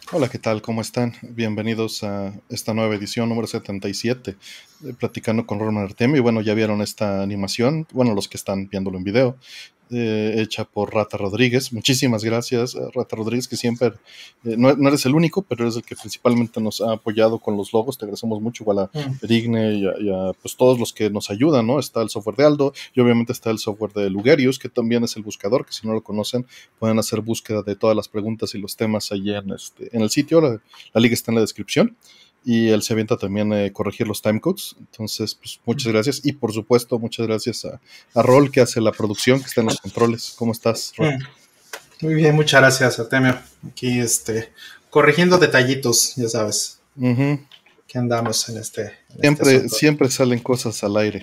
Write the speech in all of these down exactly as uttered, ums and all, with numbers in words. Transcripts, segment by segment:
Hola, ¿qué tal? ¿Cómo están? Bienvenidos a esta nueva edición número setenta y siete de Platicando con Roman Artemio. Y bueno, ya vieron esta animación, bueno, los que están viéndolo en video, eh, hecha por Rata Rodríguez. Muchísimas gracias, eh, Rata Rodríguez, que siempre, eh, no, no eres el único, pero eres el que principalmente nos ha apoyado con los logos. Te agradecemos mucho, igual a Mm. Perigne y a, y a, pues, todos los que nos ayudan, ¿no? Está el software de Aldo y obviamente está el software de Lugerius, que también es el buscador, que si no lo conocen, pueden hacer búsqueda de todas las preguntas y los temas allí en, este, en el sitio. La, la liga está en la descripción. Y él se avienta también a eh, corregir los timecodes. Entonces, pues muchas gracias. Y por supuesto, muchas gracias a, a Rol, que hace la producción, que está en los controles. ¿Cómo estás, Rol? Mm. Muy bien, muchas gracias, Artemio. Aquí, este, corrigiendo detallitos, ya sabes, Uh-huh. que andamos en este, en este Siempre, asunto. siempre salen cosas al aire.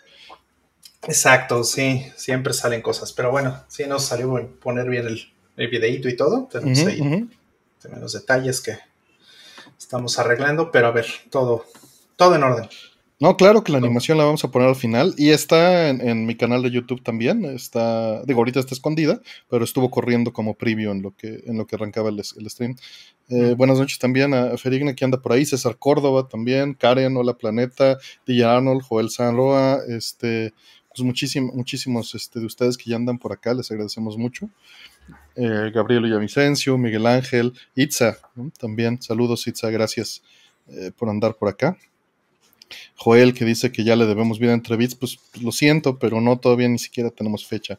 Exacto, sí, siempre salen cosas, pero bueno, sí nos salió poner bien el, el videíto y todo. Tenemos Uh-huh, ahí uh-huh. también los detalles que estamos arreglando, pero a ver, todo, todo en orden. No, claro que la animación la vamos a poner al final y está en, en mi canal de YouTube también. Está, digo, ahorita está escondida, pero estuvo corriendo como preview en lo que, en lo que arrancaba el, el stream. Eh, Mm. buenas noches también a Ferigna, que anda por ahí, César Córdoba también, Karen, Hola Planeta, D J Arnold, Joel Sanroa, este, pues muchísimo, muchísimos este, de ustedes que ya andan por acá, les agradecemos mucho. Eh, Gabriel Villavicencio, Miguel Ángel, Itza, ¿no? También, saludos Itza, gracias eh, por andar por acá. Joel, que dice que ya le debemos vida entre bits, pues lo siento, pero no, todavía ni siquiera tenemos fecha.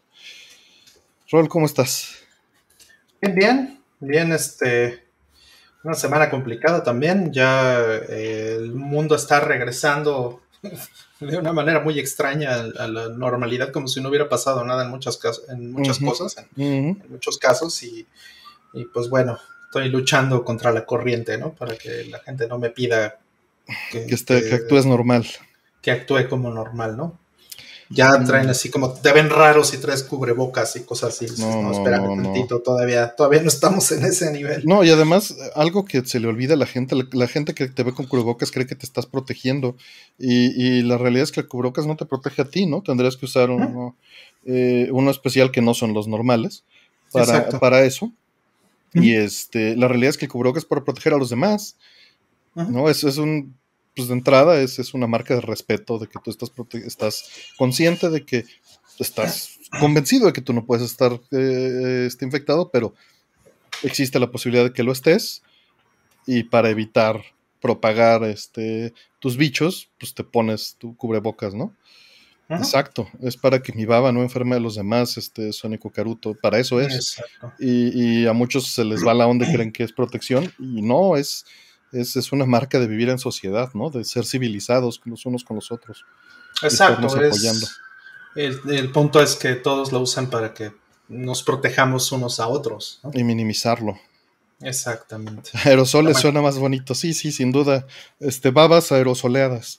Rol, ¿cómo estás? Bien, bien, bien, este, una semana complicada también. Ya eh, el mundo está regresando de una manera muy extraña a la normalidad, como si no hubiera pasado nada en muchas, en muchas Uh-huh, cosas, en, uh-huh. en muchos casos, y, y, pues bueno, estoy luchando contra la corriente, ¿no? Para que la gente no me pida Que, que, esté, que que, actúes normal. que actúe como normal, ¿no? Sí, Ya traen no, así como, te ven raro si traes cubrebocas y cosas así. Dices, no, no, no, espérame no, no. tantito, todavía, todavía no estamos en ese nivel. No, y además, algo que se le olvida a la gente, la, la gente que te ve con cubrebocas cree que te estás protegiendo. Y, y la realidad es que el cubrebocas no te protege a ti, ¿no? Tendrías que usar ¿Mm? uno, eh, uno especial que no son los normales para, Exacto. para eso. Y ¿Mm? este, la realidad es que el cubrebocas es para proteger a los demás. ¿Mm? ¿No? Es, es un, pues de entrada es, es una marca de respeto, de que tú estás, estás consciente de que estás convencido de que tú no puedes estar eh, este, infectado, pero existe la posibilidad de que lo estés y para evitar propagar este, tus bichos, pues te pones tu cubrebocas, ¿no? ¿Mm? Exacto, es para que mi baba no enferme a los demás, este Sónico Caruto, para eso es. Exacto. Y, y a muchos se les va la onda y creen que es protección, y no, es, es, es una marca de vivir en sociedad, ¿no? De ser civilizados los unos con los otros y estarnos Exacto, apoyando. es el, el punto es que todos lo usan para que nos protejamos unos a otros, ¿no? Y minimizarlo. Exactamente. Pero Aerosoles bueno. suena más bonito, sí, sí, sin duda. Este, babas aerosoleadas.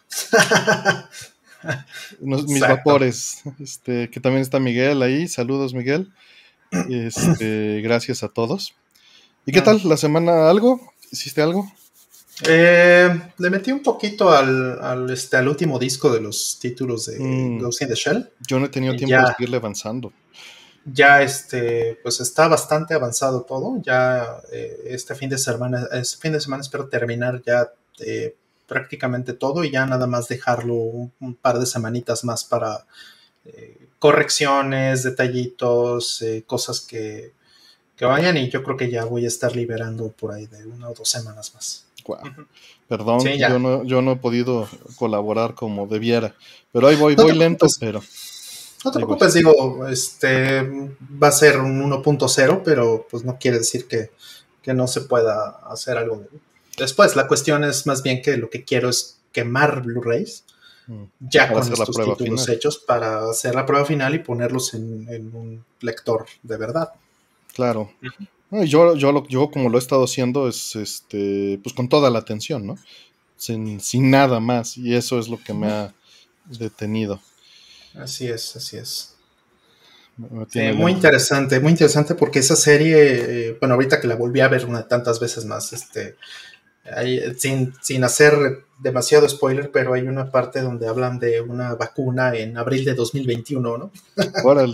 Nos, mis Exacto. vapores. Este, que también está Miguel ahí. Saludos, Miguel. Este, gracias a todos. ¿Y qué Mm. tal? ¿La semana algo? ¿Hiciste algo? Eh, le metí un poquito al, al, este, al último disco de los títulos de Mm, Ghost in the Shell. yo no he tenido Y tiempo de ya, seguirle avanzando. ya este, pues está bastante avanzado todo. Ya eh, este fin de semana, este fin de semana espero terminar ya eh, prácticamente todo y ya nada más dejarlo un, un par de semanitas más para eh, correcciones, detallitos, eh, cosas que, que vayan, y yo creo que ya voy a estar liberando por ahí de una o dos semanas más. Wow. Uh-huh. Perdón, Sí, yo ya. no, yo no he podido colaborar como debiera. Pero ahí voy, No voy te lento, preocupes. pero No te ahí voy. preocupes, digo, este va a ser un uno punto cero, pero pues no quiere decir que, que no se pueda hacer algo después. La cuestión es más bien que lo que quiero es quemar Blu-rays Mm. ya Para con hacer la estos prueba títulos final. hechos para hacer la prueba final y ponerlos en, en un lector de verdad. Claro. No, y yo, yo, lo, yo como lo he estado haciendo es este, pues con toda la atención, ¿no? Sin, sin nada más. Y eso es lo que me Uh-huh. ha detenido. Así es, así es. Me Sí, tiene muy lento. interesante, muy interesante porque esa serie, eh, bueno, ahorita que la volví a ver una tantas veces más, este, hay, sin, sin hacer demasiado spoiler, pero hay una parte donde hablan de una vacuna en abril de dos mil veintiuno, ¿no? Órale.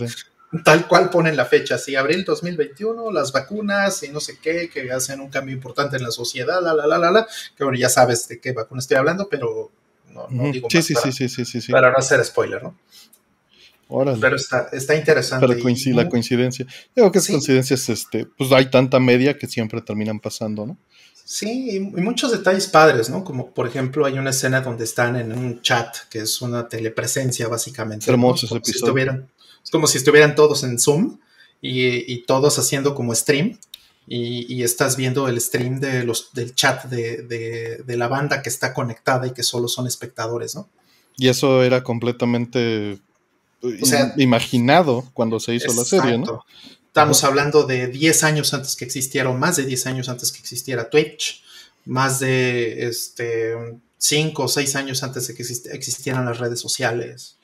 Tal cual ponen la fecha, sí, abril dos mil veintiuno, las vacunas y no sé qué, que hacen un cambio importante en la sociedad, la, la, la, la, la, que bueno, ya sabes de qué vacuna estoy hablando, pero no, no Uh-huh. digo Sí, más sí, sí, para, sí, sí, sí, sí. para no hacer spoiler, ¿no? Órale. Pero está, está Para interesante y coincidir, la coincidencia. Creo que es sí, coincidencias, este, pues hay tanta media que siempre terminan pasando, ¿no? sí, y, y muchos detalles padres, ¿no? Como por ejemplo hay una escena donde están en un chat, que es una telepresencia Es básicamente, ¿no? hermoso Es ese como si episodio. estuvieran, es como si estuvieran todos en Zoom y, y todos haciendo como stream. Y, y, estás viendo el stream de los, del chat de, de, de, la banda que está conectada y que solo son espectadores, ¿no? Y eso era completamente O sea, imaginado cuando se hizo la serie, ¿no? exacto. Ajá. Estamos hablando de diez años antes que existiera, o más de diez años antes que existiera Twitch, más de este, cinco o seis años antes de que existieran las redes sociales.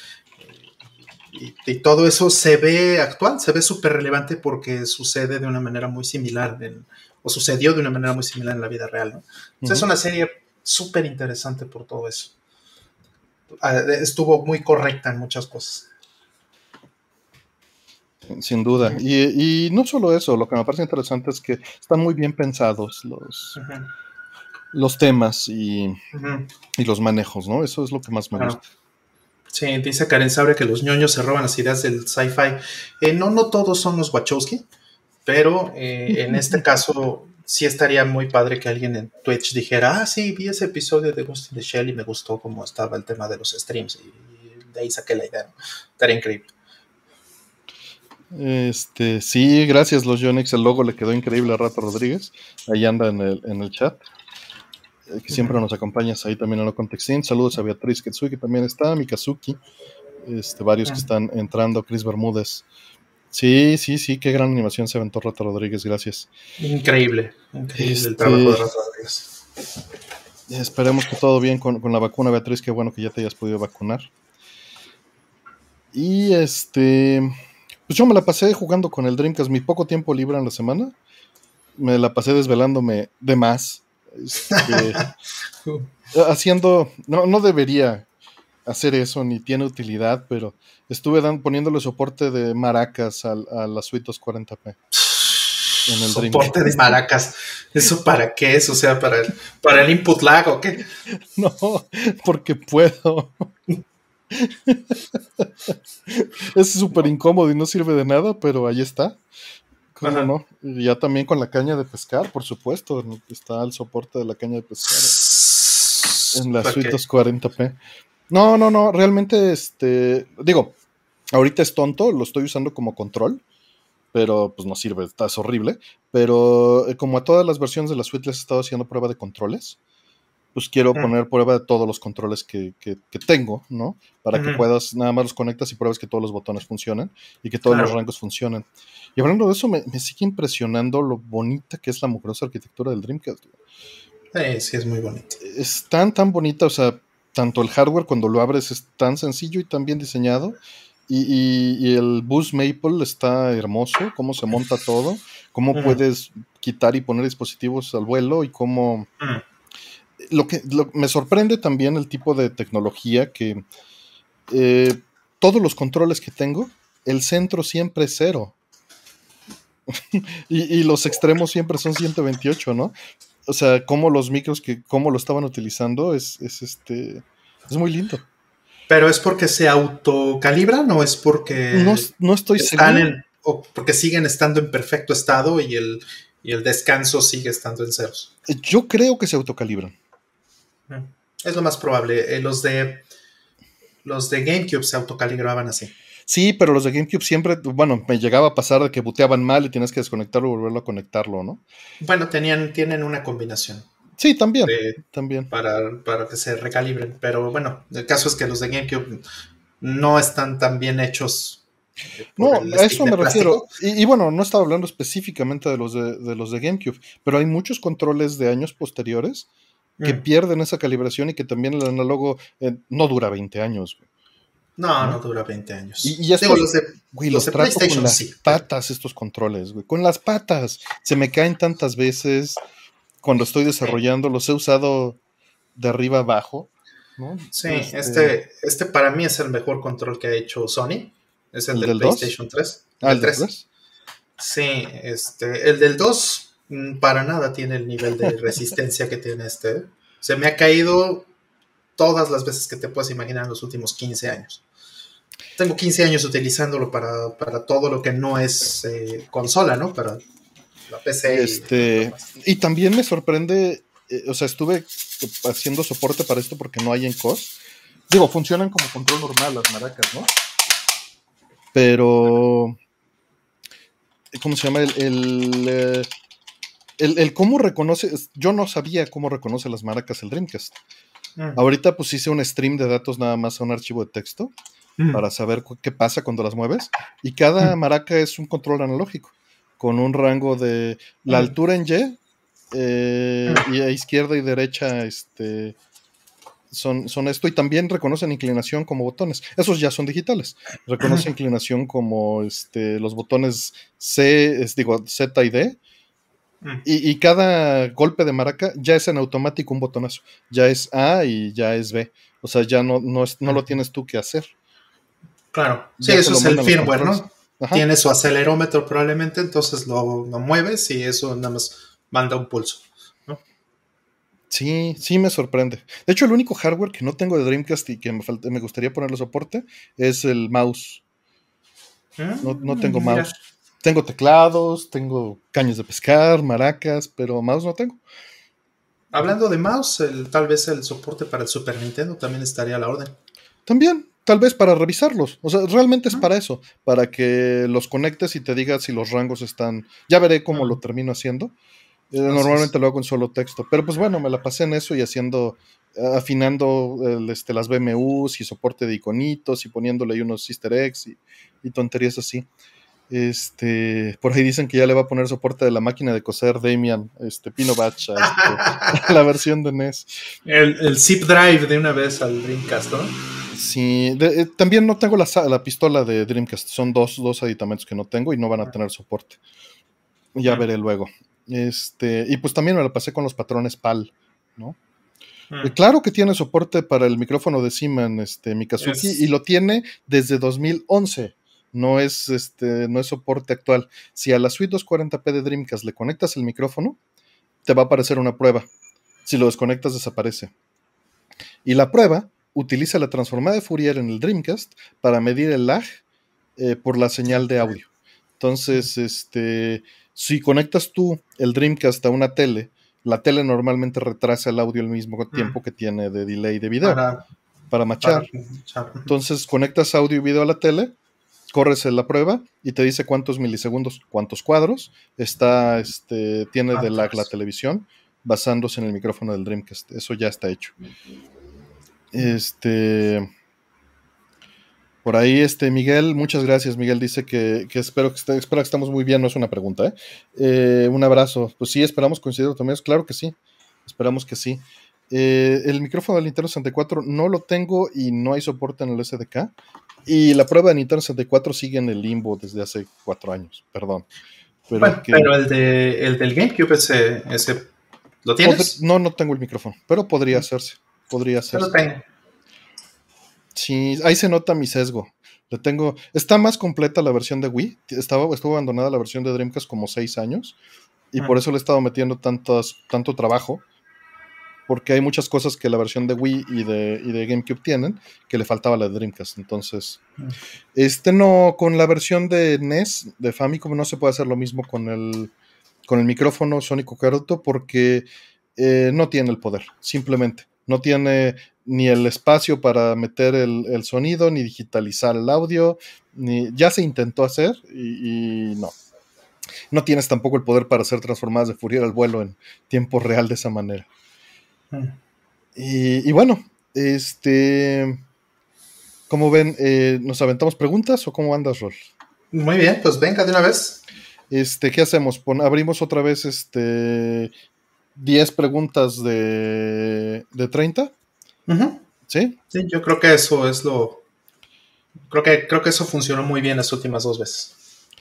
Y, y, todo eso se ve actual, se ve súper relevante porque sucede de una manera muy similar, en, o sucedió de una manera muy similar en la vida real, ¿no? Entonces uh-huh. Es una serie súper interesante por todo eso. Estuvo muy correcta en muchas cosas. Sin duda. Uh-huh. Y, y no solo eso, lo que me parece interesante es que están muy bien pensados los, uh-huh. los temas y, uh-huh. y los manejos, ¿no? Eso es lo que más me claro. gusta. Sí, dice Karen Sabre que los ñoños se roban las ideas del sci-fi. Eh, no, no todos son los Wachowski, pero eh, en este caso sí estaría muy padre que alguien en Twitch dijera, ah, sí, vi ese episodio de Ghost in the Shell y me gustó cómo estaba el tema de los streams y de ahí saqué la idea, ¿no? Estaría increíble. Este, sí, gracias los Yonix, el logo le quedó increíble a Rato Rodríguez, ahí anda en el, en el chat, eh, que siempre uh-huh. nos acompañas ahí también en lo Contextín. Saludos a Beatriz Ketsui, que también está, Mikazuki, este, varios uh-huh. que están entrando, Chris Bermúdez. Sí, sí, sí, qué gran animación se aventó Rato Rodríguez, gracias. Increíble, increíble este, el trabajo de Rato Rodríguez. Esperemos que todo bien con, con la vacuna, Beatriz, qué bueno que ya te hayas podido vacunar. Y este... Pues yo me la pasé jugando con el Dreamcast, mi poco tiempo libre en la semana, me la pasé desvelándome de más, este, haciendo, no, no debería hacer eso, ni tiene utilidad, pero estuve dan, poniéndole soporte de maracas a, a la Suite doscientos cuarenta p. En el soporte Dreamcast. De maracas, ¿eso para qué es? O sea, ¿para el, para el input lag o qué? No, porque puedo. Es súper incómodo y no sirve de nada, pero ahí está. ¿Cómo Ajá. no? Y ya también con la caña de pescar, por supuesto. Está el soporte de la caña de pescar en la Suite doscientos cuarenta p. No, no, no. Realmente, este. Digo, ahorita es tonto, lo estoy usando como control, pero pues no sirve, está, es horrible. Pero como a todas las versiones de la Suite les he estado haciendo prueba de controles, pues quiero uh-huh. poner prueba de todos los controles que, que, que tengo, ¿no? Para uh-huh. que puedas, nada más los conectas y pruebas que todos los botones funcionen y que todos claro. los rangos funcionen. Y hablando de eso, me, me sigue impresionando lo bonita que es la mugrosa arquitectura del Dreamcast. Sí, sí, es muy bonita. Es tan, tan bonita, o sea, tanto el hardware cuando lo abres es tan sencillo y tan bien diseñado, y, y, y el bus Maple está hermoso, cómo se monta todo, cómo uh-huh. puedes quitar y poner dispositivos al vuelo y cómo... Uh-huh. Lo que lo, me sorprende también el tipo de tecnología que eh, todos los controles que tengo, el centro siempre es cero. y, y los extremos siempre son ciento veintiocho, ¿no? O sea, cómo los micros, que cómo lo estaban utilizando, es, es este es muy lindo. ¿Pero es porque se autocalibran o es porque no, no estoy están seguro? En, o porque siguen estando en perfecto estado y el, y el descanso sigue estando en ceros? Yo creo que se autocalibran. Es lo más probable. Eh, los de los de GameCube se autocalibraban así. Sí, pero los de GameCube siempre, bueno, me llegaba a pasar de que booteaban mal y tienes que desconectarlo y volverlo a conectarlo, ¿no? Bueno, tenían, tienen una combinación. Sí, también, de, también. Para, para que se recalibren. Pero bueno, el caso es que los de GameCube no están tan bien hechos. No, a eso me refiero. Y, y bueno, no estaba hablando específicamente de los de, de los de GameCube, pero hay muchos controles de años posteriores que mm. pierden esa calibración y que también el análogo eh, no dura veinte años. Güey. No, no, no dura veinte años. Y, y estos, Digo, los de, güey, los, los trato con las sí, patas pero... estos controles, güey. Con las patas. Se me caen tantas veces cuando estoy desarrollando. Sí. Los he usado de arriba abajo, ¿no? Sí, este... este, este para mí es el mejor control que ha hecho Sony. Es el, ¿El del, del PlayStation dos? tres. El Ah, del ¿el del tres. tres? Sí, este, el del dos mm, para nada tiene el nivel de resistencia que tiene este. Se me ha caído todas las veces que te puedas imaginar en los últimos quince años. Tengo quince años utilizándolo para, para todo lo que no es eh, consola, ¿no? Para la P Y C y lo este, demás. y también me sorprende, eh, o sea, estuve haciendo soporte para esto porque no hay en C O S. Digo, funcionan como control normal las maracas, ¿no? Pero, ¿cómo se llama? El, el, eh, el, el cómo reconoce, yo no sabía cómo reconoce las maracas el Dreamcast. Mm. Ahorita pues hice un stream de datos nada más a un archivo de texto Mm. para saber cu- qué pasa cuando las mueves. Y cada Mm. maraca es un control analógico, con un rango de la Mm. altura en Y, eh, Mm. y a izquierda y derecha este, son, son esto. Y también reconocen inclinación como botones. Esos ya son digitales. Reconoce inclinación como este, los botones C, es, digo, Z y D. Mm. Y, y cada golpe de maraca ya es en automático un botonazo. Ya es A y ya es B. O sea, ya no, no, es, no lo tienes tú que hacer. Claro, sí, Ya te eso lo es el mandan los firmware, controles. ¿no? Ajá. Tiene su acelerómetro probablemente, entonces lo, lo mueves y eso nada más manda un pulso, ¿no? Sí, sí me sorprende. De hecho, el único hardware que no tengo de Dreamcast y que me, falta, me gustaría ponerle soporte es el mouse. No, no tengo Mm, mira, mouse. Tengo teclados, tengo cañas de pescar, maracas, pero mouse no tengo. Ujú. hablando de mouse, el, tal vez el soporte para el Super Nintendo también estaría a la orden. También, tal vez para revisarlos. O sea, realmente es Mm. para eso, para que los conectes y te digas si los rangos están. Ya veré cómo lo Mm. termino haciendo. Eh, Así es. normalmente lo hago en solo texto, pero pues bueno, me la pasé en eso y haciendo, eh, afinando el, este, las B M Us y soporte de iconitos y poniéndole ahí unos easter eggs y, y tonterías así. Este, por ahí dicen que ya le va a poner soporte de la máquina de coser Damian, este, Pino Batch, a, este, a la versión de N E S. el, el zip drive de una vez al Dreamcast, ¿no? Sí, de, eh, también no tengo la, la pistola de Dreamcast, son dos, dos aditamentos que no tengo y no van a tener soporte. Ya Mm. veré luego. Este, y pues también me la pasé con los patrones P A L, ¿no? Eh, Mm. claro que tiene soporte para el micrófono de Siemens, este, Mikazuki, y Es, lo tiene desde dos mil once. No es, este, no es soporte actual. Si a la suite doscientos cuarenta p de Dreamcast le conectas el micrófono, te va a aparecer una prueba. Si lo desconectas, desaparece. Y la prueba utiliza la transformada de Fourier en el Dreamcast para medir el lag eh, por la señal de audio. Entonces, este, si conectas tú el Dreamcast a una tele, la tele normalmente retrasa el audio al mismo mm, tiempo que tiene de delay de video para, para para, machar. Entonces, conectas audio y video a la tele, corres en la prueba y te dice cuántos milisegundos, cuántos cuadros está, este, tiene de lag la cuántos. televisión basándose en el micrófono del Dreamcast. Eso ya está hecho. Mm. Este, por ahí, este, Miguel, muchas gracias. Miguel dice que, que espero que esté, espero que estamos muy bien, no es una pregunta, ¿eh? Eh, un abrazo. Pues sí, esperamos coincidir también. Claro que sí, esperamos que sí. Eh, el micrófono del Nintendo sesenta y cuatro no lo tengo y no hay soporte en el S D K. Y la prueba de Nintendo sesenta y cuatro sigue en el limbo desde hace cuatro años, perdón. Pero Bueno, que pero el, de, el del GameCube, ese, ese ¿lo pod- tienes? no, no tengo el micrófono, pero podría Mm. hacerse. Podría Yo lo hacerse. tengo. Sí, ahí se nota mi sesgo. Le tengo. Está más completa la versión de Wii. Estaba, estuvo abandonada la versión de Dreamcast como seis años. Y por Mm. eso le he estado metiendo tantos, tanto trabajo. Porque hay muchas cosas que la versión de Wii y de, y de GameCube tienen que le faltaba a la de Dreamcast. Entonces, Mm. este no, con la versión de N E S, de Famicom, no se puede hacer lo mismo con el, con el micrófono Sónico Karuto porque eh, no tiene el poder, simplemente. No tiene ni el espacio para meter el, el sonido, ni digitalizar el audio, ni ya se intentó hacer y, y no. No tienes tampoco el poder para hacer transformadas de Fourier al vuelo en tiempo real de esa manera. Mm. Y, y bueno, este, ¿cómo ven? Eh, ¿Nos aventamos preguntas o cómo andas, Rol? Muy bien, pues venga de una vez. Este, ¿qué hacemos? Pon, abrimos otra vez este diez preguntas de, de treinta, Ujú. ¿sí? Sí, yo creo que eso es lo. Creo que, creo que eso funcionó muy bien las últimas dos veces.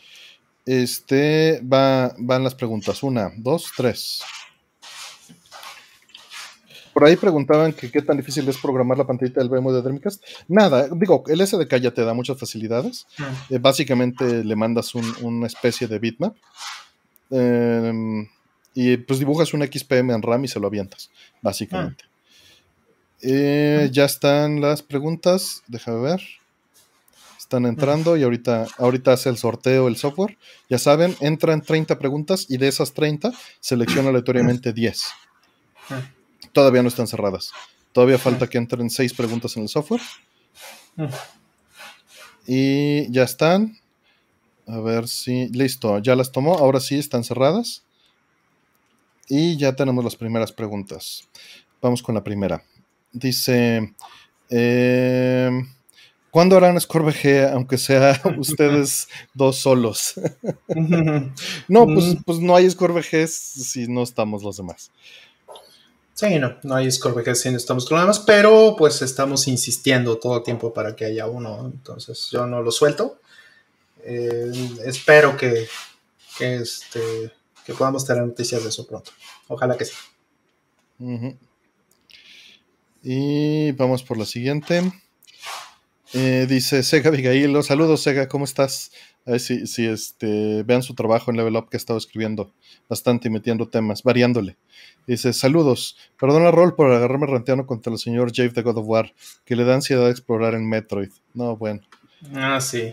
Este, va, van las preguntas. Una, dos, tres. por ahí preguntaban que qué tan difícil es programar la pantallita del V M de Dreamcast. Nada, digo, el S D K ya te da muchas facilidades. Mm. Eh, básicamente le mandas un, una especie de bitmap eh, y pues dibujas un X P M en RAM y se lo avientas, básicamente. Mm. Eh, mm. Ya están las preguntas, déjame ver. Están entrando y ahorita, ahorita hace el sorteo el software. Ya saben, entran treinta preguntas y de esas treinta selecciona aleatoriamente diez. Todavía no están cerradas. Todavía falta que entren seis preguntas en el software. Y ya están. A ver si... Listo, ya las tomó. Ahora sí están cerradas. Y ya tenemos las primeras preguntas. Vamos con la primera. Dice... Eh... ¿Cuándo harán Score V G, aunque sea ustedes dos solos? No, pues, pues no hay Score V G si no estamos los demás. Sí, no, no hay Score V G si no estamos los demás, pero pues estamos insistiendo todo el tiempo para que haya uno, entonces yo no lo suelto. Eh, espero que, que, este, que podamos tener noticias de eso pronto. Ojalá que sí. Uh-huh. Y vamos por la siguiente. Eh, dice Sega Abigail, saludos Sega, ¿cómo estás? A ver si, si este, vean su trabajo en Level Up que he estado escribiendo bastante y metiendo temas, variándole. Dice, saludos, perdona Rol por agarrarme ranteando contra el señor Jave de God of War, que le da ansiedad de explorar en Metroid. No, bueno. Ah, sí.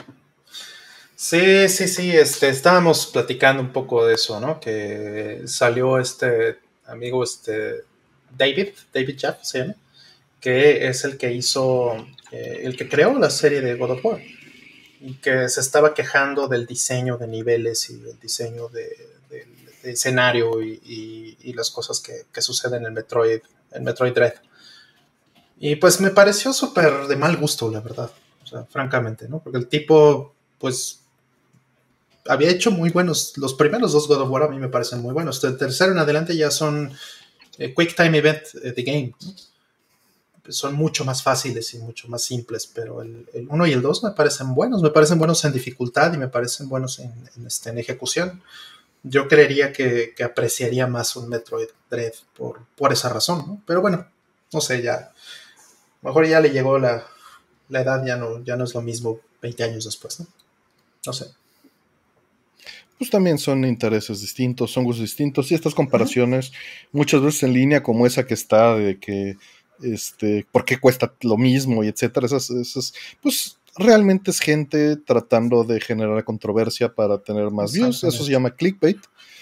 Sí, sí, sí, este, estábamos platicando un poco de eso, ¿no? Que salió este amigo, este, David, David Jaffe, ¿se llama? Que es el que hizo, eh, el que creó la serie de God of War y que se estaba quejando del diseño de niveles y del diseño de, de, de escenario y, y, y las cosas que, que suceden en Metroid, en Metroid Dread. Y pues me pareció súper de mal gusto, la verdad, o sea, francamente, ¿no? Porque el tipo, pues, había hecho muy buenos, los primeros dos God of War a mí me parecen muy buenos, el tercero en adelante ya son eh, Quick Time Event eh, The Game, ¿no? Son mucho más fáciles y mucho más simples, pero el uno y el dos me parecen buenos, me parecen buenos en dificultad y me parecen buenos en, en, este, en ejecución. Yo creería que, que apreciaría más un Metroid Dread por, por esa razón, ¿no? Pero bueno, no sé, ya mejor ya le llegó la, la edad, ya no, ya no es lo mismo veinte años después, ¿no? No sé. Pues también son intereses distintos, son gustos distintos y estas comparaciones uh-huh. muchas veces en línea como esa que está de que este, por qué cuesta lo mismo y etcétera, esas, esas, pues realmente es gente tratando de generar controversia para tener más views, eso se llama clickbait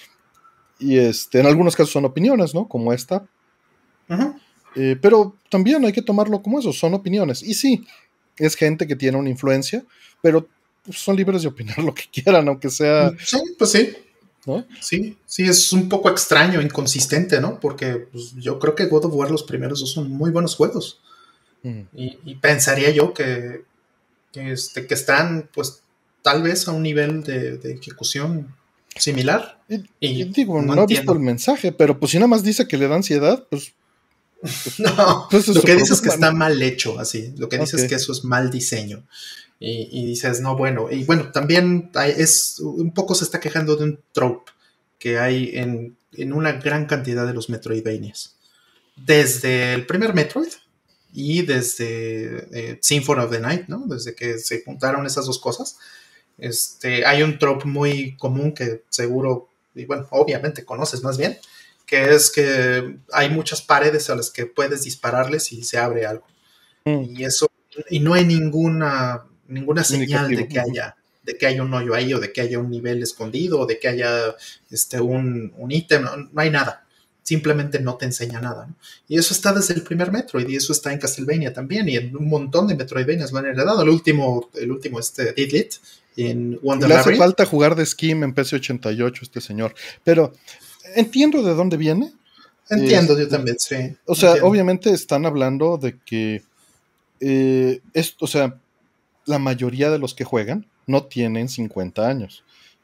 y este, en algunos casos son opiniones, ¿no? Como esta uh-huh. eh, pero también hay que tomarlo como eso, son opiniones y sí, es gente que tiene una influencia, pero pues, son libres de opinar lo que quieran, aunque sea... Sí, pues sí. ¿No? Sí, sí, es un poco extraño, inconsistente, ¿no? Porque pues, yo creo que God of War los primeros dos son muy buenos juegos. Mm. Y, y pensaría yo que, que, este, que están, pues, tal vez a un nivel de, de ejecución similar. Y, y, y digo, no, no he visto el mensaje, pero pues si nada más dice que le da ansiedad, pues... pues no, pues lo que dice es que está mal hecho, así. Lo que dice okay. es que eso es mal diseño. Y, y dices, no, bueno, y bueno, también hay, es un poco se está quejando de un trope que hay en, en una gran cantidad de los Metroidvanias. Desde el primer Metroid y desde eh, Symphony of the Night, ¿no? Desde que se juntaron esas dos cosas, este, hay un trope muy común que seguro, y bueno, obviamente conoces más bien, que es que hay muchas paredes a las que puedes dispararles y se abre algo. Mm. Y eso, y no hay ninguna... ninguna señal de que haya de que haya un hoyo ahí o de que haya un nivel escondido o de que haya este, un, un ítem, no, no hay nada, simplemente no te enseña nada, ¿no? Y eso está desde el primer Metroid y eso está en Castlevania también y en un montón de Metroidvanias lo han heredado, el último el último este Didlit en Wonder Le hace Labyrinth. Falta jugar de Skim en P C ochenta y ocho este señor, pero entiendo de dónde viene. Entiendo, eh, yo también, sí. O sea, entiendo. Obviamente están hablando de que eh, esto, o sea, la mayoría de los que juegan no tienen cincuenta años,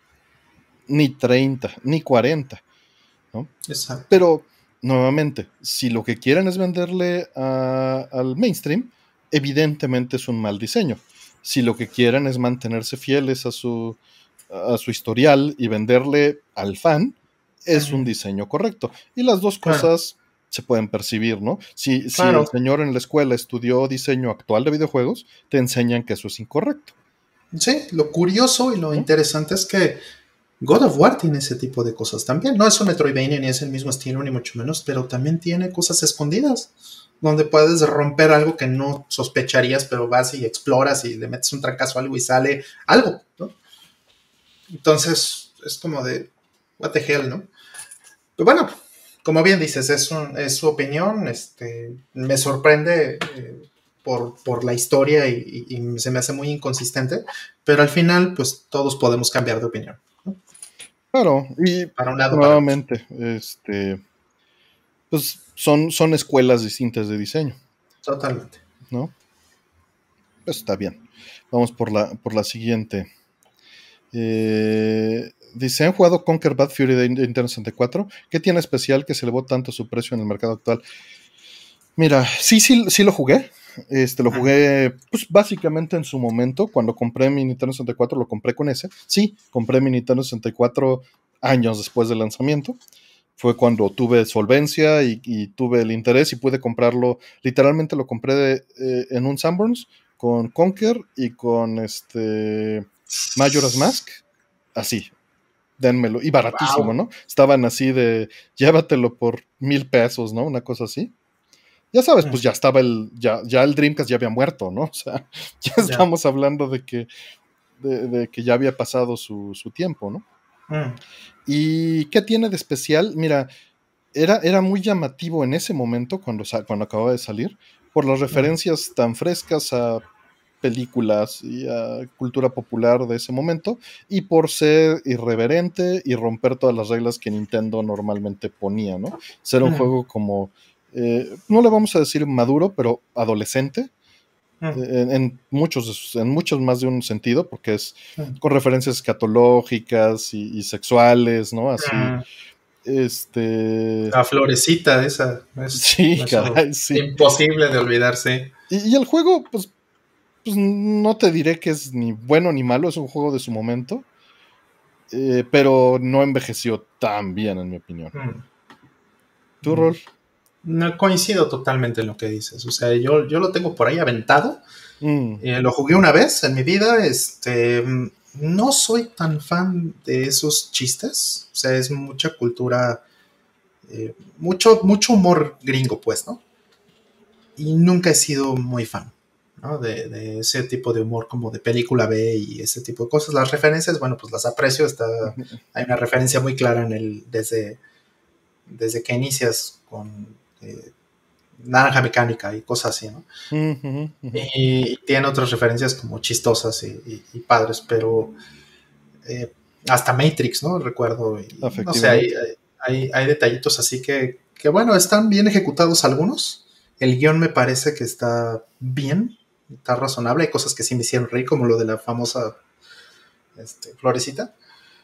ni treinta, ni cuarenta, ¿no? Exacto. Pero, nuevamente, si lo que quieren es venderle a, al mainstream, evidentemente es un mal diseño. Si lo que quieren es mantenerse fieles a su, a su historial y venderle al fan, es uh-huh. un diseño correcto. Y las dos cosas se pueden percibir, ¿no? Si, Claro. si el señor en la escuela estudió diseño actual de videojuegos, te enseñan que eso es incorrecto. Sí, lo curioso y lo ¿no? interesante es que God of War tiene ese tipo de cosas también. No es un Metroidvania ni es el mismo estilo, ni mucho menos, pero también tiene cosas escondidas, donde puedes romper algo que no sospecharías, pero vas y exploras y le metes un trancazo a algo y sale algo, ¿no? Entonces, es como de, what the hell, ¿no? Pero bueno, como bien dices, es, un, es su opinión, este, me sorprende eh, por, por la historia y, y, y se me hace muy inconsistente, pero al final, pues, todos podemos cambiar de opinión, ¿no? Claro, y para un lado, nuevamente, para este, pues son, son escuelas distintas de diseño. Totalmente. ¿No? Pues está bien. Vamos por la, por la siguiente. Eh, dice, ¿han jugado Conquer Bad Fury de Nintendo sesenta y cuatro? ¿Qué tiene especial que se elevó tanto su precio en el mercado actual? Mira, sí, sí, sí lo jugué. Este, lo jugué, pues básicamente en su momento, cuando compré mi Nintendo sesenta y cuatro, lo compré con ese. Sí, compré mi Nintendo sesenta y cuatro años después del lanzamiento. Fue cuando tuve solvencia y, y tuve el interés y pude comprarlo. Literalmente lo compré de, eh, en un Sanborns con Conquer y con este Majora's Mask. Así, denmelo. Y baratísimo, wow. ¿no? Estaban así de, llévatelo por mil pesos, ¿no? Una cosa así. Ya sabes, pues ya estaba el, ya, ya el Dreamcast ya había muerto, ¿no? O sea, ya estamos yeah. hablando de que, de, de que ya había pasado su, su tiempo, ¿no? Mm. ¿Y qué tiene de especial? Mira, era, era muy llamativo en ese momento, cuando, cuando acababa de salir, por las referencias mm. tan frescas a películas y a cultura popular de ese momento, y por ser irreverente y romper todas las reglas que Nintendo normalmente ponía, ¿no? Ser un mm. juego como... Eh, no le vamos a decir maduro, pero adolescente, mm. eh, en, en, muchos, en muchos más de un sentido, porque es mm. con referencias escatológicas y, y sexuales, ¿no? Así, mm. este... La florecita esa, es, sí, caray, sí. imposible de olvidarse. Y, y el juego, pues, pues, no te diré que es ni bueno ni malo, es un juego de su momento, eh, pero no envejeció tan bien, en mi opinión. Mm. ¿Tu, Rol? No coincido totalmente en lo que dices. O sea, yo, yo lo tengo por ahí aventado. Mm. Eh, lo jugué una vez en mi vida. Este, no soy tan fan de esos chistes. O sea, es mucha cultura, eh, mucho, mucho humor gringo, pues, ¿no? Y nunca he sido muy fan, ¿no? De, de ese tipo de humor como de película B y ese tipo de cosas. Las referencias, bueno, pues las aprecio. Está, hay una referencia muy clara en el, desde, desde que inicias con... Eh, Naranja Mecánica y cosas así, ¿no? Uh-huh, uh-huh. Y, y tiene otras referencias como chistosas y, y, y padres, pero eh, hasta Matrix, ¿no? Recuerdo. Y, no sé, hay, hay, hay detallitos así que, que, bueno, están bien ejecutados algunos. El guión me parece que está bien, está razonable. Hay cosas que sí me hicieron reír, como lo de la famosa este, florecita.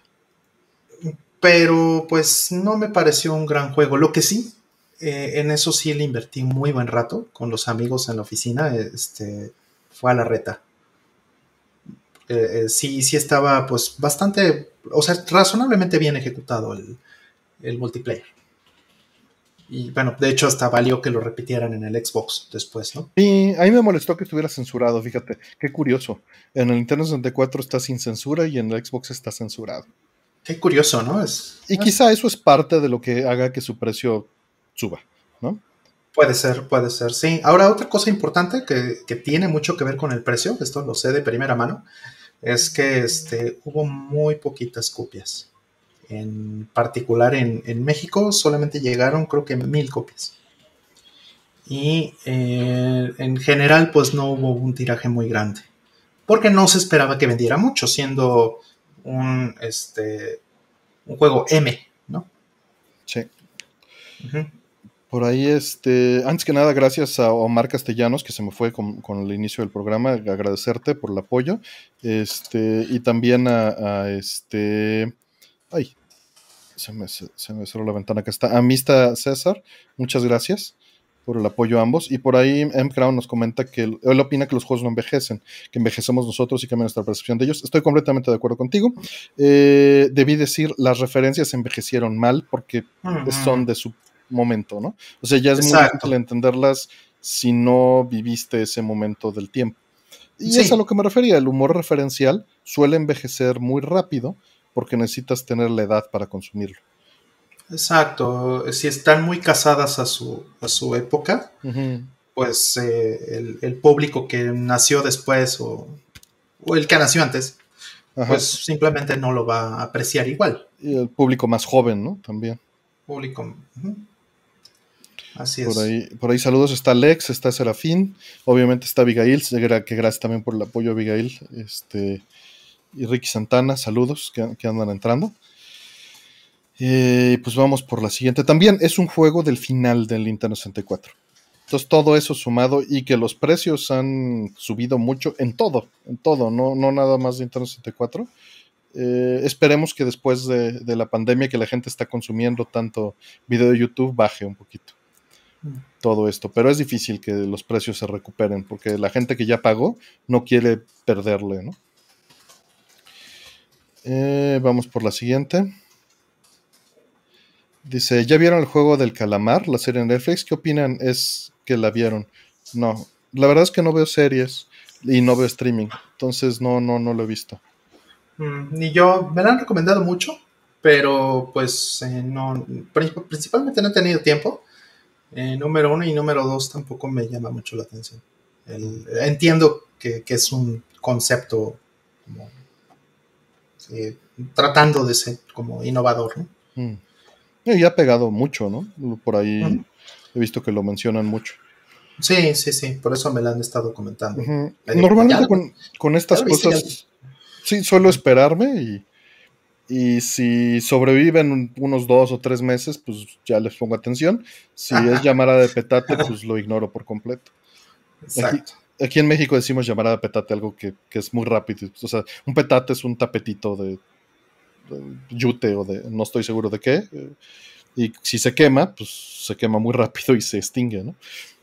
Pero, pues, no me pareció un gran juego. Lo que sí... Eh, en eso sí le invertí muy buen rato con los amigos en la oficina, este, fue a la reta. Eh, eh, sí, sí estaba pues bastante, o sea, razonablemente bien ejecutado el, el multiplayer. Y bueno, de hecho hasta valió que lo repitieran en el Xbox después, ¿no? Sí, a mí me molestó que estuviera censurado, fíjate, qué curioso. En el Nintendo sesenta y cuatro está sin censura y en el Xbox está censurado. Qué curioso, ¿no? Es, y quizá eso es parte de lo que haga que su precio suba, ¿no? Puede ser, puede ser, sí. Ahora, otra cosa importante que, que tiene mucho que ver con el precio, esto lo sé de primera mano, es que este, hubo muy poquitas copias. En particular en, en México solamente llegaron creo que mil copias. Y eh, en general pues no hubo un tiraje muy grande. Porque no se esperaba que vendiera mucho, siendo un, este, un juego M, ¿no? Sí. Uh-huh. Por ahí, este, antes que nada, gracias a Omar Castellanos, que se me fue con, con el inicio del programa, agradecerte por el apoyo, este, y también a, a este, ay, se me, se me cerró la ventana, que está, a Mista César, muchas gracias por el apoyo a ambos, y por ahí M. Crown nos comenta que él, él opina que los juegos no envejecen, que envejecemos nosotros y cambia nuestra percepción de ellos. Estoy completamente de acuerdo contigo. Eh, debí decir, las referencias envejecieron mal porque uh-huh. son de su momento, ¿no? O sea, ya es Exacto. muy difícil entenderlas si no viviste ese momento del tiempo. Y sí. es a lo que me refería, el humor referencial suele envejecer muy rápido porque necesitas tener la edad para consumirlo. Exacto, si están muy casadas a su, a su época, uh-huh. pues eh, el, el público que nació después o, o el que nació antes, Ajá. pues simplemente no lo va a apreciar igual. Y el público más joven, ¿no? También. Público. Uh-huh. Así por es. Ahí, por ahí saludos, está Alex, está Serafín, obviamente está Abigail, que gracias también por el apoyo, Abigail, este, y Ricky Santana, saludos, que, que andan entrando. Eh, pues vamos por la siguiente. También es un juego del final del Nintendo sesenta y cuatro. Entonces todo eso sumado y que los precios han subido mucho en todo, en todo, no, no nada más de Nintendo sesenta y cuatro. Eh, esperemos que después de, de la pandemia que la gente está consumiendo tanto video de YouTube baje un poquito mm. todo esto, pero es difícil que los precios se recuperen porque la gente que ya pagó no quiere perderle, ¿no? Eh, vamos por la siguiente. Dice, ¿ya vieron el juego del calamar, la serie en Netflix? ¿Qué opinan? Es que la vieron. No, la verdad es que no veo series y no veo streaming, entonces no, no, no lo he visto. Mm, ni yo, me lo han recomendado mucho, pero pues eh, no, principalmente no he tenido tiempo. Eh, número uno y número dos tampoco me llama mucho la atención. El, entiendo que, que es un concepto como, eh, tratando de ser como innovador, ¿no? Mm. Y ha pegado mucho, ¿no? Por ahí uh-huh. he visto que lo mencionan mucho. Sí, sí, sí, por eso me lo han estado comentando. Uh-huh. Normalmente ya, con, con estas cosas, sí, suelo esperarme y, y si sobreviven unos dos o tres meses, pues ya les pongo atención. Si es llamarada de petate, pues lo ignoro por completo. Exacto. Aquí, aquí en México decimos llamarada de petate, algo que, que es muy rápido. O sea, un petate es un tapetito de, de yute o de no estoy seguro de qué. Y si se quema, pues se quema muy rápido y se extingue, ¿no?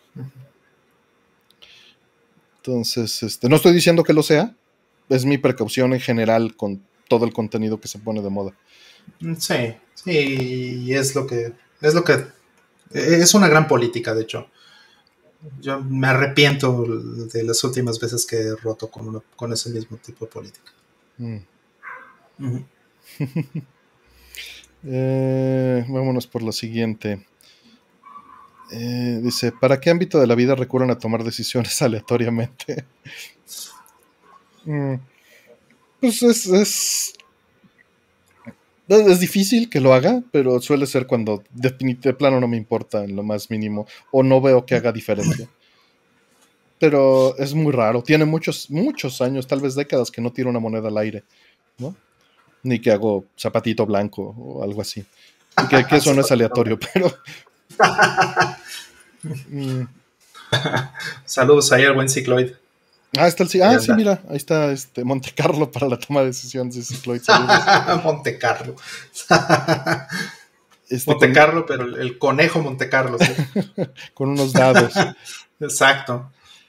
Entonces, este, no estoy diciendo que lo sea, es mi precaución en general con todo el contenido que se pone de moda. Sí, sí, es lo que, es lo que, es una gran política, de hecho. Yo me arrepiento de las últimas veces que he roto con, una, con ese mismo tipo de política. Mm. Uh-huh. eh, vámonos por lo siguiente. Eh, dice, ¿para qué ámbito de la vida recurren a tomar decisiones aleatoriamente? mm, pues es, es es difícil que lo haga, pero suele ser cuando de, de plano no me importa en lo más mínimo o no veo que haga diferencia. Pero es muy raro, tiene muchos muchos años, tal vez décadas que no tiro una moneda al aire, ¿no? Ni que hago zapatito blanco o algo así. Y que, que eso no es aleatorio, pero mm. Saludos ahí al buen Cicloid. Ah, está el Ah, sí, mira, ahí está este Monte Carlo para la toma de decisiones de Cicloid. Monte Carlo. este Monte con... Carlo, pero el, el conejo Monte Carlo, ¿sí? Con unos dados. Exacto.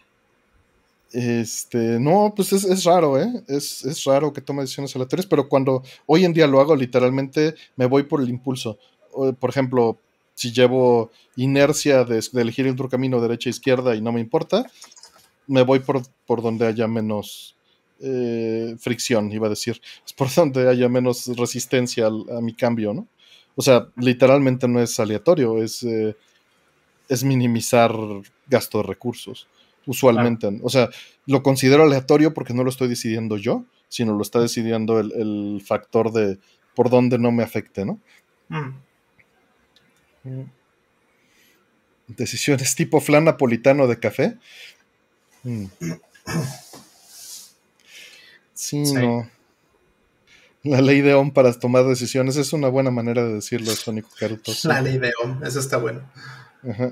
Este, no, pues es, es raro, ¿eh? Es, es raro que tome decisiones aleatorias, pero cuando hoy en día lo hago, literalmente me voy por el impulso. Por ejemplo, si llevo inercia de, de elegir otro camino derecha e izquierda y no me importa, me voy por, por donde haya menos eh, fricción, iba a decir. Es por donde haya menos resistencia al, a mi cambio, ¿no? O sea, literalmente no es aleatorio, es, eh, es minimizar gasto de recursos, usualmente. Claro. O sea, lo considero aleatorio porque no lo estoy decidiendo yo, sino lo está decidiendo el, el factor de por dónde no me afecte, ¿no? Mm. Decisiones tipo flan napolitano de café. Mm. Sí, sí, no. La ley de Ohm para tomar decisiones es una buena manera de decirlo, Sónico Caruto. Sí. La ley de Ohm, eso está bueno. Ajá.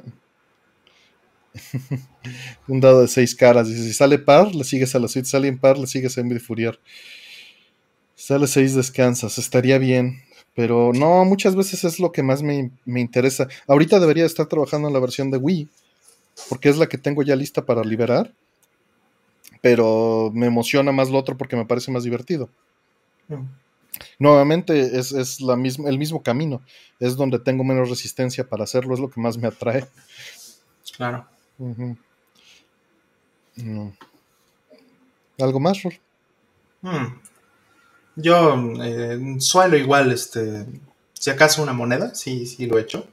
Un dado de seis caras. Dice, si sale par, le sigues a la suite. Sale impar, le sigues a Envy Furiar. Sale seis, descansas. Estaría bien. Pero no, muchas veces es lo que más me, me interesa. Ahorita debería estar trabajando en la versión de Wii, porque es la que tengo ya lista para liberar. Pero me emociona más lo otro porque me parece más divertido. Nuevamente es, es la misma, el mismo camino, es donde tengo menos resistencia para hacerlo, es lo que más me atrae. Claro. Uh-huh. No. ¿Algo más, Ror? Hmm. Yo eh, suelo igual, este, si acaso una moneda, sí, sí lo he hecho.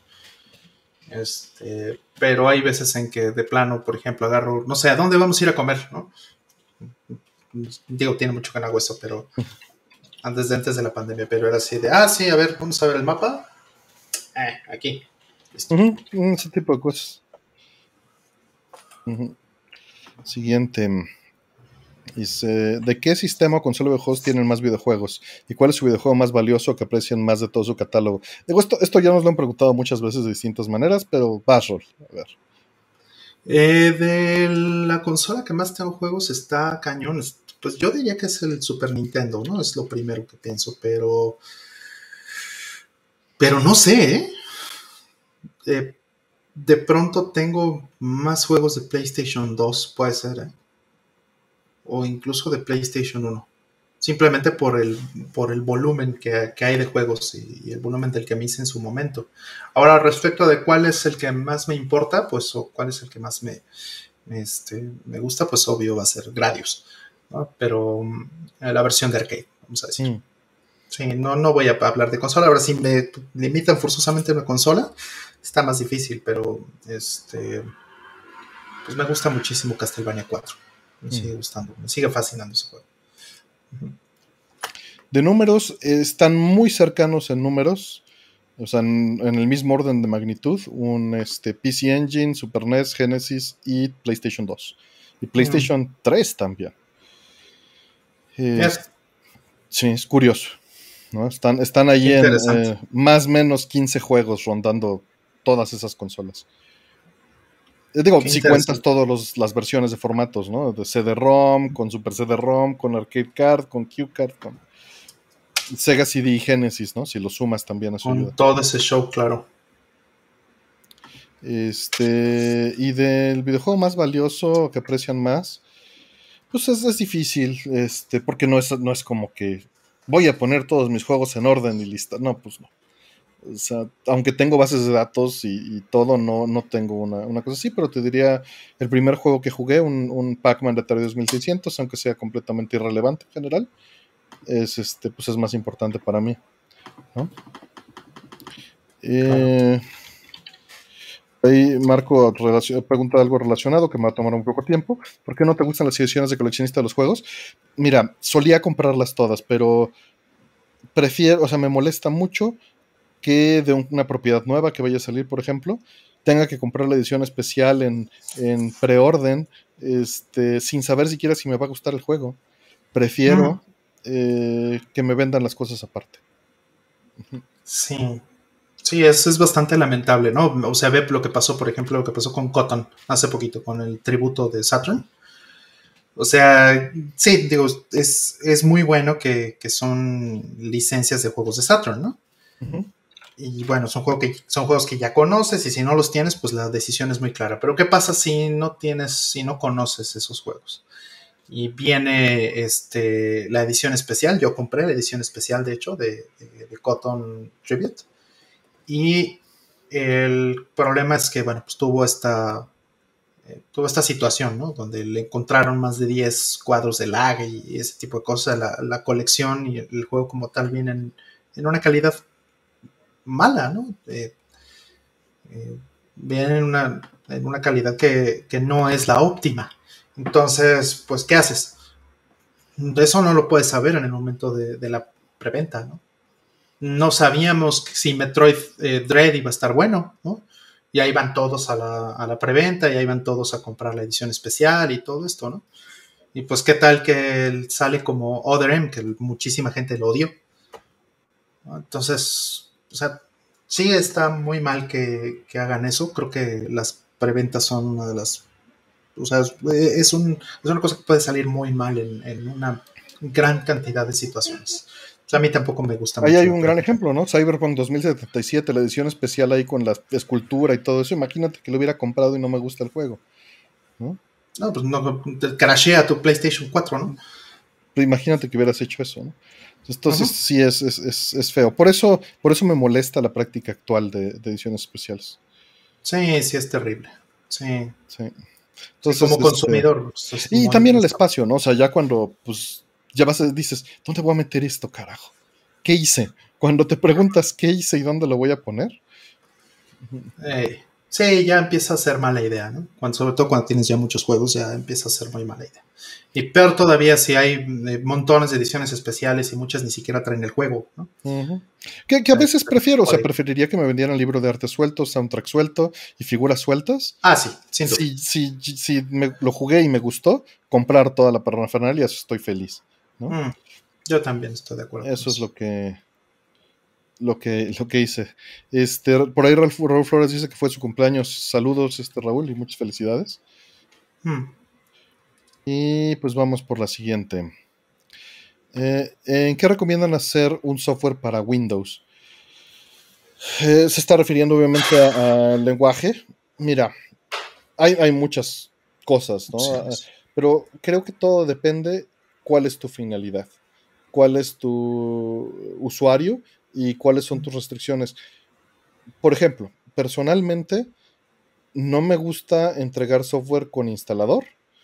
Este, pero hay veces en que de plano, por ejemplo, agarro, no sé, ¿a dónde vamos a ir a comer? ¿No? Digo, tiene mucho que no hago eso, pero antes de antes de la pandemia, pero era así de, ah, sí, a ver, vamos a ver el mapa. Eh, aquí. Listo. Uh-huh. Ese tipo de cosas. Uh-huh. Siguiente. Dice, ¿de qué sistema o consola de videojuegos tienen más videojuegos? ¿Y cuál es su videojuego más valioso que aprecian más de todo su catálogo? Digo, esto, esto ya nos lo han preguntado muchas veces de distintas maneras, pero vas, Rol, a ver. Eh, de la consola que más tengo juegos está cañón. Pues yo diría que es el Super Nintendo, ¿no? Es lo primero que pienso, pero... Pero no sé, ¿eh? eh de pronto tengo más juegos de PlayStation dos, puede ser, ¿eh? O incluso de PlayStation uno. Simplemente por el, por el volumen que, que hay de juegos y, y el volumen del que me hice en su momento. Ahora, respecto de cuál es el que más me importa, pues, o cuál es el que más me, me, este, me gusta, pues obvio va a ser Gradius, ¿no? Pero um, la versión de arcade, vamos a decir. Mm. Sí, no, no voy a hablar de consola. Ahora, si me limitan forzosamente a una consola, está más difícil, pero este, pues me gusta muchísimo Castlevania cuatro. Me mm. sigue gustando, me sigue fascinando ese juego. Uh-huh. De números, eh, están muy cercanos en números, o sea, en, en el mismo orden de magnitud, un este, P C Engine, Super N E S, Genesis y PlayStation dos. Y PlayStation mm. tres también. Eh, yes. Sí, es curioso, ¿no? Están, están ahí en eh, más o menos quince juegos rondando todas esas consolas. Digo, si cuentas todas las versiones de formatos, ¿no? De C D-ROM, con Super C D-ROM, con Arcade Card, con Q-Card, con Sega C D y Genesis, ¿no? Si lo sumas también a su con ayuda. Todo ese show, claro. Este, y del videojuego más valioso que aprecian más, pues es, es difícil, este, porque no es, no es como que voy a poner todos mis juegos en orden y lista. No, pues no. O sea, aunque tengo bases de datos y, y todo, no, no tengo una, una cosa así, pero te diría el primer juego que jugué, un, un Pac-Man de Atari dos mil seiscientos, aunque sea completamente irrelevante en general, es, este, pues es más importante para mí, ¿no? Eh, ahí Marco relacion, pregunta algo relacionado que me va a tomar un poco tiempo. ¿Por qué no te gustan las ediciones de coleccionista de los juegos? Mira, solía comprarlas todas, pero prefiero, o sea, me molesta mucho que de una propiedad nueva que vaya a salir, por ejemplo, tenga que comprar la edición especial en, en preorden, este, sin saber siquiera si me va a gustar el juego. Prefiero mm. eh, que me vendan las cosas aparte. Uh-huh. Sí, sí, es, es bastante lamentable, ¿no? O sea, ve lo que pasó, por ejemplo, lo que pasó con Cotton hace poquito, con el tributo de Saturn. O sea, sí, digo, es, es muy bueno que, que son licencias de juegos de Saturn, ¿no? Uh-huh. Y bueno, son, juego que, son juegos que ya conoces y si no los tienes, pues la decisión es muy clara. Pero ¿qué pasa si no tienes, si no conoces esos juegos? Y viene este, la edición especial, yo compré la edición especial, de hecho, de, de, de Cotton Tribute. Y el problema es que, bueno, pues tuvo esta, eh, tuvo esta situación, ¿no? Donde le encontraron más de diez cuadros de lag y ese tipo de cosas. La, la colección y el juego como tal vienen en una calidad mala, ¿no? Eh, eh, vienen en una, en una calidad que, que no es la óptima. Entonces, pues, ¿qué haces? Eso no lo puedes saber en el momento de, de la preventa, ¿no? No sabíamos si Metroid eh, Dread iba a estar bueno, ¿no? Y ahí van todos a la, a la preventa y ahí van todos a comprar la edición especial y todo esto, ¿no? Y pues, ¿qué tal que sale como Other M, que muchísima gente lo odió? ¿No? Entonces, o sea, sí está muy mal que, que hagan eso. Creo que las preventas son una de las... O sea, es, un, es una cosa que puede salir muy mal en, en una gran cantidad de situaciones. O sea, a mí tampoco me gusta ahí mucho. Ahí hay un gran ejemplo, ¿no? Cyberpunk dos mil setenta y siete, la edición especial ahí con la escultura y todo eso. Imagínate que lo hubiera comprado y no me gusta el juego, ¿no? No, pues no, te crashea tu PlayStation cuatro, ¿no? Pero imagínate que hubieras hecho eso, ¿no? Entonces Ujú. sí es, es, es, es feo. Por eso, por eso me molesta la práctica actual de, de ediciones especiales. Sí, sí, es terrible. Sí, Sí. sí, Entonces, como este. consumidor, pues, es Y muy también el desagradable. espacio, ¿no? O sea, ya cuando, pues, ya vas a, dices, ¿dónde voy a meter esto, carajo? ¿Qué hice? Cuando te preguntas qué hice y dónde lo voy a poner. Eh, sí, ya empieza a ser mala idea, ¿no? Cuando, sobre todo cuando tienes ya muchos juegos, ya empieza a ser muy mala idea. Y peor todavía si hay eh, montones de ediciones especiales y muchas ni siquiera traen el juego, ¿no? Uh-huh. Que, que a Eh, veces prefiero, o sea, Código. preferiría que me vendieran libro de arte suelto, soundtrack suelto y figuras sueltas. Ah, sí, sin duda. Si, si, si me lo jugué y me gustó, comprar toda la parafernalia, eso estoy feliz, ¿no? Mm, yo también estoy de acuerdo con Eso es eso. lo que, lo que, lo que hice. Este, por ahí Raúl, Raúl Flores dice que fue su cumpleaños. Saludos, este Raúl, y muchas felicidades. Mm, Y pues vamos por la siguiente. Eh, ¿En qué recomiendan hacer un software para Windows? Eh, se está refiriendo obviamente al lenguaje. Mira, hay, hay muchas cosas, ¿no? Ah, opciones. pero creo que todo depende cuál es tu finalidad, cuál es tu usuario y cuáles son tus restricciones. Por ejemplo, personalmente no me gusta entregar software con instalador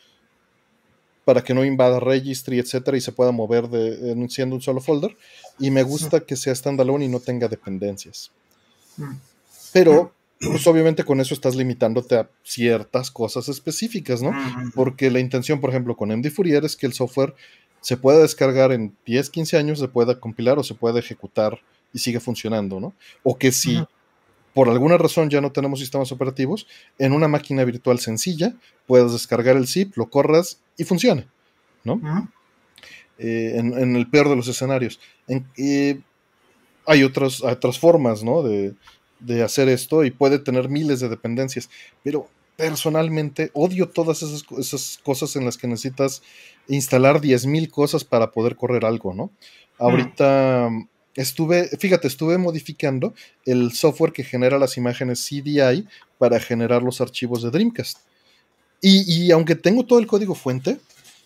para que no invada registry, etcétera, y se pueda mover de, en- siendo un solo folder. Y me gusta que sea standalone y no tenga dependencias. Mm, Pero, pues obviamente con eso estás limitándote a ciertas cosas específicas, ¿no? mm, Porque la intención, por ejemplo, con M D Fourier es que el software se pueda descargar en diez, quince años, se pueda compilar o se pueda ejecutar y siga funcionando, ¿no? O que mm, si por alguna razón ya no tenemos sistemas operativos, en una máquina virtual sencilla puedas descargar el zip, lo corras y funcione, ¿no? mm, Eh, en, en, el peor de los escenarios. En, eh, hay otras, otras formas, ¿no? De, de hacer esto y puede tener miles de dependencias, pero personalmente odio todas esas, esas cosas en las que necesitas instalar diez mil cosas para poder correr algo, ¿no? mm. Ahorita estuve, fíjate, estuve modificando el software que genera las imágenes C D I para generar los archivos de Dreamcast. Y, y aunque tengo todo el código fuente,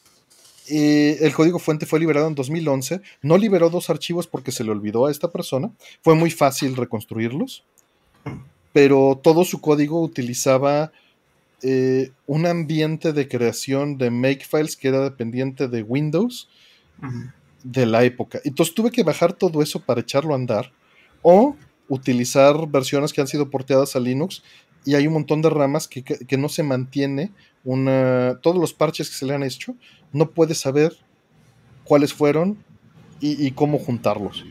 eh, el código fuente fue liberado en dos mil once, no liberó dos archivos porque se le olvidó a esta persona, fue muy fácil reconstruirlos, pero todo su código utilizaba eh, un ambiente de creación de makefiles que era dependiente de Windows Mm. de la época. Entonces tuve que bajar todo eso para echarlo a andar o utilizar versiones que han sido porteadas a Linux y hay un montón de ramas que, que, que no se mantiene una... Todos los parches que se le han hecho, no puedes saber cuáles fueron y, y cómo juntarlos.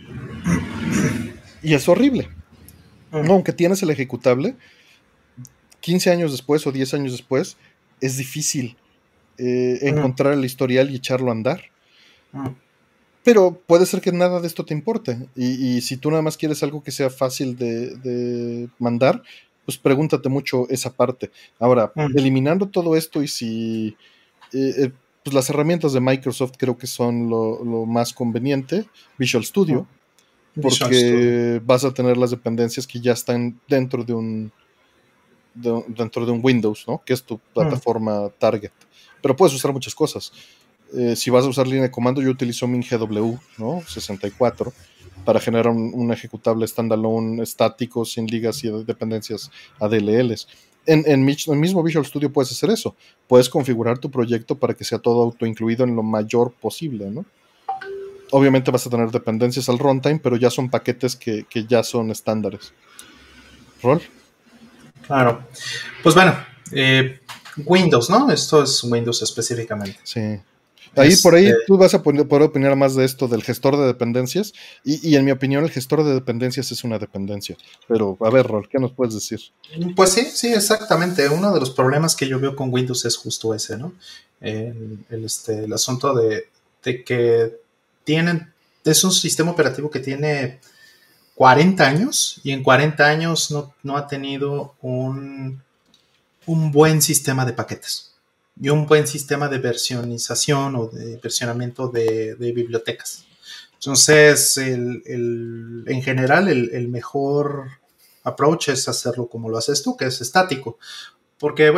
Y es horrible. No, Mm. aunque tienes el ejecutable, quince años después o diez años después, es difícil eh, Mm. encontrar el historial y echarlo a andar. Mm. Pero puede ser que nada de esto te importe. Y, y si tú nada más quieres algo que sea fácil de, de mandar, pues pregúntate mucho esa parte. Ahora, Mm. eliminando todo esto y si... Eh, eh, pues las herramientas de Microsoft creo que son lo, lo más conveniente. Visual Mm. Studio, Visual Studio. porque vas a tener las dependencias que ya están dentro de un, de, dentro de un Windows, ¿no? Que es tu Mm. plataforma target. Pero puedes usar muchas cosas. Eh, si vas a usar línea de comando, yo utilizo MinGW, ¿no? sesenta y cuatro para generar un, un ejecutable standalone estático sin ligas y dependencias A D L Ls. En, en, mi, en el mismo Visual Studio puedes hacer eso. Puedes configurar tu proyecto para que sea todo autoincluido en lo mayor posible, ¿no? Obviamente vas a tener dependencias al runtime, pero ya son paquetes que, que ya son estándares. ¿Rol? Claro. Pues bueno, eh, Windows, ¿no? Esto es Windows específicamente. Sí. Ahí por Este, ahí tú vas a poder, poder opinar más de esto del gestor de dependencias y, y, en mi opinión el gestor de dependencias es una dependencia. Pero a ver, Rol, ¿qué nos puedes decir? pues sí, sí, exactamente. Uno de los problemas que yo veo con Windows es justo ese, ¿no? El, el, este, el asunto de, de que tienen, es un sistema operativo que tiene cuarenta años y en cuarenta años no, no ha tenido un, un buen sistema de paquetes y un buen sistema de versionización o de versionamiento de, de bibliotecas. Entonces, el, el, en general, el, el, mejor approach es hacerlo como lo haces tú, que es estático. Porque, bueno,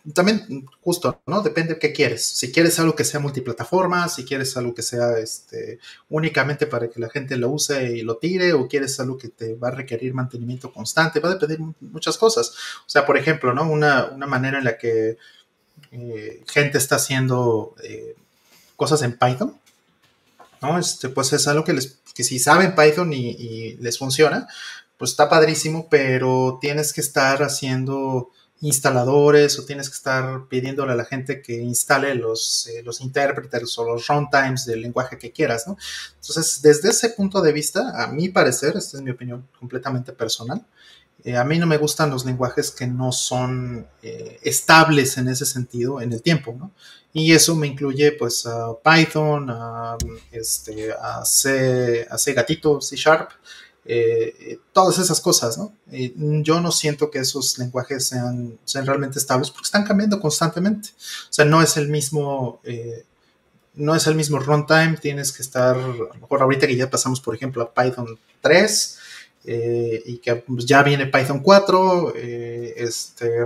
también, justo, ¿no? Depende de qué quieres. Si quieres algo que sea multiplataforma, si quieres algo que sea este, únicamente para que la gente lo use y lo tire, o quieres algo que te va a requerir mantenimiento constante, va a depender muchas cosas. O sea, por ejemplo, ¿no? Una, una manera en la que eh, gente está haciendo eh, cosas en Python, ¿no? Este, pues es algo que, les, que si saben Python y, y les funciona, pues está padrísimo, pero tienes que estar haciendo instaladores o tienes que estar pidiéndole a la gente que instale los, eh, los intérpretes o los runtimes del lenguaje que quieras, ¿no? Entonces, desde ese punto de vista, a mi parecer, esta es mi opinión completamente personal, eh, a mí no me gustan los lenguajes que no son eh, estables en ese sentido en el tiempo, ¿no? Y eso me incluye pues a Python, a, este, a, C, a C gatito, C Sharp, eh, todas esas cosas, ¿no? Eh, yo no siento que esos lenguajes sean, sean realmente estables porque están cambiando constantemente. O sea, no es el mismo, eh, no es el mismo runtime, tienes que estar, a lo mejor ahorita que ya pasamos, por ejemplo, a Python tres, eh, y que pues, ya viene Python cuatro, eh, este...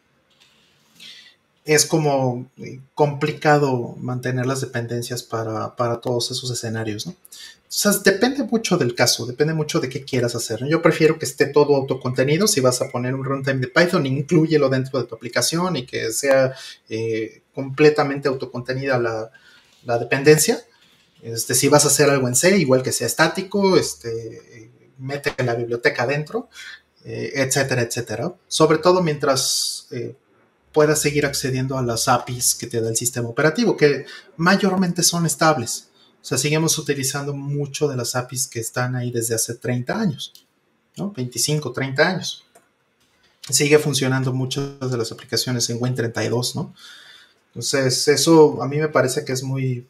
es como complicado mantener las dependencias para, para todos esos escenarios, ¿no? O sea, depende mucho del caso, depende mucho de qué quieras hacer, ¿no? Yo prefiero que esté todo autocontenido. Si vas a poner un runtime de Python, inclúyelo dentro de tu aplicación y que sea eh, completamente autocontenida la, la dependencia. Este, si vas a hacer algo en C, igual que sea estático, este, mete la biblioteca dentro, eh, etcétera, etcétera. Sobre todo mientras... Eh, puedas seguir accediendo a las A P Is que te da el sistema operativo, que mayormente son estables. O sea, seguimos utilizando mucho de las A P Is que están ahí desde hace treinta años, ¿no? veinticinco, treinta años. Sigue funcionando muchas de las aplicaciones en Win treinta y dos, ¿no? Entonces, eso a mí me parece que es muy,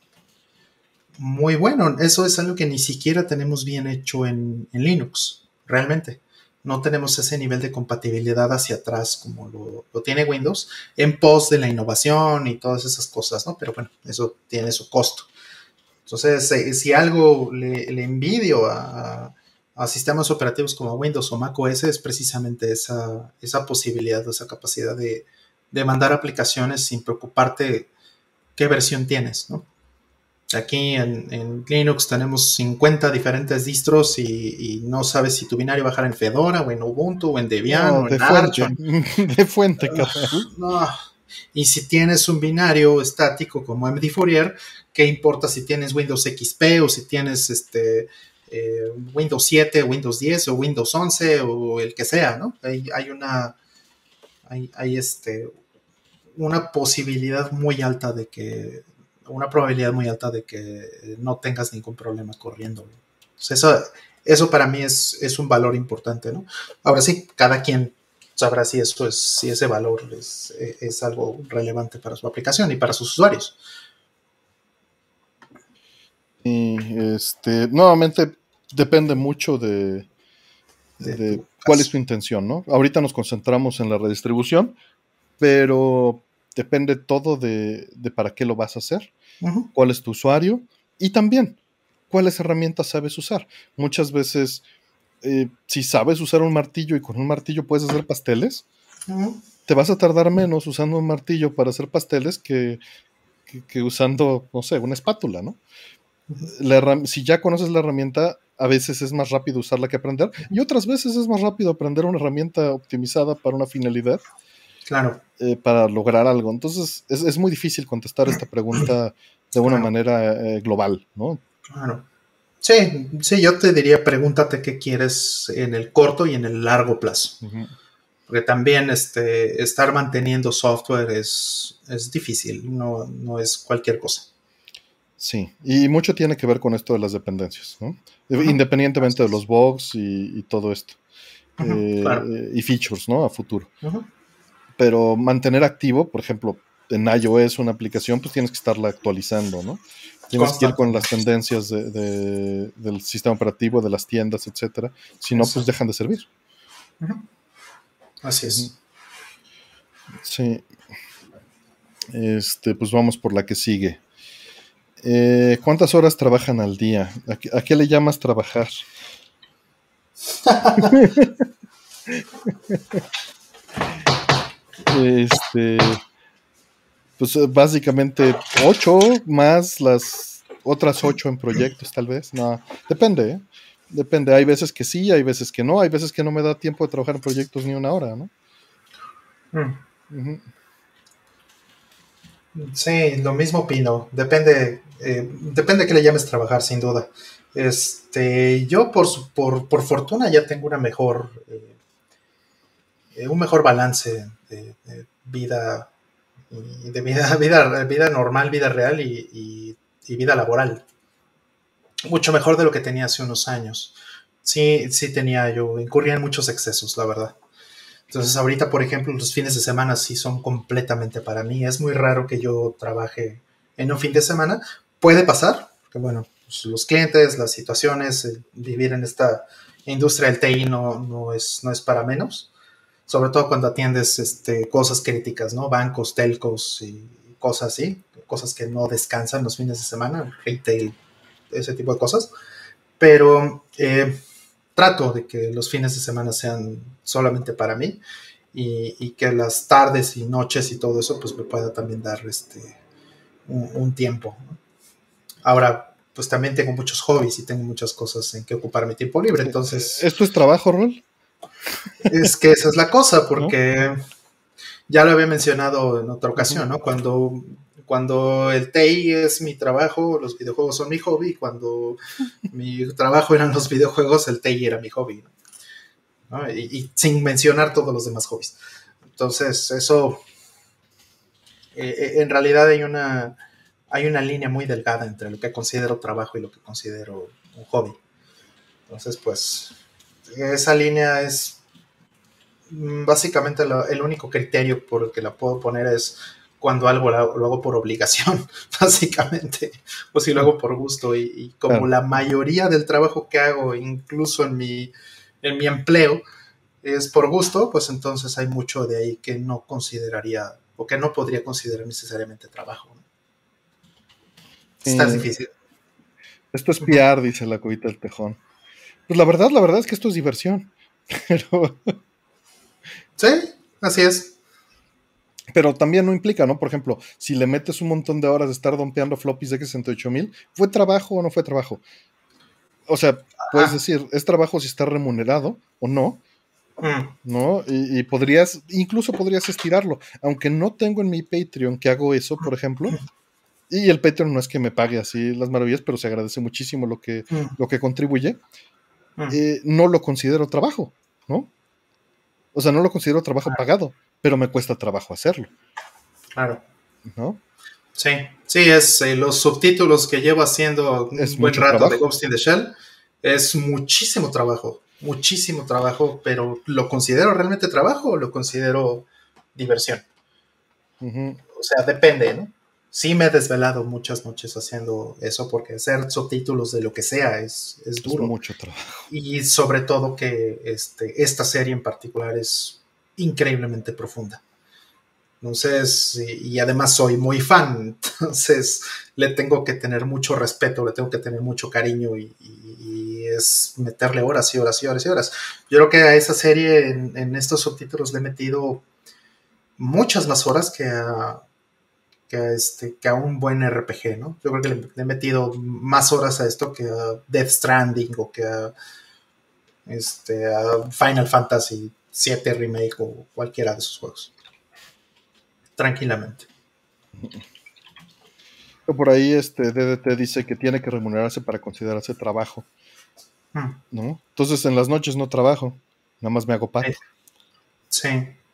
muy bueno. Eso es algo que ni siquiera tenemos bien hecho en, en Linux, realmente. No tenemos ese nivel de compatibilidad hacia atrás como lo, lo tiene Windows, en pos de la innovación y todas esas cosas, ¿no? Pero bueno, eso tiene su costo. Entonces, eh, si algo le, le envidio a, a sistemas operativos como Windows o macOS es precisamente esa, esa posibilidad, esa capacidad de, de mandar aplicaciones sin preocuparte qué versión tienes, ¿no? Aquí en, en Linux tenemos cincuenta diferentes distros y, y no sabes si tu binario va a bajar en Fedora o en Ubuntu o en Debian No, o de en Arch. fuente, de fuente, carnal. No. Y si tienes un binario estático como M D Fourier, ¿qué importa si tienes Windows X P o si tienes este, eh, Windows siete, Windows diez o Windows once o el que sea, ¿no? Hay, hay una hay, hay este, una posibilidad muy alta de que una probabilidad muy alta de que no tengas ningún problema corriendo. Entonces eso, eso para mí es, es un valor importante, ¿no? Ahora sí, cada quien sabrá si eso es, si ese valor es, es algo relevante para su aplicación y para sus usuarios. Y este, nuevamente depende mucho de, de, de cuál es tu intención, ¿no? Ahorita nos concentramos en la redistribución, pero depende todo de, de para qué lo vas a hacer, uh-huh. Cuál es tu usuario y también cuáles herramientas sabes usar. Muchas veces, eh, si sabes usar un martillo y con un martillo puedes hacer pasteles, uh-huh. Te vas a tardar menos usando un martillo para hacer pasteles que, que, que usando, no sé, una espátula, ¿no? Uh-huh. La, si ya conoces la herramienta, a veces es más rápido usarla que aprender, y otras veces es más rápido aprender una herramienta optimizada para una finalidad. Claro. Eh, para lograr algo. Entonces, es, es muy difícil contestar esta pregunta de una claro. manera eh, global, ¿no? Claro. Sí, sí, yo te diría, pregúntate qué quieres en el corto y en el largo plazo. Uh-huh. Porque también este, estar manteniendo software es, es difícil, no, no es cualquier cosa. Sí, y mucho tiene que ver con esto de las dependencias, ¿no? Uh-huh. Independientemente de los bugs y, y todo esto. Uh-huh. Eh, claro. Y features, ¿no? A futuro. Uh-huh. Pero mantener activo, por ejemplo, en iOS una aplicación, pues tienes que estarla actualizando, ¿no? Tienes que ir con las tendencias de, de, del sistema operativo, de las tiendas, etcétera. Si no, pues dejan de servir. Uh-huh. Así es. Sí. Este, pues vamos por la que sigue. Eh, ¿Cuántas horas trabajan al día? ¿A qué, a qué le llamas trabajar? Este, pues básicamente ocho más las otras ocho en proyectos, tal vez. No, depende, ¿eh? Depende. Hay veces que sí, hay veces que no. Hay veces que no me da tiempo de trabajar en proyectos ni una hora, ¿no? Mm. Uh-huh. Sí, lo mismo opino. Depende, eh, depende de qué le llames trabajar, sin duda. Este, yo por, por, por fortuna ya tengo una mejor, eh, un mejor balance de, de vida, y de vida, vida, vida normal, vida real y, y, y vida laboral. Mucho mejor de lo que tenía hace unos años. Sí, sí tenía yo, incurría en muchos excesos, la verdad. Entonces ahorita, por ejemplo, los fines de semana sí son completamente para mí. Es muy raro que yo trabaje en un fin de semana. Puede pasar, porque bueno, pues los clientes, las situaciones, eh, vivir en esta industria del T I no, no, es, no es para menos. Sobre todo cuando atiendes este, cosas críticas, ¿no? Bancos, telcos y cosas así. Cosas que no descansan los fines de semana, retail, ese tipo de cosas. Pero eh, trato de que los fines de semana sean solamente para mí y, y que las tardes y noches y todo eso pues me pueda también dar este un, un tiempo, ¿no? Ahora pues también tengo muchos hobbies y tengo muchas cosas en que ocupar mi tiempo libre, Sí. entonces ¿Esto es trabajo, Rol? es que esa es la cosa, ¿No? porque ya lo había mencionado en otra Uh-huh. ocasión, ¿no? Cuando, cuando el T I es mi trabajo, los videojuegos son mi hobby, cuando mi trabajo eran los videojuegos, el T I era mi hobby, ¿no? ¿No? Y, y, sin mencionar todos los demás hobbies. Entonces, eso, eh, en realidad hay una, hay una línea muy delgada entre lo que considero trabajo y lo que considero un hobby. Entonces, pues, esa línea es básicamente lo, el único criterio por el que la puedo poner es cuando algo lo, lo hago por obligación, básicamente, o si lo hago por gusto. Y, y como Claro. la mayoría del trabajo que hago, incluso en mi, en mi empleo, es por gusto, pues entonces hay mucho de ahí que no consideraría o que no podría considerar necesariamente trabajo, ¿no? Está Sí. difícil. Esto es Uh -huh. piar, dice la cubita del tejón. Pues la verdad, la verdad es que esto es diversión. Pero, Sí, así es. pero también no implica, ¿no? Por ejemplo, si le metes un montón de horas de estar dompeando floppies de sesenta y ocho mil, ¿fue trabajo o no fue trabajo? O sea, puedes Ah, decir, es trabajo si está remunerado o no, mm, ¿no? Y, y podrías, incluso podrías estirarlo. Aunque no tengo en mi Patreon que hago eso, por ejemplo, y el Patreon no es que me pague así las maravillas, pero se agradece muchísimo lo que, mm, lo que contribuye, mm, eh, no lo considero trabajo, ¿no? O sea, no lo considero trabajo pagado, pero me cuesta trabajo hacerlo, claro. ¿no? Sí, sí, es eh, los subtítulos que llevo haciendo un Es buen mucho rato de trabajo. Ghost in the Shell. Es muchísimo trabajo, muchísimo trabajo, pero ¿lo considero realmente trabajo o lo considero diversión? Uh-huh. O sea, depende, ¿no? Sí me he desvelado muchas noches haciendo eso porque hacer subtítulos de lo que sea es, es Es duro. mucho trabajo. Y sobre todo que este, esta serie en particular es increíblemente profunda. Entonces, y, y además soy muy fan, entonces le tengo que tener mucho respeto, le tengo que tener mucho cariño y, y, y es meterle horas y horas y horas y horas. Yo creo que a esa serie en, en estos subtítulos le he metido muchas más horas que a, que a, este, que a un buen R P G, ¿no? Yo creo que le, le, he metido más horas a esto que a Death Stranding o que a, este, a Final Fantasy siete Remake o cualquiera de esos juegos. Tranquilamente. Por ahí este D D T dice que tiene que remunerarse para considerarse trabajo, Hmm. ¿no? Entonces en las noches no trabajo, nada más me hago pato. Sí.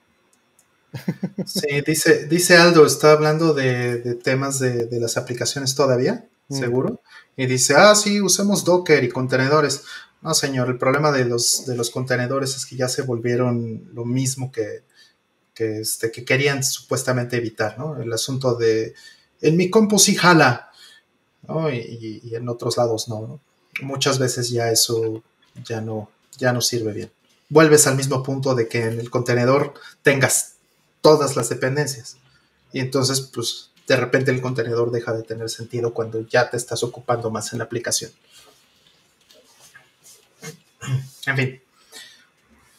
Sí, dice, dice Aldo, está hablando de, de temas de, de, las aplicaciones todavía, Mm. seguro. Y dice, ah, sí, usemos Docker y contenedores. No, señor, el problema de los, de los contenedores es que ya se volvieron lo mismo que, que, este, que querían supuestamente evitar, ¿no? El asunto de, en mi compu sí jala, ¿no? Y, y en otros lados no, ¿no? Muchas veces ya eso ya no, ya no sirve bien. Vuelves al mismo punto de que en el contenedor tengas todas las dependencias. Y entonces, pues, de repente el contenedor deja de tener sentido cuando ya te estás ocupando más en la aplicación. En fin.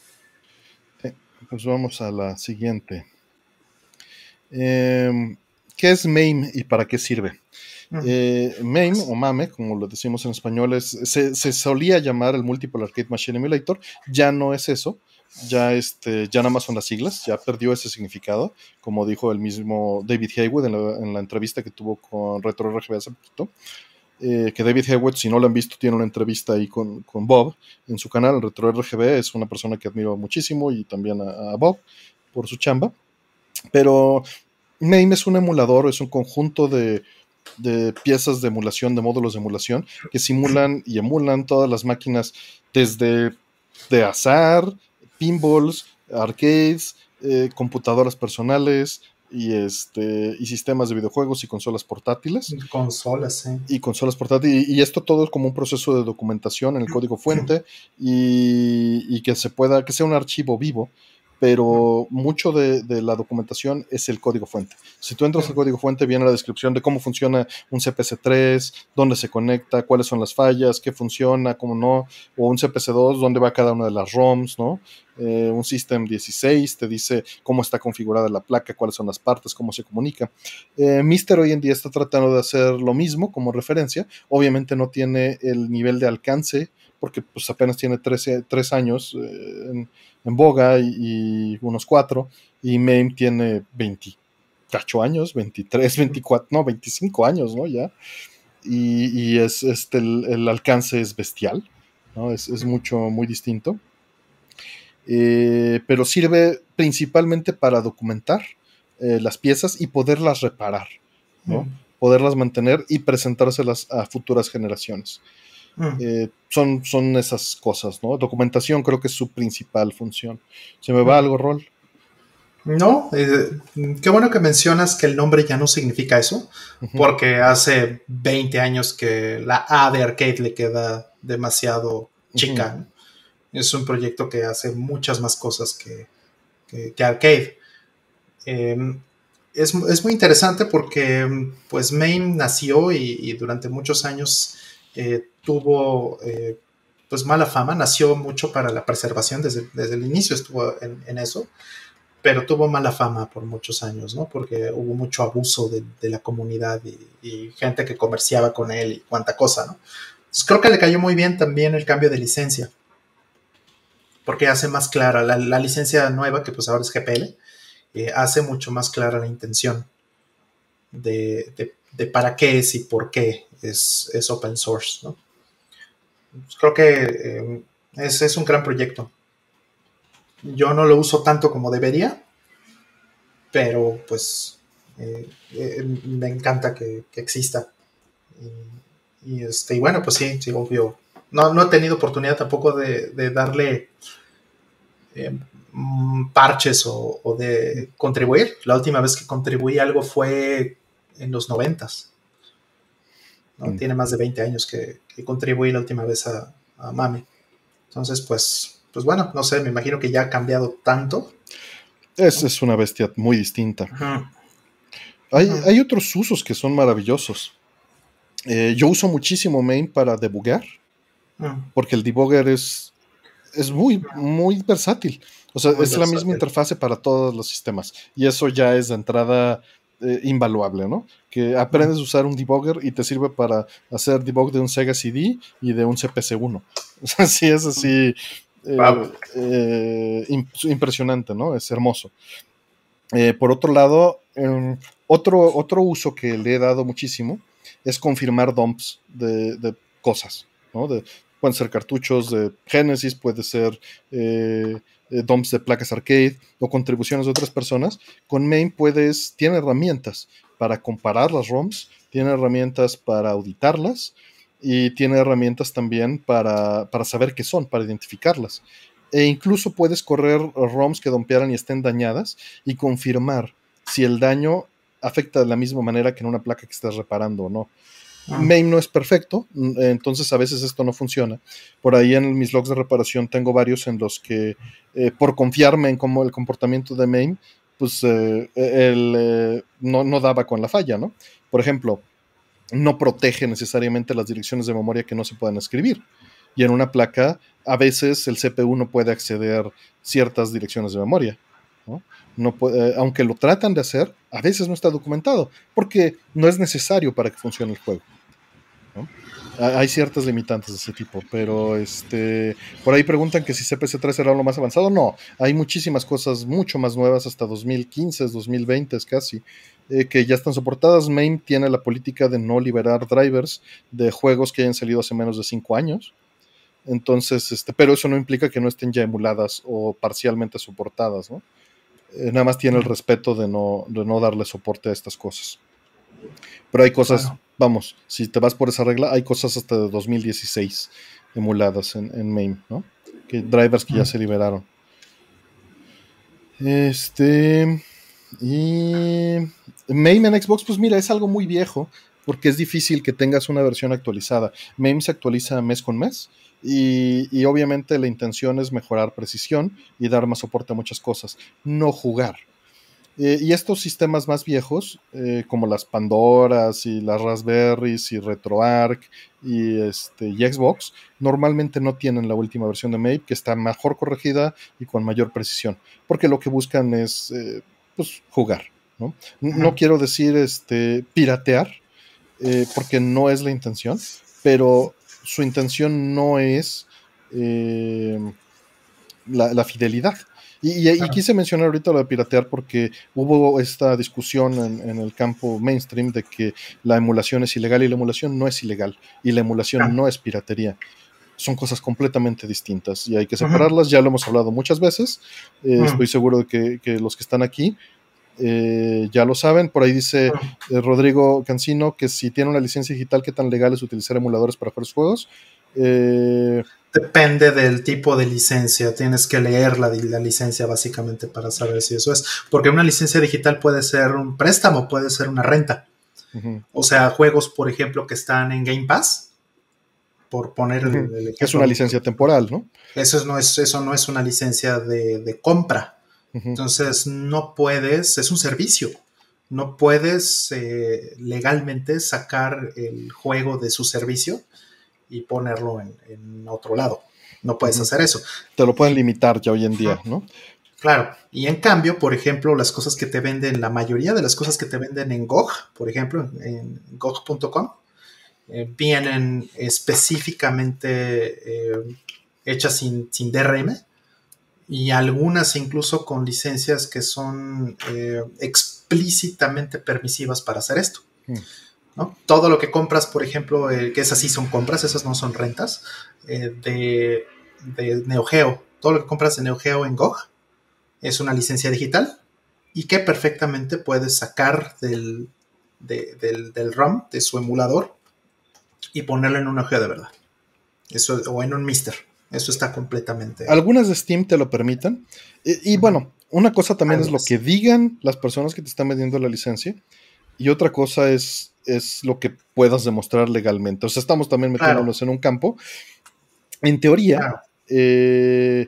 Sí, pues vamos a la siguiente. Eh, ¿qué es MAME y para qué sirve? Mm. Eh, MAME o MAME, como lo decimos en español, es, se, se solía llamar el Multiple Arcade Machine Emulator, ya no es eso, ya, este, ya nada más son las siglas, ya perdió ese significado, como dijo el mismo David Haywood en la, en la entrevista que tuvo con Retro R G B hace poquito, eh, que David Haywood, si no lo han visto, tiene una entrevista ahí con, con Bob en su canal, Retro R G B, es una persona que admiro muchísimo y también a, a Bob por su chamba, pero MAME es un emulador, es un conjunto de de piezas de emulación, de módulos de emulación, que simulan y emulan todas las máquinas desde de azar, pinballs, arcades, eh, computadoras personales y, este, y sistemas de videojuegos y consolas portátiles. Consolas, sí. Y consolas portátiles. Y, y esto todo es como un proceso de documentación en el código fuente y, y que se pueda, que sea un archivo vivo, pero mucho de, de la documentación es el código fuente. Si tú entras al código fuente, viene la descripción de cómo funciona un C P C tres, dónde se conecta, cuáles son las fallas, qué funciona, cómo no, o un C P C dos, dónde va cada una de las ROMs, ¿no? Eh, un System dieciséis te dice cómo está configurada la placa, cuáles son las partes, cómo se comunica. Eh, Mister hoy en día está tratando de hacer lo mismo como referencia. Obviamente no tiene el nivel de alcance, porque pues apenas tiene trece, tres años eh, en, en boga y, y unos cuatro, y MAME tiene veintiocho años, veintitrés, veinticuatro, no, veinticinco años, ¿no? Ya. Y, y es, este, el, el alcance es bestial, ¿no? Es, es mucho, muy distinto. Eh, pero sirve principalmente para documentar eh, las piezas y poderlas reparar, ¿no? Mm. Poderlas mantener y presentárselas a futuras generaciones. Mm. Eh, son, son esas cosas, ¿no? Documentación creo que es su principal función. ¿Se me va mm. algo, Rol? No, eh, qué bueno que mencionas que el nombre ya no significa eso, uh-huh. porque hace veinte años que la A de arcade le queda demasiado chica. Uh-huh. Es un proyecto que hace muchas más cosas que, que, que arcade. Eh, es, es muy interesante porque pues MAME nació y, y durante muchos años eh, tuvo eh, pues mala fama. Nació mucho para la preservación, desde, desde el inicio estuvo en, en eso, pero tuvo mala fama por muchos años, ¿no? Porque hubo mucho abuso de, de la comunidad y, y gente que comerciaba con él y cuánta cosa, ¿no? Entonces creo que le cayó muy bien también el cambio de licencia, porque hace más clara la, la licencia nueva, que pues ahora es G P L, eh, hace mucho más clara la intención de, de, de para qué es y por qué es, es open source, ¿no? Pues creo que eh, es, es un gran proyecto. Yo no lo uso tanto como debería, pero pues eh, eh, me encanta que, que exista. Y, y, este, y bueno, pues sí, sí, obvio. No, no he tenido oportunidad tampoco de, de darle eh, parches o, o de contribuir. La última vez que contribuí algo fue en los noventas. ¿No? Mm. Tiene más de veinte años que, que contribuí la última vez a, a MAME. Entonces, pues, pues bueno, no sé, me imagino que ya ha cambiado tanto. Es, ¿no? Es una bestia muy distinta. Uh-huh. Hay, uh-huh. hay otros usos que son maravillosos. Eh, yo uso muchísimo MAME para debugar, uh-huh. porque el debugger es, es muy, muy versátil. O sea, muy es versátil. La misma interfase para todos los sistemas. Y eso ya es de entrada eh, invaluable, ¿no? Que aprendes uh-huh. a usar un debugger y te sirve para hacer debug de un Sega C D y de un C P C uno. O sea, sí es así... Eh, wow. eh, impresionante, ¿no? Es hermoso. Eh, por otro lado, eh, otro, otro uso que le he dado muchísimo es confirmar dumps de, de cosas, ¿no? De, pueden ser cartuchos de Genesis, puede ser eh, dumps de placas arcade o contribuciones de otras personas. Con MAME puedes, tiene herramientas para comparar las ROMs, tiene herramientas para auditarlas, y tiene herramientas también para, para saber qué son, para identificarlas. E incluso puedes correr ROMs que dompearan y estén dañadas y confirmar si el daño afecta de la misma manera que en una placa que estás reparando o no. Ah. MAME no es perfecto, entonces a veces esto no funciona. Por ahí en mis logs de reparación tengo varios en los que, eh, por confiarme en cómo el comportamiento de MAME, pues eh, el, eh, no, no daba con la falla, ¿no? Por ejemplo, no protege necesariamente las direcciones de memoria que no se puedan escribir. Y en una placa, a veces el C P U no puede acceder a ciertas direcciones de memoria. ¿no? No puede, aunque lo tratan de hacer, a veces no está documentado, porque no es necesario para que funcione el juego, ¿no? Hay ciertas limitantes de ese tipo, pero este, por ahí preguntan que si C P C tres será lo más avanzado. No, hay muchísimas cosas mucho más nuevas, hasta dos mil quince, dos mil veinte casi, eh, que ya están soportadas. MAME tiene la política de no liberar drivers de juegos que hayan salido hace menos de cinco años. Entonces, este, pero eso no implica que no estén ya emuladas o parcialmente soportadas, ¿no? Eh, nada más tiene el respeto de no, de no darle soporte a estas cosas. Pero hay cosas, claro. Vamos, si te vas por esa regla, hay cosas hasta de dos mil dieciséis emuladas en, en MAME, ¿no? Que drivers que mm. ya se liberaron. Este. Y. MAME en Xbox, pues mira, es algo muy viejo, porque es difícil que tengas una versión actualizada. MAME se actualiza mes con mes. Y, y obviamente la intención es mejorar precisión y dar más soporte a muchas cosas, no jugar. Eh, y estos sistemas más viejos, eh, como las Pandoras y las Raspberries y RetroArch y, este, y Xbox, normalmente no tienen la última versión de MAME, que está mejor corregida y con mayor precisión, porque lo que buscan es eh, pues, jugar, ¿no? No quiero decir este, piratear, eh, porque no es la intención, pero su intención no es eh, la, la fidelidad. Y, y, y quise mencionar ahorita lo de piratear porque hubo esta discusión en, en el campo mainstream de que la emulación es ilegal, y la emulación no es ilegal, y la emulación ah. no es piratería. Son cosas completamente distintas y hay que separarlas. Uh-huh. Ya lo hemos hablado muchas veces. Eh, uh-huh. Estoy seguro de que, que los que están aquí eh, ya lo saben. Por ahí dice uh-huh. eh, Rodrigo Cancino que si tiene una licencia digital, ¿qué tan legal es utilizar emuladores para jugar juegos? Eh, Depende del tipo de licencia, tienes que leer la, la licencia básicamente para saber si eso es, porque una licencia digital puede ser un préstamo, puede ser una renta, uh-huh. o sea, juegos por ejemplo que están en Game Pass, por poner uh-huh. el, el ejemplo, es una licencia temporal, ¿no? Eso no es, eso no es una licencia de, de compra, uh-huh. entonces no puedes, es un servicio, no puedes eh, legalmente sacar el juego de su servicio y ponerlo en, en otro lado. No puedes uh-huh. hacer eso. Te lo pueden limitar ya hoy en día, ¿no? Claro. Y en cambio, por ejemplo, las cosas que te venden, la mayoría de las cosas que te venden en G O G, por ejemplo, en G O G punto com, eh, vienen específicamente eh, hechas sin, sin D R M y algunas incluso con licencias que son eh, explícitamente permisivas para hacer esto. Uh-huh. ¿No? Todo lo que compras, por ejemplo, eh, que esas sí son compras, esas no son rentas, eh, de, de Neo Geo, todo lo que compras de Neo Geo en G O G es una licencia digital y que perfectamente puedes sacar del, de, del, del ROM, de su emulador, y ponerlo en un Neo Geo de verdad. Eso, o en un Mister. Eso está completamente... Algunas de Steam te lo permiten. Y, y uh-huh. bueno, una cosa también Algunas. es lo que digan las personas que te están vendiendo la licencia, y otra cosa es, es lo que puedas demostrar legalmente. O sea, estamos también metiéndonos claro. en un campo. En teoría, claro. eh,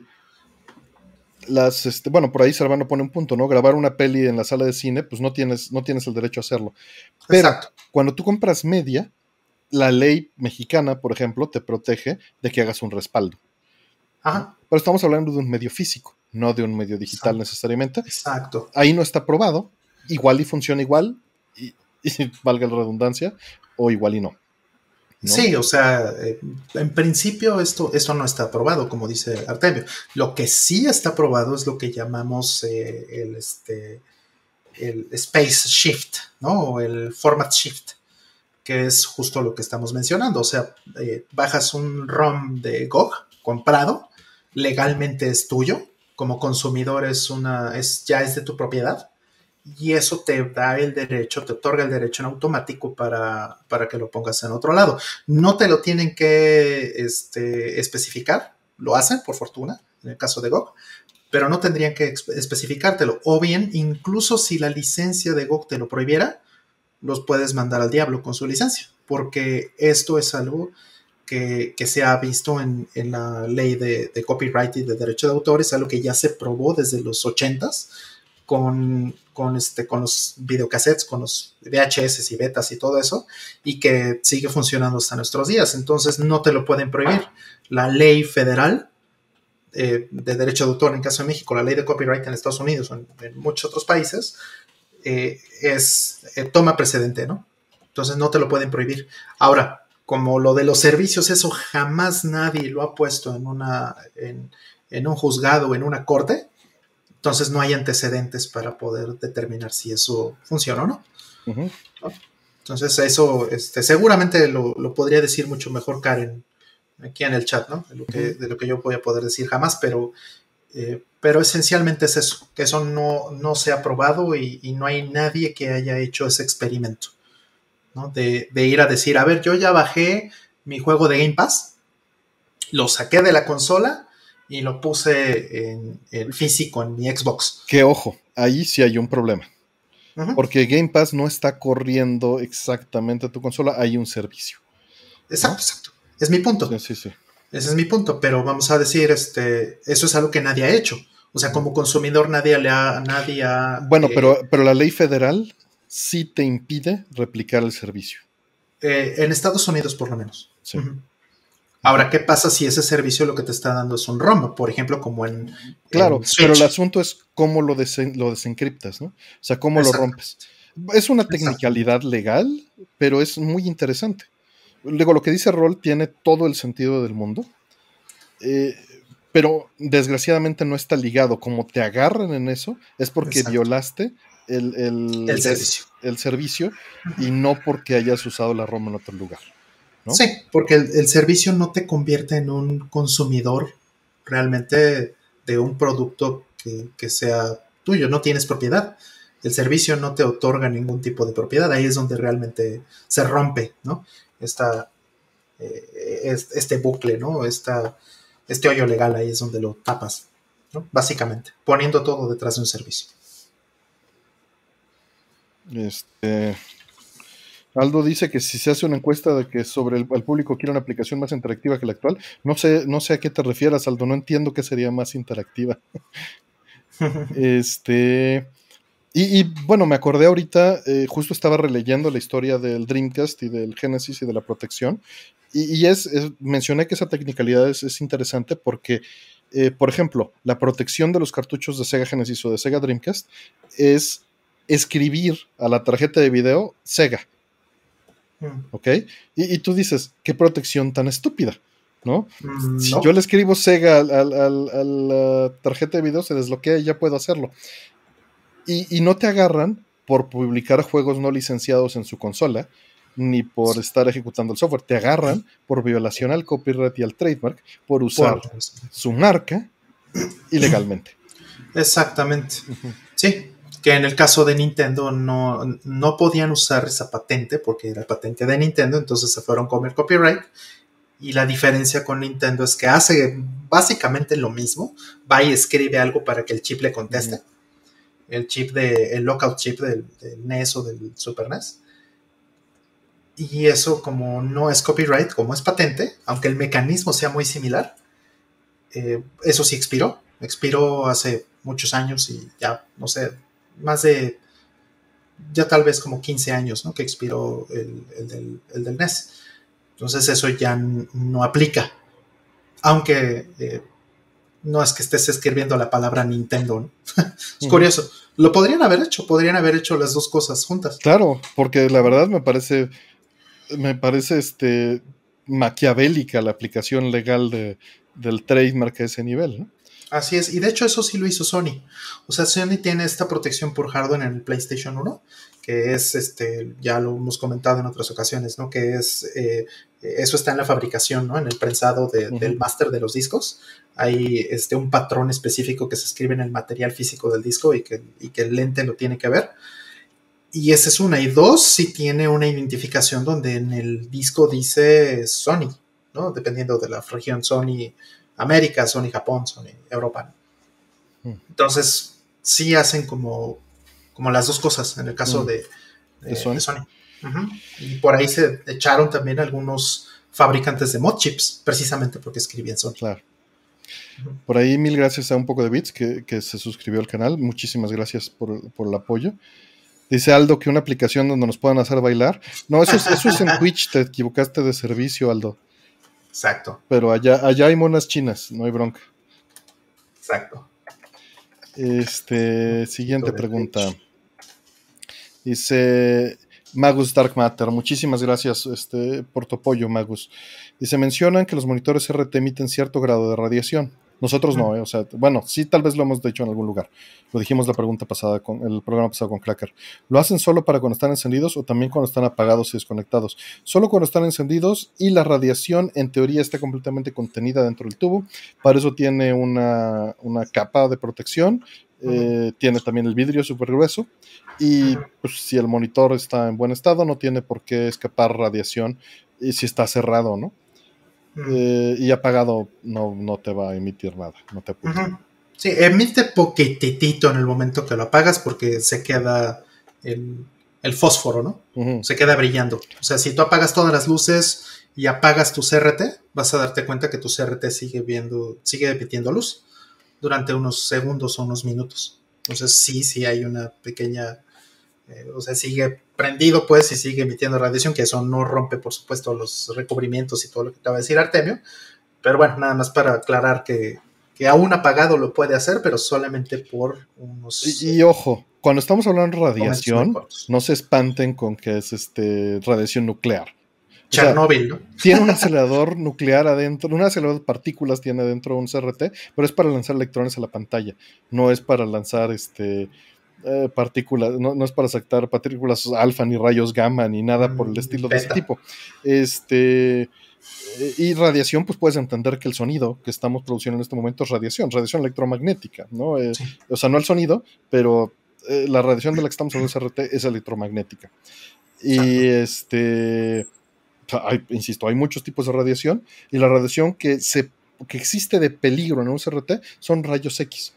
las, este, bueno, por ahí Servando pone un punto, ¿no? Grabar una peli en la sala de cine, pues no tienes, no tienes el derecho a hacerlo. Pero Exacto. cuando tú compras media, la ley mexicana, por ejemplo, te protege de que hagas un respaldo. Ajá. Pero estamos hablando de un medio físico, no de un medio digital Exacto. necesariamente. Exacto. Ahí no está probado. Igual y funciona igual, y, y valga la redundancia, o igual y no. ¿No? Sí, o sea, eh, en principio esto, esto no está aprobado, como dice Artemio. Lo que sí está aprobado es lo que llamamos eh, el, este, el Space Shift, ¿no? O el Format Shift, que es justo lo que estamos mencionando. O sea, eh, bajas un ROM de G O G comprado, legalmente es tuyo, como consumidor es una, es, ya es de tu propiedad. Y eso te da el derecho, te otorga el derecho en automático para, para que lo pongas en otro lado. No te lo tienen que este, especificar, lo hacen por fortuna, en el caso de G O G, pero no tendrían que especificártelo. O bien, incluso si la licencia de G O G te lo prohibiera, los puedes mandar al diablo con su licencia, porque esto es algo que, que se ha visto en, en la ley de, de copyright y de derecho de autor, es algo que ya se probó desde los ochentas, Con, con, este, con los videocassettes, con los V H S y betas y todo eso, y que sigue funcionando hasta nuestros días. Entonces no te lo pueden prohibir. La ley federal eh, de derecho de autor en el caso de México, la ley de copyright en Estados Unidos o en, en muchos otros países, eh, es, eh, toma precedente, ¿no? Entonces no te lo pueden prohibir. Ahora, como lo de los servicios, eso jamás nadie lo ha puesto en, una, en, en un juzgado o en una corte, entonces no hay antecedentes para poder determinar si eso funciona o no. Uh-huh. ¿No? Entonces eso este, seguramente lo, lo podría decir mucho mejor Karen aquí en el chat, ¿no? De lo que, uh-huh. de lo que yo voy a poder decir jamás, pero, eh, pero esencialmente es eso, que eso no, no se ha probado y, y no hay nadie que haya hecho ese experimento, ¿no? De, de ir a decir, a ver, yo ya bajé mi juego de Game Pass, lo saqué de la consola y lo puse en el físico en mi Xbox. Que ojo, ahí sí hay un problema. Uh-huh. Porque Game Pass no está corriendo exactamente a tu consola, hay un servicio. Exacto, ¿no? Exacto. Es mi punto. Sí, sí, sí. Ese es mi punto, pero vamos a decir, este, eso es algo que nadie ha hecho. O sea, como consumidor nadie le ha... Nadie ha bueno, eh, pero, pero la ley federal sí te impide replicar el servicio. Eh, en Estados Unidos, por lo menos. Sí. Uh-huh. Ahora, ¿qué pasa si ese servicio lo que te está dando es un ROM? Por ejemplo, como en Claro, en pero el asunto es cómo lo, desen, lo desencriptas, ¿no? O sea, cómo Exacto. lo rompes. Es una tecnicalidad legal, pero es muy interesante. Luego, lo que dice Rol tiene todo el sentido del mundo, eh, pero desgraciadamente no está ligado. Como te agarran en eso, es porque Exacto. violaste el, el, el servicio, el servicio uh-huh. y no porque hayas usado la ROM en otro lugar. ¿No? Sí, porque el, el servicio no te convierte en un consumidor realmente de un producto que, que sea tuyo, no tienes propiedad. El servicio no te otorga ningún tipo de propiedad, ahí es donde realmente se rompe, ¿no? Esta, eh, este bucle, ¿no? Esta, este hoyo legal, ahí es donde lo tapas, ¿no? Básicamente, poniendo todo detrás de un servicio. Este... Aldo dice que si se hace una encuesta de que sobre el, el público quiere una aplicación más interactiva que la actual, no sé, no sé a qué te refieras, Aldo, no entiendo qué sería más interactiva. este y, y bueno, me acordé ahorita, eh, justo estaba releyendo la historia del Dreamcast y del Genesis y de la protección, y, y es, es mencioné que esa tecnicalidad es, es interesante porque, eh, por ejemplo, la protección de los cartuchos de Sega Genesis o de Sega Dreamcast es escribir a la tarjeta de video Sega. ¿Ok? Y, y tú dices, qué protección tan estúpida, ¿no? Mm, si no. yo le escribo Sega a la tarjeta de video, se desbloquea y ya puedo hacerlo. Y, y no te agarran por publicar juegos no licenciados en su consola, ni por estar ejecutando el software. Te agarran por violación al copyright y al trademark, por usar por... su marca ilegalmente. Exactamente. Uh-huh. Sí. Que en el caso de Nintendo no, no podían usar esa patente porque era patente de Nintendo, entonces se fueron con el copyright. Y la diferencia con Nintendo es que hace básicamente lo mismo, va y escribe algo para que el chip le conteste, mm. el chip de, el lockout chip del, del N E S o del Super N E S. Y eso, como no es copyright, como es patente, aunque el mecanismo sea muy similar, eh, eso sí expiró, expiró hace muchos años y ya, no sé, más de ya tal vez como quince años, ¿no? Que expiró el, el, del, el del N E S. Entonces eso ya n- no aplica. Aunque eh, no es que estés escribiendo la palabra Nintendo, ¿no? Es uh-huh. curioso. Lo podrían haber hecho, podrían haber hecho las dos cosas juntas. Claro, porque la verdad me parece, me parece este, maquiavélica la aplicación legal de, del trademark a ese nivel, ¿no? Así es, y de hecho eso sí lo hizo Sony. O sea, Sony tiene esta protección por hardware en el PlayStation uno, que es, este, ya lo hemos comentado en otras ocasiones, ¿no? Que es, eh, eso está en la fabricación, ¿no? En el prensado de, uh-huh. del máster de los discos. Hay este, un patrón específico que se escribe en el material físico del disco y que, y que el lente lo tiene que ver. Y esa es una. Y dos, sí tiene una identificación donde en el disco dice Sony, ¿no? Dependiendo de la región, Sony América, Sony Japón, Sony Europa. Entonces, sí hacen como, como las dos cosas en el caso mm. de, de, ¿De Sony. De Sony. Uh-huh. Y por ahí se echaron también algunos fabricantes de mod chips, precisamente porque escribían Sony. Claro. Uh-huh. Por ahí mil gracias a Un Poco de Bits que, que se suscribió al canal. Muchísimas gracias por, por el apoyo. Dice Aldo que una aplicación donde nos puedan hacer bailar. No, eso es, eso es en Twitch, te equivocaste de servicio, Aldo. Exacto. Pero allá, allá hay monas chinas, no hay bronca. Exacto. Este, siguiente pregunta. Dice Magus Dark Matter, muchísimas gracias este, por tu apoyo, Magus. Dice, mencionan que los monitores R T emiten cierto grado de radiación. Nosotros no, ¿eh? O sea, bueno, sí, tal vez lo hemos dicho en algún lugar. Lo dijimos la pregunta pasada, con el programa pasado con Clacker. ¿Lo hacen solo para cuando están encendidos o también cuando están apagados y desconectados? Solo cuando están encendidos, y la radiación en teoría está completamente contenida dentro del tubo. Para eso tiene una, una capa de protección. Eh, tiene también el vidrio súper grueso, y pues, si el monitor está en buen estado, no tiene por qué escapar radiación, y si está cerrado, ¿no? Eh, y apagado no, no te va a emitir nada, no te apures. Uh-huh. Sí, emite poquitito en el momento que lo apagas porque se queda el, el fósforo, ¿no? Uh-huh. Se queda brillando. O sea, si tú apagas todas las luces y apagas tu C R T, vas a darte cuenta que tu C R T sigue viendo, sigue emitiendo luz durante unos segundos o unos minutos. Entonces sí, sí hay una pequeña... Eh, o sea, sigue prendido, pues, y sigue emitiendo radiación, que eso no rompe, por supuesto, los recubrimientos y todo lo que acaba de decir Artemio. Pero bueno, nada más para aclarar que, que aún apagado lo puede hacer, pero solamente por unos... Y, y ojo, cuando estamos hablando de radiación, no se espanten con que es este radiación nuclear. Chernobyl, ¿no? Tiene un acelerador nuclear adentro, un acelerador de partículas tiene adentro un C R T, pero es para lanzar electrones a la pantalla, no es para lanzar este eh, partículas, no, no es para sacar partículas alfa, ni rayos gamma, ni nada mm, por el estilo beta. De ese tipo. Este, eh, y radiación, pues puedes entender que el sonido que estamos produciendo en este momento es radiación, radiación electromagnética, ¿no? Eh, sí. O sea, no el sonido, pero eh, la radiación de la que estamos hablando, C R T, es electromagnética. Y Exacto. este... O sea, hay, insisto, hay muchos tipos de radiación, y la radiación que, se, que existe de peligro en un C R T son rayos X.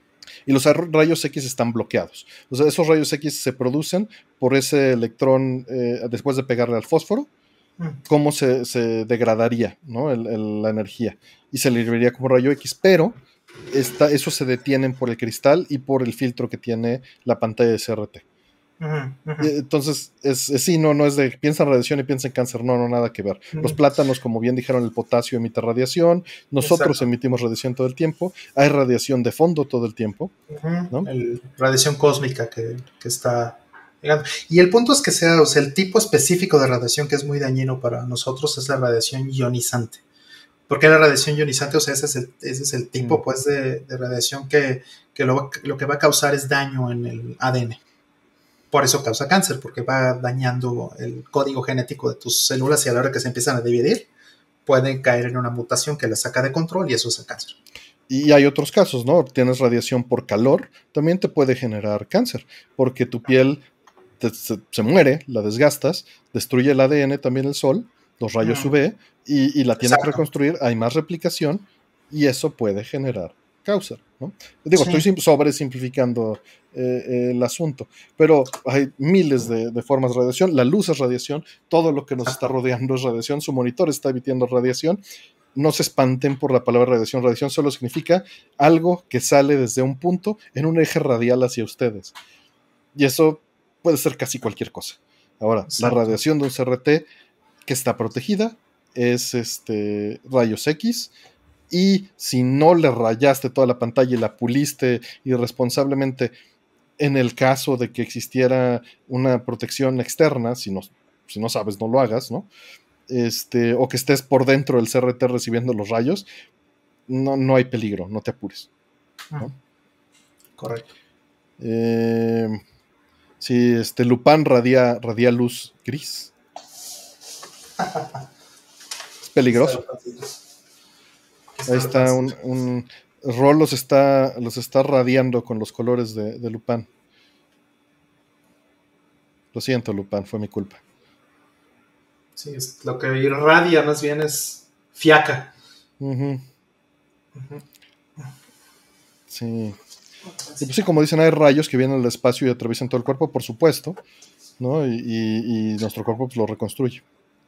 Y los rayos X están bloqueados. O sea, esos rayos X se producen por ese electrón, eh, después de pegarle al fósforo, cómo se, se degradaría, ¿no? el, el, la energía. Y se liberaría como rayo X, pero esta, eso se detienen por el cristal y por el filtro que tiene la pantalla de C R T. Uh-huh, uh-huh. Entonces, es, es, sí, no, no es de piensa en radiación y piensa en cáncer, no, no, nada que ver. Uh-huh. Los plátanos, como bien dijeron, el potasio emite radiación, nosotros Exacto. emitimos radiación todo el tiempo, hay radiación de fondo todo el tiempo, uh-huh. ¿no? El, radiación cósmica que, que está llegando. Y el punto es que sea, o sea, el tipo específico de radiación que es muy dañino para nosotros es la radiación ionizante. ¿Por qué la radiación ionizante? O sea, ese es el, ese es el tipo, uh-huh. pues, de, de radiación que, que lo, lo que va a causar es daño en el A D N. Por eso causa cáncer, porque va dañando el código genético de tus células, y a la hora que se empiezan a dividir, pueden caer en una mutación que las saca de control y eso es el cáncer. Y hay otros casos, ¿no? Tienes radiación por calor, también te puede generar cáncer, porque tu piel te, se, se muere, la desgastas, destruye el A D N, también el sol, los rayos mm. U V, y, y la tiene Exacto. que reconstruir, hay más replicación, y eso puede generar cáncer, ¿no? Digo, sí. estoy sobresimplificando eh, el asunto, pero hay miles de, de formas de radiación. La luz es radiación, todo lo que nos está rodeando es radiación, su monitor está emitiendo radiación. No se espanten por la palabra radiación. Radiación solo significa algo que sale desde un punto en un eje radial hacia ustedes, y eso puede ser casi cualquier cosa. Ahora, Exacto. la radiación de un C R T que está protegida es este, rayos X. Y si no le rayaste toda la pantalla y la puliste irresponsablemente, en el caso de que existiera una protección externa, si no, si no sabes, no lo hagas, ¿no? Este, o que estés por dentro del C R T recibiendo los rayos, no, no hay peligro, no te apures, ¿no? Mm. Correcto. Eh, sí, este, Lupin radia, radia luz gris. Es peligroso. Ahí está, un, un Rol los está, los está radiando con los colores de, de Lupin. Lo siento, Lupin, fue mi culpa. Sí, es, lo que irradia más bien es fiaca. Uh-huh. Uh-huh. Sí. Y pues sí, como dicen, hay rayos que vienen al espacio y atraviesan todo el cuerpo, por supuesto, ¿no? Y, y, y nuestro cuerpo pues, lo reconstruye.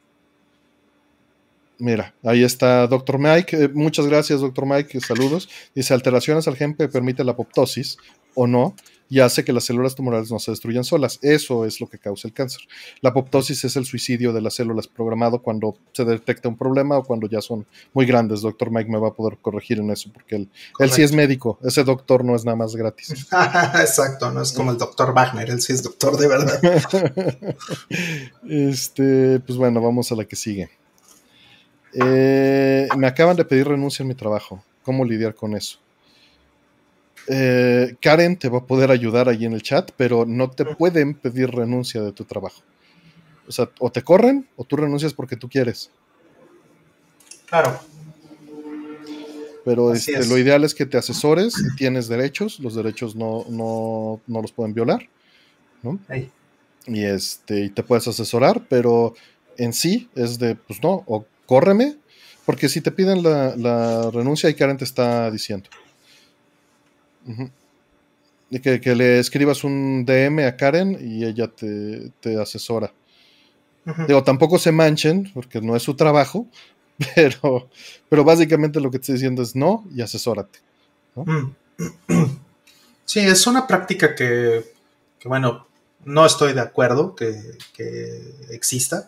Mira, ahí está doctor Mike. Eh, muchas gracias, doctor Mike. Saludos. Dice, alteraciones al gen que permite la apoptosis. o no, y hace que las células tumorales no se destruyan solas. Eso es lo que causa el cáncer. La apoptosis es el suicidio de las células programado cuando se detecta un problema o cuando ya son muy grandes. Doctor Mike me va a poder corregir en eso, porque él, él sí es médico. Ese doctor no es nada más gratis. Exacto, no es como el doctor Wagner, él sí es doctor de verdad. este, pues bueno, vamos a la que sigue. Eh, me acaban de pedir renuncia en mi trabajo. ¿Cómo lidiar con eso? Eh, Karen te va a poder ayudar ahí en el chat, pero no te pueden pedir renuncia de tu trabajo. O sea, o te corren o tú renuncias porque tú quieres. Claro. Pero este, lo ideal es que te asesores, tienes derechos, los derechos no, no, no los pueden violar, ¿no? Hey. Y, este, y te puedes asesorar, pero en sí es de, pues no, o córreme, porque si te piden la, la renuncia, y Karen te está diciendo. Uh-huh. Y que, que le escribas un D M a Karen y ella te, te asesora. Uh-huh. Digo, tampoco se manchen, porque no es su trabajo, pero, pero básicamente lo que te estoy diciendo es no y asesórate, ¿no? Mm. Sí, es una práctica que, que bueno, no estoy de acuerdo que, que exista,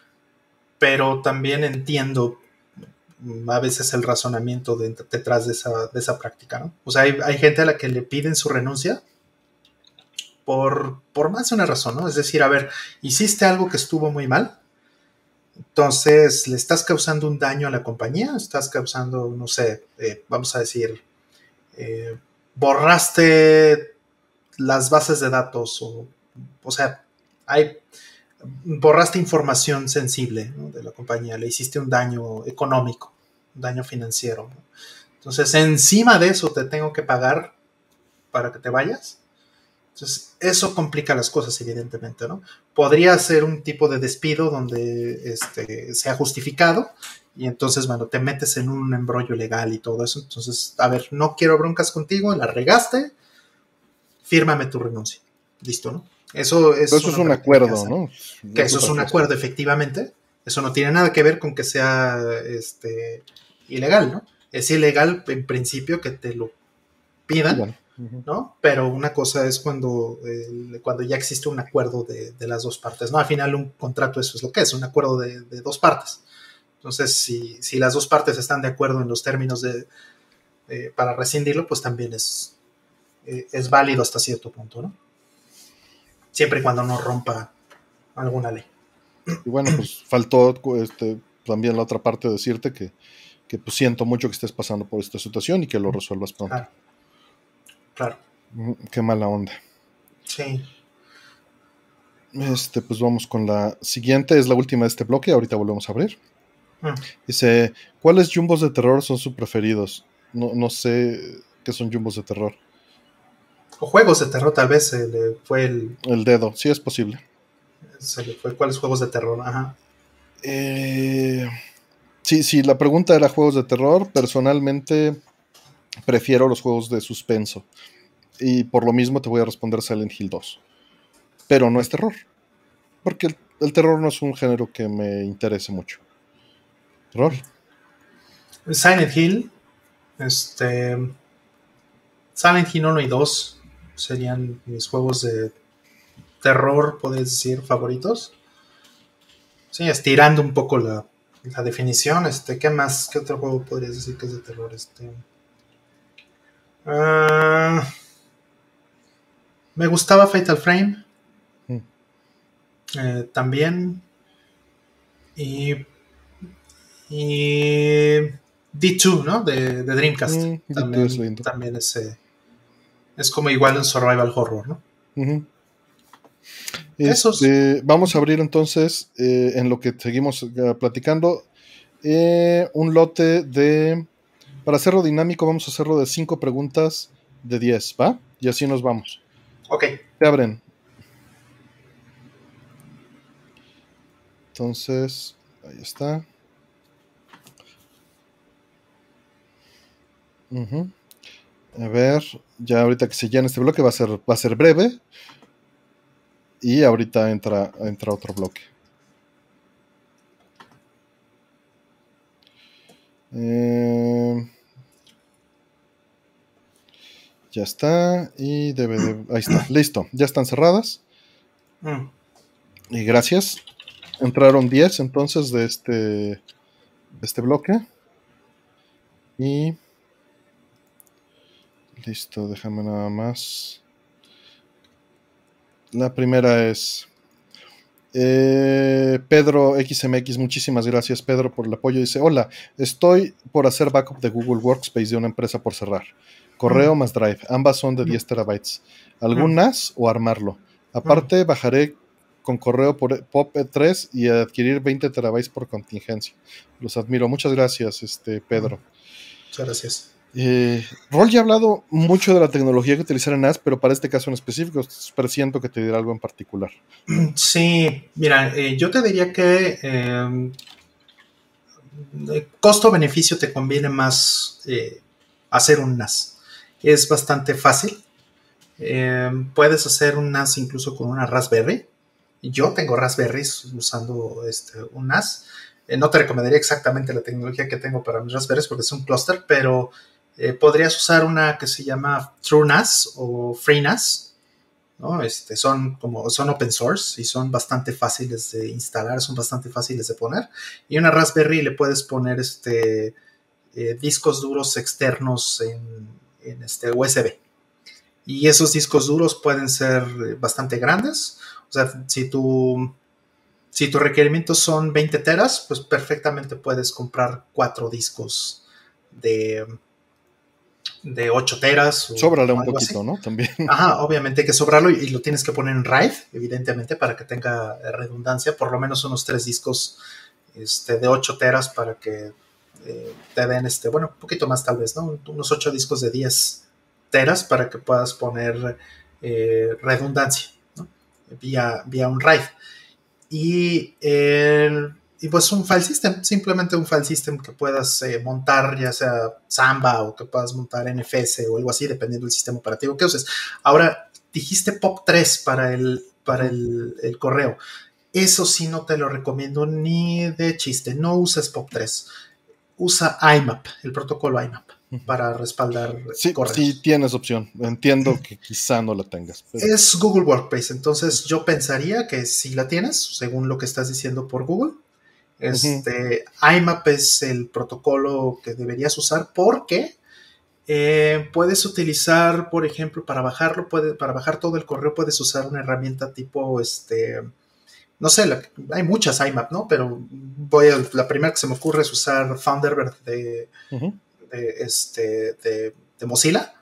pero también entiendo a veces el razonamiento de, detrás de esa, de esa práctica, ¿no? O sea, hay, hay gente a la que le piden su renuncia por, por más de una razón, ¿no? Es decir, a ver, hiciste algo que estuvo muy mal, entonces le estás causando un daño a la compañía, estás causando, no sé, eh, vamos a decir, eh, borraste las bases de datos o, o sea, hay, borraste información sensible, ¿no?, de la compañía, le hiciste un daño económico, un daño financiero, ¿no? Entonces, encima de eso te tengo que pagar para que te vayas. Entonces, eso complica las cosas, evidentemente, ¿no? Podría ser un tipo de despido donde este, sea justificado y entonces, bueno, te metes en un embrollo legal y todo eso. Entonces, a ver, no quiero broncas contigo, la regaste, fírmame tu renuncia. Listo, ¿no? Eso es, eso es un acuerdo, que ¿no? Que eso es un acuerdo, efectivamente. Eso no tiene nada que ver con que sea este, ilegal, ¿no? Es ilegal en principio que te lo pidan, bueno, uh-huh. ¿no? Pero una cosa es cuando, eh, cuando ya existe un acuerdo de, de las dos partes, ¿no? Al final un contrato eso es lo que es, un acuerdo de, de dos partes. Entonces, si, si las dos partes están de acuerdo en los términos de, eh, para rescindirlo, pues también es, eh, es válido hasta cierto punto, ¿no? Siempre y cuando no rompa alguna ley. Y bueno, pues faltó este, también la otra parte de decirte que, que pues siento mucho que estés pasando por esta situación y que lo resuelvas pronto. Claro. Claro. Qué mala onda. Sí. Este, pues vamos con la siguiente, es la última de este bloque, ahorita volvemos a abrir. Mm. Dice, ¿cuáles jumbos de terror son sus preferidos? No, no sé qué son jumbos de terror. O juegos de terror, tal vez se le fue el... El dedo, sí es posible. Se le fue, ¿cuáles juegos de terror? Ajá. Eh, sí, sí, la pregunta era juegos de terror, personalmente prefiero los juegos de suspenso. Y por lo mismo te voy a responder Silent Hill dos. Pero no es terror. Porque el, el terror no es un género que me interese mucho. ¿Terror? Silent Hill. Este. Silent Hill uno y dos serían mis juegos de terror, podrías decir, favoritos. Sí, estirando un poco la, la definición. Este, ¿qué más? ¿Qué otro juego podrías decir que es de terror? Este. Uh, me gustaba Fatal Frame. Mm. Eh, también. Y. Y. D dos, ¿no? De, de Dreamcast. Mm, también, es lindo. También es, eh, es como igual un survival horror, ¿no? Uh-huh. Este, vamos a abrir entonces, eh, en lo que seguimos uh, platicando, eh, un lote de... Para hacerlo dinámico, vamos a hacerlo de cinco preguntas de diez, ¿va? Y así nos vamos. Ok. Te abren. Entonces, ahí está. Uh-huh. A ver, ya ahorita que se llena este bloque va a ser, va a ser breve. Y ahorita entra, entra otro bloque. Eh... Ya está. Y debe de... Ahí está. Listo. Ya están cerradas. Mm. Y gracias. Entraron diez entonces de este, de este bloque. Y... Listo. Déjame nada más. La primera es... Eh, Pedro X M X, muchísimas gracias Pedro por el apoyo. Dice, hola, estoy por hacer backup de Google Workspace de una empresa por cerrar. Correo Mm. más Drive, ambas son de diez terabytes. ¿Algún Mm. N A S o armarlo? Mm. Aparte bajaré con correo por Pop E tres y adquirir veinte terabytes por contingencia. Los admiro, muchas gracias este Pedro. Mm. Muchas gracias. Eh, Rol ya ha hablado mucho de la tecnología que utilizar en N A S, pero para este caso en específico presiento que te dirá algo en particular. Sí, mira, eh, yo te diría que eh, costo-beneficio te conviene más eh, hacer un N A S. Es bastante fácil. Eh, puedes hacer un N A S incluso con una Raspberry. Yo tengo Raspberries usando este, un N A S. Eh, no te recomendaría exactamente la tecnología que tengo para mis Raspberries porque es un clúster, pero eh, podrías usar una que se llama TrueNAS o FreeNAS, ¿no? Este, son como son open source y son bastante fáciles de instalar, son bastante fáciles de poner. Y una Raspberry le puedes poner este, eh, discos duros externos en, en este U S B. Y esos discos duros pueden ser bastante grandes. O sea, si tu, si tus requerimientos son veinte teras, pues perfectamente puedes comprar cuatro discos de, de ocho teras o, Sóbrale o un algo poquito, así. ¿no? También. Ajá, obviamente hay que sobrarlo y, y lo tienes que poner en RAID, evidentemente, para que tenga redundancia, por lo menos unos tres discos este, de ocho teras para que eh, te den, este, bueno, un poquito más tal vez, ¿no? Unos ocho discos de diez teras para que puedas poner eh, redundancia, ¿no? Vía, vía un RAID. Y, el, y pues un file system, simplemente un file system que puedas eh, montar, ya sea Samba o que puedas montar N F S o algo así, dependiendo del sistema operativo que uses. Ahora, dijiste pop tres para el, para el, el correo. Eso sí no te lo recomiendo ni de chiste. No uses pop tres. Usa I M A P, el protocolo I M A P, para respaldar Sí, sí correos. tienes opción. Entiendo que quizá no la tengas. Pero... Es Google Workspace, entonces yo pensaría que si la tienes, según lo que estás diciendo por Google, uh-huh. este, I M A P es el protocolo que deberías usar porque eh, puedes utilizar, por ejemplo, para bajarlo, puede, para bajar todo el correo puedes usar una herramienta tipo, este, no sé, la, hay muchas I M A P, ¿no? Pero voy a, la primera que se me ocurre es usar Thunderbird de, uh-huh. de, este, de, de Mozilla.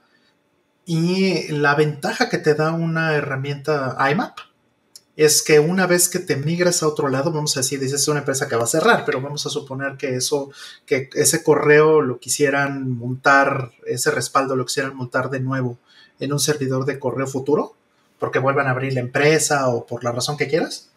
Y la ventaja que te da una herramienta I M A P es que una vez que te migras a otro lado, vamos a decir, dices, es una empresa que va a cerrar, pero vamos a suponer que eso, que ese correo lo quisieran montar, ese respaldo lo quisieran montar de nuevo en un servidor de correo futuro, porque vuelvan a abrir la empresa o por la razón que quieras.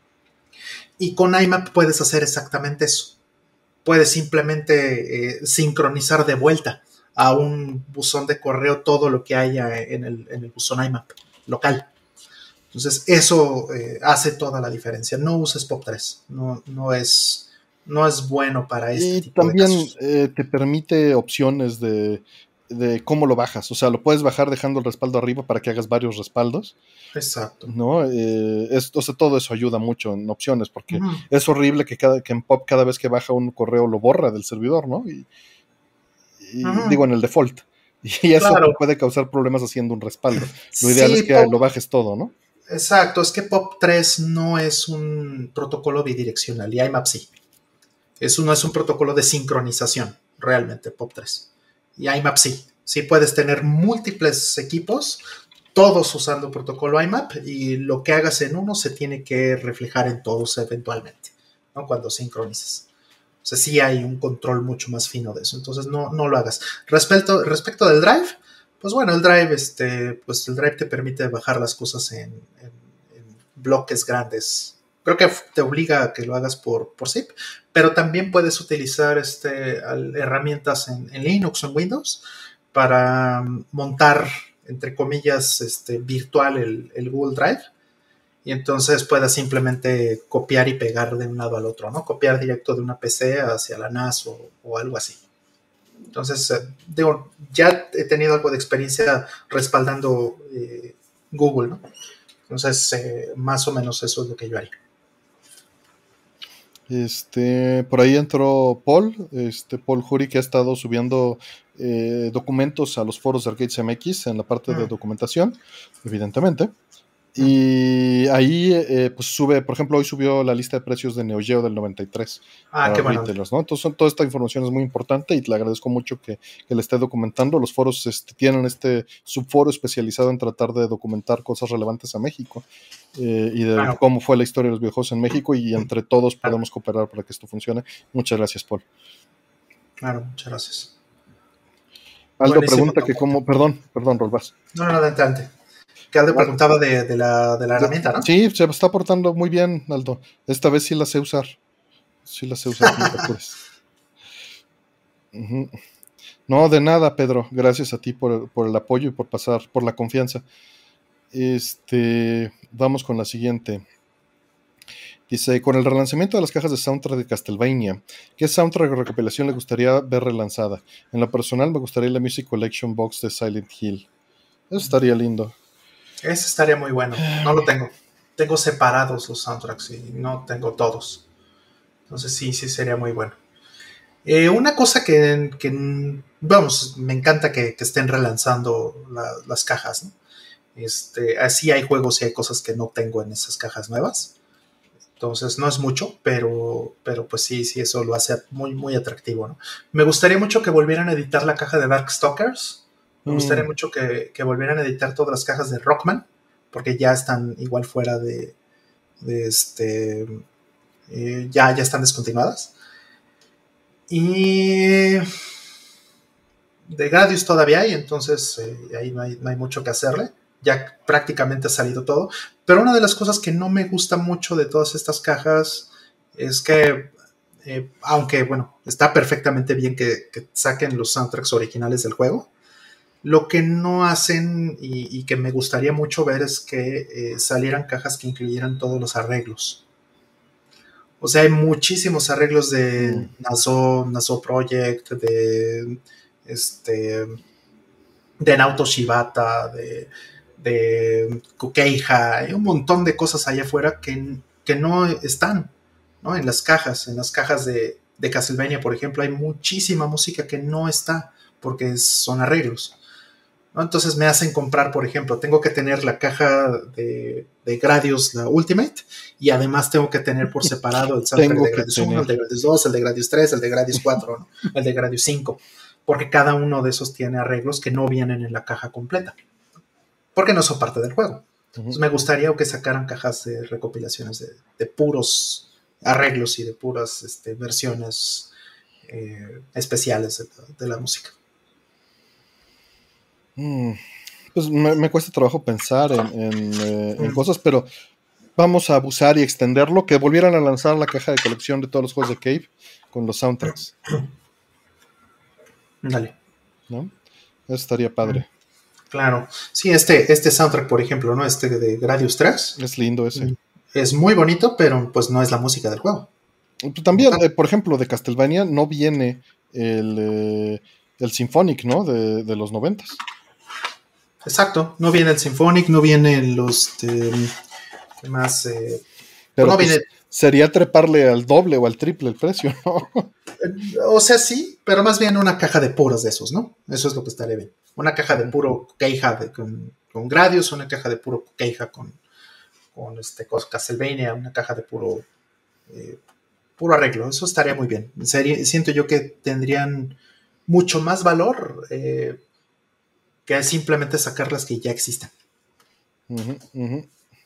Y con I M A P puedes hacer exactamente eso. Puedes simplemente eh, sincronizar de vuelta a un buzón de correo todo lo que haya en el, en el buzón I M A P local. Entonces, eso eh, hace toda la diferencia. No uses pop tres. No, no, es, no es bueno para este y tipo también, de casos. Eh, te permite opciones de, de cómo lo bajas. O sea, lo puedes bajar dejando el respaldo arriba para que hagas varios respaldos. Exacto. ¿No? Eh, es, o sea, todo eso ayuda mucho en opciones, porque uh-huh. es horrible que, cada, que en Pop cada vez que baja un correo lo borra del servidor, ¿no? Y, y uh-huh. digo, en el default. Y eso claro. te puede causar problemas haciendo un respaldo. Lo ideal sí, es que Pop, lo bajes todo, ¿no? Exacto, es que pop tres no es un protocolo bidireccional y I M A P sí. Eso no es un protocolo de sincronización, realmente, pop tres. Y I M A P sí. Sí puedes tener múltiples equipos, todos usando protocolo I M A P, y lo que hagas en uno se tiene que reflejar en todos eventualmente, ¿no? Cuando sincronizas. O sea, sí hay un control mucho más fino de eso. Entonces, no, no lo hagas. Respecto, respecto del Drive, pues bueno, el Drive, este, pues el Drive te permite bajar las cosas en, en, en bloques grandes. Creo que te obliga a que lo hagas por, por zip, pero también puedes utilizar este, herramientas en, en Linux o en Windows para montar, entre comillas, este, virtual el, el Google Drive. Y entonces puedas simplemente copiar y pegar de un lado al otro, ¿no? Copiar directo de una P C hacia la N A S o, o algo así. Entonces, eh, digo, ya he tenido algo de experiencia respaldando eh, Google, ¿no? Entonces, eh, más o menos eso es lo que yo haría. Este, por ahí entró Paul, este, Paul Jury, que ha estado subiendo eh, documentos a los foros de Arcades M X en la parte mm. de documentación, evidentemente. Y ahí eh, pues sube, por ejemplo, hoy subió la lista de precios de Neo Geo del noventa y tres. Ah, qué bueno. ¿no? Entonces, toda esta información es muy importante y le agradezco mucho que, que le esté documentando. Los foros este, tienen este subforo especializado en tratar de documentar cosas relevantes a México eh, y de claro. cómo fue la historia de los videojuegos en México, y entre todos claro. podemos cooperar para que esto funcione. Muchas gracias, Paul. Claro, muchas gracias. Aldo Buenísimo, pregunta que cómo, perdón, perdón, Rolvas. No, no, adelante. Que Aldo preguntaba de, de, la, de la herramienta, ¿no? Sí, se está portando muy bien, Aldo. Esta vez sí la sé usar. Sí la sé usar. uh-huh. No, de nada, Pedro. Gracias a ti por, por el apoyo y por pasar, por la confianza. Este, vamos con la siguiente. Dice, con el relanzamiento de las cajas de soundtrack de Castlevania, ¿qué soundtrack o recopilación le gustaría ver relanzada? En lo personal me gustaría la Music Collection Box de Silent Hill. Eso estaría lindo. Ese estaría muy bueno. No lo tengo. Tengo separados los soundtracks y no tengo todos. Entonces sí, sí sería muy bueno. Eh, una cosa que, que, vamos, me encanta que, que estén relanzando la, las cajas, ¿no? Este, así hay juegos y hay cosas que no tengo en esas cajas nuevas. Entonces no es mucho, pero, pero pues sí, sí, eso lo hace muy, muy atractivo, ¿no? Me gustaría mucho que volvieran a editar la caja de Darkstalkers. Me gustaría mm. mucho que, que volvieran a editar todas las cajas de Rockman, porque ya están igual fuera de, de este, eh, ya, ya están descontinuadas. Y de Gradius todavía hay, entonces eh, ahí no hay, no hay mucho que hacerle. Ya prácticamente ha salido todo. Pero una de las cosas que no me gusta mucho de todas estas cajas es que, eh, aunque bueno, está perfectamente bien que, que saquen los soundtracks originales del juego, lo que no hacen y, y que me gustaría mucho ver es que eh, salieran cajas que incluyeran todos los arreglos. O sea, hay muchísimos arreglos de mm. Naso, Naso Project, de este, de Naoto Shibata, de, de Kukeija, hay un montón de cosas allá afuera que, que no están, ¿no? En las cajas, en las cajas de, de Castlevania, por ejemplo, hay muchísima música que no está porque son arreglos, ¿no? Entonces me hacen comprar, por ejemplo, tengo que tener la caja de, de Gradius, la Ultimate, y además tengo que tener por separado el soundtrack de Gradius uno, el de Gradius dos, el de Gradius tres, el de Gradius cuatro, ¿no? El de Gradius cinco, porque cada uno de esos tiene arreglos que no vienen en la caja completa, porque no son parte del juego. Uh-huh. Entonces me gustaría que sacaran cajas de recopilaciones de, de puros arreglos y de puras este, versiones eh, especiales de la, de la música. Mm, pues me, me cuesta trabajo pensar en, en, eh, mm. en cosas, pero vamos a abusar y extenderlo, que volvieran a lanzar la caja de colección de todos los juegos de Cave con los soundtracks. Dale. ¿No? Eso estaría padre. Claro. Sí, este, este soundtrack, por ejemplo, ¿no? Este de Gradius tres. Es lindo ese. Es muy bonito, pero pues no es la música del juego. También, eh, por ejemplo, de Castlevania no viene el, eh, el Symphonic, ¿no? De, de los noventas. Exacto, no viene el Symphonic, no vienen los de, ¿qué más? Eh, Pero no pues, viene... sería treparle al doble o al triple el precio, ¿no? O sea, sí, pero más bien una caja de puros de esos, ¿no? Eso es lo que estaría bien. Una caja de puro Keija de, con, con Gradius, una caja de puro Keija con, con este, con Castlevania, una caja de puro eh, puro arreglo. Eso estaría muy bien. Sería, siento yo que tendrían mucho más valor eh, que simplemente sacar las que ya existen. Uh-huh, uh-huh.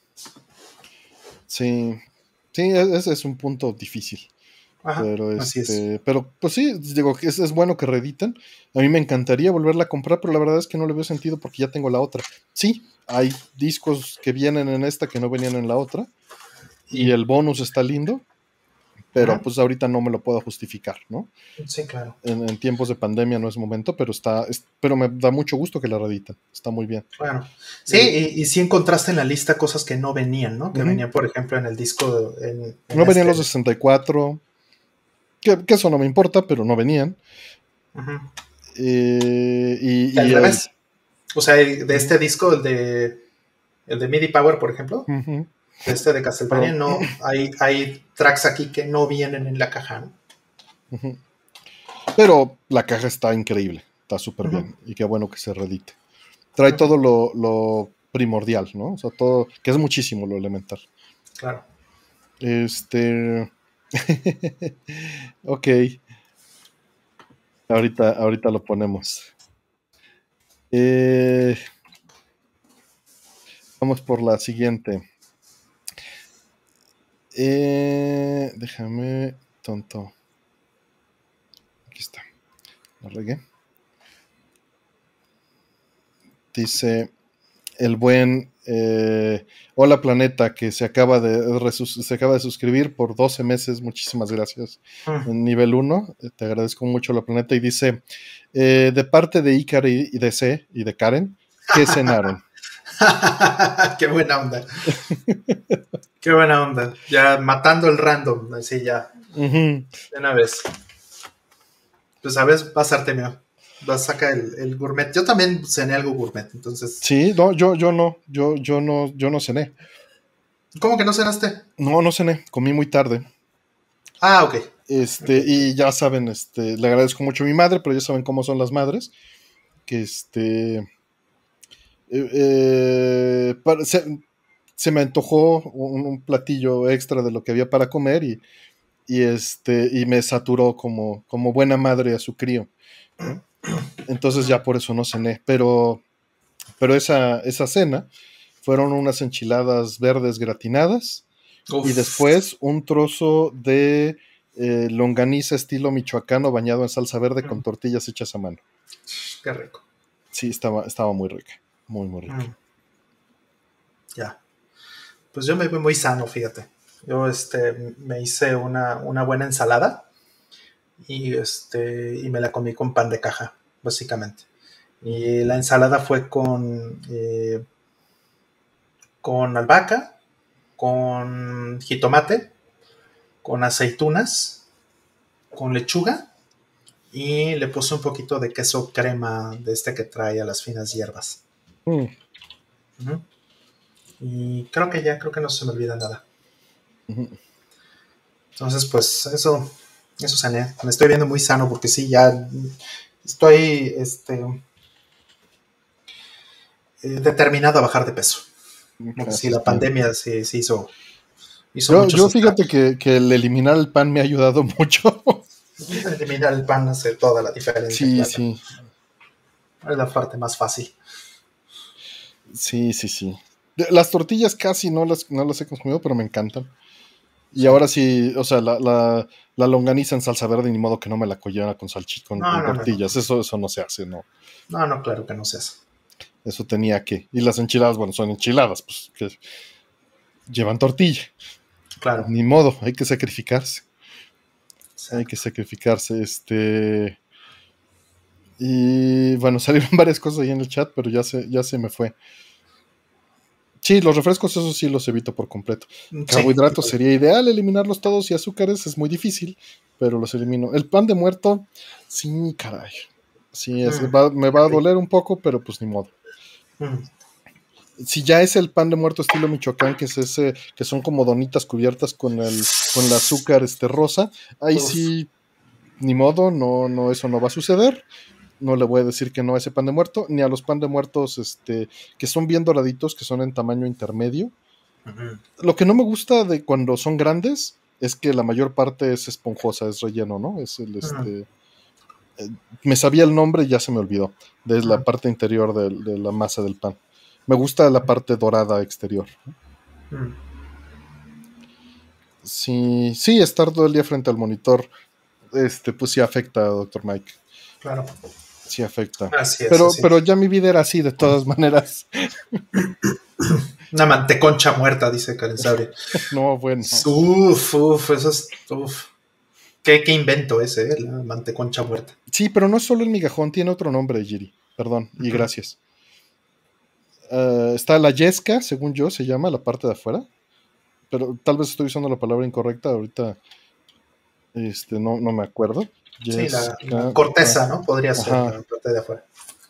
Sí, sí, ese es un punto difícil. Ajá, pero así este, es. pero pues sí, digo que es, es bueno que reediten. A mí me encantaría volverla a comprar, pero la verdad es que no le veo sentido porque ya tengo la otra. Sí, hay discos que vienen en esta que no venían en la otra, y el bonus está lindo, pero uh-huh. pues ahorita no me lo puedo justificar, ¿no? Sí, claro. En, en tiempos de pandemia no es momento, pero está, es, pero me da mucho gusto que la reeditan. Está muy bien. Claro. Sí, eh, y, y sí encontraste en la lista cosas que no venían, ¿no? Que uh-huh. venían, por ejemplo, en el disco. En, en no este... venían los de sesenta y cuatro. Que, que eso no me importa, pero no venían. Uh-huh. Eh, y, Al y revés. O sea, de este disco, el de, el de MIDI Power, por ejemplo, uh-huh. de este de Castlevania, Pero, no, hay, hay tracks aquí que no vienen en la caja, ¿no? uh-huh. Pero la caja está increíble, está súper Uh-huh. bien, y qué bueno que se reedite. Trae uh-huh. todo lo, lo primordial, ¿no? O sea, todo, que es muchísimo lo elemental. Claro. Este... ok. Ahorita, ahorita lo ponemos. Eh... Vamos por la siguiente. Eh... Déjame, tonto. Aquí está. Lo regué. Dice el buen eh, Hola Planeta, que se acaba de resus- se acaba de suscribir por doce meses. Muchísimas gracias. Mm. En nivel uno, te agradezco mucho, Hola Planeta. Y dice, eh, de parte de Icar y de C y de Karen, ¿qué cenaron? Qué buena onda. Qué buena onda. Ya matando el random, así ya. Uh-huh. De una vez. Pues a ver, vas a Artemio. Vas a sacar el, el gourmet. Yo también cené algo gourmet, entonces. Sí, no, yo, yo no, yo, yo no, yo no cené. ¿Cómo que no cenaste? No, no cené, comí muy tarde. Ah, ok. Este, okay. Y ya saben, este, le agradezco mucho a mi madre, pero ya saben cómo son las madres. Que este. Eh, eh, para, se, se me antojó un, un platillo extra de lo que había para comer y, y este y me saturó como, como buena madre a su crío, ¿no? Entonces ya por eso no cené, pero, pero esa, esa cena fueron unas enchiladas verdes gratinadas. Uf. Y después un trozo de eh, longaniza estilo michoacano bañado en salsa verde mm. con tortillas hechas a mano. Qué rico. Sí, estaba, estaba muy rica, muy muy rica. Mm. Ya. Pues yo me vi muy sano, fíjate. Yo este, me hice una, una buena ensalada y, este, y me la comí con pan de caja, básicamente. Y la ensalada fue con, eh, con albahaca, con jitomate, con aceitunas, con lechuga y le puse un poquito de queso crema de este que trae a las finas hierbas. Mm. Uh-huh. Y creo que ya, creo que no se me olvida nada. Uh-huh. Entonces, pues eso, eso cené. Me estoy viendo muy sano porque sí, ya estoy este, eh, determinado a bajar de peso. Porque sí, la pandemia se, se hizo, hizo Yo, yo fíjate que, que el eliminar el pan me ha ayudado mucho. Eliminar el pan hace toda la diferencia. Sí, claro. sí. Es la parte más fácil. Sí, sí, sí. Las tortillas casi no las, no las he consumido, pero me encantan. Y sí. Ahora sí, o sea, la, la, la longaniza en salsa verde, ni modo que no me la collara con salchicha, con, no, con no, tortillas. No, no. Eso, eso no se hace, ¿no? No, no, claro que no se hace. Eso tenía que. Y las enchiladas, bueno, son enchiladas, pues que llevan tortilla. Claro. Ni modo, hay que sacrificarse. Exacto. Hay que sacrificarse. Este. Y bueno, salieron varias cosas ahí en el chat, pero ya se, ya se me fue. Sí, los refrescos, eso sí los evito por completo. Sí, carbohidratos sí. Sería ideal eliminarlos todos y azúcares es muy difícil, pero los elimino. El pan de muerto, sí, caray. Sí, es, mm. va, me va a doler un poco, pero pues ni modo. Mm. Si ya es el pan de muerto estilo Michoacán, que es ese, que son como donitas cubiertas con el, con el azúcar este rosa, ahí Uf. Sí, ni modo, no, no, eso no va a suceder. No le voy a decir que no a ese pan de muerto, ni a los pan de muertos este, que son bien doraditos, que son en tamaño intermedio. Uh-huh. Lo que no me gusta de cuando son grandes es que la mayor parte es esponjosa, es relleno, ¿no? Es el, este, uh-huh. eh, me sabía el nombre y ya se me olvidó, de uh-huh. la parte interior de, de la masa del pan. Me gusta la parte dorada exterior. Uh-huh. Sí, sí, estar todo el día frente al monitor, este, pues sí afecta, doctor Mike. Claro. Sí afecta. Así es, pero, así pero es. ya mi vida era así de todas maneras. Una manteconcha muerta, dice Karen Sabri. No, bueno. Uf, uf, eso es. Uf. ¿Qué, qué invento ese, eh? La manteconcha muerta. Sí, pero no es solo el migajón, tiene otro nombre, Giri. Perdón, y uh-huh. gracias. Uh, está la yesca, según yo, se llama la parte de afuera. Pero tal vez estoy usando la palabra incorrecta ahorita. Este, no, no me acuerdo. Sí, la, la Jessica. corteza, ¿no? Podría ser Ajá. la parte de afuera.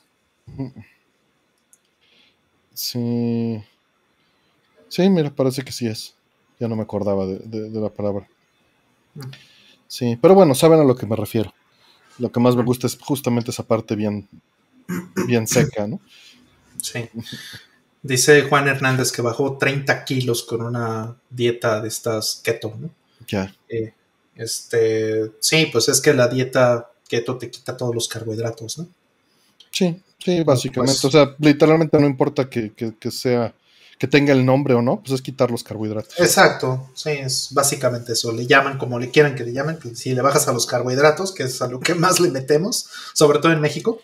Sí. Sí, mira, parece que sí es. Ya no me acordaba de, de, de la palabra. Mm. Sí, pero bueno, saben a lo que me refiero. Lo que más me Mm. gusta es justamente esa parte bien, bien seca, ¿no? Sí. Dice Juan Hernández que bajó treinta kilos con una dieta de estas keto, ¿no? Ya. Eh, este, sí, pues es que la dieta keto te quita todos los carbohidratos, ¿no? Sí, sí, Y básicamente. O pues, sea, literalmente no importa que, que, que sea, que tenga el nombre o no, pues es quitar los carbohidratos. exacto, sí, es básicamente eso. Le llaman como le quieran que le llamen, que si le bajas a los carbohidratos, que es a lo que más le metemos, sobre todo en México,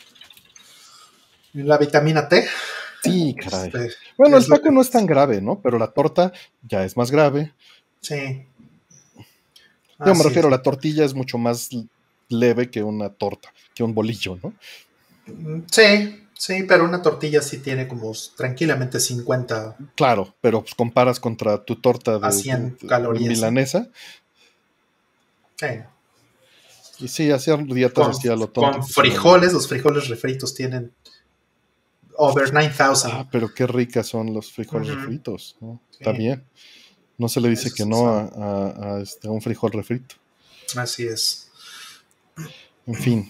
la vitamina T, Sí, caray. este, Bueno, el es lo que taco no es tan más. grave, ¿no? Pero la torta ya es más grave. Sí, Yo me así refiero, es. la tortilla es mucho más leve que una torta, que un bolillo, ¿no? Sí, sí, pero una tortilla sí tiene como tranquilamente cincuenta Claro, pero pues comparas contra tu torta a de, de, cien de, de calorías, ¿no? milanesa. Sí. Y sí, hacer dietas Con, así a lo tonto, con pues sí no me. frijoles, los frijoles refritos tienen over nine thousand. Ah, pero qué ricas son los frijoles Uh-huh. refritos, ¿no? Está Sí, bien. No se le dice eso que sí no a, son. a, a este, a un frijol refrito. Así es. En fin.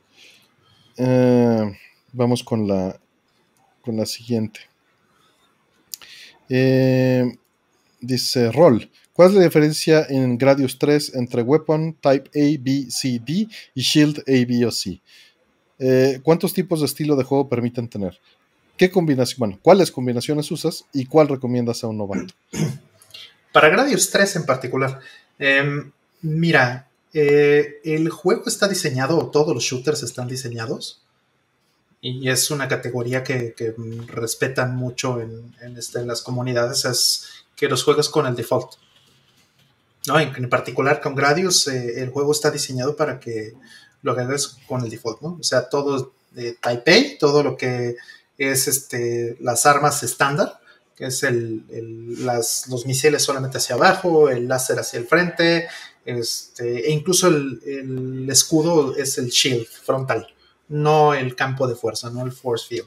Eh, vamos con la, con la siguiente. Eh, dice Roll. ¿Cuál es la diferencia en Gradius tres entre Weapon Type A, B, C, D y Shield A, B o C? Eh, ¿Cuántos tipos de estilo de juego permiten tener? ¿Qué combinación? Bueno, ¿cuáles combinaciones usas y cuál recomiendas a un novato? Para Gradius tres en particular, eh, mira, eh, el juego está diseñado, todos los shooters están diseñados, y es una categoría que, que respetan mucho en, en, este, en, las comunidades, es que los juegues con el default. ¿No? En, en particular con Gradius, eh, el juego está diseñado para que lo hagas con el default, ¿no? O sea, todo de Type A, todo lo que es este, las armas estándar, que es el, el, las, los misiles solamente hacia abajo, el láser hacia el frente, este, e incluso el, el escudo es el shield frontal, no el campo de fuerza, no el force field.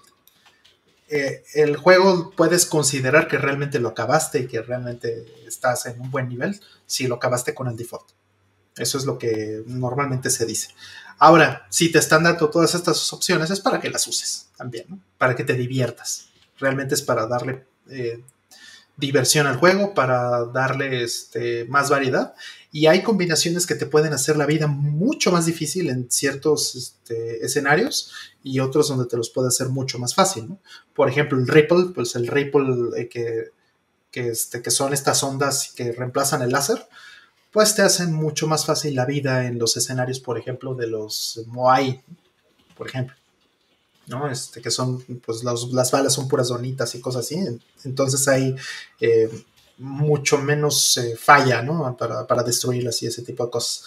Eh, el juego puedes considerar que realmente lo acabaste y que realmente estás en un buen nivel si lo acabaste con el default. Eso es lo que normalmente se dice. Ahora, si te están dando todas estas opciones es para que las uses también, ¿no? Para que te diviertas. Realmente es para darle eh, diversión al juego, para darle este, más variedad. Y hay combinaciones que te pueden hacer la vida mucho más difícil en ciertos este, escenarios y otros donde te los puede hacer mucho más fácil, ¿no? Por ejemplo, el Ripple, pues el Ripple eh, que, que, este, que son estas ondas que reemplazan el láser, pues te hacen mucho más fácil la vida en los escenarios, por ejemplo, de los Moai, por ejemplo. ¿No? Este, que son, pues los, las balas son puras donitas y cosas así, entonces hay eh, mucho menos eh, falla, ¿no? Para, para destruirlas y ese tipo de cosas.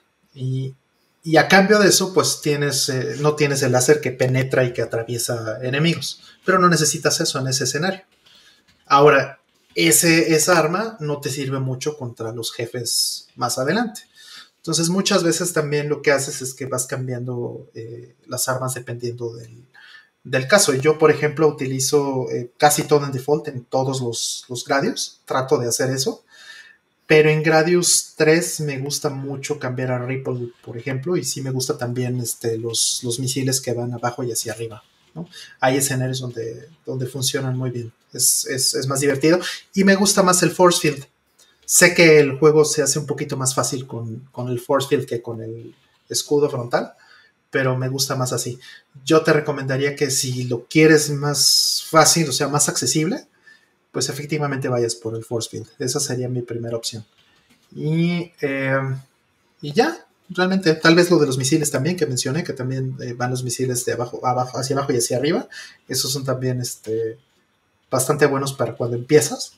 Y, y a cambio de eso, pues tienes, eh, no tienes el láser que penetra y que atraviesa enemigos, pero no necesitas eso en ese escenario. Ahora, ese, esa arma no te sirve mucho contra los jefes más adelante. Entonces, muchas veces también lo que haces es que vas cambiando eh, las armas dependiendo del, del caso. Yo, por ejemplo, utilizo eh, casi todo en default en todos los, los Gradius. Trato de hacer eso. Pero en Gradius tres me gusta mucho cambiar a Ripple, por ejemplo. Y sí me gusta también este, los, los misiles que van abajo y hacia arriba, ¿no? Hay escenarios donde, donde funcionan muy bien. Es, es, es más divertido. Y me gusta más el Force Field. Sé que el juego se hace un poquito más fácil con, con el Force Field que con el escudo frontal, pero me gusta más así. Yo te recomendaría que si lo quieres más fácil, o sea, más accesible, pues efectivamente vayas por el Force Field. Esa sería mi primera opción. Y, eh, y ya, realmente, tal vez lo de los misiles también que mencioné, que también eh, van los misiles de abajo, abajo, hacia abajo y hacia arriba. Esos son también este, bastante buenos para cuando empiezas.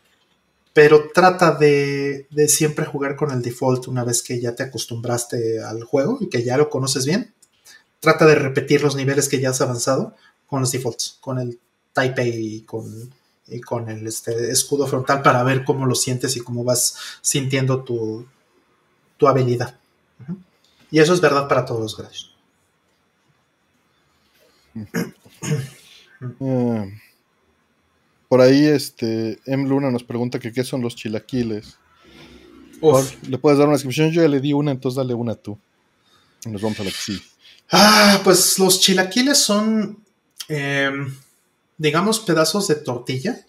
Pero trata de, de siempre jugar con el default una vez que ya te acostumbraste al juego y que ya lo conoces bien. Trata de repetir los niveles que ya has avanzado con los defaults, con el Type A y con, y con el este, escudo frontal para ver cómo lo sientes y cómo vas sintiendo tu, tu habilidad. Uh-huh. Y eso es verdad para todos los grados. Uh, por ahí, este, M. Luna nos pregunta que qué son los chilaquiles. Por, ¿le puedes dar una descripción? Yo ya le di una, entonces dale una tú. Y nos vamos a la que sigue. Ah, pues los chilaquiles son, eh, digamos, pedazos de tortilla.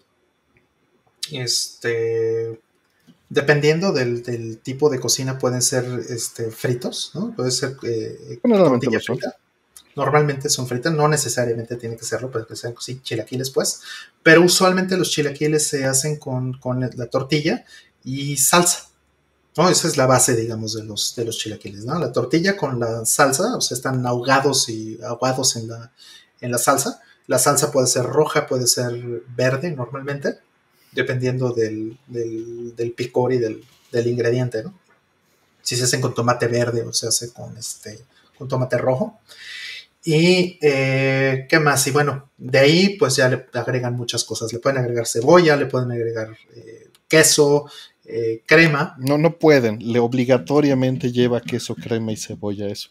Este, dependiendo del, del tipo de cocina, pueden ser este, fritos, ¿no? Puede ser eh, tortilla frita. Normalmente son fritas, no necesariamente tiene que serlo, pero que sean sí, chilaquiles, pues. Pero usualmente los chilaquiles se hacen con, con la tortilla y salsa. ¿No? Esa es la base, digamos, de los, de los chilaquiles, ¿no? La tortilla con la salsa, o sea, están ahogados y aguados en la, en la salsa. La salsa puede ser roja, puede ser verde normalmente, dependiendo del, del, del picor y del, del ingrediente, ¿no? Si se hacen con tomate verde o se hace con, este, con tomate rojo. Y, eh, ¿qué más? Y bueno, de ahí pues ya le agregan muchas cosas. Le pueden agregar cebolla, le pueden agregar eh, queso, Eh, crema. No, no pueden, le obligatoriamente lleva queso, crema y cebolla eso.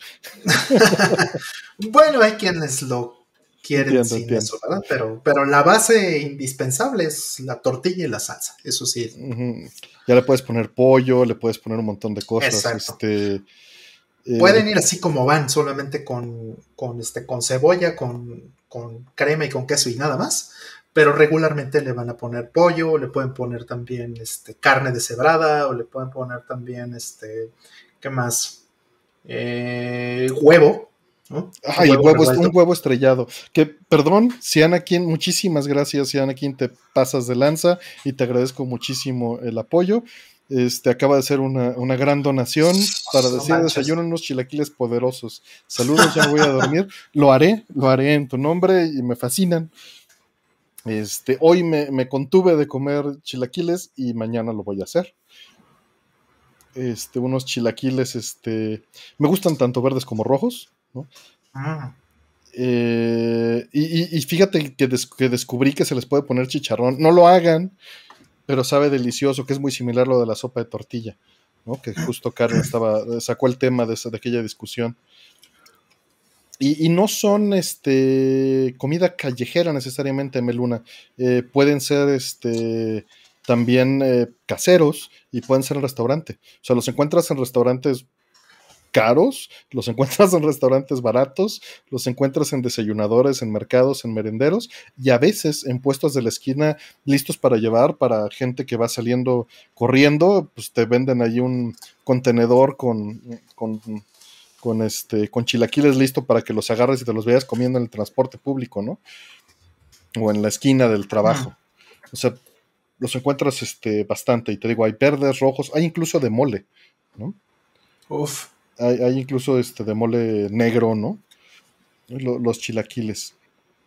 Bueno, hay quienes lo quieren entiendo, sin entiendo. Eso, ¿verdad? Pero, pero la base indispensable es la tortilla y la salsa, eso sí. Uh-huh. Ya le puedes poner pollo, le puedes poner un montón de cosas. Exacto. Este, eh, Pueden ir así como van, solamente con, con, este, con cebolla, con, con crema y con queso y nada más. Pero regularmente le van a poner pollo, le pueden poner también este, carne deshebrada, o le pueden poner también, este, ¿qué más? Eh, huevo, ¿no? Ay, huevo, huevo un huevo estrellado. Que, perdón, si Anakin, muchísimas gracias, si Anakin te pasas de lanza y te agradezco muchísimo el apoyo. Este, acaba de ser una, una gran donación para decir no desayuno unos chilaquiles poderosos. Saludos, ya me voy a dormir. Lo haré, lo haré en tu nombre y me fascinan. Este, hoy me, me contuve de comer chilaquiles y mañana lo voy a hacer. Este, unos chilaquiles, este, me gustan tanto verdes como rojos, ¿no? Ah. Eh, y, y, y fíjate que, des, que descubrí que se les puede poner chicharrón. No lo hagan, pero sabe delicioso, que es muy similar a lo de la sopa de tortilla, ¿no? Que justo Karen estaba, sacó el tema de, esa, de aquella discusión. Y, y no son este, comida callejera necesariamente, Meluna. Eh, pueden ser este, también eh, caseros y pueden ser en restaurante. O sea, los encuentras en restaurantes caros, los encuentras en restaurantes baratos, los encuentras en desayunadores, en mercados, en merenderos y a veces en puestos de la esquina listos para llevar para gente que va saliendo corriendo, pues te venden ahí un contenedor con... con Con, este, con chilaquiles listo para que los agarres y te los vayas comiendo en el transporte público, ¿no? O en la esquina del trabajo. Uh-huh. O sea, los encuentras este, bastante. Y te digo, hay verdes, rojos, hay incluso de mole, ¿no? Uf. Hay, hay incluso este, de mole negro, ¿no? Los, los chilaquiles.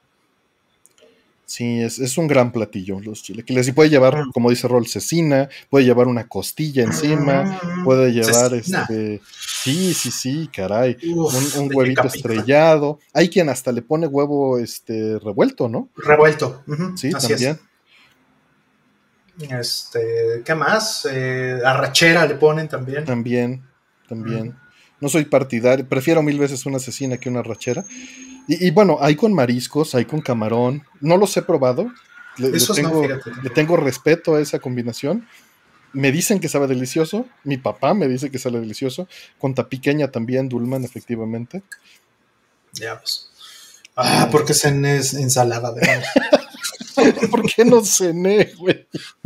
Sí, es, es un gran platillo los chilaquiles. Y puede llevar, mm. como dice Rol, cecina, puede llevar una costilla encima, mm. puede llevar cecina. este... Sí, sí, sí, caray. Uf, un, un huevito estrellado. Hay quien hasta le pone huevo este revuelto, ¿no? Revuelto. Uh-huh. Sí, así también. Es. Este, ¿qué más? Eh, arrachera le ponen también. También, también. Mm. No soy partidario, prefiero mil veces una cecina que una arrachera. Y, y bueno, hay con mariscos, hay con camarón. No los he probado. Le, le, tengo, no, le tengo respeto a esa combinación. Me dicen que sabe delicioso. Mi papá me dice que sabe delicioso. Con tapiqueña también, Dulman, efectivamente. Ya, pues. Ah, porque cené ensalada, ¿verdad? ¿Por qué no cené, güey?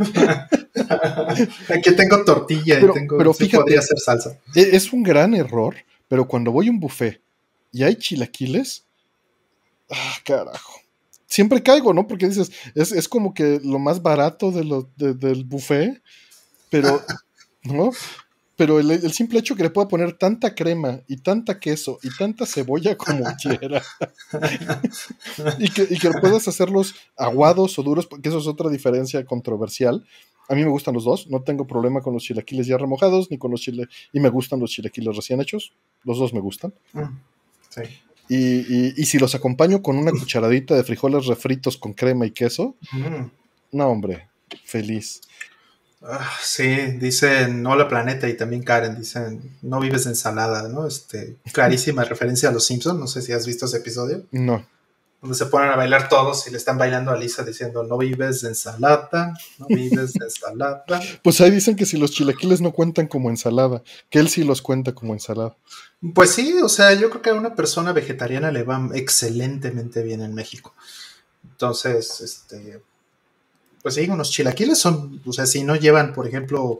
Aquí tengo tortilla pero, y tengo, pero sí fíjate, podría hacer salsa. Es un gran error, pero cuando voy a un buffet y hay chilaquiles, ah, carajo. Siempre caigo, ¿no? Porque dices, es, es como que lo más barato de lo, de, del buffet, pero, ¿no? Pero el, el simple hecho que le pueda poner tanta crema y tanta queso y tanta cebolla como quiera y, que, y que puedas hacerlos aguados o duros, porque eso es otra diferencia controversial. A mí me gustan los dos, no tengo problema con los chilaquiles ya remojados ni con los chile y me gustan los chilaquiles recién hechos, los dos me gustan. Sí. Y, y, y si los acompaño con una cucharadita de frijoles refritos con crema y queso, mm. no, hombre, feliz. Ah, sí, dicen hola planeta y también Karen, dicen no vives de ensalada, ¿no? Este, clarísima referencia a los Simpsons, no sé si has visto ese episodio, No. donde se ponen a bailar todos y le están bailando a Lisa diciendo no vives de ensalada, no vives de ensalada. Pues ahí dicen que si los chilaquiles no cuentan como ensalada, que él sí los cuenta como ensalada. Pues sí, o sea, yo creo que a una persona vegetariana le va excelentemente bien en México. Entonces, este, pues sí, unos chilaquiles son, o sea, si no llevan, por ejemplo,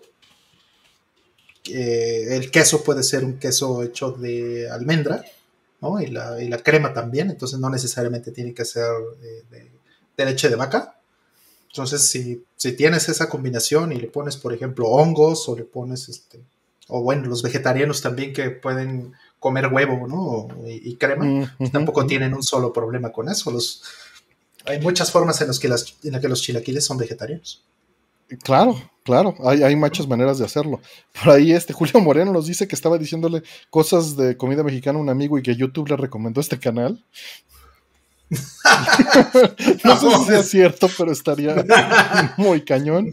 eh, el queso puede ser un queso hecho de almendra, ¿no? Y la, y la crema también, entonces no necesariamente tiene que ser de, de, de leche de vaca. Entonces, si, si tienes esa combinación y le pones, por ejemplo, hongos o le pones, este, o bueno, los vegetarianos también que pueden comer huevo, ¿no? Y, y crema, Mm, pues uh-huh, tampoco uh-huh. tienen un solo problema con eso. Los, hay muchas formas en las que, las, en las que los chilaquiles son vegetarianos. Claro, claro, hay, hay muchas maneras de hacerlo. Por ahí este Julio Moreno nos dice que estaba diciéndole cosas de comida mexicana a un amigo y que YouTube le recomendó este canal. No sé si sea cierto, pero estaría muy cañón.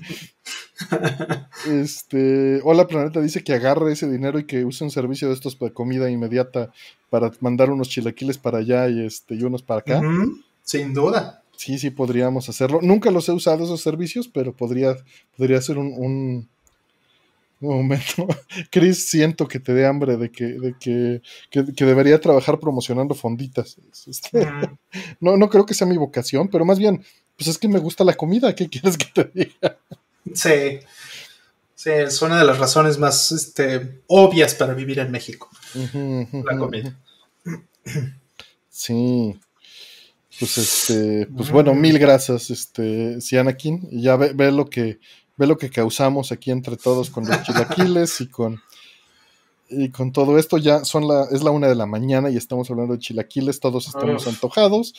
Este, Hola Planeta dice que agarre ese dinero y que use un servicio de estos de comida inmediata para mandar unos chilaquiles para allá y este y unos para acá. Uh-huh, sin duda. Sí, sí podríamos hacerlo. Nunca los he usado esos servicios, pero podría, podría ser un, un, un momento. Chris, siento que te dé hambre de que, de que, que, que debería trabajar promocionando fonditas. Este, uh-huh. no, no creo que sea mi vocación, pero más bien, pues es que me gusta la comida. ¿Qué quieres que te diga? Sí. Sí, es una de las razones más este, obvias para vivir en México. Uh-huh, uh-huh, la comida. Uh-huh. Sí. Pues este, pues bueno, mil gracias, este, Cianakin. Y ya ve, ve lo que, ve lo que causamos aquí entre todos con los chilaquiles y con y con todo esto. Ya son la, es la una de la mañana y estamos hablando de chilaquiles, todos estamos Uf. antojados.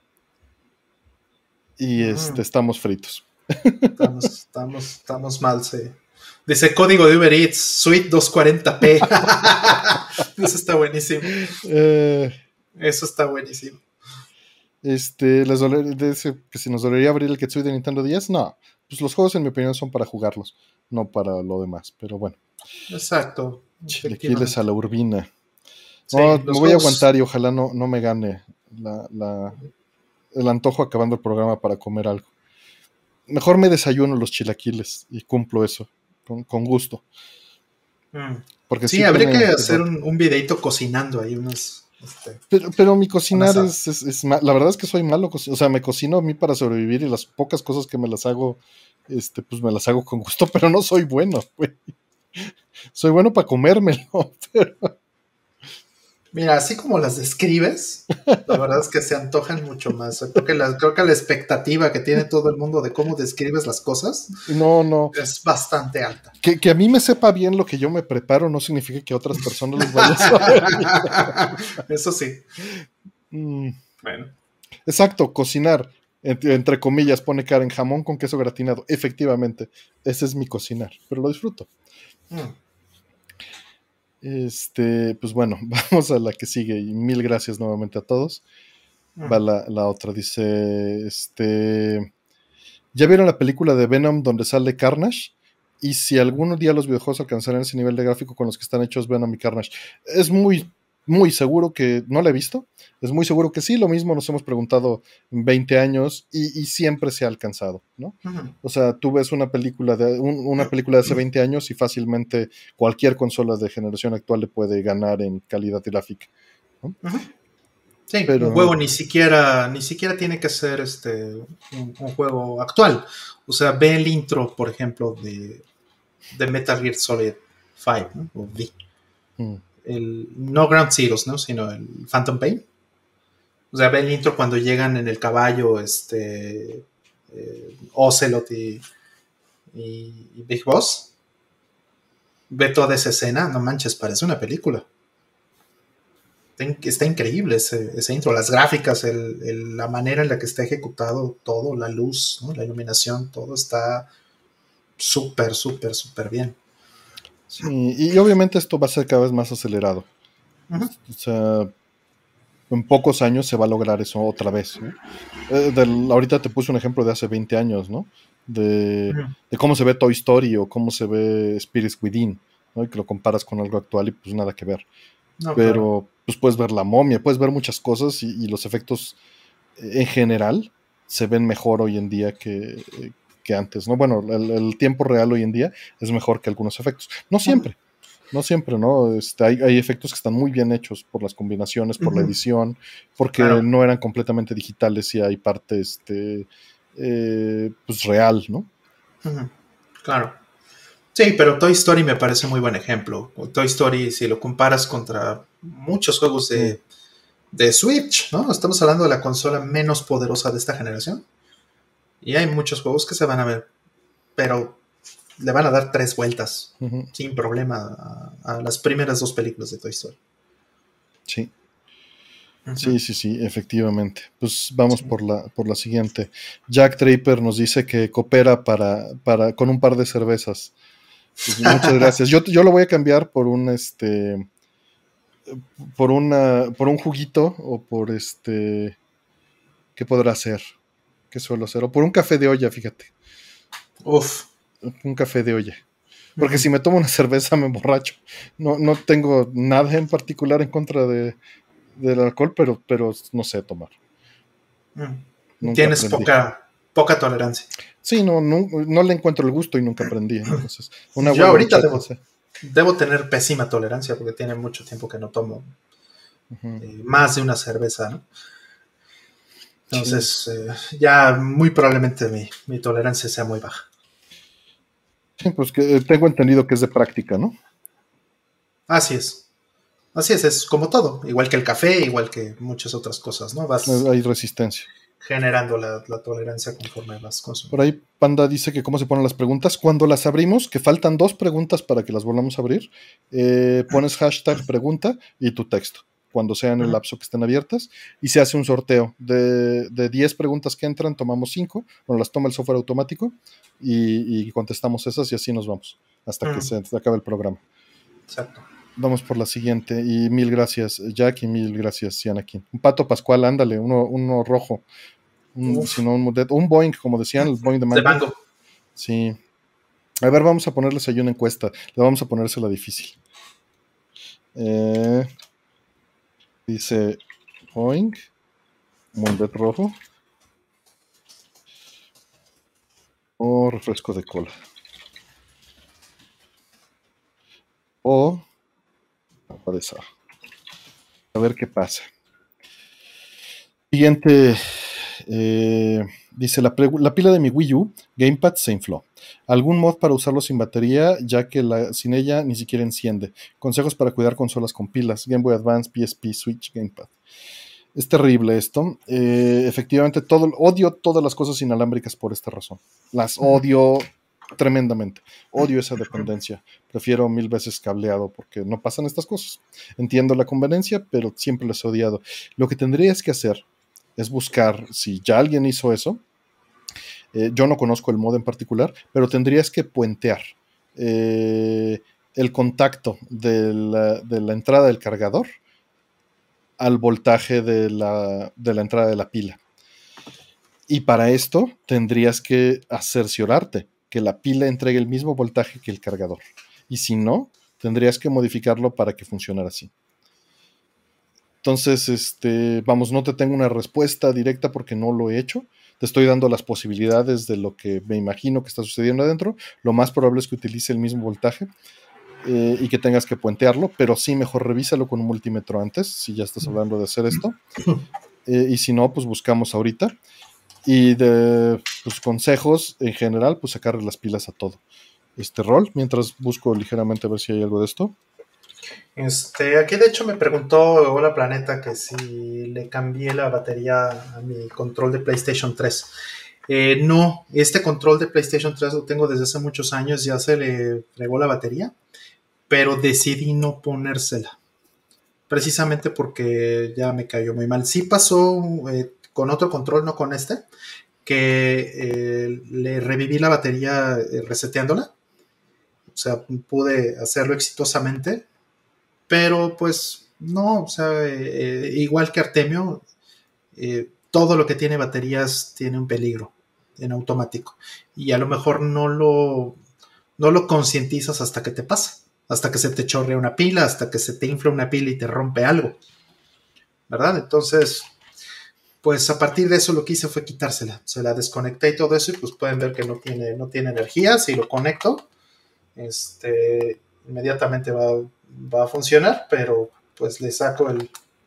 Y este, mm. estamos fritos. Estamos, estamos, estamos mal, sí. Dice código de Uber Eats, Suite doscientos cuarenta p. Eso está buenísimo. Eh, Eso está buenísimo. Este, les doler, dice que si nos dolería abrir el Ketsui de Nintendo diez, no, pues los juegos en mi opinión son para jugarlos, no para lo demás, pero bueno. Exacto. Chilaquiles a la urbina. Sí, no, me voy juegos... a aguantar y ojalá no, no me gane la, la, el antojo acabando el programa para comer algo. Mejor me desayuno los chilaquiles y cumplo eso, con, con gusto. Mm. Porque sí, sí habría que hacer un, un videito cocinando ahí unos... Este, pero, pero mi cocinar es, es, es mal. La verdad es que soy malo, o sea, me cocino a mí para sobrevivir y las pocas cosas que me las hago, este, pues me las hago con gusto, pero no soy bueno, güey. Soy bueno para comérmelo, pero... Mira, así como las describes, la verdad es que se antojan mucho más. Creo que, la, creo que la expectativa que tiene todo el mundo de cómo describes las cosas no, no. es bastante alta. Que, que a mí me sepa bien lo que yo me preparo no significa que a otras personas les vaya a saber. Eso sí. Mm. Bueno. Exacto, cocinar, entre, entre comillas, pone Karen, jamón con queso gratinado. Efectivamente, ese es mi cocinar, pero lo disfruto. Mm. Este, pues bueno, vamos a la que sigue y mil gracias nuevamente a todos. Mm. Va la, la otra, dice, este, ¿ya vieron la película de Venom donde sale Carnage? Y si algún día los videojuegos alcanzarán ese nivel de gráfico con los que están hechos Venom y Carnage. Es muy, muy seguro que, no la he visto, es muy seguro que sí, lo mismo nos hemos preguntado en veinte años y, y siempre se ha alcanzado, ¿no? Uh-huh. O sea, tú ves una película de un, una película de hace veinte años y fácilmente cualquier consola de generación actual le puede ganar en calidad gráfica, ¿no? Uh-huh. Sí, pero un juego ni siquiera, ni siquiera tiene que ser este, un, un juego actual. O sea, ve el intro, por ejemplo, de, de Metal Gear Solid cinco, ¿no? O V. Mm. El, no Ground Zeroes, ¿no? Sino el Phantom Pain. O sea, ve el intro cuando llegan en el caballo este, eh, Ocelot y, y, y Big Boss. Ve toda esa escena, no manches, parece una película. Está increíble ese, ese intro, las gráficas, el, el, la manera en la que está ejecutado todo, la luz, ¿no? La iluminación, todo está súper, súper, súper bien. Sí, y obviamente esto va a ser cada vez más acelerado. Uh-huh. O sea, en pocos años se va a lograr eso otra vez, ¿no? Eh, del, ahorita te puse un ejemplo de hace veinte años, ¿no? de, Ujú. de cómo se ve Toy Story o cómo se ve Spirits Within, ¿no? Y que lo comparas con algo actual y pues nada que ver. No, claro. Pero pues puedes ver La Momia, puedes ver muchas cosas y, y los efectos en general se ven mejor hoy en día que, que antes, ¿no? Bueno, el, el tiempo real hoy en día es mejor que algunos efectos. No siempre, no siempre, ¿no? Este, hay, hay efectos que están muy bien hechos por las combinaciones, por la Ujú. edición, porque Claro. no eran completamente digitales y hay parte, este, eh, pues real, ¿no? Ujú. Claro. Sí, pero Toy Story me parece muy buen ejemplo. Toy Story, si lo comparas contra muchos juegos Mm, de, de Switch, ¿no? Estamos hablando de la consola menos poderosa de esta generación. Y hay muchos juegos que se van a ver, pero le van a dar tres vueltas ujú. sin problema a, a las primeras dos películas de Toy Story. Sí, Ujú. sí, sí, sí, efectivamente. Pues vamos Sí. por la, por la siguiente. Jack Draper nos dice que coopera para, para, con un par de cervezas. Pues muchas gracias. Yo, yo lo voy a cambiar por un este por una por un juguito o por este ¿qué podrá ser? ¿Qué suelo hacer? O por un café de olla, fíjate. Uf. Un café de olla. Porque Ujú. si me tomo una cerveza me emborracho. No, no tengo nada en particular en contra de, del alcohol, pero, pero no sé tomar. Mm. Nunca Tienes aprendí. poca, poca tolerancia. Sí, no, no, no le encuentro el gusto y nunca aprendí. Entonces, una Yo buena ahorita horchata, debo, sí. debo tener pésima tolerancia porque tiene mucho tiempo que no tomo Ujú. eh, más de una cerveza, ¿no? Sí. Entonces, eh, ya muy probablemente mi, mi tolerancia sea muy baja. Sí, pues que eh, tengo entendido que es de práctica, ¿no? Así es. Así es, es como todo, igual que el café, igual que muchas otras cosas, ¿no? Eh, Vas Hay resistencia. generando la, la tolerancia conforme vas Por consumiendo. ahí Panda dice que cómo se ponen las preguntas. Cuando las abrimos, que faltan dos preguntas para que las volvamos a abrir, eh, pones hashtag pregunta y tu texto, cuando sean el Ujú. lapso que estén abiertas, y se hace un sorteo. De, de diez preguntas que entran, tomamos cinco, bueno, las toma el software automático y, y contestamos esas y así nos vamos, hasta que Ujú. se acabe el programa. Exacto. Vamos por la siguiente, y mil gracias, Jack, y mil gracias, Sianakin. Un pato pascual, ándale, uno, uno rojo, un, Uf, sino un, un Boeing, como decían, el Boeing de de mango. mango. Sí. A ver, vamos a ponerles ahí una encuesta. Le vamos a ponérsela difícil. Eh, dice Boeing, Mundet rojo o refresco de cola. O agua de sal. A ver qué pasa. Siguiente. Eh, dice la, la, pila de mi Wii U Gamepad se infló. ¿Algún mod para usarlo sin batería, ya que la, sin ella ni siquiera enciende? Consejos para cuidar consolas con pilas. Game Boy Advance, P S P, Switch, Gamepad. Es terrible esto. Eh, efectivamente, todo, odio todas las cosas inalámbricas por esta razón. Las Ujú. odio tremendamente. Odio esa dependencia. Prefiero mil veces cableado porque no pasan estas cosas. Entiendo la conveniencia, pero siempre les he odiado. Lo que tendrías que hacer es buscar, si ya alguien hizo eso, eh, yo no conozco el mod en particular, pero tendrías que puentear eh, el contacto de la, de la entrada del cargador al voltaje de la, de la entrada de la pila. Y para esto tendrías que cerciorarte que la pila entregue el mismo voltaje que el cargador. Y si no, tendrías que modificarlo para que funcionara así. Entonces, este, vamos, no te tengo una respuesta directa porque no lo he hecho. Te estoy dando las posibilidades de lo que me imagino que está sucediendo adentro. Lo más probable es que utilice el mismo voltaje eh, y que tengas que puentearlo, pero sí, mejor revísalo con un multímetro antes, si ya estás hablando de hacer esto. Eh, y si no, pues buscamos ahorita. Y de pues, consejos en general, pues sacarle las pilas a todo. Este rol, mientras busco ligeramente a ver si hay algo de esto. Este, aquí de hecho me preguntó Hola Planeta que si le cambié la batería a mi control de PlayStation tres. Eh, no, este control de PlayStation tres lo tengo desde hace muchos años, ya se le fregó la batería, pero decidí no ponérsela, precisamente porque ya me cayó muy mal. Sí pasó eh, con otro control, no con este, que eh, le reviví la batería eh, reseteándola, o sea, pude hacerlo exitosamente, pero pues no, o sea, eh, eh, igual que Artemio, eh, todo lo que tiene baterías tiene un peligro. en automático. Y a lo mejor no lo, no lo concientizas hasta que te pasa, hasta que se te chorrea una pila, hasta que se te infla una pila y te rompe algo, ¿verdad? Entonces, pues a partir de eso lo que hice fue quitársela, se la desconecté y todo eso, y pues pueden ver que no tiene, no tiene energía. Si lo conecto, este, inmediatamente va, va a funcionar, pero pues le saco el,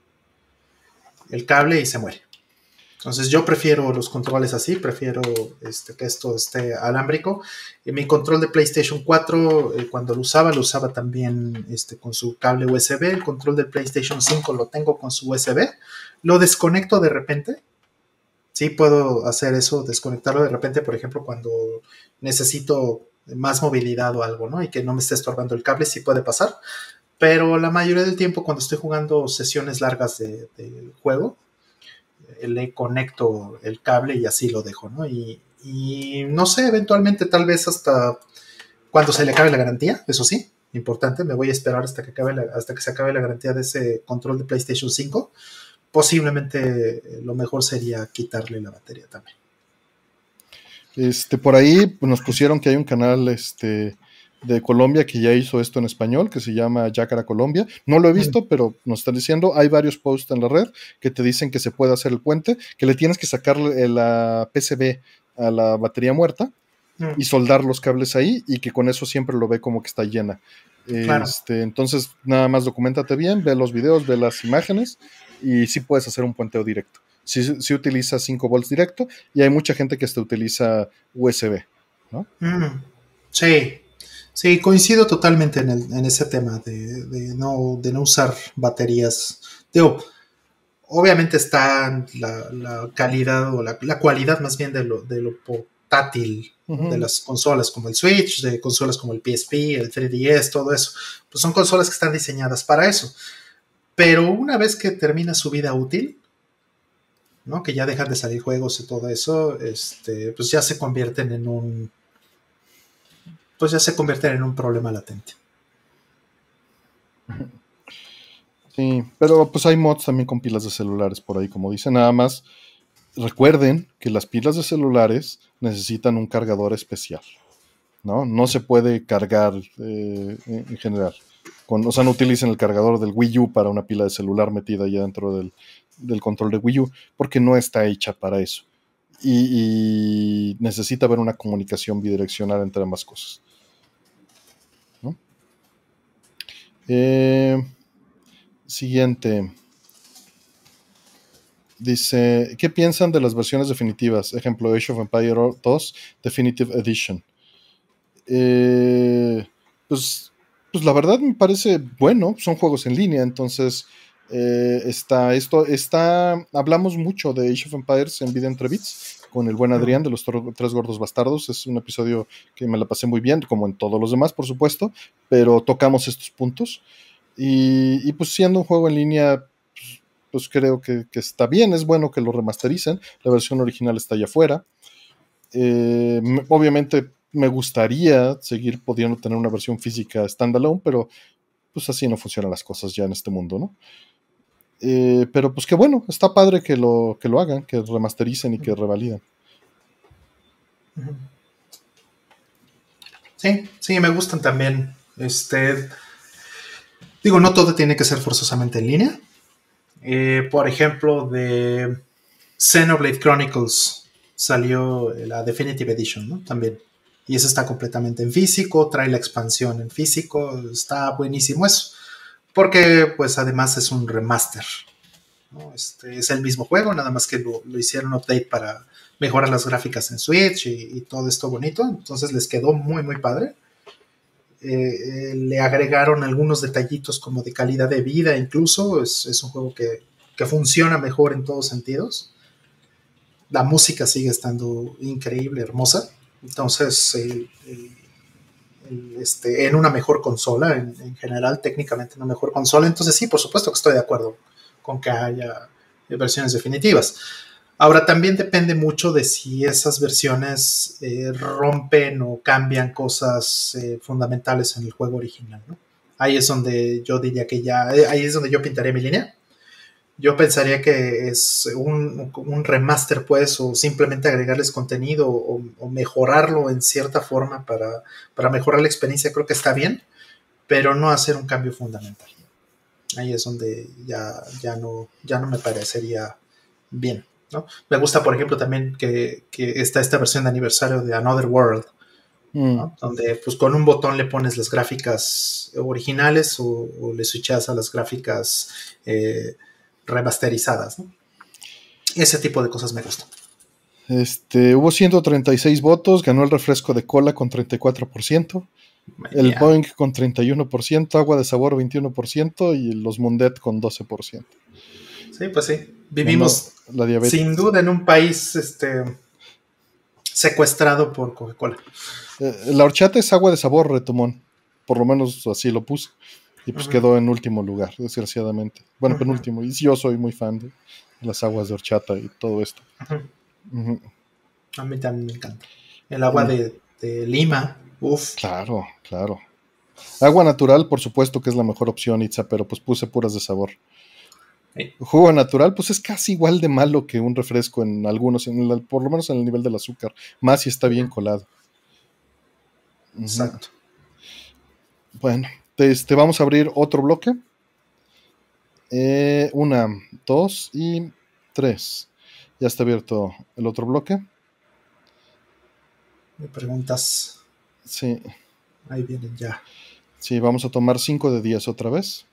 el cable y se muere. Entonces yo prefiero los controles así, prefiero este, que esto esté alámbrico. Y mi control de PlayStation cuatro, eh, cuando lo usaba, lo usaba también este, con su cable U S B. El control del PlayStation cinco lo tengo con su U S B. Lo desconecto de repente. Sí puedo hacer eso, desconectarlo de repente, por ejemplo, cuando necesito más movilidad o algo, ¿no? Y que no me esté estorbando el cable, sí puede pasar. Pero la mayoría del tiempo, cuando estoy jugando sesiones largas de, de juego, le conecto el cable y así lo dejo, ¿no? Y, y no sé, eventualmente tal vez hasta cuando se le acabe la garantía, eso sí, importante, me voy a esperar hasta que, acabe la, hasta que se acabe la garantía de ese control de PlayStation cinco. Posiblemente lo mejor sería quitarle la batería también. Este, por ahí nos pusieron que hay un canal este, de Colombia que ya hizo esto en español, que se llama Yacara Colombia. No lo he visto, mm. pero nos están diciendo, hay varios posts en la red que te dicen que se puede hacer el puente, que le tienes que sacar la P C B a la batería muerta mm. y soldar los cables ahí, y que con eso siempre lo ve como que está llena. Claro. Este, entonces, nada más documentate bien, ve los videos, ve las imágenes, y sí puedes hacer un puenteo directo. Sí, sí utiliza cinco volts directo, y hay mucha gente que hasta utiliza U S B, ¿no? Mm. Sí. Sí, coincido totalmente en, el, en ese tema de, de, no, de no usar baterías. Digo, obviamente está la, la calidad o la, la cualidad más bien de lo, de lo portátil, uh-huh. ¿no? De las consolas como el Switch, de consolas como el P S P, el tres D S, todo eso. Pues son consolas que están diseñadas para eso. Pero una vez que termina su vida útil, ¿no? Que ya dejan de salir juegos y todo eso, este, pues ya se convierten en un... pues ya se convierten en un problema latente. Sí, pero pues hay mods también con pilas de celulares por ahí, como dicen. Nada más recuerden que las pilas de celulares necesitan un cargador especial, ¿no? No se puede cargar eh, en general. Con, o sea, no utilicen el cargador del Wii U para una pila de celular metida ya dentro del, del control de Wii U, porque no está hecha para eso. Y, y necesita haber una comunicación bidireccional entre ambas cosas, ¿no? Eh, siguiente. Dice, ¿qué piensan de las versiones definitivas? Ejemplo, Age of Empires dos Definitive Edition. Eh, pues, pues la verdad me parece bueno, son juegos en línea, entonces eh, está esto, está, hablamos mucho de Age of Empires en Vida Entre Bits con el buen Adrián de los Tres Gordos Bastardos. Es un episodio que me la pasé muy bien, como en todos los demás, por supuesto, pero tocamos estos puntos. Y, y pues siendo un juego en línea, pues, pues creo que, que está bien, es bueno que lo remastericen. La versión original está allá afuera. Eh, obviamente me gustaría seguir pudiendo tener una versión física standalone, pero pues así no funcionan las cosas ya en este mundo, ¿no? Eh, pero pues que bueno, está padre que lo, que lo hagan, que remastericen y que revaliden. Sí, sí, me gustan también. Este, digo, no todo tiene que ser forzosamente en línea. Eh, por ejemplo, de Xenoblade Chronicles salió la Definitive Edition, ¿no? También. Y eso está completamente en físico, trae la expansión en físico, está buenísimo eso. Porque, pues, además es un remaster, ¿no? Este, es el mismo juego, nada más que lo, lo hicieron un update para mejorar las gráficas en Switch y, y todo esto bonito. Entonces les quedó muy, muy padre. Eh, eh, le agregaron algunos detallitos como de calidad de vida, incluso. Es, es un juego que, que funciona mejor en todos sentidos. La música sigue estando increíble, hermosa. Entonces, el, el, el, este, en una mejor consola, en, en general, técnicamente en una mejor consola. Entonces, sí, por supuesto que estoy de acuerdo con que haya versiones definitivas. Ahora, también depende mucho de si esas versiones eh, rompen o cambian cosas eh, fundamentales en el juego original, ¿no? Ahí es donde yo diría que ya, ahí es donde yo pintaría mi línea. Yo pensaría que es un, un remaster, pues, o simplemente agregarles contenido o, o mejorarlo en cierta forma para, para mejorar la experiencia. Creo que está bien, pero no hacer un cambio fundamental. Ahí es donde ya, ya, no, ya no me parecería bien, ¿no? Me gusta, por ejemplo, también que, que está esta versión de aniversario de Another World, Mm. ¿no? Donde pues con un botón le pones las gráficas originales o, o le switchas a las gráficas eh, remasterizadas, ¿no? Ese tipo de cosas me gustan. Este, hubo ciento treinta y seis votos, ganó el refresco de cola con treinta y cuatro por ciento, el Yeah. Boeing con treinta y uno por ciento, agua de sabor veintiuno por ciento y los Mundet con doce por ciento. Sí, pues sí. Ganó Vivimos la diabetes. sin duda en un país este, secuestrado por Coca-Cola. Eh, la horchata es agua de sabor, Retomón. Por lo menos así lo puse. Y pues uh-huh. quedó en último lugar, desgraciadamente. Bueno, uh-huh. penúltimo. Y yo soy muy fan de las aguas de horchata y todo esto. Uh-huh. Uh-huh. A mí también me encanta. El agua uh-huh. de, de Lima, uff. Claro, claro. Agua natural, por supuesto que es la mejor opción, Itza, pero pues puse puras de sabor. Sí. Jugo natural, pues es casi igual de malo que un refresco en algunos, en el, por lo menos en el nivel del azúcar, más si está bien colado. Exacto. Uh-huh. Bueno, este, vamos a abrir otro bloque. Eh, una, dos y tres. Ya está abierto el otro bloque. Me preguntas. Sí. Ahí vienen ya. Sí, vamos a tomar cinco de diez otra vez.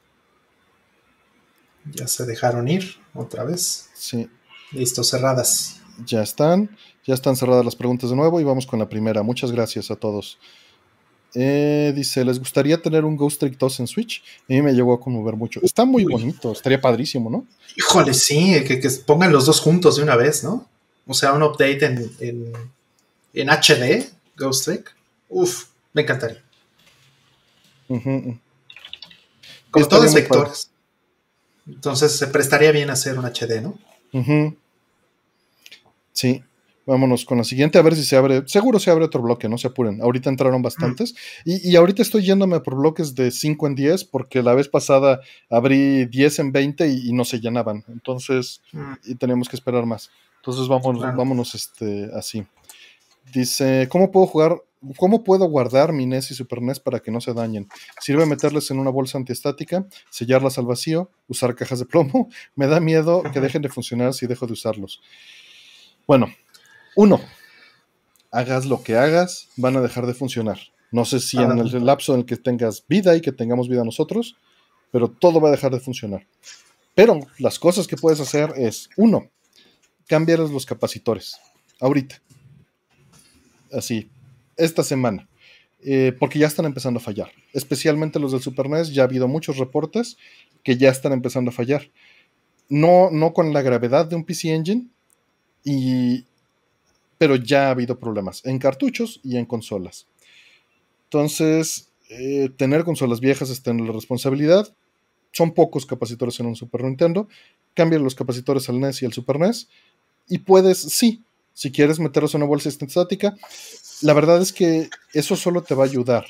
Ya se dejaron ir otra vez. Sí. Listo, cerradas. Ya están. Ya están cerradas las preguntas de nuevo y vamos con la primera. Muchas gracias a todos. Eh, dice, ¿les gustaría tener un Ghost Trick dos en Switch? A mí me llegó a conmover mucho. Está muy Uy. bonito, estaría padrísimo, ¿no? Híjole, sí, que, que pongan los dos juntos de una vez, ¿no? O sea, un update en, en, en H D, Ghost Trick. Uf, me encantaría. Uh-huh. Como todos vectores. Entonces se prestaría bien hacer un H D, ¿no? Uh-huh. Sí. Vámonos con la siguiente, a ver si se abre. Seguro se abre otro bloque, no se apuren. Ahorita entraron bastantes. Mm. Y, y ahorita estoy yéndome por bloques de cinco en diez, porque la vez pasada abrí diez en veinte y, y no se llenaban. Entonces, mm. y tenemos que esperar más. Entonces, vámonos, claro. vámonos este, así. Dice, ¿cómo puedo jugar? ¿Cómo puedo guardar mi N E S y Super N E S para que no se dañen? ¿Sirve meterles en una bolsa antiestática, sellarlas al vacío, usar cajas de plomo? Me da miedo que dejen de funcionar si dejo de usarlos. Bueno. Uno, hagas lo que hagas, van a dejar de funcionar. No sé si en el lapso en el que tengas vida y que tengamos vida nosotros, pero todo va a dejar de funcionar. Pero las cosas que puedes hacer es, uno, cambiarles los capacitores, ahorita. Así, esta semana. Eh, porque ya están empezando a fallar. Especialmente los del Super N E S, ya ha habido muchos reportes que ya están empezando a fallar. No, no con la gravedad de un P C Engine, y... pero ya ha habido problemas en cartuchos y en consolas. Entonces, eh, tener consolas viejas es tener la responsabilidad. Son pocos capacitores en un Super Nintendo. Cambian los capacitores al N E S y al Super N E S. Y puedes, sí, si quieres meterlos en una bolsa estática, la verdad es que eso solo te va a ayudar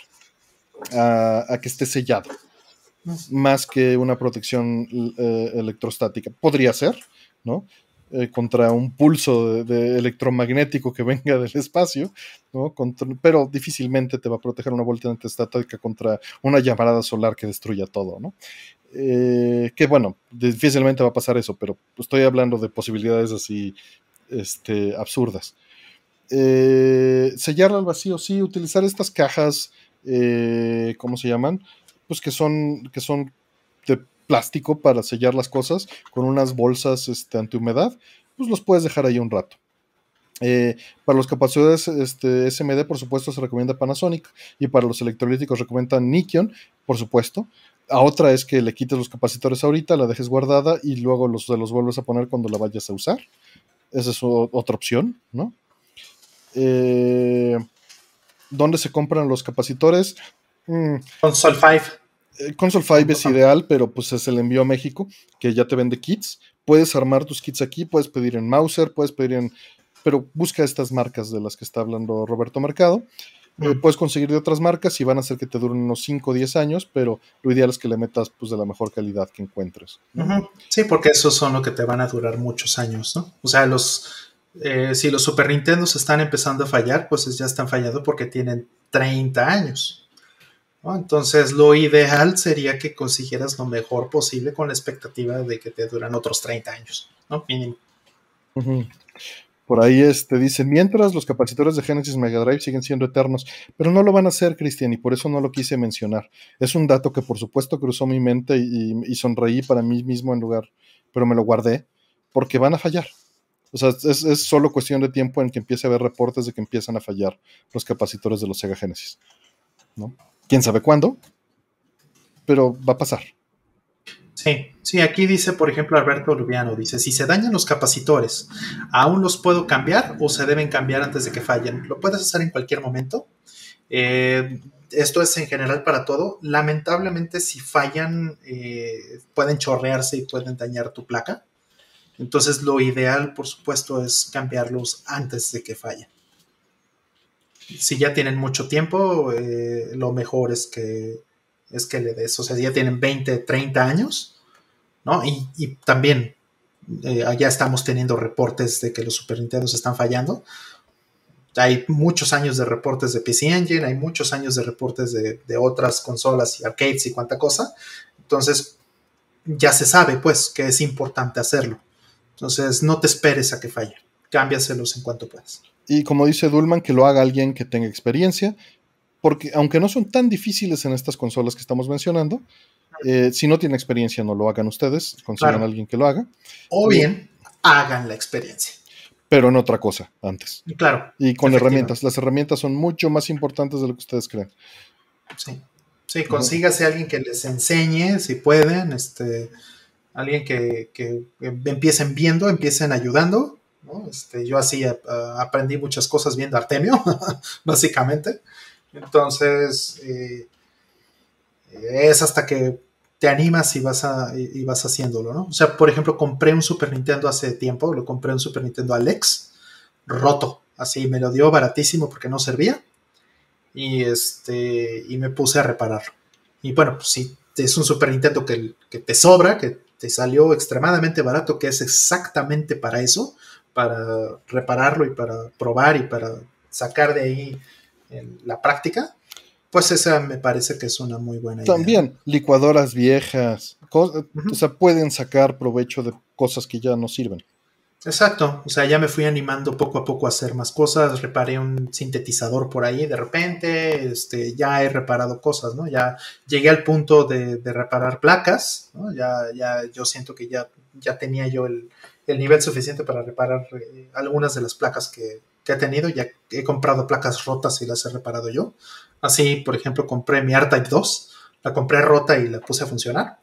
a, a que esté sellado, más que una protección eh, electrostática. Podría ser, ¿no? Eh, contra un pulso de, de electromagnético que venga del espacio, ¿no? Contra, pero difícilmente te va a proteger una bolsa estática contra una llamarada solar que destruya todo, ¿no? Eh, que bueno, difícilmente va a pasar eso, pero estoy hablando de posibilidades así este, absurdas. Eh, sellar al vacío, sí, utilizar estas cajas, eh, ¿cómo se llaman? Pues que son, que son de plástico para sellar las cosas con unas bolsas este, antihumedad, pues los puedes dejar ahí un rato. Eh, para los capacitores este, S M D, por supuesto, se recomienda Panasonic, y para los electrolíticos recomiendan Nikion, por supuesto. A otra es que le quites los capacitores ahorita, la dejes guardada y luego los, los vuelves a poner cuando la vayas a usar. Esa es o, otra opción, ¿no? Eh, ¿Dónde se compran los capacitores? Mm. Console cinco. Console cinco es ideal, pero pues es el envío a México, que ya te vende kits. Puedes armar tus kits aquí, puedes pedir en Mouser, puedes pedir en... Pero busca estas marcas de las que está hablando Roberto Mercado. Eh, puedes conseguir de otras marcas y van a hacer que te duren unos cinco o diez años, pero lo ideal es que le metas pues, de la mejor calidad que encuentres, ¿no? Uh-huh. Sí, porque esos son los que te van a durar muchos años, ¿no? O sea, los eh, si los Super Nintendos están empezando a fallar, pues ya están fallando porque tienen treinta años, ¿no? Entonces, lo ideal sería que consiguieras lo mejor posible con la expectativa de que te duran otros treinta años, ¿no? Mínimo. Uh-huh. Por ahí este, dice, mientras los capacitores de Genesis Mega Drive siguen siendo eternos, pero no lo van a hacer, Cristian, y por eso no lo quise mencionar. Es un dato que por supuesto cruzó mi mente y, y sonreí para mí mismo en lugar, pero me lo guardé, porque van a fallar. O sea, es, es solo cuestión de tiempo en que empiece a haber reportes de que empiezan a fallar los capacitores de los Sega Genesis, ¿no? ¿Quién sabe cuándo? Pero va a pasar. Sí, sí, aquí dice, por ejemplo, Alberto Lubiano, dice, si se dañan los capacitores, ¿aún los puedo cambiar o se deben cambiar antes de que fallen? Lo puedes hacer en cualquier momento. Eh, esto es en general para todo. Lamentablemente, si fallan, eh, pueden chorrearse y pueden dañar tu placa. Entonces, lo ideal, por supuesto, es cambiarlos antes de que fallen. Si ya tienen mucho tiempo, eh, lo mejor es que es que le des, o sea, si ya tienen veinte, treinta años, ¿no? Y, y también eh, ya estamos teniendo reportes de que los Super Nintendo están fallando. Hay muchos años de reportes de P C Engine, hay muchos años de reportes de, de otras consolas y arcades y cuánta cosa. Entonces, ya se sabe, pues, que es importante hacerlo. Entonces, no te esperes a que falle. Cámbiaselos en cuanto puedas. Y como dice Dulman, que lo haga alguien que tenga experiencia, porque aunque no son tan difíciles en estas consolas que estamos mencionando, eh, si no tienen experiencia no lo hagan ustedes, consigan Claro. a alguien que lo haga. O bien, hagan la experiencia. Pero en otra cosa antes. Claro. Y con herramientas. Las herramientas son mucho más importantes de lo que ustedes creen. Sí. Sí, consígase a alguien que les enseñe, si pueden, este, alguien que, que empiecen viendo, empiecen ayudando, ¿no? Este, yo así uh, aprendí muchas cosas viendo Artemio, básicamente. Entonces, eh, es hasta que te animas y vas, a, y vas haciéndolo, ¿no? O sea, por ejemplo, compré un Super Nintendo hace tiempo, lo compré un Super Nintendo Alex, roto, así me lo dio baratísimo porque no servía, y, este, y me puse a repararlo. Y bueno, pues sí, es un Super Nintendo que, que te sobra, que te salió extremadamente barato, que es exactamente para eso, para repararlo y para probar y para sacar de ahí en la práctica. Pues esa me parece que es una muy buena idea. También, licuadoras viejas, uh-huh. O sea, pueden sacar provecho de cosas que ya no sirven. Exacto, o sea, ya me fui animando poco a poco a hacer más cosas, reparé un sintetizador por ahí de repente, este, ya he reparado cosas, ¿no? Ya llegué al punto de, de reparar placas, ¿no? Ya, ya yo siento que ya, ya tenía yo el, el nivel suficiente para reparar eh, algunas de las placas que, que he tenido, ya he comprado placas rotas y las he reparado yo. Así, por ejemplo, compré mi R-Type dos, la compré rota y la puse a funcionar.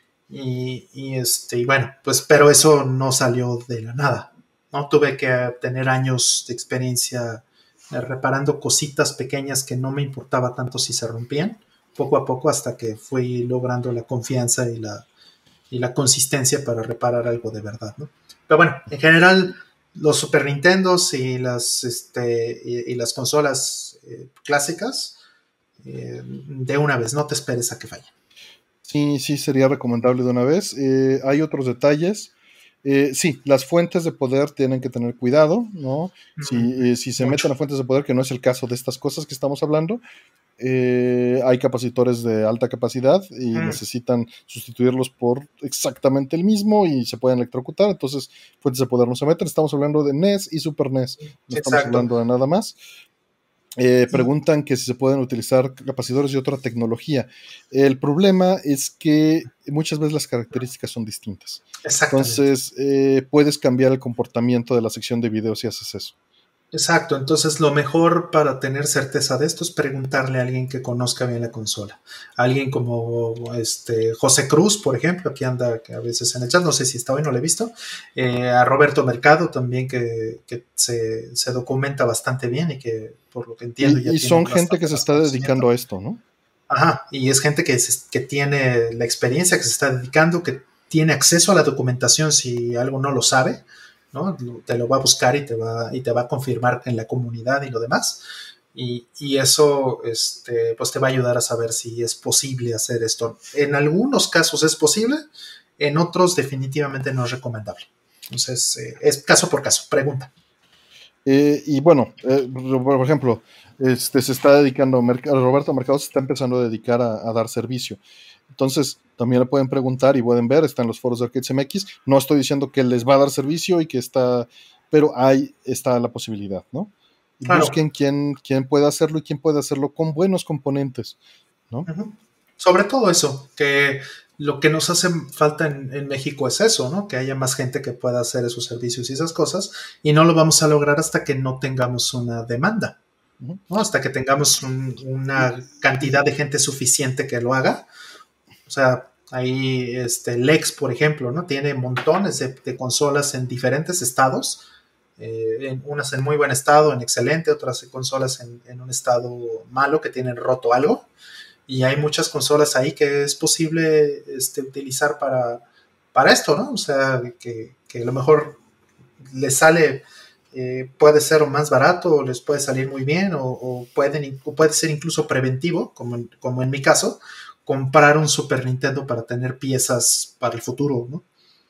Y, y, este, y bueno, pues, pero eso no salió de la nada, ¿no? Tuve que tener años de experiencia eh, reparando cositas pequeñas que no me importaba tanto si se rompían, poco a poco hasta que fui logrando la confianza y la, y la consistencia para reparar algo de verdad, ¿no? Pero bueno, en general, los Super Nintendos y las, este, y, y las consolas eh, clásicas, eh, de una vez, no te esperes a que fallen. Sí, sí, sería recomendable de una vez. Eh, hay otros detalles. Eh, sí, las fuentes de poder tienen que tener cuidado, ¿no? Si, eh, si se Mucho. meten a fuentes de poder, que no es el caso de estas cosas que estamos hablando, eh, hay capacitores de alta capacidad y mm. necesitan sustituirlos por exactamente el mismo y se pueden electrocutar. Entonces, fuentes de poder no se meten. Estamos hablando de N E S y Super N E S. No Exacto. Estamos hablando de nada más. Eh, preguntan que si se pueden utilizar capacitores de otra tecnología. El problema es que muchas veces las características son distintas. Entonces, eh, puedes cambiar el comportamiento de la sección de video si haces eso. Exacto, entonces lo mejor para tener certeza de esto es preguntarle a alguien que conozca bien la consola. Alguien como este José Cruz, por ejemplo, aquí anda a veces en el chat, no sé si está hoy, no lo he visto. Eh, a Roberto Mercado también, que, que se, se documenta bastante bien y que, por lo que entiendo... Y, ya y son gente que se está dedicando a esto, ¿no? Ajá, y es gente que, se, que tiene la experiencia, que se está dedicando, que tiene acceso a la documentación si algo no lo sabe, ¿no? Te lo va a buscar y te va, y te va a confirmar en la comunidad y lo demás. Y, y eso este, pues te va a ayudar a saber si es posible hacer esto. En algunos casos es posible, en otros definitivamente no es recomendable. Entonces, eh, es caso por caso, pregunta. Eh, y bueno, eh, por ejemplo, este, se está dedicando, Roberto Mercado se está empezando a dedicar a, a dar servicio. Entonces, también le pueden preguntar y pueden ver, está en los foros de Arcades M X. No estoy diciendo que les va a dar servicio y que está, pero ahí está la posibilidad, ¿no? Claro. Busquen quién, quién puede hacerlo y quién puede hacerlo con buenos componentes, ¿no? Uh-huh. Sobre todo eso, que lo que nos hace falta en, en México es eso, ¿no? Que haya más gente que pueda hacer esos servicios y esas cosas, y no lo vamos a lograr hasta que no tengamos una demanda, ¿no? Hasta que tengamos un, una cantidad de gente suficiente que lo haga. O sea, ahí este, Lex, por ejemplo, ¿no? Tiene montones de, de consolas en diferentes estados, eh, en, unas en muy buen estado, en excelente, otras consolas en, en un estado malo, que tienen roto algo. Y hay muchas consolas ahí que es posible este, utilizar para, para esto, ¿no? O sea, que, que a lo mejor les sale, eh, puede ser o más barato, o les puede salir muy bien, o, o, pueden, o puede ser incluso preventivo, como en, como en mi caso, comprar un Super Nintendo para tener piezas para el futuro, ¿no?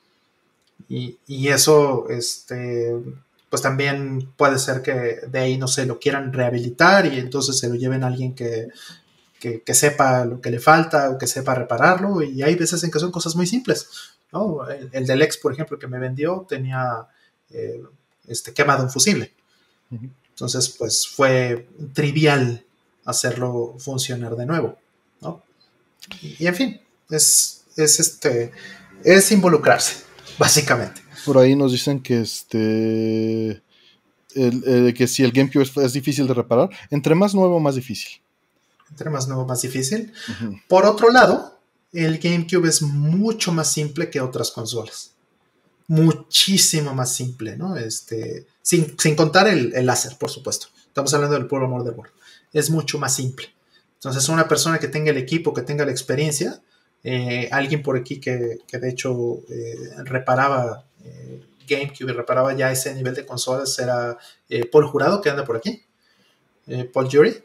Y, y eso, este, pues también puede ser que de ahí, no sé, lo quieran rehabilitar y entonces se lo lleven a alguien que Que, que sepa lo que le falta o que sepa repararlo, y hay veces en que son cosas muy simples, ¿no? El, el del ex, por ejemplo, que me vendió tenía eh, este, quemado un fusible, uh-huh. Entonces pues fue trivial hacerlo funcionar de nuevo, ¿no? Y, y en fin, es, es, este, es involucrarse, básicamente. Por ahí nos dicen que este el, el, que si el GameCube es, es difícil de reparar, entre más nuevo, más difícil. Entre más nuevo, más difícil. Uh-huh. Por otro lado, el GameCube es mucho más simple que otras consolas. Muchísimo más simple, ¿no? Este, sin, sin contar el, el láser, por supuesto. Estamos hablando del puro motherboard. Es mucho más simple. Entonces, una persona que tenga el equipo, que tenga la experiencia, eh, alguien por aquí que, que de hecho eh, reparaba eh, GameCube y reparaba ya ese nivel de consolas, era eh, Paul Jurado, que anda por aquí. Eh, Paul Jury.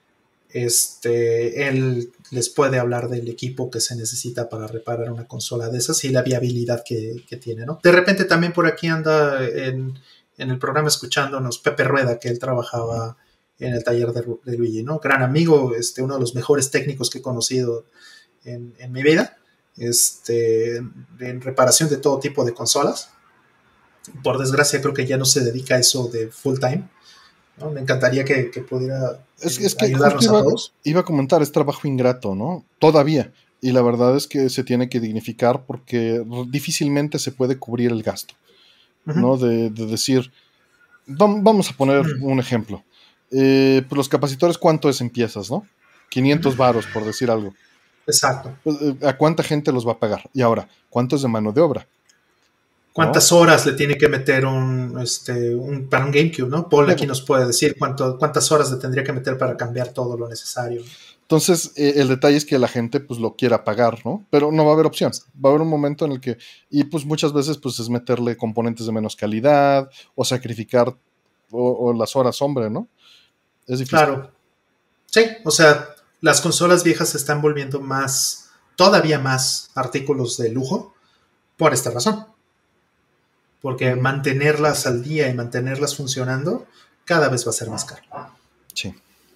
Este, él les puede hablar del equipo que se necesita para reparar una consola de esas y la viabilidad que, que tiene, ¿no? De repente también por aquí anda en, en el programa escuchándonos Pepe Rueda, que él trabajaba en el taller de, de Luigi, ¿no? Gran amigo, este, uno de los mejores técnicos que he conocido en, en mi vida, este, en reparación de todo tipo de consolas. Por desgracia creo que ya no se dedica a eso de full time, ¿no? Me encantaría que, que pudiera eh, es, es que ayudarnos iba, a todos. Iba a comentar, es trabajo ingrato, ¿no? Todavía. Y la verdad es que se tiene que dignificar porque difícilmente se puede cubrir el gasto, uh-huh. ¿no? De, de decir, vamos a poner uh-huh. un ejemplo. Eh, pues los capacitores, ¿cuánto es en piezas, no? quinientos uh-huh. varos, por decir algo. Exacto. ¿A cuánta gente los va a pagar? Y ahora, ¿cuánto es de mano de obra? ¿Cuántas ¿no? horas le tiene que meter un, este, un, para un GameCube, ¿no? Paul aquí nos puede decir cuánto, cuántas horas le tendría que meter para cambiar todo lo necesario. Entonces, eh, el detalle es que la gente pues lo quiera pagar, ¿no? Pero no va a haber opción. Va a haber un momento en el que, y pues muchas veces pues es meterle componentes de menos calidad o sacrificar o, o las horas hombre, ¿no? Es difícil. Claro. Sí, o sea, las consolas viejas se están volviendo más, todavía más artículos de lujo por esta razón. Porque uh-huh. mantenerlas al día y mantenerlas funcionando cada vez va a ser más caro. Sí.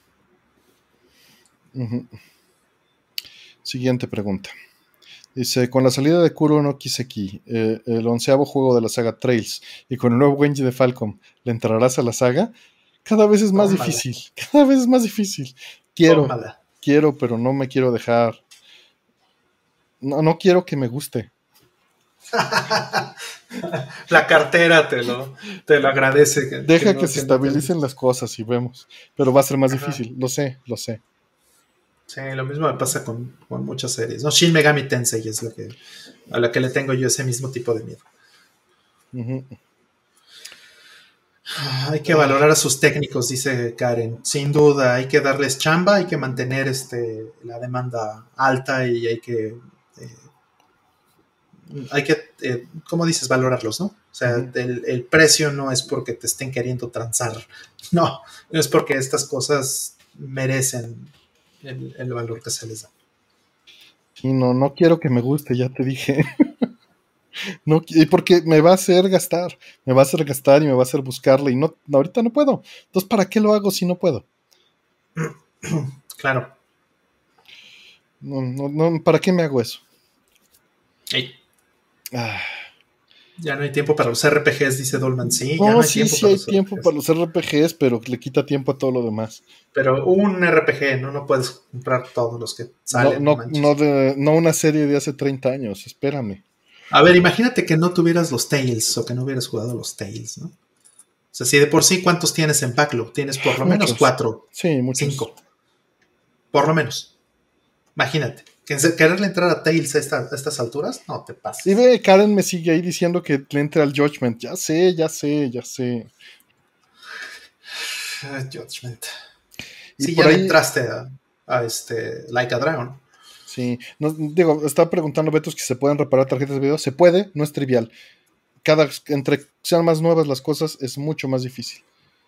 Uh-huh. Siguiente pregunta. Dice, con la salida de Kuro no Kiseki, eh, el onceavo juego de la saga Trails, y con el nuevo Genji de Falcom, ¿le entrarás a la saga? Cada vez es más Tómala. difícil. Cada vez es más difícil. Quiero, Tómala. quiero, pero no me quiero dejar. No, no quiero que me guste. La cartera te lo, te lo agradece. Que, Deja que, no, que se que estabilicen no las cosas y vemos. Pero va a ser más Ajá. difícil, lo sé, lo sé. Sí, lo mismo me pasa con, con muchas series. No, Shin Megami Tensei es lo que, a la que le tengo yo ese mismo tipo de miedo. Uh-huh. Hay que valorar a sus técnicos, dice Karen. Sin duda, hay que darles chamba, hay que mantener este, la demanda alta y hay que... Eh, hay que, eh, ¿cómo dices? Valorarlos, ¿no? O sea, uh-huh. el, el precio no es porque te estén queriendo transar, no, es porque estas cosas merecen el, el valor que se les da. Y no, no quiero que me guste, ya te dije. No, y porque me va a hacer gastar, me va a hacer gastar y me va a hacer buscarle y no, ahorita no puedo. Entonces, ¿para qué lo hago si no puedo? Claro. No, no, no, ¿para qué me hago eso? Hey. Ah. Ya no hay tiempo para los R P Gs, dice Dolman. Sí, no, ya no hay sí, tiempo sí para hay los tiempo R P Gs. para los R P Gs, pero le quita tiempo a todo lo demás. Pero un R P G, no, no puedes comprar todos los que salen. No, no, no, de, no una serie de hace treinta años, espérame. A ver, imagínate que no tuvieras los Tales o que no hubieras jugado los Tales, ¿no? O sea, si de por sí, ¿cuántos tienes en backlog? Tienes por lo menos muchos. cuatro. Sí, muchos. Cinco. Por lo menos. Imagínate. ¿Quererle entrar a Tales a, esta, a estas alturas? No te pases. Y ve, Karen me sigue ahí diciendo que le entre al Judgment. Ya sé, ya sé, ya sé. Uh, Judgment. Y sí, por ya ahí... le entraste a, a este Like a Dragon. Sí, no, digo, estaba preguntando Betos que se pueden reparar tarjetas de video. Se puede, no es trivial. Cada, entre sean más nuevas las cosas, es mucho más difícil.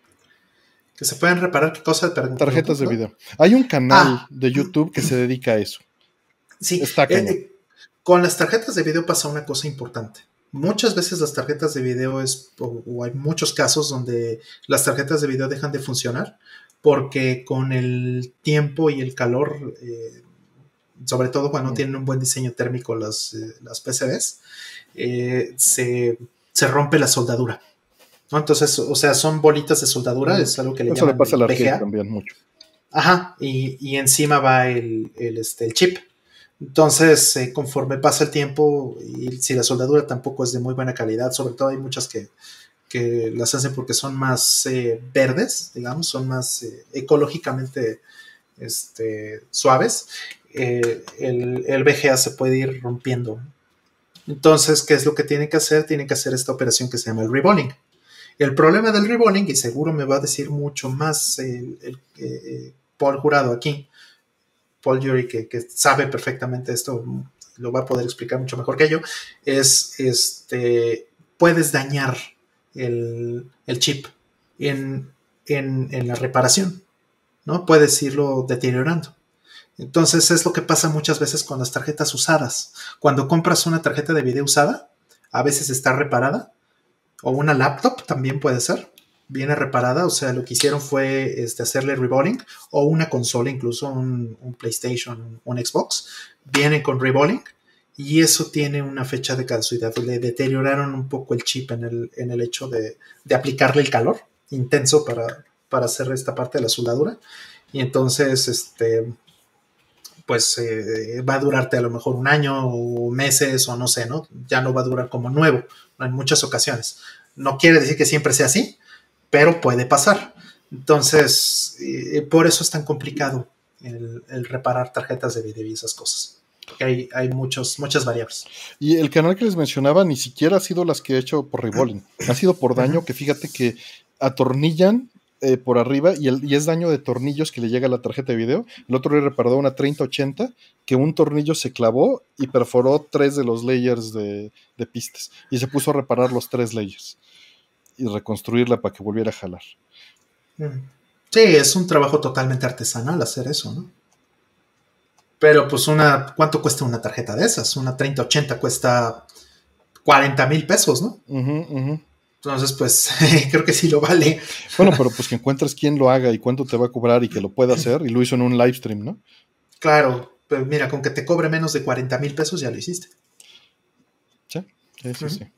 ¿Que se pueden reparar qué cosa? Tarjetas de video. Hay un canal ah. de YouTube que se dedica a eso. Sí, Está eh, eh, con las tarjetas de video pasa una cosa importante. Muchas veces las tarjetas de video es, o, o hay muchos casos donde las tarjetas de video dejan de funcionar porque con el tiempo y el calor, eh, sobre todo cuando mm. tienen un buen diseño térmico las, eh, las P C Bs, eh, se, se rompe la soldadura, ¿no? Entonces, o sea, son bolitas de soldadura, mm. es algo que le Eso llaman le pasa al V G A. también mucho. Ajá, y, y encima va el, el, este, el chip. Entonces, eh, conforme pasa el tiempo, y si la soldadura tampoco es de muy buena calidad, sobre todo hay muchas que, que las hacen porque son más eh, verdes, digamos, son más eh, ecológicamente este, suaves, eh, el, el V G A se puede ir rompiendo. Entonces, ¿qué es lo que tienen que hacer? Tienen que hacer esta operación que se llama el rebolling. El problema del rebolling, y seguro me va a decir mucho más el, el, el Paul Jurado aquí, Paul Jury, que, que sabe perfectamente esto, lo va a poder explicar mucho mejor que yo, es, este, puedes dañar el, el chip en, en, en la reparación, ¿no? Puedes irlo deteriorando. Entonces es lo que pasa muchas veces con las tarjetas usadas. Cuando compras una tarjeta de video usada, a veces está reparada, o una laptop también puede ser, viene reparada, o sea, lo que hicieron fue este, hacerle rebolling, o una consola, incluso un, un PlayStation, un Xbox, viene con rebolling, y eso tiene una fecha de caducidad. Le deterioraron un poco el chip en el, en el hecho de, de aplicarle el calor intenso para, para hacer esta parte de la soldadura, y entonces, este, pues eh, va a durarte a lo mejor un año o meses, o no sé, ¿no? Ya no va a durar como nuevo, ¿no? En muchas ocasiones. No quiere decir que siempre sea así, pero puede pasar. Entonces, eh, por eso es tan complicado el, el reparar tarjetas de video y esas cosas. Porque hay, hay muchos, muchas variables. Y el canal que les mencionaba ni siquiera ha sido las que he hecho por rebolling. Ha sido por daño, que fíjate que atornillan eh, por arriba y, el, y es daño de tornillos que le llega a la tarjeta de video. El otro le reparó una treinta ochenta que un tornillo se clavó y perforó tres de los layers de, de pistas. Y se puso a reparar los tres layers y reconstruirla para que volviera a jalar. Sí, es un trabajo totalmente artesanal hacer eso, ¿no? Pero pues una, ¿cuánto cuesta una tarjeta de esas? Una treinta ochenta cuesta cuarenta mil pesos, ¿no? Uh-huh, uh-huh. Entonces, pues, creo que sí lo vale. Bueno, pero pues que encuentres quién lo haga y cuánto te va a cobrar y que lo pueda hacer, y lo hizo en un live stream, ¿no? Claro, pero mira, con que te cobre menos de cuarenta mil pesos ya lo hiciste. Sí, sí, sí, uh-huh. sí.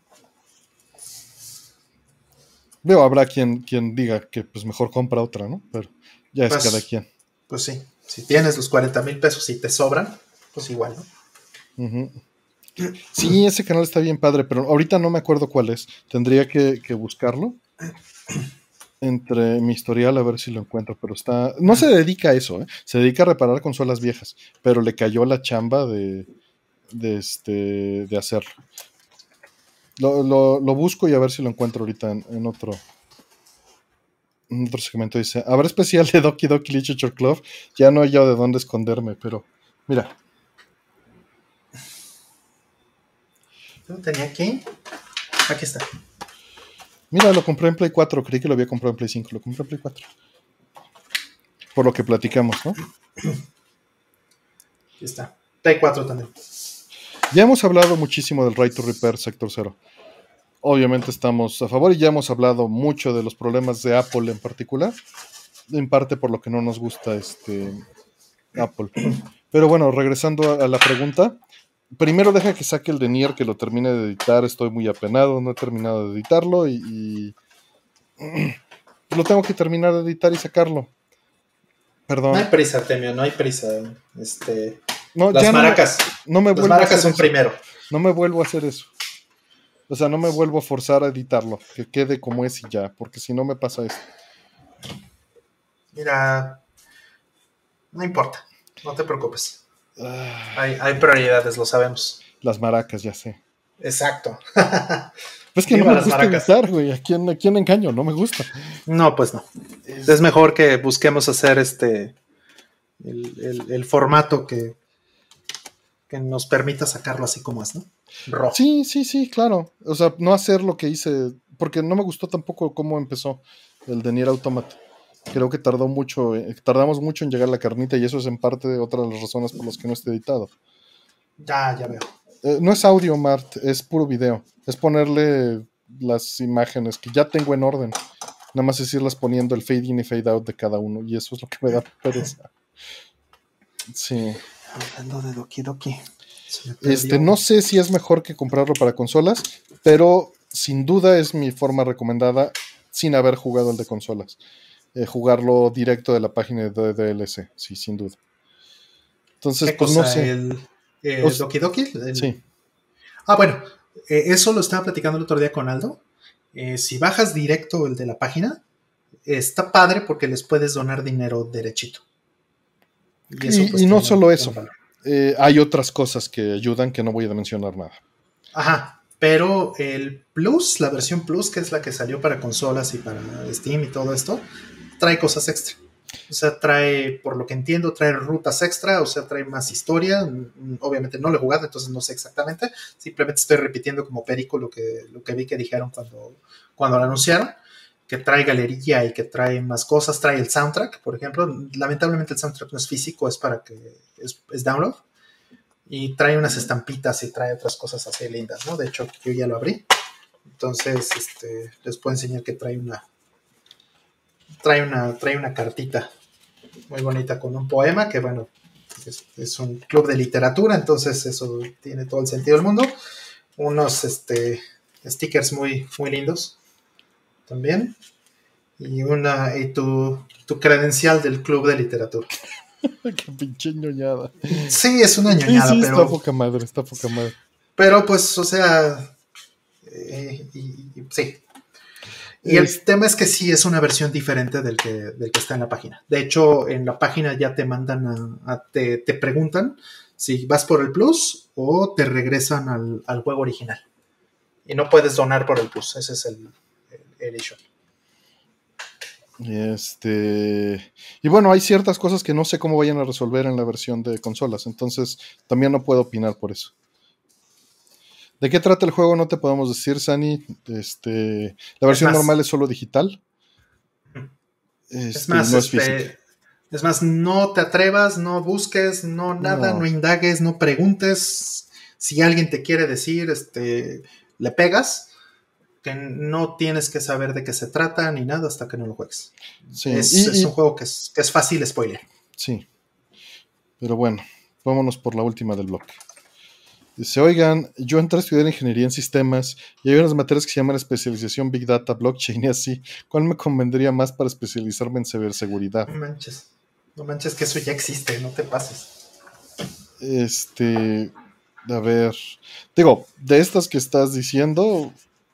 Veo, habrá quien, quien diga que pues mejor compra otra, ¿no? Pero ya es pues, cada quien. Pues sí, si tienes los cuarenta mil pesos y te sobran, pues igual, ¿no? Uh-huh. Sí, ese canal está bien padre, pero ahorita no me acuerdo cuál es. Tendría que, que buscarlo entre mi historial a ver si lo encuentro, pero está... No se dedica a eso, ¿eh? Se dedica a reparar consolas viejas, pero le cayó la chamba de, de, este, de hacerlo. Lo, lo, lo busco y a ver si lo encuentro ahorita en, en otro en otro segmento. Dice, habrá especial de Doki Doki Literature Club. Ya no he yo de dónde esconderme, pero mira. Lo tenía aquí. Aquí está. Mira, lo compré en Play cuatro. Creí que lo había comprado en Play cinco. Lo compré en Play cuatro. Por lo que platicamos, ¿no? Aquí está. Play cuatro también. Ya hemos hablado muchísimo del Right to Repair Sector Zero. Obviamente estamos a favor y ya hemos hablado mucho de los problemas de Apple en particular. En parte por lo que no nos gusta este Apple. Pero bueno, regresando a, a la pregunta. Primero deja que saque el de Nier, que lo termine de editar. Estoy muy apenado, no he terminado de editarlo y, y lo tengo que terminar de editar y sacarlo. Perdón. No hay prisa, Temio, no hay prisa. Este, no, las ya maracas. No me, no me las maracas son eso. primero. No me vuelvo a hacer eso. O sea, no me vuelvo a forzar a editarlo. Que quede como es y ya. Porque si no me pasa esto. Mira, no importa. No te preocupes. Hay, hay prioridades, lo sabemos. Las maracas, ya sé. Exacto. Pues que Viva no me gusta maracas. Editar, güey. ¿A quién, ¿A quién engaño? No me gusta. No, pues no. Es, es mejor que busquemos hacer este el, el, el formato que, que nos permita sacarlo así como es, ¿no? Raw. Sí, sí, sí, claro. O sea, no hacer lo que hice, porque no me gustó tampoco cómo empezó el de Nier Automata. Creo que tardó mucho, tardamos mucho en llegar a la carnita y eso es en parte otra de las razones por las que no está editado. Ya, ya veo. Eh, no es audio, Mart, es puro video. Es ponerle las imágenes que ya tengo en orden. Nada más es irlas poniendo el fade in y fade out de cada uno y eso es lo que me da pereza. Sí. Hablando de Doki Doki. Este, no sé si es mejor que comprarlo para consolas, pero sin duda es mi forma recomendada sin haber jugado el de consolas. Eh, jugarlo directo de la página de D L C, sí, sin duda. Entonces, ¿qué pues cosa? no sé. ¿El, el Os... Doki Doki? El... Sí. Ah, bueno, eh, eso lo estaba platicando el otro día con Aldo. Eh, si bajas directo el de la página, está padre porque les puedes donar dinero derechito. Y, eso, y, pues, y no solo eso, eh, hay otras cosas que ayudan que no voy a mencionar nada. Ajá, pero el Plus, la versión Plus, que es la que salió para consolas y para Steam y todo esto, trae cosas extra. O sea, trae, por lo que entiendo, trae rutas extra, o sea, trae más historia. Obviamente no lo he jugado, entonces no sé exactamente. Simplemente estoy repitiendo como perico lo que, lo que vi que dijeron cuando, cuando lo anunciaron. Que trae galería y que trae más cosas. Trae el soundtrack, por ejemplo. Lamentablemente el soundtrack no es físico, es para que es, es download. Y trae unas estampitas y trae otras cosas así lindas, ¿no? De hecho, yo ya lo abrí. Entonces, este, les puedo enseñar que trae una trae una, trae una cartita muy bonita con un poema que, bueno, es, es un club de literatura, entonces eso tiene todo el sentido del mundo. Unos este, stickers muy, muy lindos también. Y una y tu, tu credencial del club de literatura. Qué pinche ñoñada. Sí, es una ñoñada, sí, sí, pero... está poca madre, está poca madre. Pero pues, o sea... Eh, y, y, sí. Y el es... tema es que sí es una versión diferente del que, del que está en la página. De hecho, en la página ya te mandan a... a te, te preguntan si vas por el Plus o te regresan al, al juego original. Y no puedes donar por el Plus. Ese es el, el, el issue. Este y bueno, hay ciertas cosas que no sé cómo vayan a resolver en la versión de consolas, entonces también no puedo opinar por eso. ¿De qué trata el juego? No te podemos decir, Sani. Este, la versión es normal es solo digital. Este, es más, no es, este, es más, no te atrevas, no busques, no nada, no. no indagues, no preguntes. Si alguien te quiere decir, este, le pegas. Que no tienes que saber de qué se trata ni nada hasta que no lo juegues. Sí, es, y, es un y, juego que es, que es fácil spoiler. Sí. Pero bueno, vámonos por la última del bloque. Dice, oigan, yo entré a estudiar ingeniería en sistemas y hay unas materias que se llaman especialización Big Data, Blockchain y así. ¿Cuál me convendría más para especializarme en ciberseguridad? No manches. No manches que eso ya existe, no te pases. Este... A ver... Digo, de estas que estás diciendo...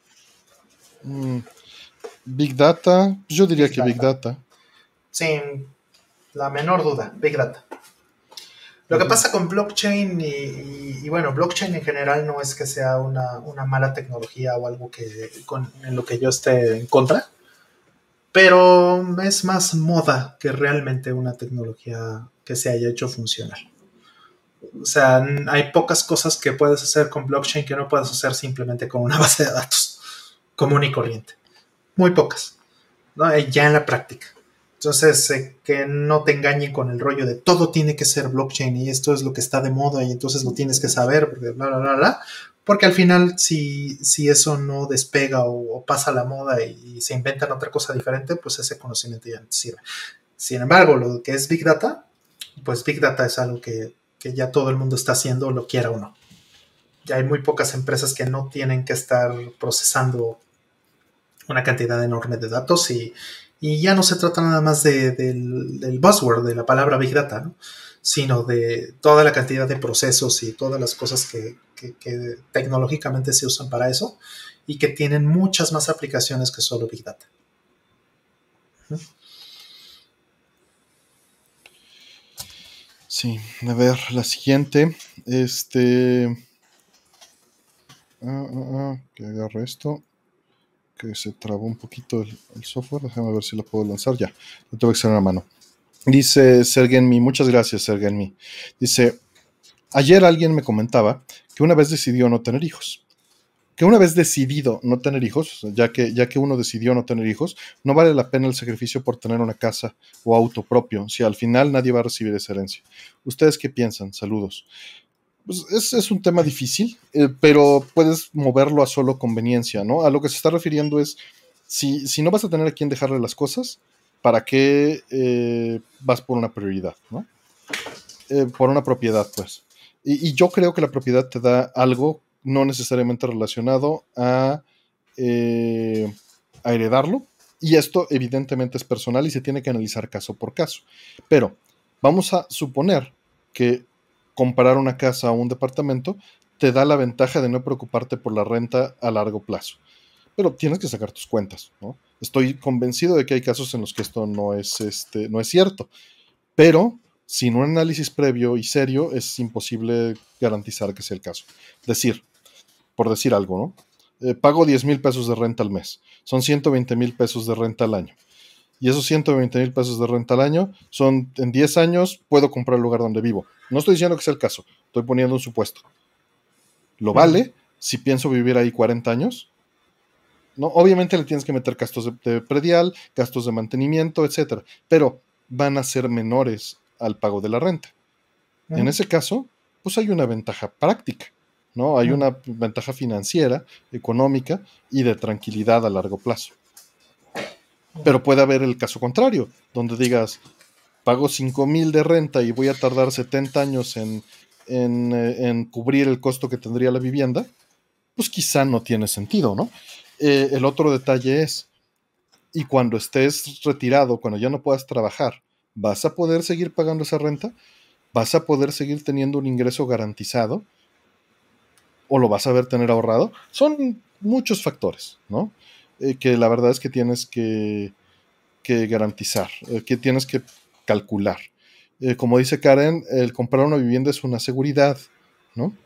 Big Data, yo diría Big que Data. Big Data. Sin la menor duda, Big Data. Lo uh-huh. que pasa con blockchain y, y, y bueno, blockchain en general no es que sea una, una mala tecnología o algo que con, en lo que yo esté en contra, pero es más moda que realmente una tecnología que se haya hecho funcional. O sea, hay pocas cosas que puedes hacer con blockchain que no puedes hacer simplemente con una base de datos común y corriente. Muy pocas, ¿no? Ya en la práctica. Entonces, eh, que no te engañen con el rollo de todo tiene que ser blockchain y esto es lo que está de moda y entonces lo tienes que saber, porque bla, bla, bla, bla. Porque al final, si, si eso no despega o, o pasa la moda y, y se inventan otra cosa diferente, pues ese conocimiento ya no te sirve. Sin embargo, lo que es Big Data, pues Big Data es algo que, que ya todo el mundo está haciendo, lo quiera o no. Ya hay muy pocas empresas que no tienen que estar procesando una cantidad enorme de datos y, y ya no se trata nada más de, de, del, del buzzword, de la palabra Big Data, ¿no? Sino de toda la cantidad de procesos y todas las cosas que, que, que tecnológicamente se usan para eso y que tienen muchas más aplicaciones que solo Big Data. ¿Mm? Sí, a ver, la siguiente, este, ah, ah, ah, que agarre esto, que se trabó un poquito el, el software, déjame ver si lo puedo lanzar, ya, lo tengo que hacer en la mano. Dice Sergenmi, muchas gracias Sergenmi, dice, ayer alguien me comentaba que una vez decidió no tener hijos, que una vez decidido no tener hijos, ya que, ya que uno decidió no tener hijos, no vale la pena el sacrificio por tener una casa o auto propio, si al final nadie va a recibir esa herencia. ¿Ustedes qué piensan? Saludos. Pues es, es un tema difícil, eh, pero puedes moverlo a solo conveniencia, ¿no? A lo que se está refiriendo es, si, si no vas a tener a quién dejarle las cosas, ¿para qué eh, vas por una prioridad, ¿no? Eh, por una propiedad, pues. Y, y yo creo que la propiedad te da algo no necesariamente relacionado a, eh, a heredarlo, y esto evidentemente es personal y se tiene que analizar caso por caso. Pero vamos a suponer que comprar una casa o un departamento te da la ventaja de no preocuparte por la renta a largo plazo. Pero tienes que sacar tus cuentas, ¿no? Estoy convencido de que hay casos en los que esto no es, este, no es cierto, pero sin un análisis previo y serio es imposible garantizar que sea el caso. Decir, por decir algo, ¿no? Eh, pago diez mil pesos de renta al mes, son ciento veinte mil pesos de renta al año. Y esos ciento veinte mil pesos de renta al año son, en diez años, puedo comprar el lugar donde vivo. No estoy diciendo que sea el caso, estoy poniendo un supuesto. ¿Lo vale si pienso vivir ahí cuarenta años? ¿No? Obviamente le tienes que meter gastos de, de predial, gastos de mantenimiento, etcétera, pero van a ser menores al pago de la renta. Uh-huh. En ese caso, pues hay una ventaja práctica, ¿no? Hay uh-huh. una ventaja financiera, económica y de tranquilidad a largo plazo. Pero puede haber el caso contrario, donde digas, pago cinco mil de renta y voy a tardar setenta años en, en, en cubrir el costo que tendría la vivienda, pues quizá no tiene sentido, ¿no? Eh, el otro detalle es, y cuando estés retirado, cuando ya no puedas trabajar, ¿vas a poder seguir pagando esa renta? ¿Vas a poder seguir teniendo un ingreso garantizado? ¿O lo vas a ver tener ahorrado? Son muchos factores, ¿no? Eh, que la verdad es que tienes que, que garantizar, eh, que tienes que calcular. Eh, como dice Karen, el comprar una vivienda es una seguridad, ¿no?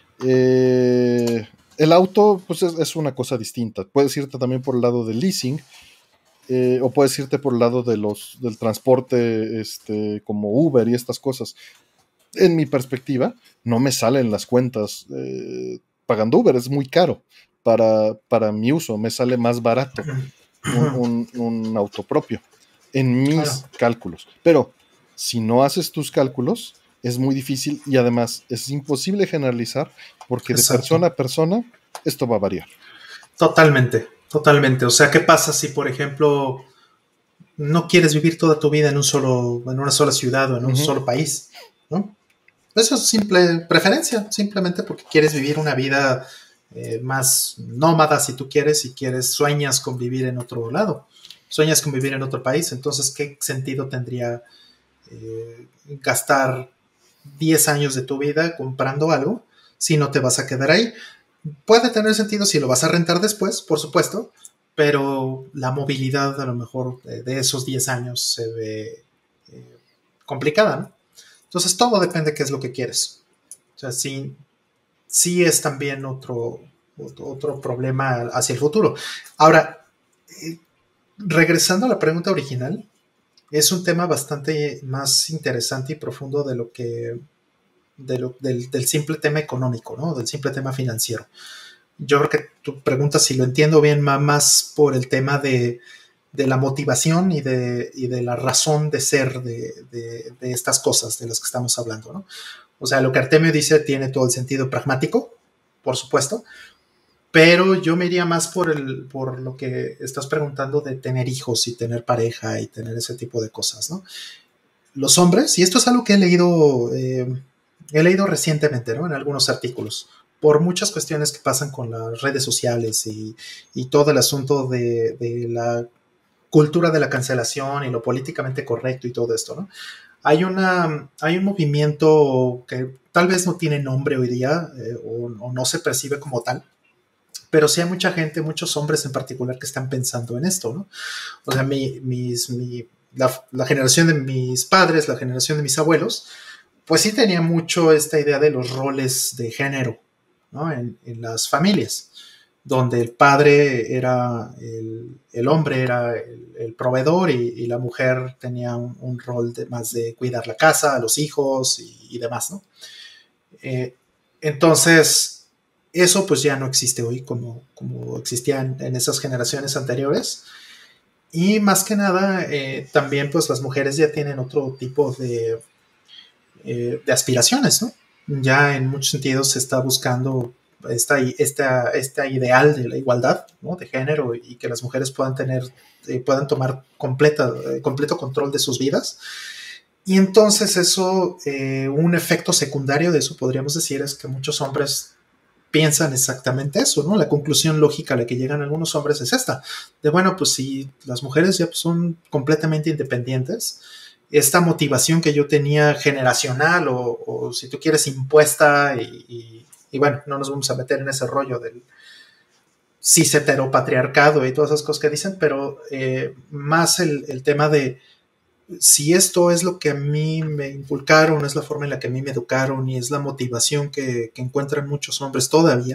Eh, el auto, pues es, es una cosa distinta. Puedes irte también por el lado del leasing, eh, o puedes irte por el lado de los, del transporte, este, como Uber y estas cosas. En mi perspectiva, no me salen las cuentas eh, pagando Uber, es muy caro para, para mi uso, me sale más barato un, un, un auto propio en mis claro. cálculos. Pero si no haces tus cálculos, es muy difícil y además es imposible generalizar porque Exacto. de persona a persona esto va a variar. Totalmente, totalmente. O sea, ¿qué pasa si, por ejemplo, no quieres vivir toda tu vida en un solo, en una sola ciudad o en un uh-huh. solo país, ¿no? Eso es simple preferencia, simplemente porque quieres vivir una vida eh, más nómada, si tú quieres, y quieres, sueñas con vivir en otro lado, sueñas con vivir en otro país. Entonces, ¿qué sentido tendría eh, gastar diez años de tu vida comprando algo si no te vas a quedar ahí? Puede tener sentido si lo vas a rentar después, por supuesto, pero la movilidad a lo mejor de, de esos diez años se ve eh, complicada, ¿no? Entonces todo depende de qué es lo que quieres. O sea, sí, sí es también otro, otro, otro problema hacia el futuro. Ahora, eh, regresando a la pregunta original, es un tema bastante más interesante y profundo de lo que de lo, del, del simple tema económico, ¿no? Del simple tema financiero. Yo creo que tu pregunta, si lo entiendo bien, va más por el tema de, de la motivación y de, y de la razón de ser de, de, de estas cosas de las que estamos hablando, ¿no? O sea, lo que Artemio dice tiene todo el sentido pragmático, por supuesto, pero yo me iría más por, el, por lo que estás preguntando de tener hijos y tener pareja y tener ese tipo de cosas, ¿no? Los hombres, y esto es algo que he leído, eh, he leído recientemente, ¿no? En algunos artículos, por muchas cuestiones que pasan con las redes sociales y, y todo el asunto de, de la cultura de la cancelación y lo políticamente correcto y todo esto, ¿no? Hay, una, hay un movimiento que tal vez no tiene nombre hoy día eh, o, o no se percibe como tal, pero sí hay mucha gente, muchos hombres en particular que están pensando en esto, ¿no? O sea, mi, mis, mi, la, la generación de mis padres, la generación de mis abuelos, pues sí tenía mucho esta idea de los roles de género, ¿no? En, en las familias, donde el padre era, el, el hombre era el, el proveedor y, y la mujer tenía un, un rol de, más de cuidar la casa, a los hijos y, y demás, ¿no? Eh, entonces... Eso pues ya no existe hoy como, como existía en, en esas generaciones anteriores. Y más que nada, eh, también pues las mujeres ya tienen otro tipo de, eh, de aspiraciones, ¿no? Ya en muchos sentidos se está buscando esta, esta, esta ideal de la igualdad, ¿no? De género y que las mujeres puedan tener, eh, puedan tomar completa, eh, completo control de sus vidas. Y entonces eso, eh, un efecto secundario de eso podríamos decir es que muchos hombres piensan exactamente eso, ¿no? La conclusión lógica a la que llegan algunos hombres es esta, de bueno, pues si las mujeres ya son completamente independientes, esta motivación que yo tenía generacional o, o si tú quieres impuesta y, y, y bueno, no nos vamos a meter en ese rollo del cis heteropatriarcado y todas esas cosas que dicen, pero eh, más el, el tema de si esto es lo que a mí me inculcaron, es la forma en la que a mí me educaron y es la motivación que, que encuentran muchos hombres todavía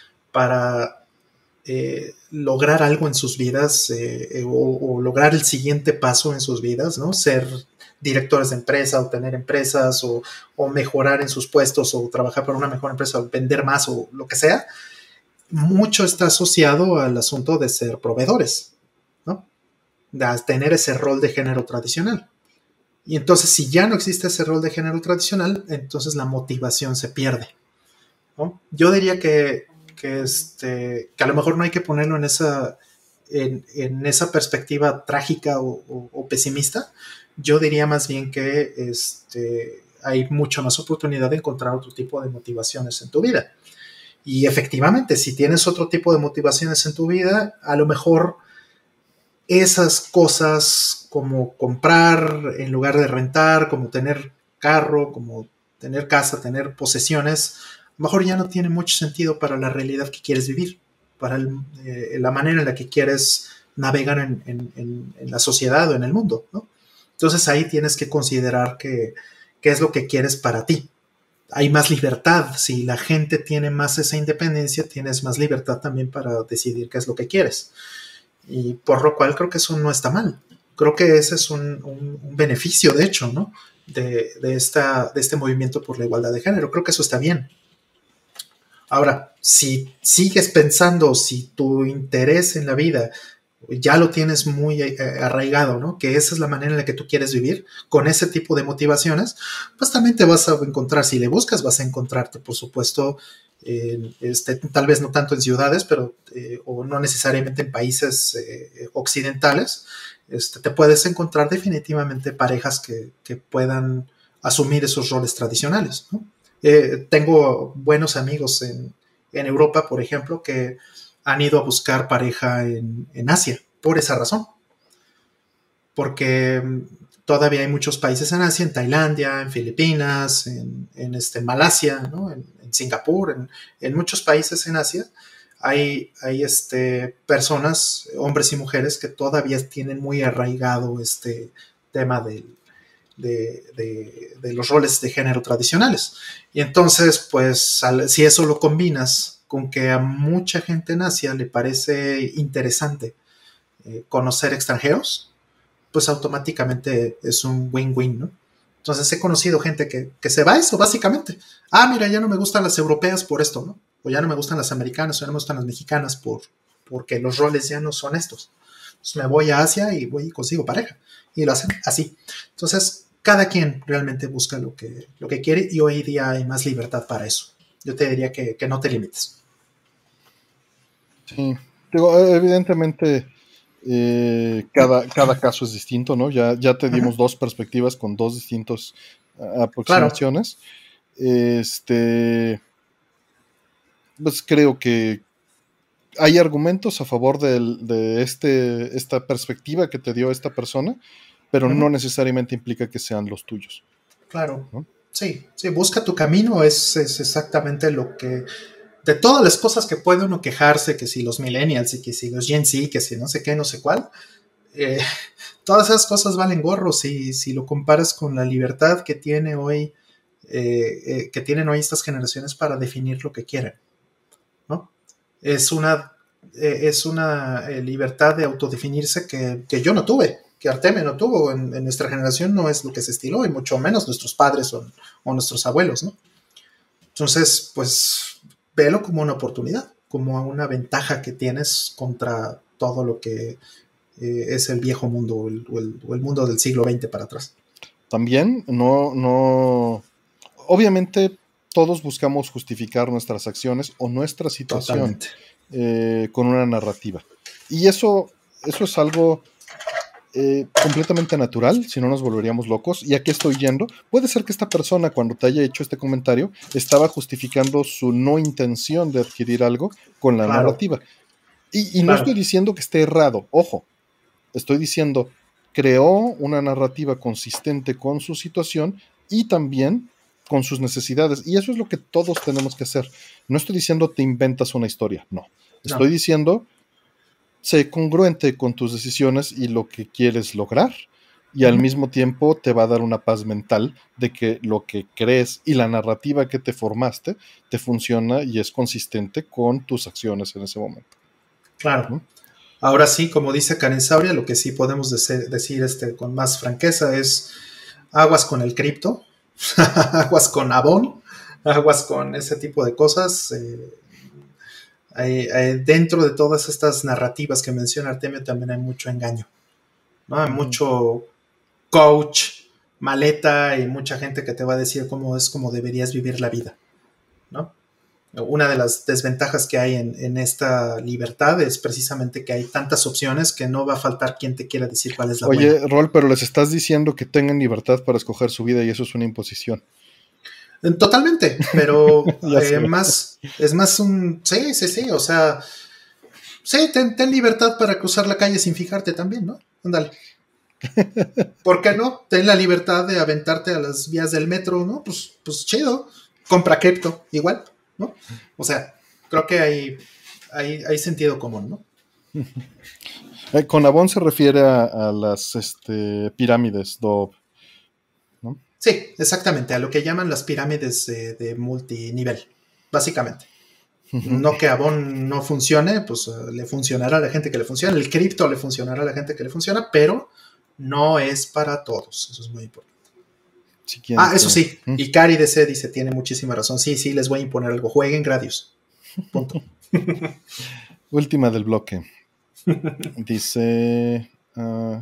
para eh, lograr algo en sus vidas eh, o, o lograr el siguiente paso en sus vidas, ¿no? Ser directores de empresa o tener empresas o, o mejorar en sus puestos o trabajar para una mejor empresa o vender más o lo que sea, mucho está asociado al asunto de ser proveedores, ¿no? De tener ese rol de género tradicional. Y entonces, si ya no existe ese rol de género tradicional, entonces la motivación se pierde, ¿no? Yo diría que, que, este, que a lo mejor no hay que ponerlo en esa, en, en esa perspectiva trágica o, o, o pesimista. Yo diría más bien que este, hay mucha más oportunidad de encontrar otro tipo de motivaciones en tu vida. Y efectivamente, si tienes otro tipo de motivaciones en tu vida, a lo mejor esas cosas como comprar en lugar de rentar, como tener carro, como tener casa, tener posesiones, a lo mejor ya no tiene mucho sentido para la realidad que quieres vivir, para el, eh, la manera en la que quieres navegar en, en, en, en la sociedad o en el mundo, ¿no? Entonces ahí tienes que considerar que, qué es lo que quieres para ti. Hay más libertad, si la gente tiene más esa independencia, tienes más libertad también para decidir qué es lo que quieres. Y por lo cual creo que eso no está mal. Creo que ese es un, un, un beneficio, de hecho, ¿no? De, de, esta, de este movimiento por la igualdad de género. Creo que eso está bien. Ahora, si sigues pensando, si tu interés en la vida ya lo tienes muy arraigado, ¿no? Que esa es la manera en la que tú quieres vivir, con ese tipo de motivaciones, pues también te vas a encontrar, si le buscas, vas a encontrarte, por supuesto, eh, este, tal vez no tanto en ciudades, pero eh, o no necesariamente en países eh, occidentales, este, te puedes encontrar definitivamente parejas que, que puedan asumir esos roles tradicionales, ¿no? Eh, tengo buenos amigos en, en Europa, por ejemplo, que han ido a buscar pareja en, en Asia, por esa razón. Porque todavía hay muchos países en Asia, en Tailandia, en Filipinas, en, en este, Malasia, ¿no? en, en Singapur, en, en muchos países en Asia, hay, hay este, personas, hombres y mujeres, que todavía tienen muy arraigado este tema del, de, de, de los roles de género tradicionales. Y entonces, pues, al, si eso lo combinas con que a mucha gente en Asia le parece interesante eh, conocer extranjeros, pues automáticamente es un win-win, ¿no? Entonces he conocido gente que, que se va a eso, básicamente. Ah, mira, ya no me gustan las europeas por esto, ¿no? O ya no me gustan las americanas, o ya no me gustan las mexicanas por, porque los roles ya no son estos. Entonces me voy a Asia y voy y consigo pareja. Y lo hacen así. Entonces, cada quien realmente busca lo que, lo que quiere y hoy día hay más libertad para eso. Yo te diría que, que no te limites. Sí, digo, evidentemente eh, cada, cada caso es distinto, ¿no? Ya, ya te dimos uh-huh. dos perspectivas con dos distintas uh, aproximaciones. Claro. Este, pues creo que hay argumentos a favor de, de este, esta perspectiva que te dio esta persona, pero uh-huh. no necesariamente implica que sean los tuyos. Claro, ¿no? Sí, sí, busca tu camino, es, es exactamente lo que... De todas las cosas que puede uno quejarse, que si los millennials y que si los Gen Z, que si no sé qué, no sé cuál, eh, todas esas cosas valen gorro si, si lo comparas con la libertad que tiene hoy, eh, eh, que tienen hoy estas generaciones para definir lo que quieren, ¿no? Es una, eh, es una eh, libertad de autodefinirse que, que yo no tuve, que Artemio no tuvo, en, en nuestra generación no es lo que se estiló, y mucho menos nuestros padres o, o nuestros abuelos, ¿no? Entonces, pues, velo como una oportunidad, como una ventaja que tienes contra todo lo que eh, es el viejo mundo o el, o, el, o el mundo del siglo veinte para atrás. También, no, no, obviamente todos buscamos justificar nuestras acciones o nuestra situación eh, con una narrativa. Y eso, eso es algo eh, completamente natural, si no nos volveríamos locos. ¿Y a qué estoy yendo? Puede ser que esta persona, cuando te haya hecho este comentario, estaba justificando su no intención de adquirir algo con la claro. narrativa. Y, y claro. no estoy diciendo que esté errado, ojo, estoy diciendo, creó una narrativa consistente con su situación y también con sus necesidades. Y eso es lo que todos tenemos que hacer. No estoy diciendo te inventas una historia, no. Estoy no. diciendo, sé congruente con tus decisiones y lo que quieres lograr. Y uh-huh. al mismo tiempo te va a dar una paz mental de que lo que crees y la narrativa que te formaste te funciona y es consistente con tus acciones en ese momento. Claro. ¿No? Ahora sí, como dice Karen Sauria, lo que sí podemos de- decir este, con más franqueza es aguas con el cripto, aguas con Avon, aguas con ese tipo de cosas. Eh, hay, hay, dentro de todas estas narrativas que menciona Artemio también hay mucho engaño, ¿no? Hay uh-huh. mucho coach, maleta y mucha gente que te va a decir cómo es como deberías vivir la vida, ¿no? Una de las desventajas que hay en, en esta libertad es precisamente que hay tantas opciones que no va a faltar quien te quiera decir cuál es la Oye, buena. Oye, Rol, pero les estás diciendo que tengan libertad para escoger su vida y eso es una imposición. Totalmente, pero eh, más, es más un... Sí, sí, sí, o sea... Sí, ten, ten libertad para cruzar la calle sin fijarte también, ¿no? Ándale. ¿Por qué no? Ten la libertad de aventarte a las vías del metro, ¿no? Pues, pues chido. Compra cripto, igual, ¿no? O sea, creo que hay, hay, hay sentido común, ¿no? Eh, con Avon se refiere a, a las este, pirámides Dove, ¿no? Sí, exactamente, a lo que llaman las pirámides de, de multinivel, básicamente. Uh-huh. No que Avon no funcione, pues uh, le funcionará a la gente que le funciona, el cripto le funcionará a la gente que le funciona, pero no es para todos, eso es muy importante. Si ah, eso sí, ¿Mm? Y Cari D C dice, tiene muchísima razón, sí, sí, les voy a imponer algo, jueguen Gradius, punto. Última del bloque, dice, uh,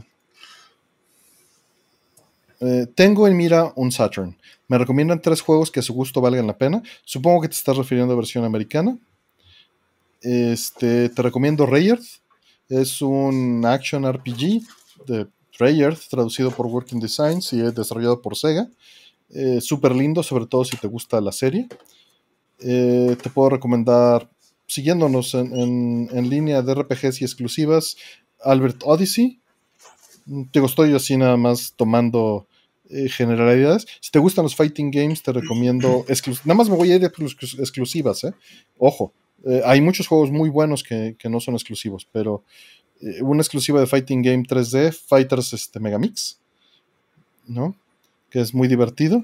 eh, tengo en mira un Saturn, me recomiendan tres juegos que a su gusto valgan la pena, supongo que te estás refiriendo a versión americana. Este, te recomiendo Rayard, es un action R P G de Rayard, traducido por Working Designs y es desarrollado por Sega. Eh, súper lindo, sobre todo si te gusta la serie. Eh, te puedo recomendar, siguiéndonos en, en, en línea de R P Gs y exclusivas, Albert Odyssey. Te estoy así nada más tomando eh, generalidades. Si te gustan los fighting games, te recomiendo exclus- nada más me voy a ir de exclusivas, ¿eh? Ojo, eh, hay muchos juegos muy buenos que, que no son exclusivos, pero eh, una exclusiva de fighting game tres D, Fighters este, Megamix, ¿no? Que es muy divertido.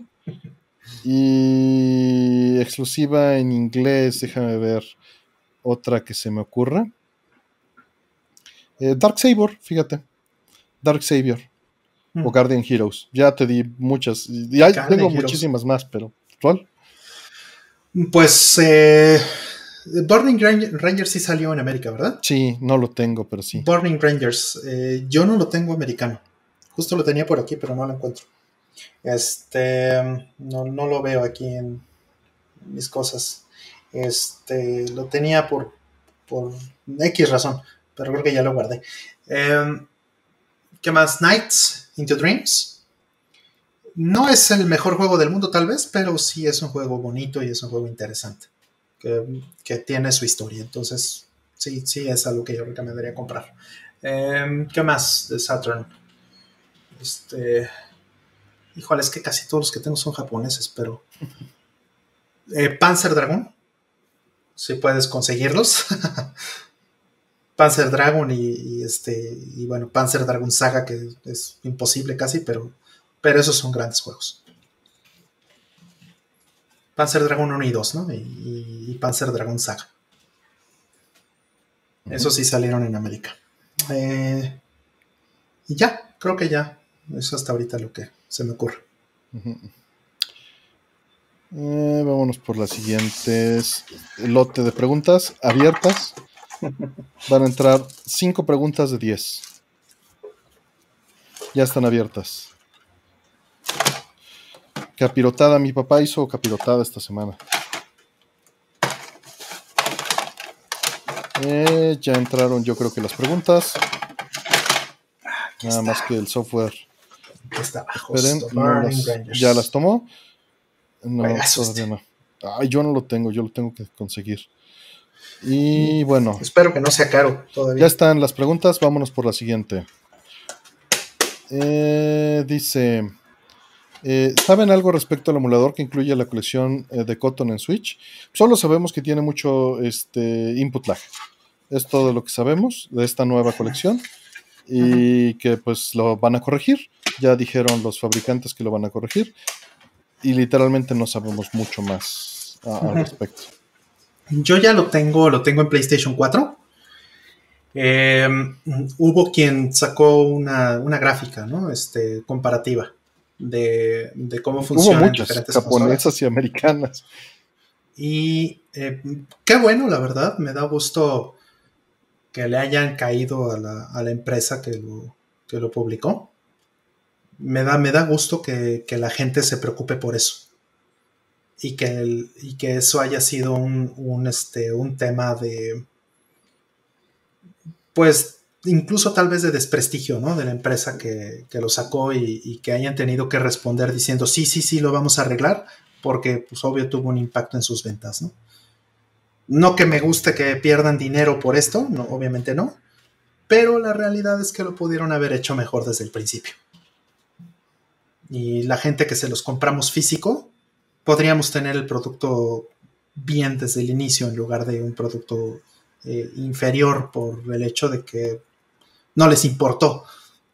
Y exclusiva en inglés, déjame ver otra que se me ocurra. Eh, Dark Savior, fíjate. Dark Savior. o Guardian Heroes. Ya te di muchas. Y hay, tengo Heroes. Muchísimas más, pero ¿cuál? Pues eh, Burning Rangers sí salió en América, ¿verdad? Sí, no lo tengo, pero sí. Burning Rangers. Eh, yo no lo tengo americano. Justo lo tenía por aquí, pero no lo encuentro. Este, no, no lo veo aquí en mis cosas. Este, lo tenía por, por X razón, pero creo que ya lo guardé. Eh, ¿Qué más? Nights into Dreams. No es el mejor juego del mundo, tal vez, pero sí es un juego bonito y es un juego interesante. Que, que tiene su historia. Entonces, sí, sí es algo que yo recomendaría comprar. Eh, ¿Qué más de Saturn? Este. Híjole, es que casi todos los que tengo son japoneses, pero. Eh, Panzer Dragon. Si puedes conseguirlos. Panzer Dragon y, y este. Y bueno, Panzer Dragon Saga, que es imposible casi, pero. Pero esos son grandes juegos. Panzer Dragon uno y dos, ¿no? Y, y Panzer Dragon Saga. Uh-huh. Esos sí salieron en América. Eh, y ya, creo que ya. Eso hasta ahorita lo que se me ocurre. Uh-huh. Eh, vámonos por las siguientes. Lote de preguntas abiertas. Van a entrar cinco preguntas de diez. Ya están abiertas. Capirotada, mi papá hizo capirotada esta semana. Eh, ya entraron, yo creo que las preguntas. Aquí Nada está. Más que el software. Aquí está abajo. Esperen, no las, ¿ya las tomó? No, todavía no. Ay, yo no lo tengo, yo lo tengo que conseguir. Y bueno. Espero que no sea caro todavía. Ya están las preguntas, vámonos por la siguiente. Eh, dice... Eh, ¿Saben algo respecto al emulador que incluye la colección eh, de Cotton en Switch? Solo sabemos que tiene mucho este, input lag. Es todo lo que sabemos de esta nueva colección y uh-huh. que pues lo van a corregir. Ya dijeron los fabricantes que lo van a corregir y literalmente no sabemos mucho más a, uh-huh. al respecto. Yo ya lo tengo, lo tengo en PlayStation cuatro. Eh, hubo quien sacó una, una gráfica, ¿no? Este, comparativa. De, de cómo funcionan Hubo muchas, diferentes japonesas consolas. Y americanas. Y eh, qué bueno, la verdad, me da gusto que le hayan caído a la, a la empresa que lo, que lo publicó. Me da, me da gusto que, que la gente se preocupe por eso. Y que, el, y que eso haya sido un, un, este, un tema de, pues, incluso tal vez de desprestigio, ¿no? De la empresa que, que lo sacó y, y que hayan tenido que responder diciendo sí, sí, sí, lo vamos a arreglar, porque pues obvio tuvo un impacto en sus ventas, ¿no? No que me guste que pierdan dinero por esto, no, obviamente no, pero la realidad es que lo pudieron haber hecho mejor desde el principio. Y la gente que se los compramos físico, podríamos tener el producto bien desde el inicio en lugar de un producto eh, inferior por el hecho de que no les importó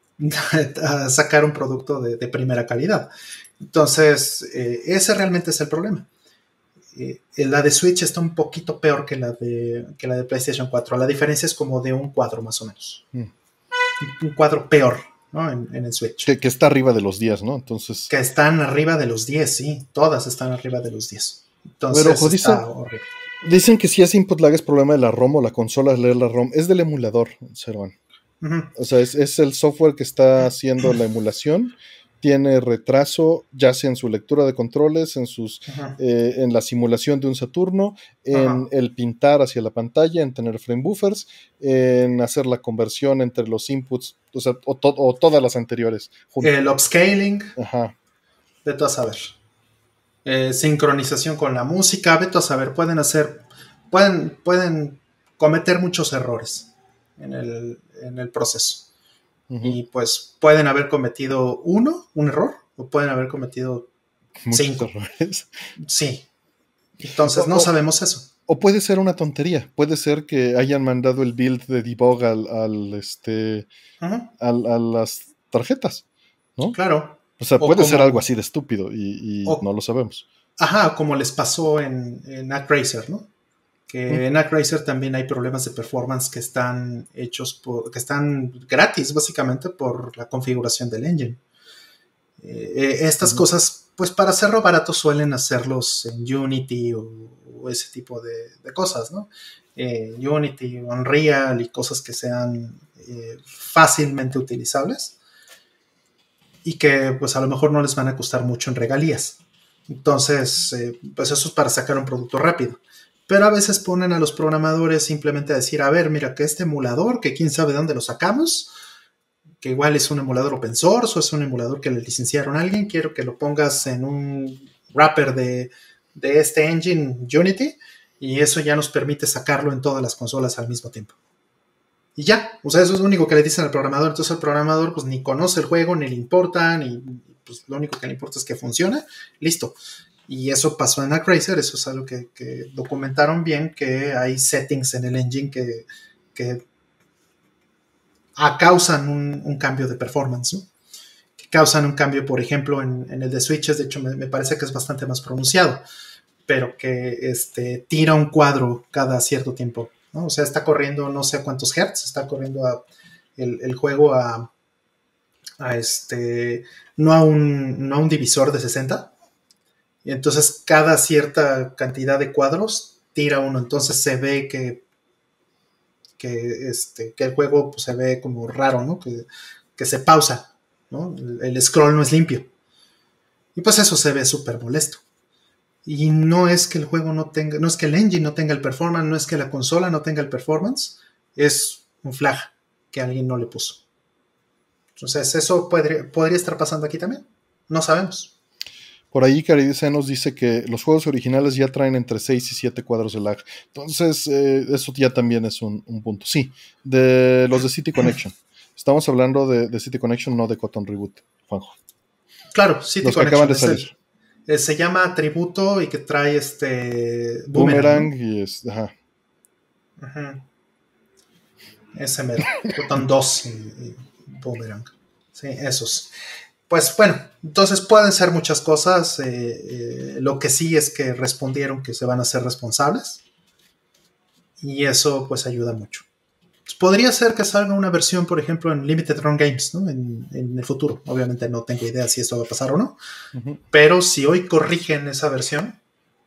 sacar un producto de, de primera calidad. Entonces, eh, ese realmente es el problema. Eh, la de Switch está un poquito peor que la de, que la de PlayStation cuatro. La diferencia es como de un cuadro más o menos. Mm. Un cuadro peor, ¿no? En, en el Switch. Que, que está arriba de los diez, ¿no? Entonces... Que están arriba de los diez, sí. Todas están arriba de los diez. Entonces, pero, ojo, está dicen, horrible. Dicen que si es input lag es problema de la ROM o la consola leer la ROM. Es del emulador, Servan. Uh-huh. O sea, es, es el software que está haciendo la emulación. Tiene retraso, ya sea en su lectura de controles, en sus uh-huh. eh, en la simulación de un Saturno, en uh-huh. el pintar hacia la pantalla, en tener frame buffers, en hacer la conversión entre los inputs, o sea, o, to- o todas las anteriores. Junto. El upscaling. Ajá. Vete a saber. Eh, sincronización con la música, vete a saber. Pueden hacer, pueden, pueden cometer muchos errores en el, en el proceso. Uh-huh. Y pues pueden haber cometido uno, un error, o pueden haber cometido muchos cinco errores. Sí. Entonces o, no sabemos eso. O puede ser una tontería. Puede ser que hayan mandado el build de debug al, al este uh-huh. al, a las tarjetas, ¿no? Claro. O sea, puede o como, ser algo así de estúpido y, y o, no lo sabemos. Ajá, como les pasó en, en Actracer, ¿no? Que uh-huh. en Actracer también hay problemas de performance que están hechos por, que están gratis básicamente por la configuración del engine. Eh, estas uh-huh. cosas, pues para hacerlo barato suelen hacerlos en Unity o, o ese tipo de, de cosas, ¿no? Eh, Unity, Unreal y cosas que sean eh, fácilmente utilizables y que pues a lo mejor no les van a costar mucho en regalías. Entonces, eh, pues eso es para sacar un producto rápido. Pero a veces ponen a los programadores simplemente a decir, a ver, mira que este emulador, que quién sabe de dónde lo sacamos, que igual es un emulador open source o es un emulador que le licenciaron a alguien, quiero que lo pongas en un wrapper de, de este engine Unity y eso ya nos permite sacarlo en todas las consolas al mismo tiempo. Y ya, o sea, eso es lo único que le dicen al programador. Entonces el programador pues ni conoce el juego, ni le importa, ni pues lo único que le importa es que funcione, listo. Y eso pasó en Acracer, eso es algo que, que documentaron bien, que hay settings en el engine que, que causan un, un cambio de performance, ¿no? Que causan un cambio, por ejemplo, en, en el de switches, de hecho me, me parece que es bastante más pronunciado, pero que este, tira un cuadro cada cierto tiempo, ¿no? O sea, está corriendo no sé cuántos hertz, está corriendo a, el, el juego a, a este, no a un, no a un divisor de sesenta, y entonces cada cierta cantidad de cuadros tira uno, entonces se ve que que, este, que el juego pues, se ve como raro, ¿no? Que, que se pausa, ¿no? El, el scroll no es limpio. Y pues eso se ve súper molesto. Y no es que el juego no tenga, no es que el engine no tenga el performance, no es que la consola no tenga el performance, es un flag que alguien no le puso. Entonces, ¿eso podría, podría estar pasando aquí también? No sabemos. Por ahí Caridice nos dice que los juegos originales ya traen entre seis y siete cuadros de lag. Entonces, eh, eso ya también es un, un punto. Sí, de los de City Connection. Estamos hablando de, de City Connection, no de Cotton Reboot, Juanjo. Claro, City los Connection. Que acaban de salir. El, eh, se llama Tributo y que trae este... Boomerang, Boomerang, ¿no? Y es... Ajá. Uh-huh. Ese mero. Cotton dos y, y Boomerang. Sí, esos. Pues bueno, entonces pueden ser muchas cosas. Eh, eh, lo que sí es que respondieron que se van a ser responsables. Y eso pues ayuda mucho. Pues podría ser que salga una versión, por ejemplo, en Limited Run Games, ¿no? En, en el futuro. Obviamente no tengo idea si esto va a pasar o no. Uh-huh. Pero si hoy corrigen esa versión,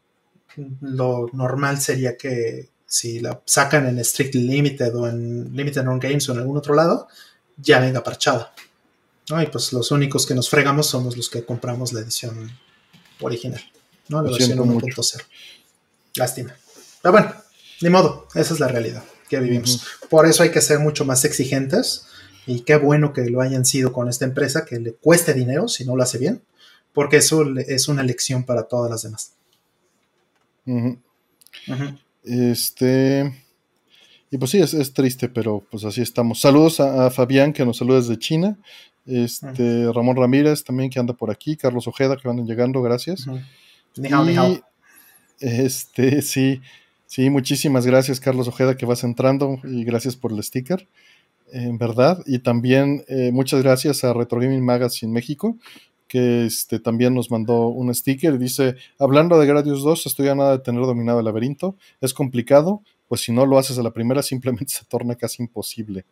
lo normal sería que si la sacan en Strictly Limited o en Limited Run Games o en algún otro lado, ya venga parchada. ¿No? Y pues los únicos que nos fregamos somos los que compramos la edición original, ¿no? La versión uno punto cero. Lástima. Pero bueno, ni modo, esa es la realidad que vivimos. Uh-huh. Por eso hay que ser mucho más exigentes y qué bueno que lo hayan sido con esta empresa, que le cueste dinero si no lo hace bien, porque eso es una lección para todas las demás. Uh-huh. Uh-huh. Este... Y pues sí, es, es triste, pero pues así estamos. Saludos a, a Fabián, que nos saluda desde China. Este, uh-huh. Ramón Ramírez también, que anda por aquí. Carlos Ojeda, que van llegando, gracias. Uh-huh. Ni hao, ni hao. Este, sí, sí, muchísimas gracias, Carlos Ojeda, que vas entrando, y gracias por el sticker, en verdad. Y también eh, muchas gracias a Retro Gaming Magazine México, que este, también nos mandó un sticker. Dice: hablando de Gradius dos, estoy a nada de tener dominado el laberinto. Es complicado, pues si no lo haces a la primera, simplemente se torna casi imposible.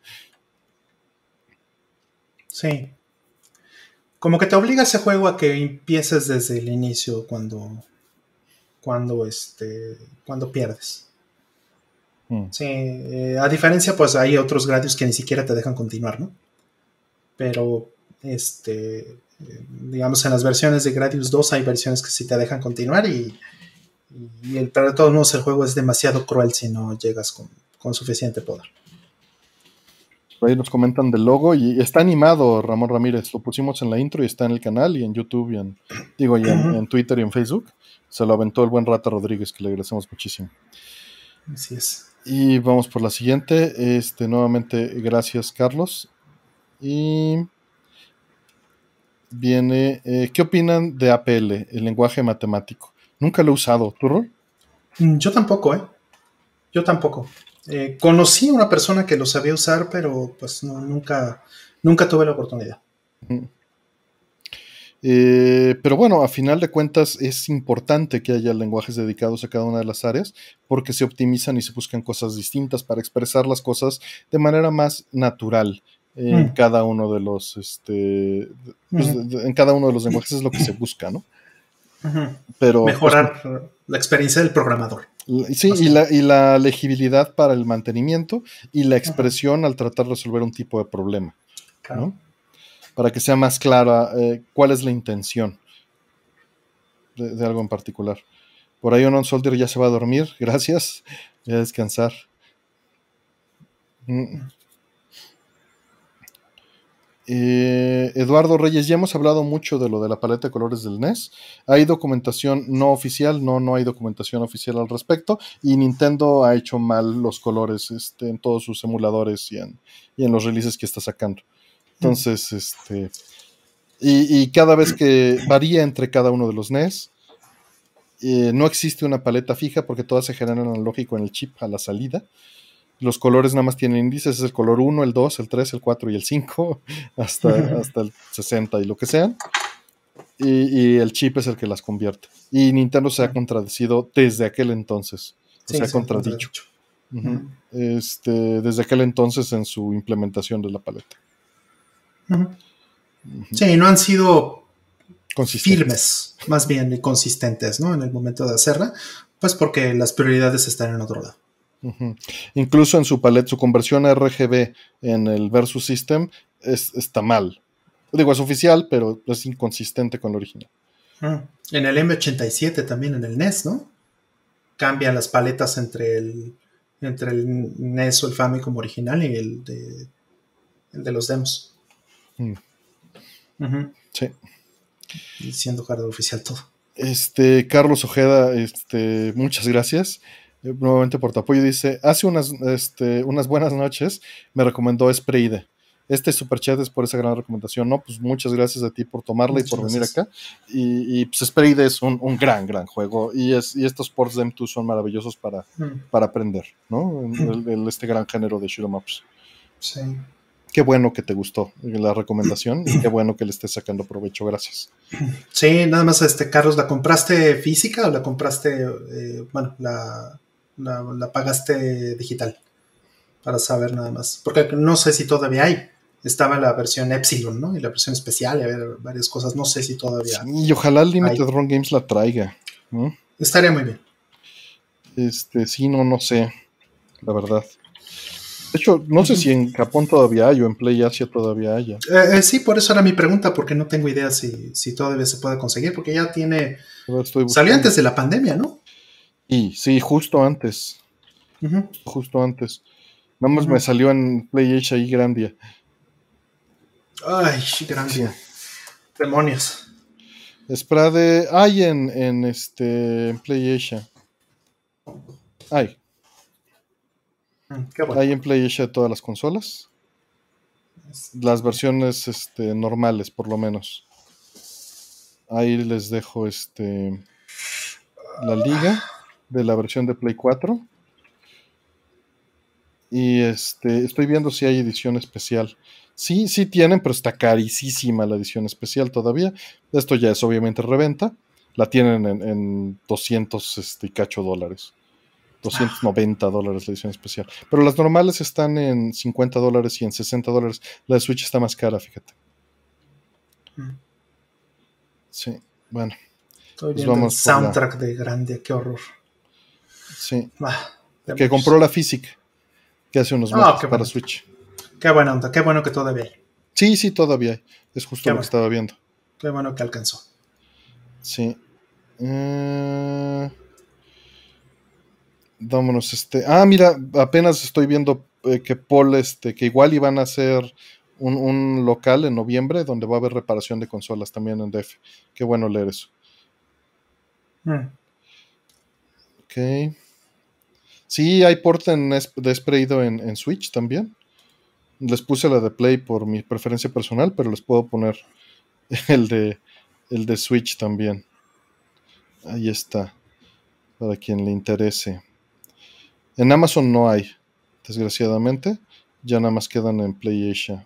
Sí. Como que te obliga ese juego a que empieces desde el inicio cuando, cuando, este, cuando pierdes. Mm. Sí, eh, a diferencia, pues hay otros Gradius que ni siquiera te dejan continuar, ¿no? Pero, este, eh, digamos, en las versiones de Gradius dos hay versiones que sí te dejan continuar y, y el, pero de todos modos el juego es demasiado cruel si no llegas con, con suficiente poder. Ahí nos comentan del logo y está animado, Ramón Ramírez. Lo pusimos en la intro y está en el canal y en YouTube y en, digo, y en, en Twitter y en Facebook. Se lo aventó el buen Rata Rodríguez, que le agradecemos muchísimo. Así es. Y vamos por la siguiente. Este, nuevamente, gracias, Carlos. Y viene, eh, ¿qué opinan de A P L, el lenguaje matemático? Nunca lo he usado. ¿Tú, Rol? Yo tampoco, ¿eh? Yo tampoco. Eh, conocí a una persona que lo sabía usar, pero pues no, nunca, nunca tuve la oportunidad. Eh, pero bueno, a final de cuentas es importante que haya lenguajes dedicados a cada una de las áreas, porque se optimizan y se buscan cosas distintas para expresar las cosas de manera más natural. en Mm. cada uno de los, este, pues, Ujú. de- en cada uno de los lenguajes es lo que se busca, ¿no? Ujú. Pero, pues, Mejorar la experiencia del programador, l- sí, más y bien. la, y la legibilidad para el mantenimiento y la Ujú. expresión al tratar de resolver un tipo de problema, Claro. ¿no? Para que sea más clara eh, cuál es la intención de, de algo en particular. Por ahí Unknown Soldier ya se va a dormir, gracias, voy a descansar. Mm. Eh, Eduardo Reyes, ya hemos hablado mucho de lo de la paleta de colores del N E S. Hay documentación no oficial, no, no hay documentación oficial al respecto. Y Nintendo ha hecho mal los colores este, en todos sus emuladores y en, y en los releases que está sacando. Entonces, este. Y, y cada vez que varía entre cada uno de los N E S, eh, no existe una paleta fija porque todas se generan analógico en el chip a la salida. Los colores nada más tienen índices, es el color uno, el dos, el tres, el cuatro y el cinco, hasta, hasta el sesenta y lo que sean. Y, y el chip es el que las convierte. Y Nintendo se ha contradecido desde aquel entonces. O Sí, se ha sí, contradicho. contradicho. Uh-huh. Ujú. Este, desde aquel entonces en su implementación de la paleta. Ujú. Uh-huh. Sí, no han sido Consistentes. firmes, más bien y consistentes, ¿no? En el momento de hacerla, pues porque las prioridades están en otro lado. Uh-huh. Incluso en su paleta, su conversión a R G B en el Versus System es, está mal. Digo, es oficial, pero es inconsistente con lo original. Uh-huh. En el M ochenta y siete también, en el N E S, ¿no? Cambian las paletas entre el, entre el N E S o el Famicom original y el de, el de los demos. Mm. Uh-huh. Sí. Y siendo hardware oficial todo. Este, Carlos Ojeda, este, muchas gracias eh, nuevamente por tu apoyo. Dice, hace unas, este, unas buenas noches me recomendó Spreide. Este superchat es por esa gran recomendación, ¿no? Pues muchas gracias a ti por tomarla muchas y por gracias. venir acá. Y, y pues Spreide es un, un gran, gran juego. Y, es, y estos ports de M dos son maravillosos para, mm. para aprender, ¿no? El, el, este gran género de shoot 'em ups. Sí. Qué bueno que te gustó la recomendación y qué bueno que le estés sacando provecho, gracias. Sí, nada más, este, Carlos, ¿la compraste física o la compraste, eh, bueno, la, la, la pagaste digital? Para saber nada más, porque no sé si todavía hay. Estaba la versión Epsilon, ¿no? Y la versión especial, y a ver, varias cosas, no sé si todavía sí, y ojalá Limited hay. Run Games la traiga, ¿no? Estaría muy bien. Este, sí, no, no sé, la verdad. De hecho, no uh-huh. sé si en Japón todavía hay o en Play Asia todavía haya. Eh, eh, sí, por eso era mi pregunta, porque no tengo idea si, si todavía se puede conseguir, porque ya tiene... Salió antes de la pandemia, ¿no? Sí, sí, justo antes. Uh-huh. Justo antes. Nada más uh-huh. me salió en Play Asia y Grandia. Ay, Grandia. Sí. Demonios. Sprade hay en, en este en Play Asia. Hay. Qué bueno. Hay en Play Asia de todas las consolas. Las versiones este, normales, por lo menos. Ahí les dejo este la liga de la versión de Play cuatro. Y este estoy viendo si hay edición especial. Sí, sí tienen, pero está carísima la edición especial todavía. Esto ya es obviamente reventa. La tienen en, en doscientos este, y cacho dólares. doscientos noventa dólares la edición especial. Pero las normales están en cincuenta dólares y en sesenta dólares. La de Switch está más cara, fíjate. Sí, bueno. Estoy viendo pues vamos el soundtrack la... de Grandia, qué horror. Sí. Ah, que compró la Physic, que hace unos meses oh, para bueno. Switch. Qué buena onda, qué bueno que todavía hay. Sí, sí, todavía hay. Es justo qué lo bueno. que estaba viendo. Qué bueno que alcanzó. Sí. Uh... Vámonos, este. Ah, mira, apenas estoy viendo eh, que Paul, este, que igual iban a hacer un, un local en noviembre donde va a haber reparación de consolas también en D F. Qué bueno leer eso. Mm. Ok. Sí, hay port en, de Spraydo en, en Switch también. Les puse la de Play por mi preferencia personal, pero les puedo poner el de, el de Switch también. Ahí está. Para quien le interese. En Amazon no hay, desgraciadamente. Ya nada más quedan en Play Asia.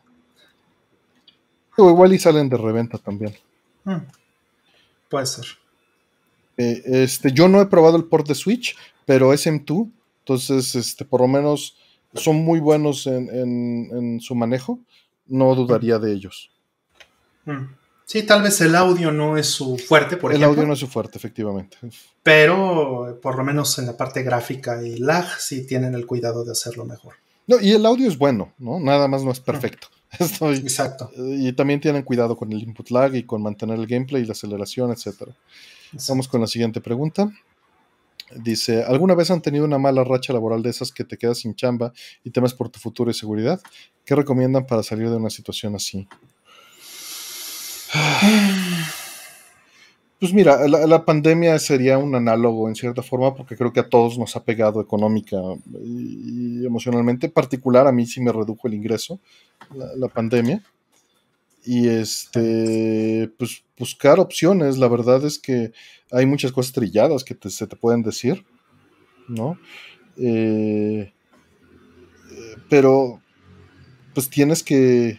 O igual y salen de reventa también. Mm. Puede ser. Eh, este, yo no he probado el port de Switch, pero es M dos. Entonces, este, por lo menos son muy buenos en, en, en su manejo. no dudaría de ellos. Sí, tal vez el audio no es su fuerte, por el ejemplo. El audio no es su fuerte, efectivamente. Pero por lo menos en la parte gráfica y lag sí tienen el cuidado de hacerlo mejor. No, y el audio es bueno, ¿no? Nada más no es perfecto. Estoy, Exacto. Y también tienen cuidado con el input lag y con mantener el gameplay y la aceleración, etcétera. Vamos con la siguiente pregunta. Dice, ¿alguna vez han tenido una mala racha laboral de esas que te quedas sin chamba y temes por tu futuro y seguridad? ¿Qué recomiendan para salir de una situación así? Pues mira, la, la pandemia sería un análogo en cierta forma porque creo que a todos nos ha pegado económica y, y emocionalmente. En particular a mí sí me redujo el ingreso, la, la pandemia. Y este, pues buscar opciones. La verdad es que hay muchas cosas trilladas que te, se te pueden decir, ¿no? Eh, eh, pero pues tienes que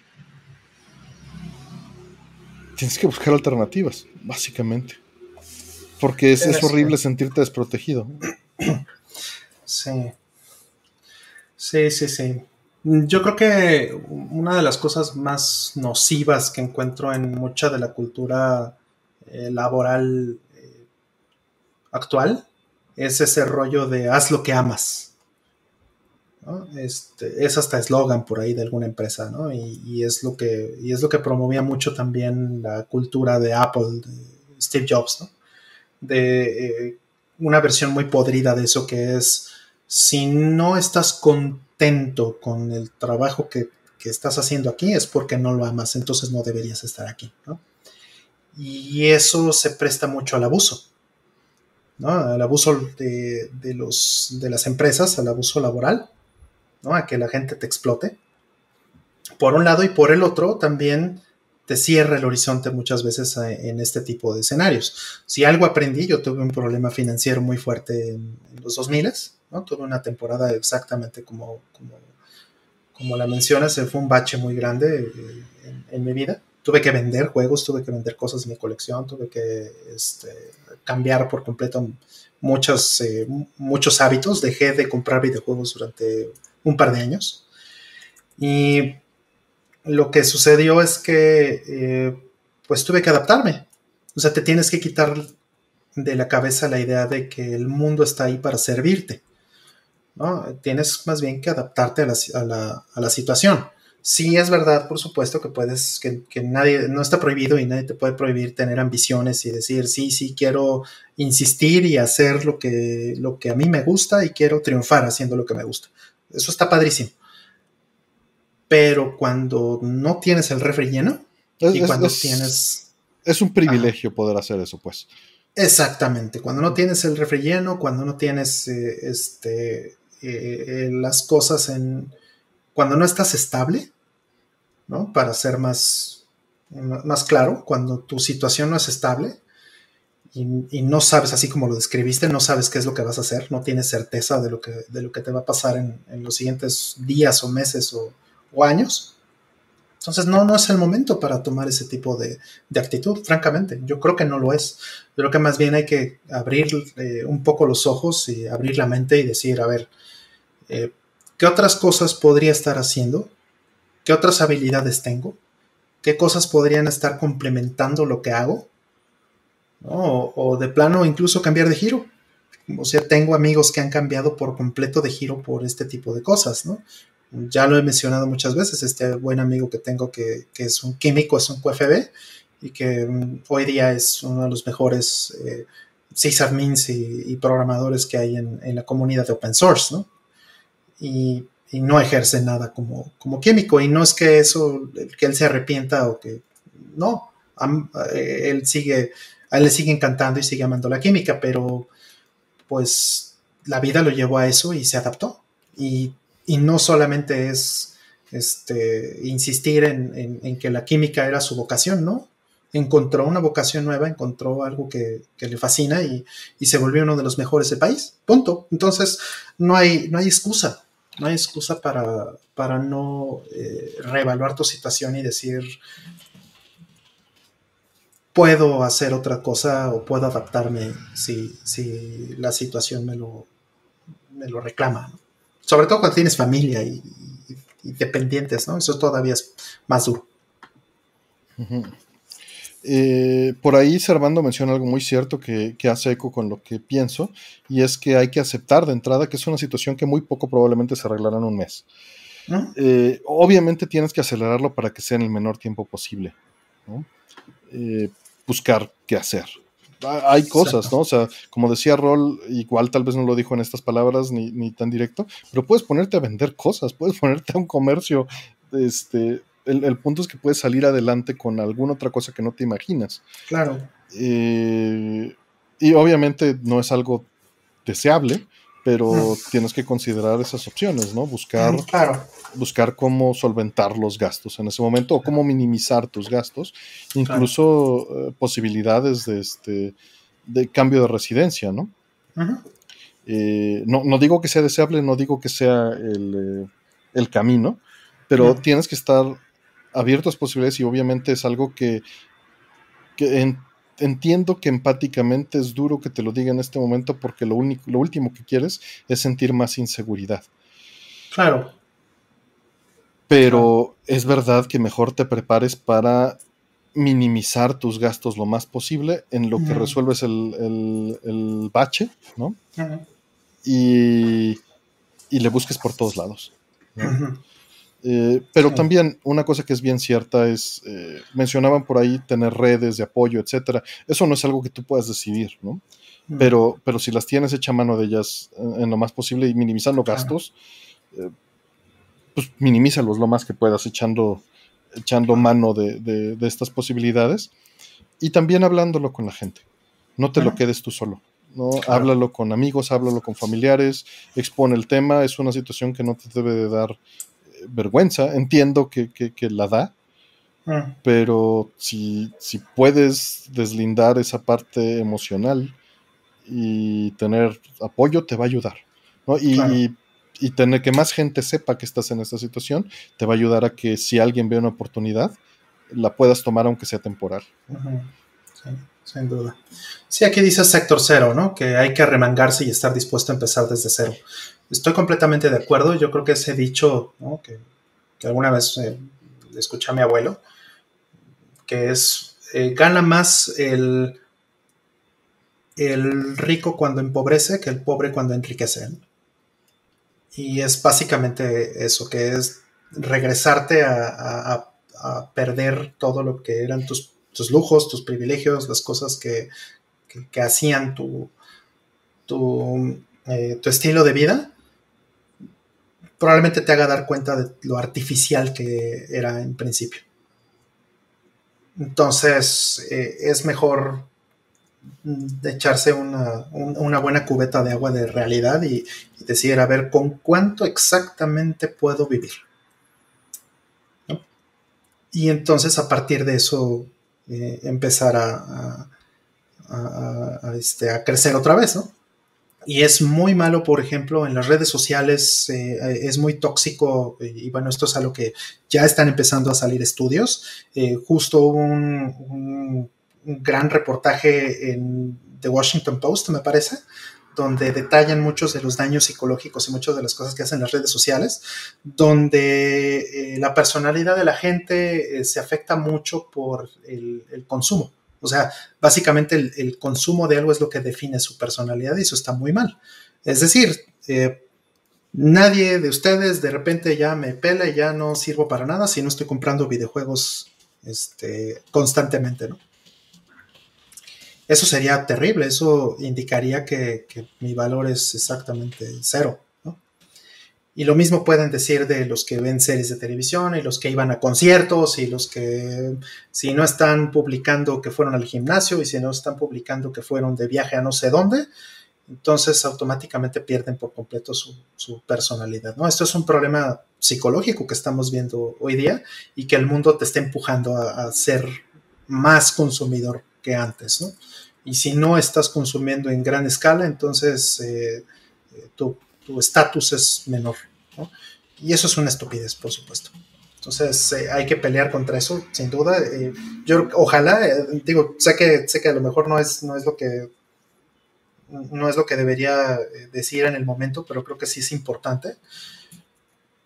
tienes que buscar alternativas, básicamente. Porque es, es horrible sentirte desprotegido. Sí. Sí, sí, sí. Yo creo que una de las cosas más nocivas que encuentro en mucha de la cultura eh, laboral eh, actual es ese rollo de haz lo que amas, ¿no? Este, es hasta eslogan por ahí de alguna empresa, ¿no? Y, y, es lo que, y es lo que promovía mucho también la cultura de Apple, de Steve Jobs, ¿no? De eh, una versión muy podrida de eso que es, si no estás contento con el trabajo que, que estás haciendo aquí, es porque no lo amas, entonces no deberías estar aquí, ¿no? Y eso se presta mucho al abuso, ¿no? Al abuso de, de, los, de las empresas, al abuso laboral, ¿no? A que la gente te explote, por un lado, y por el otro también te cierra el horizonte muchas veces en este tipo de escenarios. Si algo aprendí, yo tuve un problema financiero muy fuerte en, en los dos mil, ¿no? Tuve una temporada exactamente como, como, como la mencionas, fue un bache muy grande en, en mi vida. Tuve que vender juegos, tuve que vender cosas de mi colección, tuve que este, cambiar por completo muchos, eh, muchos hábitos. Dejé de comprar videojuegos durante un par de años. Y lo que sucedió es que eh, pues tuve que adaptarme. O sea, te tienes que quitar de la cabeza la idea de que el mundo está ahí para servirte, ¿no? Tienes más bien que adaptarte a la, a la, a la situación. Sí es verdad, por supuesto, que puedes, que, que nadie, no está prohibido y nadie te puede prohibir tener ambiciones y decir, sí, sí, quiero insistir y hacer lo que, lo que a mí me gusta y quiero triunfar haciendo lo que me gusta. Eso está padrísimo. Pero cuando no tienes el refri lleno es, y cuando es, tienes... Es un privilegio Ajá. poder hacer eso, pues. Exactamente. Cuando no tienes el refri lleno, cuando no tienes eh, este, eh, las cosas en... Cuando no estás estable, ¿no? Para ser más, más claro, cuando tu situación no es estable y, y no sabes, así como lo describiste, no sabes qué es lo que vas a hacer, no tienes certeza de lo que, de lo que te va a pasar en, en los siguientes días o meses o o años, entonces no, no es el momento para tomar ese tipo de, de actitud, francamente, yo creo que no lo es, yo creo que más bien hay que abrir eh, un poco los ojos y abrir la mente y decir, a ver, eh, ¿qué otras cosas podría estar haciendo? ¿Qué otras habilidades tengo? ¿Qué cosas podrían estar complementando lo que hago? ¿No? O, o de plano incluso cambiar de giro. O sea, tengo amigos que han cambiado por completo de giro por este tipo de cosas, ¿no? Ya lo he mencionado muchas veces, este buen amigo que tengo que, que es un químico, es un Q F B y que um, hoy día es uno de los mejores eh, sysadmins y, y programadores que hay en, en la comunidad de open source, ¿no? Y, y no ejerce nada como, como químico, y no es que eso, que él se arrepienta o que no, am, eh, él sigue, a él le sigue encantando y sigue amando la química, pero pues la vida lo llevó a eso y se adaptó. Y, y no solamente es este, insistir en, en, en, que la química era su vocación, ¿no? Encontró una vocación nueva, encontró algo que, que le fascina y, y se volvió uno de los mejores del país. Punto. Entonces, no hay, no hay excusa. No hay excusa para, para no eh, reevaluar tu situación y decir, puedo hacer otra cosa o puedo adaptarme si, si la situación me lo, me lo reclama, ¿no? Sobre todo cuando tienes familia y, y dependientes, ¿no? Eso todavía es más duro. Uh-huh. Eh, por ahí Servando menciona algo muy cierto que, que hace eco con lo que pienso, y es que hay que aceptar de entrada que es una situación que muy poco probablemente se arreglará en un mes. ¿No? Eh, obviamente tienes que acelerarlo para que sea en el menor tiempo posible, ¿no? Eh, buscar qué hacer. Hay cosas, ¿no? O sea, como decía Rol, igual tal vez no lo dijo en estas palabras ni, ni tan directo, pero puedes ponerte a vender cosas, puedes ponerte a un comercio, este... El, el punto es que puedes salir adelante con alguna otra cosa que no te imaginas. Claro. Eh, y obviamente no es algo deseable, pero mm. tienes que considerar esas opciones, ¿no? Buscar, claro. buscar cómo solventar los gastos en ese momento, o cómo minimizar tus gastos, incluso claro. eh, posibilidades de, este, de cambio de residencia, ¿no? Uh-huh. Eh, no, no digo que sea deseable, no digo que sea el, eh, el camino, pero uh-huh. tienes que estar abierto a las posibilidades, y obviamente es algo que, que en, entiendo que empáticamente es duro que te lo diga en este momento, porque lo, único, lo último que quieres es sentir más inseguridad. Claro. Pero claro. Es verdad que mejor te prepares para minimizar tus gastos lo más posible en lo uh-huh. que resuelves el, el, el bache, ¿no? Uh-huh. Y, y le busques por todos lados, ¿no? Uh-huh. Eh, pero sí. También una cosa que es bien cierta es, eh, mencionaban por ahí tener redes de apoyo, etcétera. Eso no es algo que tú puedas decidir, ¿no? Mm. Pero, pero si las tienes, echa mano de ellas en, en lo más posible, y minimizando claro. gastos, eh, pues minimízalos lo más que puedas, echando, echando mano de, de, de estas posibilidades, y también hablándolo con la gente. No te mm. lo quedes tú solo, ¿no? Claro. Háblalo con amigos, háblalo con familiares, expone el tema. Es una situación que no te debe de dar vergüenza, entiendo que, que, que la da, mm. pero si, si puedes deslindar esa parte emocional y tener apoyo, te va a ayudar, ¿no? Y, claro. y, y tener que más gente sepa que estás en esta situación te va a ayudar a que, si alguien ve una oportunidad, la puedas tomar aunque sea temporal. Uh-huh. Sí, sin duda. Sí, aquí dice sector cero, ¿no? Que hay que arremangarse y estar dispuesto a empezar desde cero. Estoy completamente de acuerdo. Yo creo que ese dicho, ¿no? que, que alguna vez eh, escuché a mi abuelo, que es, eh, gana más el, el rico cuando empobrece que el pobre cuando enriquece, ¿no? Y es básicamente eso, que es regresarte a, a, a perder todo lo que eran tus, tus lujos, tus privilegios, las cosas que, que, que hacían tu, tu, eh, tu estilo de vida. Probablemente te haga dar cuenta de lo artificial que era en principio. Entonces, eh, es mejor echarse una, un, una buena cubeta de agua de realidad y, y decir, a ver, ¿con cuánto exactamente puedo vivir? ¿No? Y entonces, a partir de eso, eh, empezar a, a, a, a, este, a crecer otra vez, ¿no? Y es muy malo, por ejemplo, en las redes sociales, eh, es muy tóxico, y bueno, esto es algo que ya están empezando a salir estudios. Eh, justo hubo un, un, un gran reportaje en The Washington Post, me parece, donde detallan muchos de los daños psicológicos y muchas de las cosas que hacen las redes sociales, donde eh, la personalidad de la gente eh, se afecta mucho por el, el consumo. O sea, básicamente el, el consumo de algo es lo que define su personalidad, y eso está muy mal. Es decir, eh, nadie de ustedes de repente ya me pela y ya no sirvo para nada si no estoy comprando videojuegos este, constantemente, ¿no? Eso sería terrible, eso indicaría que, que mi valor es exactamente cero, ¿no? Y lo mismo pueden decir de los que ven series de televisión y los que iban a conciertos y los que, si no están publicando que fueron al gimnasio y si no están publicando que fueron de viaje a no sé dónde, entonces automáticamente pierden por completo su, su personalidad, ¿no? Esto es un problema psicológico que estamos viendo hoy día y que el mundo te está empujando a, a ser más consumidor que antes, ¿no? Y si no estás consumiendo en gran escala, entonces eh, tu tu estatus es menor, ¿no? Y eso es una estupidez, por supuesto. Entonces eh, hay que pelear contra eso, sin duda. Eh, yo ojalá, eh, digo, sé que, sé que a lo mejor no es, no es lo que no es lo que debería decir en el momento, pero creo que sí es importante.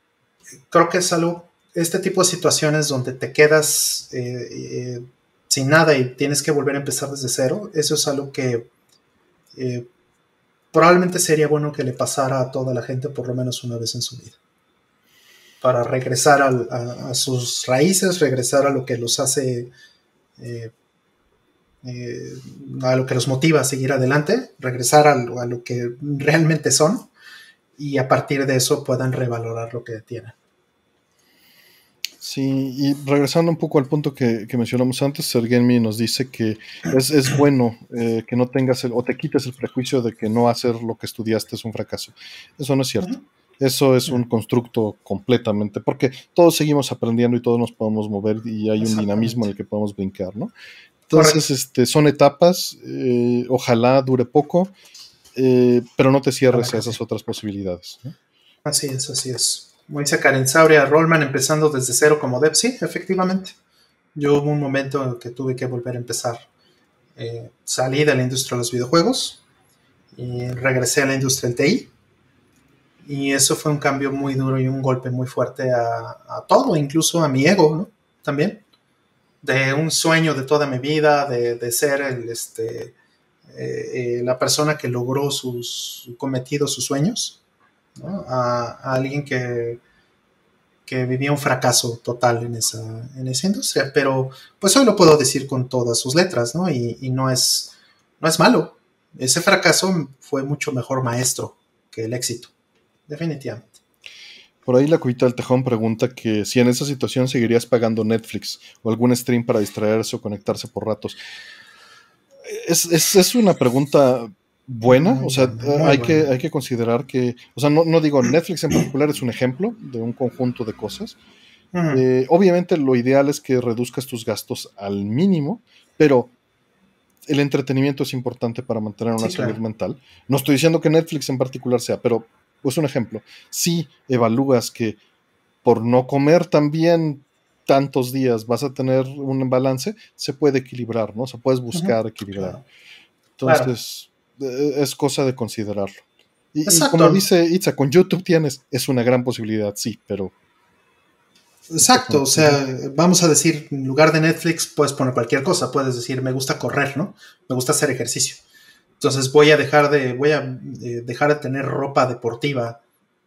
creo que es algo, este tipo de situaciones donde te quedas eh, eh, sin nada y tienes que volver a empezar desde cero, eso es algo que eh, probablemente sería bueno que le pasara a toda la gente por lo menos una vez en su vida. Para regresar a, a, a sus raíces, regresar a lo que los hace, eh, eh, a lo que los motiva a seguir adelante, regresar a lo, a lo que realmente son y a partir de eso puedan revalorar lo que tienen. Sí, y regresando un poco al punto que, que mencionamos antes, Sergenmi nos dice que es, es bueno eh, que no tengas el, o te quites el prejuicio de que no hacer lo que estudiaste es un fracaso. Eso no es cierto. Uh-huh. Eso es un constructo completamente, porque todos seguimos aprendiendo y todos nos podemos mover y hay un dinamismo en el que podemos brincar, ¿no? Entonces, este, son etapas, eh, ojalá dure poco, eh, pero no te cierres a esas sí. otras posibilidades, ¿no? Así es, así es. Como dice Karen Sauria, Rollman empezando desde cero como dev, sí, efectivamente. Yo hubo un momento en el que tuve que volver a empezar. Eh, salí de la industria de los videojuegos y regresé a la industria del T I. Y eso fue un cambio muy duro y un golpe muy fuerte a, a todo, incluso a mi ego, ¿no? También. De un sueño de toda mi vida, de, de ser el, este, eh, eh, la persona que logró sus cometidos, sus sueños, ¿no? A, a alguien que, que vivía un fracaso total en esa, en esa industria, pero pues hoy lo puedo decir con todas sus letras, ¿no? Y, y no es, no es malo. Ese fracaso fue mucho mejor maestro que el éxito, definitivamente. Por ahí la Cuita del Tejón pregunta que si en esa situación seguirías pagando Netflix o algún stream para distraerse o conectarse por ratos. Es, es, es una pregunta buena, muy o sea, buena, hay, que, hay que considerar que, o sea, no, no digo, Netflix en particular es un ejemplo de un conjunto de cosas. Uh-huh. Eh, obviamente lo ideal es que reduzcas tus gastos al mínimo, pero el entretenimiento es importante para mantener una sí, salud claro. mental. No estoy diciendo que Netflix en particular sea, pero pues un ejemplo, si evalúas que por no comer también tantos días vas a tener un balance, se puede equilibrar, ¿no? O sea, puedes buscar uh-huh. equilibrar. Claro. Entonces, claro. es cosa de considerarlo. Y, y como dice Itza, con YouTube tienes, es una gran posibilidad, sí, pero... Exacto, o sea, vamos a decir, en lugar de Netflix puedes poner cualquier cosa, puedes decir, me gusta correr, ¿no? Me gusta hacer ejercicio. Entonces voy a dejar de, voy a eh, dejar de tener ropa deportiva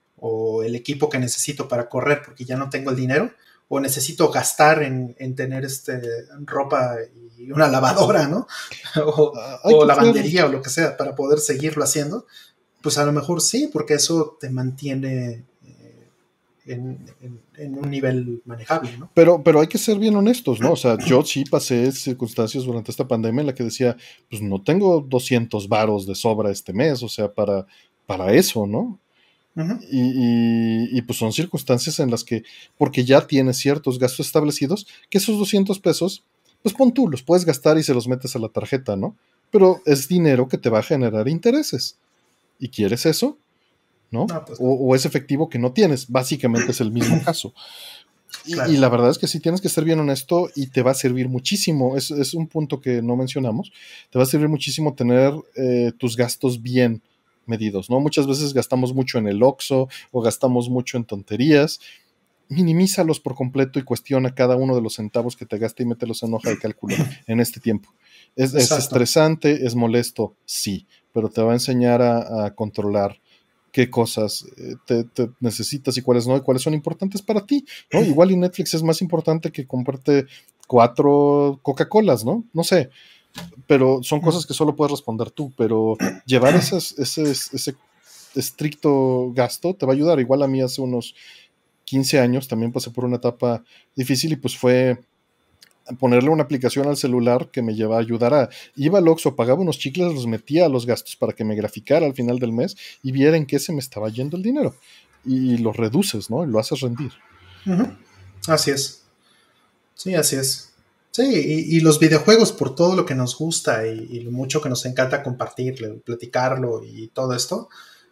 o el equipo que necesito para correr porque ya no tengo el dinero, o necesito gastar en, en tener este, ropa y una lavadora, ¿no? o, uh, o lavandería o lo que sea para poder seguirlo haciendo, pues a lo mejor sí, porque eso te mantiene eh, en, en, en un nivel manejable, ¿no? Pero, pero hay que ser bien honestos, ¿no? O sea, yo sí pasé circunstancias durante esta pandemia en la que decía, pues no tengo doscientos varos de sobra este mes, o sea, para, para eso, ¿no? Uh-huh. Y, y, y pues son circunstancias en las que, porque ya tienes ciertos gastos establecidos, que esos doscientos pesos, pues pon tú, los puedes gastar y se los metes a la tarjeta, ¿no? Pero es dinero que te va a generar intereses. ¿Y quieres eso? ¿No? no pues no. O, o es efectivo que no tienes. Básicamente es el mismo caso. Y, claro. y la verdad es que sí tienes que ser bien honesto y te va a servir muchísimo. Es, es un punto que no mencionamos. Te va a servir muchísimo tener eh, tus gastos bien medidos, ¿no? Muchas veces gastamos mucho en el Oxxo o gastamos mucho en tonterías. Minimízalos por completo y cuestiona cada uno de los centavos que te gasta y mételos en hoja de cálculo en este tiempo. Es, es estresante, es molesto, sí, pero te va a enseñar a, a controlar qué cosas te, te necesitas y cuáles no, y cuáles son importantes para ti, ¿no? Igual y Netflix es más importante que comprarte cuatro Coca-Colas, ¿no? No sé. Pero son cosas que solo puedes responder tú, pero llevar esas, ese, ese estricto gasto te va a ayudar. Igual a mí hace unos quince años también pasé por una etapa difícil y pues fue ponerle una aplicación al celular que me llevaba a ayudar a... Iba al Oxxo, pagaba unos chicles, los metía a los gastos para que me graficara al final del mes y viera en qué se me estaba yendo el dinero. Y lo reduces, ¿no? Y lo haces rendir. Uh-huh. Así es. Sí, así es. Sí, y, y los videojuegos, por todo lo que nos gusta y, y lo mucho que nos encanta compartirlo, platicarlo y todo esto,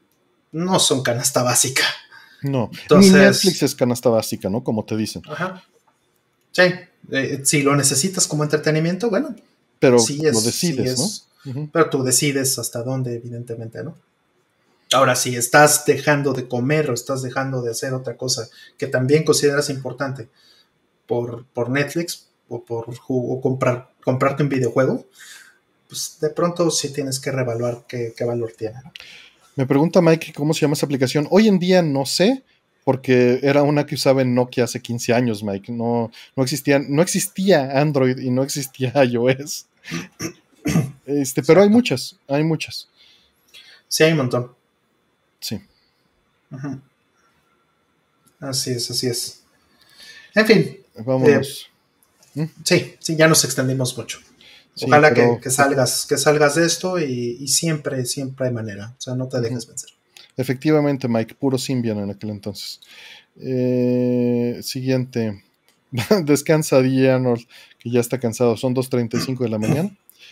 no son canasta básica. No, entonces, ni Netflix es canasta básica, ¿no? Como te dicen. Ajá. Sí, eh, si lo necesitas como entretenimiento, bueno. Pero sí es, lo decides, sí es, ¿no? Uh-huh. Pero tú decides hasta dónde, evidentemente, ¿no? Ahora, si estás dejando de comer o estás dejando de hacer otra cosa que también consideras importante por, por Netflix o por o comprar, comprarte un videojuego, pues de pronto sí tienes que reevaluar qué, qué valor tiene, ¿no? Me pregunta Mike cómo se llama esa aplicación. Hoy en día no sé, porque era una que usaba en Nokia hace quince años, Mike. No, no, existía, no existía Android y no existía iOS. Este, pero hay muchas, hay muchas. Sí, hay un montón. Sí. Uh-huh. Así es, así es. En fin. Vámonos. Eh, ¿Mm? Sí, sí, ya nos extendimos mucho. Sí, Ojalá pero... que, que salgas, que salgas de esto y, y siempre, siempre hay manera. O sea, no te dejes uh-huh. vencer. Efectivamente, Mike, puro Symbian en aquel entonces. Eh, siguiente. Descansa D. Arnold, que ya está cansado. Son dos treinta y cinco de la mañana.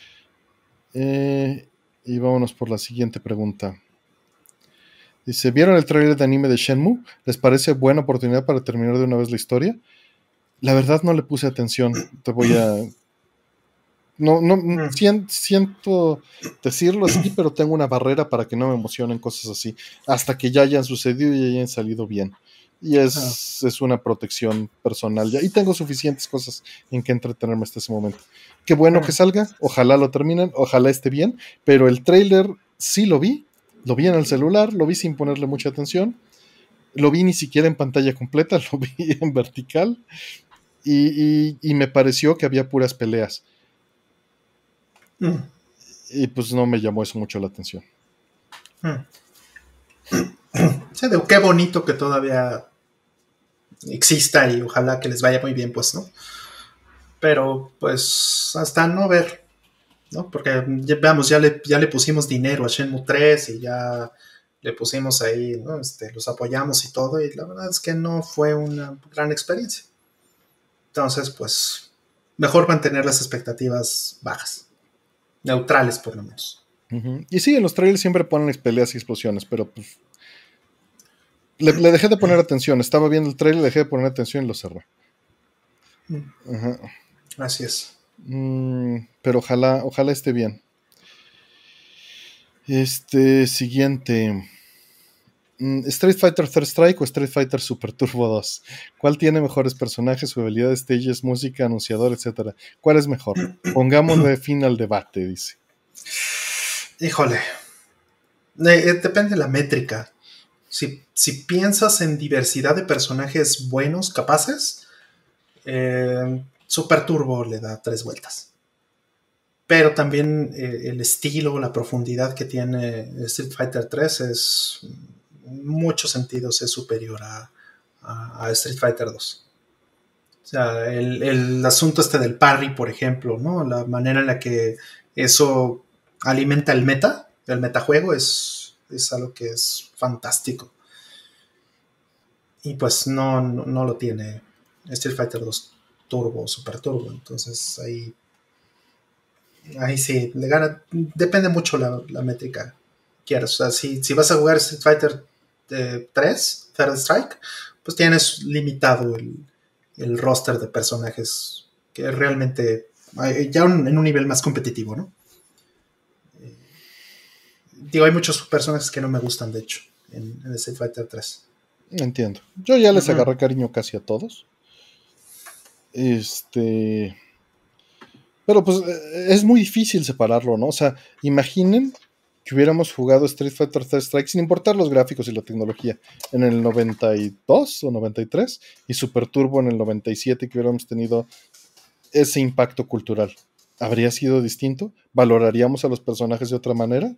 Eh, y vámonos por la siguiente pregunta. Dice, ¿vieron el tráiler de anime de Shenmue? ¿Les parece buena oportunidad para terminar de una vez la historia? La verdad no le puse atención. Te voy a... No, no, mm. siento, siento decirlo así, pero tengo una barrera para que no me emocionen cosas así, hasta que ya hayan sucedido y hayan salido bien. Y es, ah. es una protección personal ya. Y tengo suficientes cosas en que entretenerme hasta ese momento. Qué bueno ah. que salga, ojalá lo terminen, ojalá esté bien, pero el tráiler sí lo vi, lo vi en el celular, lo vi sin ponerle mucha atención, lo vi ni siquiera en pantalla completa, lo vi en vertical, y, y, y me pareció que había puras peleas. Mm. Y pues no me llamó eso mucho la atención. Mm. Sí, de qué bonito que todavía exista y ojalá que les vaya muy bien, pues, ¿no? Pero pues hasta no ver, ¿no? Porque ya, veamos, ya le, ya le pusimos dinero a Shenmue tres y ya le pusimos ahí, ¿no? Este, los apoyamos y todo, y la verdad es que no fue una gran experiencia. Entonces, pues, mejor mantener las expectativas bajas. Neutrales, por lo menos. Uh-huh. Y sí, en los trailers siempre ponen peleas y explosiones, pero pues le, le dejé de poner atención. Estaba viendo el trailer, le dejé de poner atención y lo cerré. Uh-huh. Así es. Mm, pero ojalá, ojalá esté bien. Este, siguiente. Mm, Street Fighter Third Strike o Street Fighter Super Turbo dos. ¿Cuál tiene mejores personajes, jugabilidad, stages, música, anunciador, etcétera? ¿Cuál es mejor? Pongámosle fin al debate, dice. Híjole, eh, depende de la métrica. Si, si piensas en diversidad de personajes buenos, capaces, eh, Super Turbo le da tres vueltas. Pero también eh, el estilo, la profundidad que tiene Street Fighter tres es, en muchos sentidos, es superior a, a, a Street Fighter dos. O sea, el, el asunto este del parry, por ejemplo, ¿no? La manera en la que eso alimenta el meta, el metajuego, es, es algo que es fantástico. Y pues no, no, no lo tiene Street Fighter dos Turbo, Super Turbo. Entonces ahí, ahí sí, le gana. Depende mucho la, la métrica que quieras. O sea, si, si vas a jugar Street Fighter eh, tres, Third Strike, pues tienes limitado el, el roster de personajes que realmente ya un, en un nivel más competitivo, ¿no? Eh, digo, hay muchos personajes que no me gustan, de hecho, en, en Street Fighter tres. Entiendo. Yo ya les agarré uh-huh. cariño casi a todos. Este. Pero pues es muy difícil separarlo, ¿no? O sea, imaginen que hubiéramos jugado Street Fighter Third Strike sin importar los gráficos y la tecnología en el noventa y dos o noventa y tres y Super Turbo en el noventa y siete, que hubiéramos tenido ese impacto cultural. ¿Habría sido distinto? ¿Valoraríamos a los personajes de otra manera?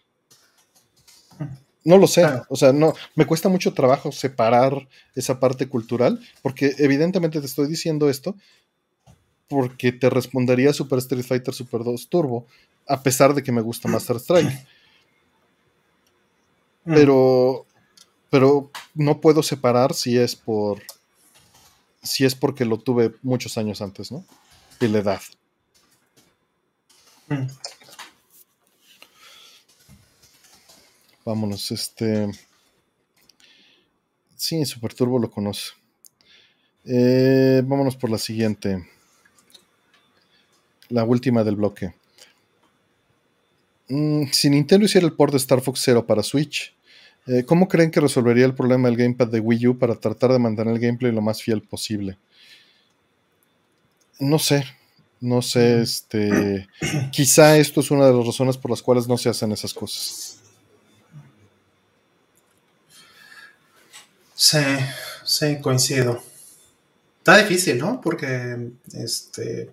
No lo sé, o sea, no, me cuesta mucho trabajo separar esa parte cultural, porque evidentemente te estoy diciendo esto porque te respondería Super Street Fighter Super dos Turbo, a pesar de que me gusta Master Strike. Pero, pero no puedo separar si es por, si es porque lo tuve muchos años antes, ¿no? Y la edad. Mm. Vámonos, este... Sí, Super Turbo lo conoce. Eh, vámonos por la siguiente. La última del bloque. Mm, si Nintendo hiciera el port de Star Fox Zero para Switch, Eh, ¿Cómo creen que resolvería el problema del gamepad de Wii U para tratar de mantener el gameplay lo más fiel posible? No sé, no sé, este, quizá esto es una de las razones por las cuales no se hacen esas cosas. Sí, sí, coincido. Está difícil, ¿no? Porque este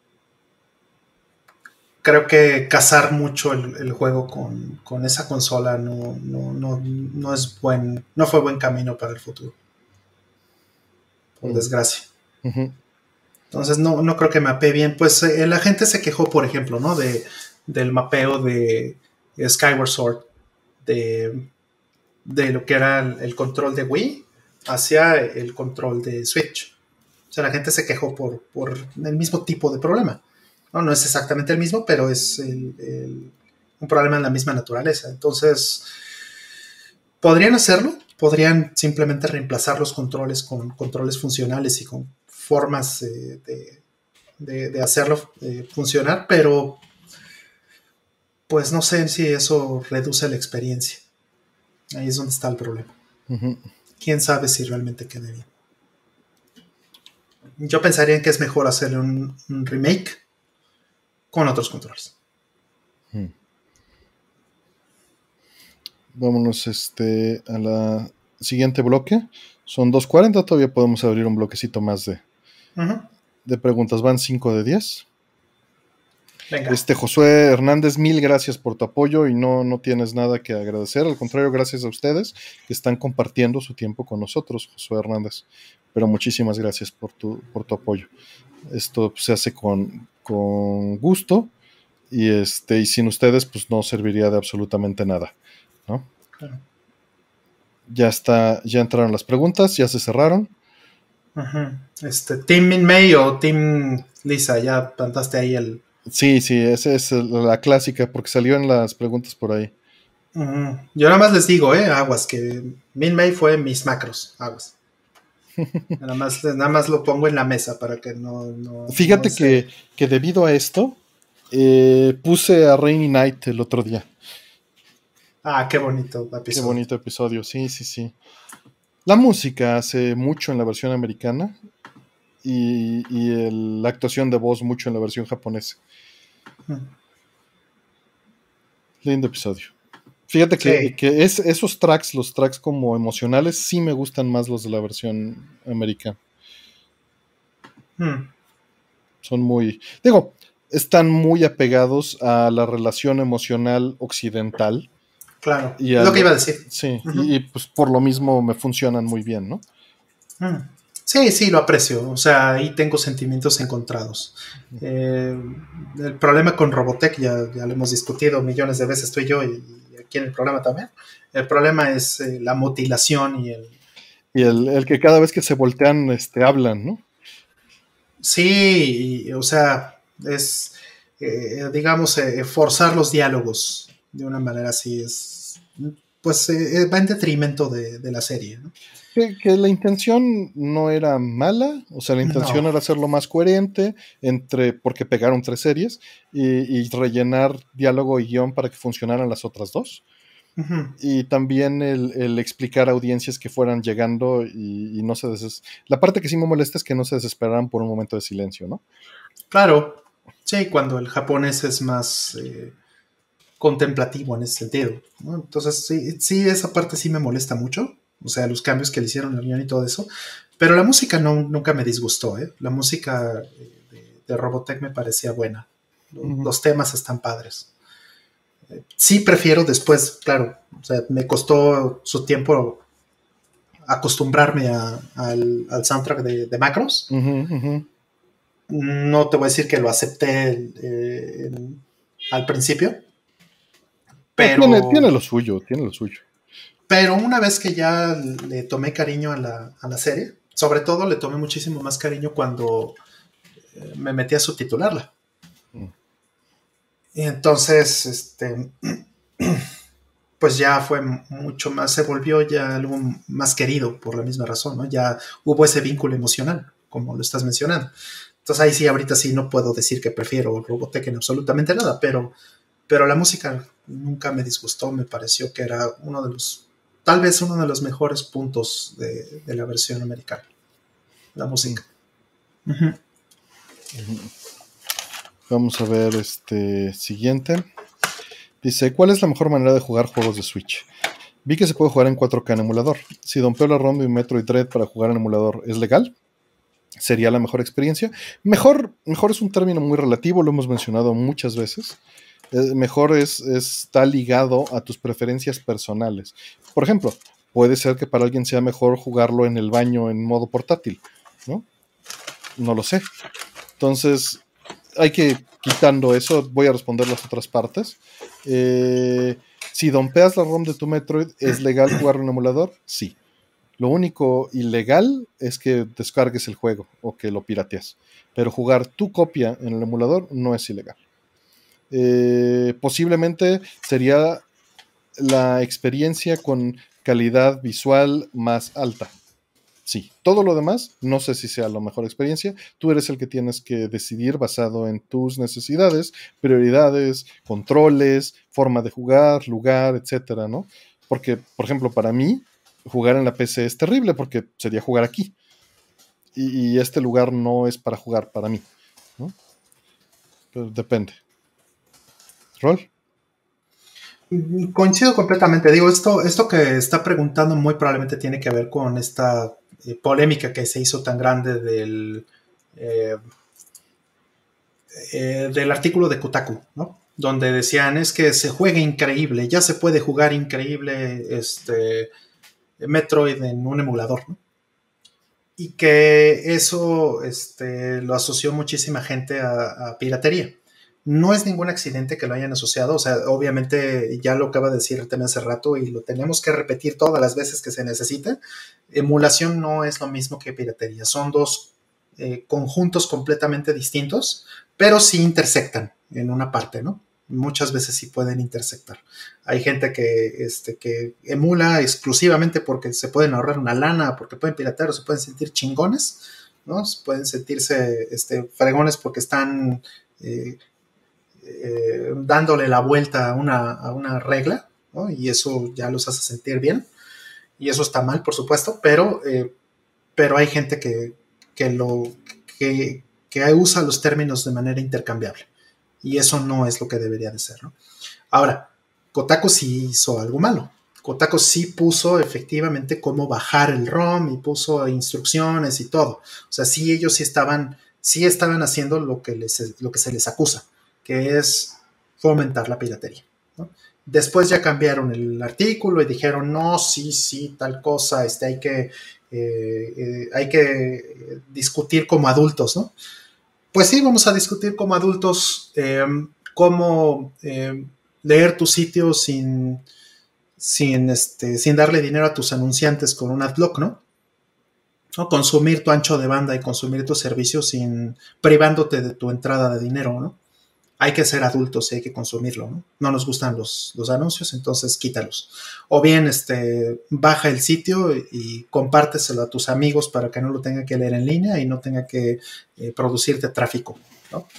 creo que casar mucho el, el juego con, con, esa consola no, no, no, no es buen, no fue buen camino para el futuro, por mm. desgracia. Uh-huh. Entonces no, no creo que mapee bien. Pues eh, la gente se quejó, por ejemplo, ¿no? De, del mapeo de Skyward Sword, de, de lo que era el, el control de Wii hacia el control de Switch. O sea, la gente se quejó por, por el mismo tipo de problema. No, no es exactamente el mismo, pero es el, el, un problema en la misma naturaleza. Entonces, podrían hacerlo, podrían simplemente reemplazar los controles con controles funcionales y con formas eh, de, de, de hacerlo eh, funcionar, pero pues no sé si eso reduce la experiencia. Ahí es donde está el problema. Uh-huh. ¿Quién sabe si realmente quede bien? Yo pensaría en que es mejor hacerle un, un remake con otros controles. Hmm. Vámonos este, a la siguiente bloque. Son dos cuarenta, todavía podemos abrir un bloquecito más de, uh-huh. de preguntas. Van cinco de diez. Venga. Este, Josué Hernández, mil gracias por tu apoyo y no, no tienes nada que agradecer. Al contrario, gracias a ustedes que están compartiendo su tiempo con nosotros, Josué Hernández. Pero muchísimas gracias por tu, por tu apoyo. Esto se hace con, con gusto y, este, y sin ustedes pues no serviría de absolutamente nada, ¿no? Claro. Ya está, ya entraron las preguntas, ya se cerraron. Uh-huh. Este, ¿Team Min May o Team Lisa? Ya plantaste ahí el... Sí, sí, esa es la clásica porque salió en las preguntas por ahí. Uh-huh. Yo nada más les digo, eh, aguas, que Min May fue mis macros, aguas. Nada más, nada más lo pongo en la mesa para que no... no Fíjate no que, que debido a esto, eh, puse a Rainy Night el otro día. Ah, qué bonito episodio. Qué bonito episodio, sí, sí, sí. La música hace mucho en la versión americana y, y el, la actuación de voz mucho en la versión japonesa. Hmm. Lindo episodio. Fíjate que, sí. que es, esos tracks, los tracks como emocionales, sí me gustan más los de la versión americana. Hmm. Son muy... Digo, están muy apegados a la relación emocional occidental. Claro, y es lo que iba a decir. Sí, uh-huh. y, y pues por lo mismo me funcionan muy bien, ¿no? Hmm. Sí, sí, lo aprecio. O sea, ahí tengo sentimientos encontrados. Eh, el problema con Robotech, ya, ya lo hemos discutido millones de veces tú y yo, y, y aquí en el programa también. El problema es eh, la mutilación y el... Y el, el que cada vez que se voltean, este, hablan, ¿no? Sí, y, o sea, es, eh, digamos, eh, forzar los diálogos de una manera así es... Pues eh, va en detrimento de, de la serie, ¿no? Que, que la intención no era mala, o sea, la intención no. era hacerlo más coherente, entre porque pegaron tres series, y, y rellenar diálogo y guión para que funcionaran las otras dos. Uh-huh. Y también el, el explicar a audiencias que fueran llegando y, y no se deses... La parte que sí me molesta es que no se desesperaran por un momento de silencio, ¿no? Claro, sí, cuando el japonés es más eh, contemplativo en ese sentido, ¿no? Entonces sí, sí, esa parte sí me molesta mucho. O sea, los cambios que le hicieron al guión y todo eso. Pero la música no, nunca me disgustó, ¿eh? La música de, de Robotech me parecía buena. Los, uh-huh. los temas están padres. Eh, sí prefiero después, claro, o sea, me costó su tiempo acostumbrarme a, a, al, al soundtrack de, de Macros. Uh-huh, uh-huh. No te voy a decir que lo acepté eh, en, al principio. Pero... Tiene, tiene lo suyo, tiene lo suyo. Pero una vez que ya le tomé cariño a la, a la serie, sobre todo le tomé muchísimo más cariño cuando eh, me metí a subtitularla. Mm. Y entonces, este, pues ya fue mucho más, se volvió ya algo más querido por la misma razón, ¿no? Ya hubo ese vínculo emocional, como lo estás mencionando. Entonces ahí sí, ahorita sí no puedo decir que prefiero Robotech en absolutamente nada, pero, pero la música nunca me disgustó, me pareció que era uno de los tal vez uno de los mejores puntos de, de la versión americana, la música. Mm. Uh-huh. Uh-huh. Vamos a ver este siguiente. Dice, ¿cuál es la mejor manera de jugar juegos de Switch? Vi que se puede jugar en cuatro K en emulador. Si dompeo la ROM de Metroid Dread para jugar en emulador, ¿es legal? ¿Sería la mejor experiencia? Mejor, mejor es un término muy relativo, lo hemos mencionado muchas veces. Eh, mejor es, es, está ligado a tus preferencias personales. Por ejemplo, puede ser que para alguien sea mejor jugarlo en el baño en modo portátil, ¿no? No lo sé. Entonces, hay que, quitando eso, voy a responder las otras partes. Eh, si dompeas la ROM de tu Metroid, ¿es legal jugarlo en emulador? Sí. Lo único ilegal es que descargues el juego o que lo pirateas. Pero jugar tu copia en el emulador no es ilegal. Eh, posiblemente sería la experiencia con calidad visual más alta. Sí, todo lo demás, no sé si sea la mejor experiencia. Tú eres el que tienes que decidir basado en tus necesidades, prioridades, controles, forma de jugar, lugar, etcétera, ¿no? Porque, por ejemplo, para mí, jugar en la P C es terrible porque sería jugar aquí. Y, y este lugar no es para jugar para mí, ¿no? Pero depende. ¿Rol? Coincido completamente. Digo, esto, esto que está preguntando muy probablemente tiene que ver con esta eh, polémica que se hizo tan grande del, eh, eh, del artículo de Kotaku, ¿no? Donde decían, es que se juega increíble, ya se puede jugar increíble este, Metroid en un emulador, ¿no? Y que eso este, lo asoció muchísima gente a, a piratería. No es ningún accidente que lo hayan asociado, o sea, obviamente ya lo acaba de decir también hace rato y lo tenemos que repetir todas las veces que se necesite. Emulación no es lo mismo que piratería, son dos eh, conjuntos completamente distintos, pero sí intersectan en una parte, ¿no? Muchas veces sí pueden intersectar. Hay gente que, este, que emula exclusivamente porque se pueden ahorrar una lana, porque pueden piratear o se pueden sentir chingones, ¿no? Pueden sentirse este, fregones porque están... Eh, Eh, dándole la vuelta a una, a una regla, ¿no? Y eso ya los hace sentir bien, y eso está mal, por supuesto, pero, eh, pero hay gente que, que, lo, que, que usa los términos de manera intercambiable, y eso no es lo que debería de ser, ¿no? Ahora, Kotaku sí hizo algo malo. Kotaku sí puso efectivamente cómo bajar el ROM y puso instrucciones y todo. O sea, sí ellos sí estaban, sí estaban haciendo lo que, les, lo que se les acusa, que es fomentar la piratería, ¿no? Después ya cambiaron el artículo y dijeron, no, sí, sí, tal cosa, este, hay que, eh, eh, hay que discutir como adultos, ¿no? Pues sí, vamos a discutir como adultos eh, cómo eh, leer tu sitio sin, sin, este, sin darle dinero a tus anunciantes con un adblock, ¿no? ¿no? Consumir tu ancho de banda y consumir tus servicios sin privándote de tu entrada de dinero, ¿no? Hay que ser adultos y hay que consumirlo, ¿no? No nos gustan los, los anuncios, entonces quítalos. O bien, este, baja el sitio y, y compárteselo a tus amigos para que no lo tengan que leer en línea y no tenga que eh, producirte tráfico, ¿no?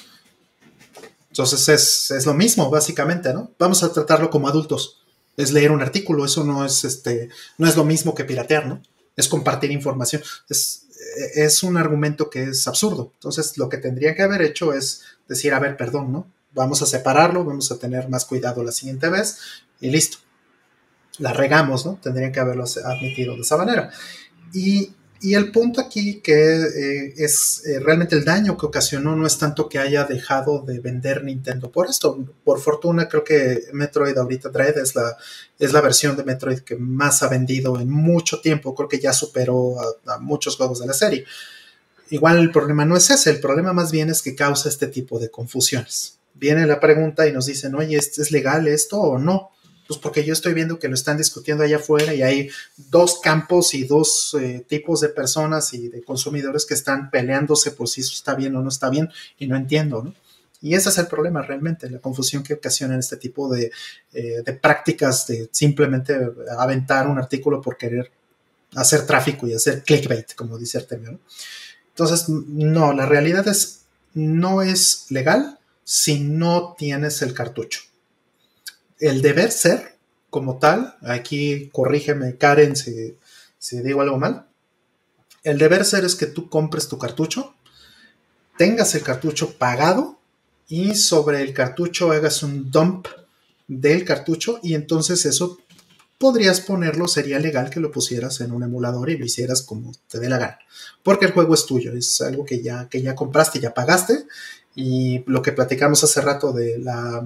Entonces es, es lo mismo, básicamente, ¿no? Vamos a tratarlo como adultos. Es leer un artículo, eso no es, este, no es lo mismo que piratear, ¿no? Es compartir información. Es, es un argumento que es absurdo. Entonces, lo que tendría que haber hecho es decir, a ver, perdón, ¿no? Vamos a separarlo, vamos a tener más cuidado la siguiente vez y listo. La regamos, ¿no? Tendrían que haberlo admitido de esa manera. Y, y el punto aquí que eh, es eh, realmente el daño que ocasionó no es tanto que haya dejado de vender Nintendo por esto. Por fortuna, creo que Metroid ahorita Dread es la, es la versión de Metroid que más ha vendido en mucho tiempo. Creo que ya superó a, a muchos juegos de la serie. Igual el problema no es ese, el problema más bien es que causa este tipo de confusiones. Viene la pregunta y nos dicen, oye, ¿es legal esto o no? Pues porque yo estoy viendo que lo están discutiendo allá afuera y hay dos campos y dos eh, tipos de personas y de consumidores que están peleándose por si eso está bien o no está bien y no entiendo, ¿no? Y ese es el problema realmente, la confusión que ocasionan este tipo de, eh, de prácticas de simplemente aventar un artículo por querer hacer tráfico y hacer clickbait, como dice Artemio, ¿no? Entonces, no, la realidad es, no es legal si no tienes el cartucho. El deber ser como tal, aquí corrígeme Karen si, si digo algo mal, el deber ser es que tú compres tu cartucho, tengas el cartucho pagado y sobre el cartucho hagas un dump del cartucho y entonces eso podrías ponerlo, sería legal que lo pusieras en un emulador y lo hicieras como te dé la gana, porque el juego es tuyo, es algo que ya, que ya compraste, ya pagaste, y lo que platicamos hace rato de la,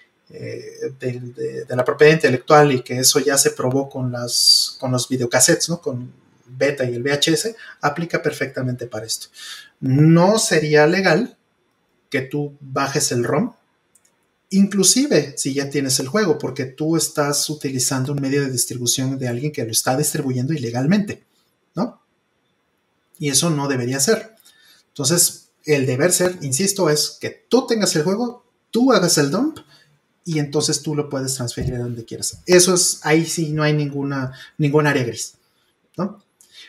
eh, de, de, de la propiedad intelectual y que eso ya se probó con, las, con los videocassettes, ¿no? Con beta y el V H S, aplica perfectamente para esto. No sería legal que tú bajes el ROM, inclusive si ya tienes el juego, porque tú estás utilizando un medio de distribución de alguien que lo está distribuyendo ilegalmente, ¿no? Y eso no debería ser. Entonces, el deber ser, insisto, es que tú tengas el juego, tú hagas el dump y entonces tú lo puedes transferir a donde quieras. Eso es, ahí sí no hay ninguna, ningún área gris, ¿no?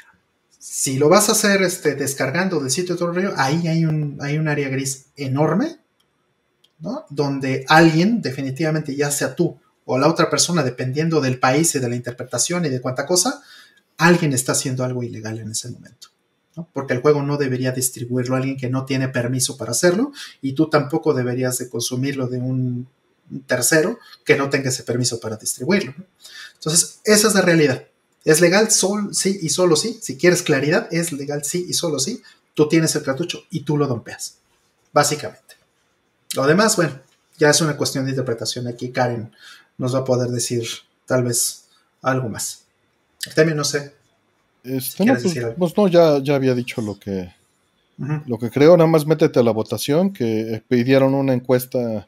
Si lo vas a hacer este, descargando del sitio de todo el rollo, ahí hay un, hay un área gris enorme, ¿no? Donde alguien, definitivamente, ya sea tú o la otra persona, dependiendo del país y de la interpretación y de cuánta cosa, alguien está haciendo algo ilegal en ese momento, ¿no? Porque el juego no debería distribuirlo a alguien que no tiene permiso para hacerlo y tú tampoco deberías de consumirlo de un tercero que no tenga ese permiso para distribuirlo, ¿no? Entonces, esa es la realidad. ¿Es legal? Sol, sí y solo sí. Si quieres claridad, es legal sí y solo sí. Tú tienes el cartucho y tú lo dompeas, básicamente. Lo demás, bueno, ya es una cuestión de interpretación. Aquí Karen nos va a poder decir tal vez algo más. También no sé Este, si no, quieres pues, decir algo. pues no, ya, ya había dicho lo que, Uh-huh. lo que creo. Nada más métete a la votación, que pidieron una encuesta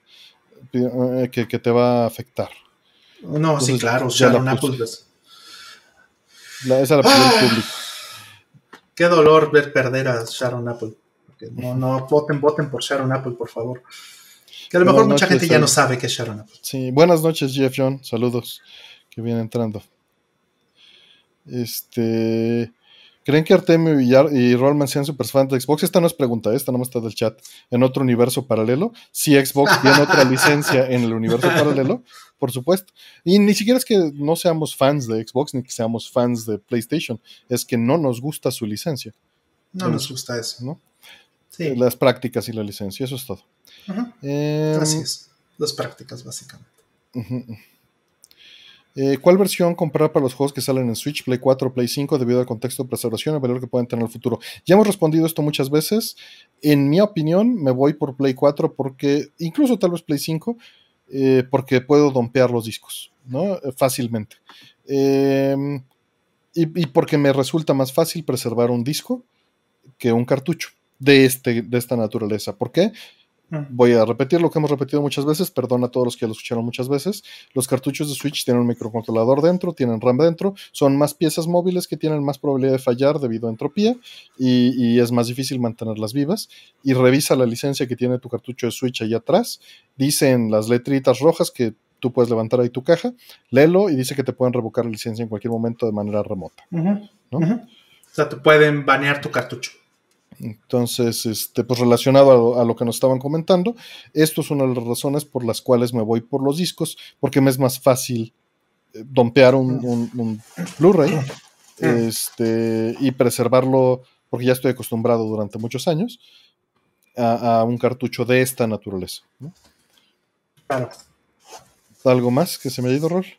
que, que te va a afectar. No, Entonces, sí, claro, pues, ya la Sharon puse. Apples. La, esa la pidió ¡Ah! el público. Qué dolor ver perder a Sharon Apple. No, no, voten, voten por Sharon Apple, por favor. Que a lo Buenas mejor mucha noches, gente ya eh. no sabe qué es Sharon Apple. Sí, buenas noches, Jeff John. Saludos, que viene entrando. Este... ¿Creen que Artemio y, y Rollman sean super fans de Xbox? Esta no es pregunta, esta no está del chat. ¿En otro universo paralelo? Si Xbox tiene otra licencia en el universo paralelo, por supuesto. Y ni siquiera es que no seamos fans de Xbox ni que seamos fans de PlayStation, es que no nos gusta su licencia. No nos gusta eso, ¿no? Sí. Las prácticas y la licencia, eso es todo. Uh-huh. Eh, Así es, las prácticas básicamente. Uh-huh. Eh, ¿Cuál versión comprar para los juegos que salen en Switch, Play cuatro, Play cinco debido al contexto de preservación y el valor que pueden tener en el futuro? Ya hemos respondido esto muchas veces. En mi opinión, me voy por Play cuatro porque, incluso tal vez Play cinco, eh, porque puedo dompear los discos, ¿no? Eh, fácilmente. Eh, y, y porque me resulta más fácil preservar un disco que un cartucho de, este, de esta naturaleza. ¿Por qué? Voy a repetir lo que hemos repetido muchas veces, perdón a todos los que lo escucharon muchas veces. Los cartuchos de Switch tienen un microcontrolador dentro, tienen RAM dentro, son más piezas móviles que tienen más probabilidad de fallar debido a entropía y, y es más difícil mantenerlas vivas. Y revisa la licencia que tiene tu cartucho de Switch ahí atrás, dicen las letritas rojas que tú puedes levantar ahí tu caja, léelo y dice que te pueden revocar la licencia en cualquier momento de manera remota, uh-huh. ¿no? Uh-huh. O sea, te pueden banear tu cartucho. Entonces, este, pues relacionado a, a lo que nos estaban comentando, esto es una de las razones por las cuales me voy por los discos, porque me es más fácil eh, dompear un, un, un Blu-ray este, y preservarlo, porque ya estoy acostumbrado durante muchos años a, a un cartucho de esta naturaleza, ¿no? Claro. ¿Algo más que se me haya ido, Rol?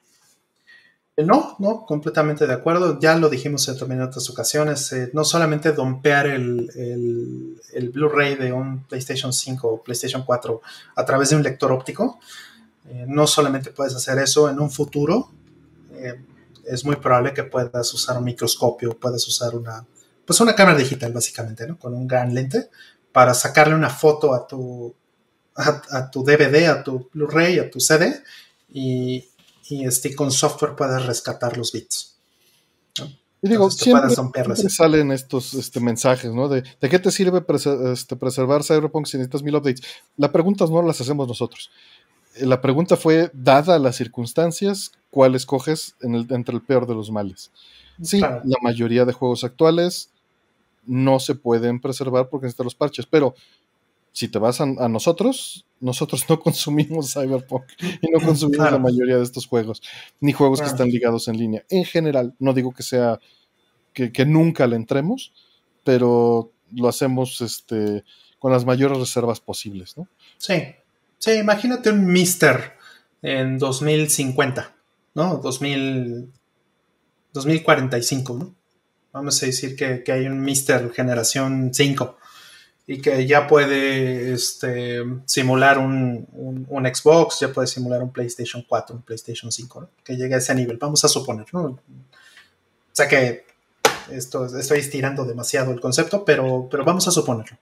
No, no, completamente de acuerdo. Ya lo dijimos también en otras ocasiones. Eh, no solamente dompear el, el, el Blu-ray de un PlayStation cinco o PlayStation cuatro a través de un lector óptico. Eh, no solamente puedes hacer eso. En un futuro eh, es muy probable que puedas usar un microscopio, puedas usar una, pues una cámara digital básicamente, ¿no? Con un gran lente para sacarle una foto a tu, a, a tu D V D, a tu Blu-ray, a tu C D y y este, con software puedes rescatar los bits, ¿no? Y digo, Entonces, siempre, siempre salen estos este, mensajes, ¿no? De, ¿de qué te sirve preser- este, preservar Cyberpunk si necesitas mil updates? La pregunta no las hacemos nosotros. La pregunta fue, dada las circunstancias, ¿cuál escoges en el, entre el peor de los males? Sí, claro. La mayoría de juegos actuales no se pueden preservar porque necesitan los parches, pero si te vas a, a nosotros, nosotros no consumimos Cyberpunk y no consumimos claro. la mayoría de estos juegos, ni juegos claro. que están ligados en línea. En general, no digo que sea que, que nunca le entremos, pero lo hacemos este, con las mayores reservas posibles, ¿no? Sí, sí, imagínate un Mister en dos mil cincuenta, ¿no? dos mil, dos mil cuarenta y cinco, ¿no? Vamos a decir que, que hay un Mister generación cinco y que ya puede este, simular un, un, un Xbox, ya puede simular un PlayStation cuatro, un PlayStation cinco, ¿no? Que llegue a ese nivel, vamos a suponer, ¿no? O sea que esto, estoy estirando demasiado el concepto, pero, pero vamos a suponerlo.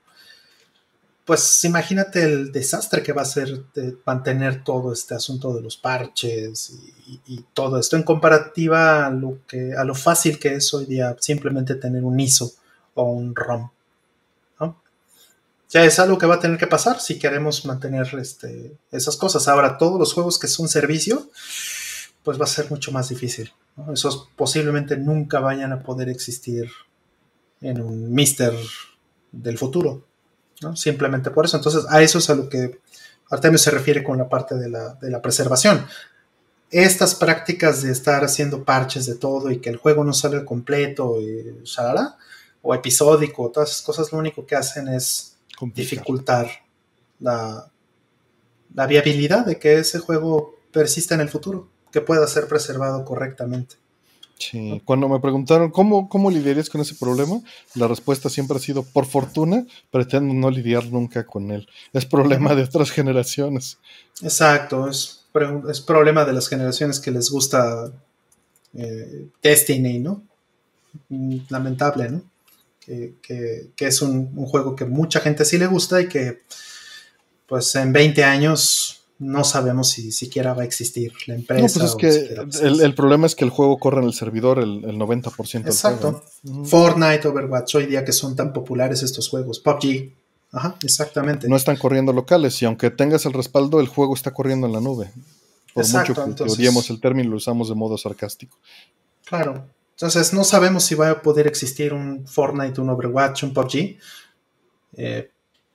Pues imagínate el desastre que va a ser de mantener todo este asunto de los parches y, y, y todo esto en comparativa a lo, que, a lo fácil que es hoy día simplemente tener un I S O o un ROM, ¿no? Ya es algo que va a tener que pasar si queremos mantener este, esas cosas. Ahora, todos los juegos que son servicio, pues va a ser mucho más difícil, ¿no? Esos posiblemente nunca vayan a poder existir en un Mister del futuro, ¿no? Simplemente por eso. Entonces, a eso es a lo que Artemio se refiere con la parte de la, de la preservación. Estas prácticas de estar haciendo parches de todo y que el juego no salga completo y shalala, o episódico, todas esas cosas, lo único que hacen es complicar. dificultar la, la viabilidad de que ese juego persista en el futuro, que pueda ser preservado correctamente. Sí, cuando me preguntaron ¿cómo, cómo lidiarías con ese problema? La respuesta siempre ha sido, por fortuna, pretendo no lidiar nunca con él. Es problema de otras generaciones. Exacto, es, es problema de las generaciones que les gusta eh, Destiny, ¿no? Lamentable, ¿no? Que, que, que es un, un juego que mucha gente sí le gusta y que pues en veinte años no sabemos si siquiera va a existir la empresa. No, pues es que el, el problema es que el juego corre en el servidor el, el noventa por ciento del Exacto. juego. Exacto. Uh-huh. Fortnite, Overwatch, hoy día que son tan populares estos juegos. P U B G. Ajá, exactamente. No están corriendo locales y aunque tengas el respaldo, el juego está corriendo en la nube. Por Exacto, mucho que, entonces, que odiemos el término, lo usamos de modo sarcástico. Claro. Entonces no sabemos si va a poder existir un Fortnite, un Overwatch, un P U B G. Eh,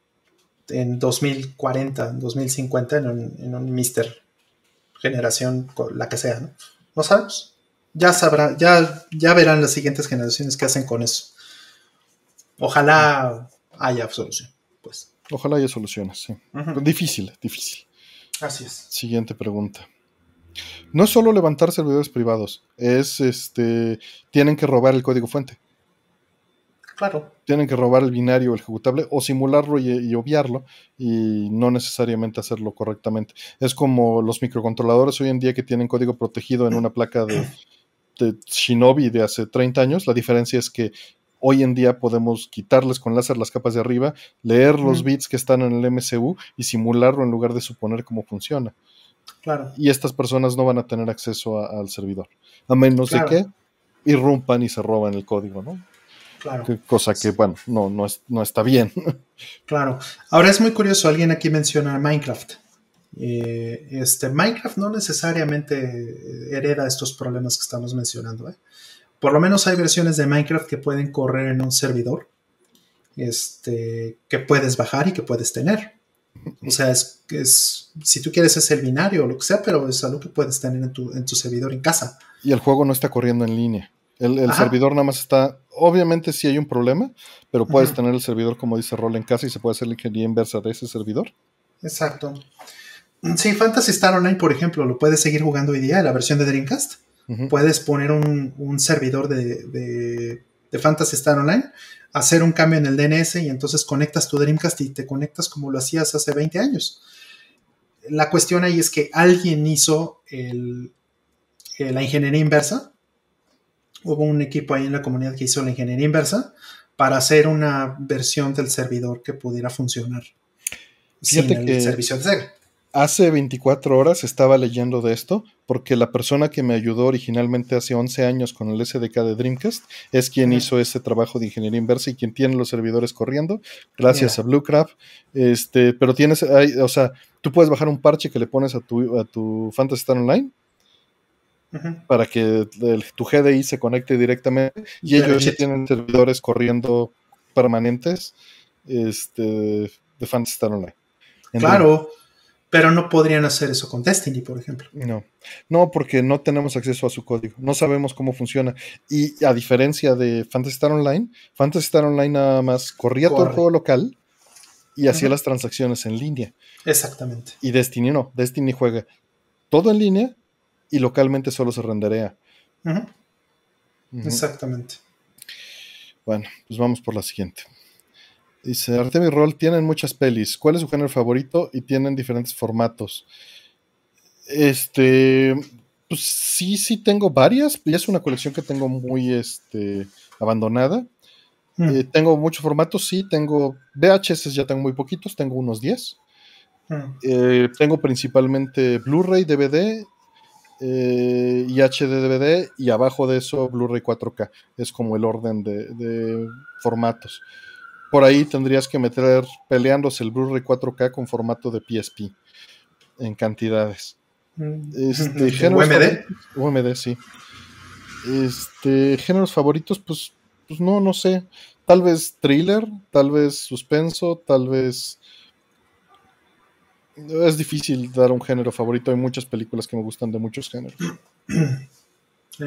en dos mil cuarenta, dos mil cincuenta, en un, en un Mister generación, la que sea, ¿no? No sabemos. Ya sabrá, ya, ya verán las siguientes generaciones qué hacen con eso. Ojalá haya solución, pues. Ojalá haya soluciones, sí. Uh-huh. Difícil, difícil. Así es. Siguiente pregunta. No es solo levantar servidores privados, es este, tienen que robar el código fuente. Claro. Tienen que robar el binario o el ejecutable o simularlo y, y obviarlo y no necesariamente hacerlo correctamente. Es como los microcontroladores hoy en día que tienen código protegido en una placa de, de Shinobi de hace treinta años. La diferencia es que hoy en día podemos quitarles con láser las capas de arriba, leer mm. los bits que están en el M C U y simularlo en lugar de suponer cómo funciona. Claro. Y estas personas no van a tener acceso a, al servidor, a menos claro. de que irrumpan y se roban el código, ¿no? Claro. Que, cosa que, bueno, no, no, es, no está bien. Claro. Ahora es muy curioso, alguien aquí menciona Minecraft. Eh, este, Minecraft no necesariamente hereda estos problemas que estamos mencionando, ¿eh? Por lo menos hay versiones de Minecraft que pueden correr en un servidor este, que puedes bajar y que puedes tener. O sea, es, es, si tú quieres es el binario o lo que sea, pero es algo que puedes tener en tu, en tu servidor en casa. Y el juego no está corriendo en línea. El, el servidor nada más está... Obviamente sí hay un problema, pero puedes uh-huh. tener el servidor, como dice Rol, en casa y se puede hacer la ingeniería inversa de ese servidor. Exacto. Sí, Phantasy Star Online, por ejemplo, lo puedes seguir jugando hoy día en la versión de Dreamcast. Uh-huh. Puedes poner un, un servidor de, de, de Phantasy Star Online, hacer un cambio en el D N S y entonces conectas tu Dreamcast y te conectas como lo hacías hace veinte años. La cuestión ahí es que alguien hizo el, el, la ingeniería inversa. Hubo un equipo ahí en la comunidad que hizo la ingeniería inversa para hacer una versión del servidor que pudiera funcionar Fíjate sin que el servicio de Sega. Hace veinticuatro horas estaba leyendo de esto, porque la persona que me ayudó originalmente hace once años con el S D K de Dreamcast es quien uh-huh. hizo ese trabajo de ingeniería inversa y quien tiene los servidores corriendo, gracias yeah. a Bluecrab. Este, pero tienes, hay, o sea, tú puedes bajar un parche que le pones a tu, a tu Phantasy Star Online uh-huh. para que el, tu G D I se conecte directamente y ellos ya tienen servidores corriendo permanentes. Este, de Phantasy Star Online. Claro, línea. Pero no podrían hacer eso con Destiny, por ejemplo. No, no, porque no tenemos acceso a su código, no sabemos cómo funciona. Y a diferencia de Phantasy Star Online, Phantasy Star Online nada más corría Corre. todo el juego local y hacía uh-huh. las transacciones en línea. Exactamente. Y Destiny no, Destiny juega todo en línea y localmente solo se renderea. Uh-huh. Uh-huh. Exactamente. Bueno, pues vamos por la siguiente. Dice, Artemis Roll, tienen muchas pelis. ¿Cuál es su género favorito? Y tienen diferentes formatos. Este, pues sí, sí tengo varias. Ya es una colección que tengo muy este, abandonada. Mm. Eh, tengo muchos formatos, sí. Tengo V H S, ya tengo muy poquitos. Tengo unos diez. Mm. Eh, tengo principalmente Blu-ray, D V D eh, y H D D V D. Y abajo de eso Blu-ray cuatro K. Es como el orden de, de formatos. Por ahí tendrías que meter peleándose el Blu-ray cuatro K con formato de P S P en cantidades. Este, géneros ¿U M D? U M D, sí. Este, géneros favoritos, pues, pues no, no sé. Tal vez thriller, tal vez suspenso, tal vez. Es difícil dar un género favorito. Hay muchas películas que me gustan de muchos géneros. Sí.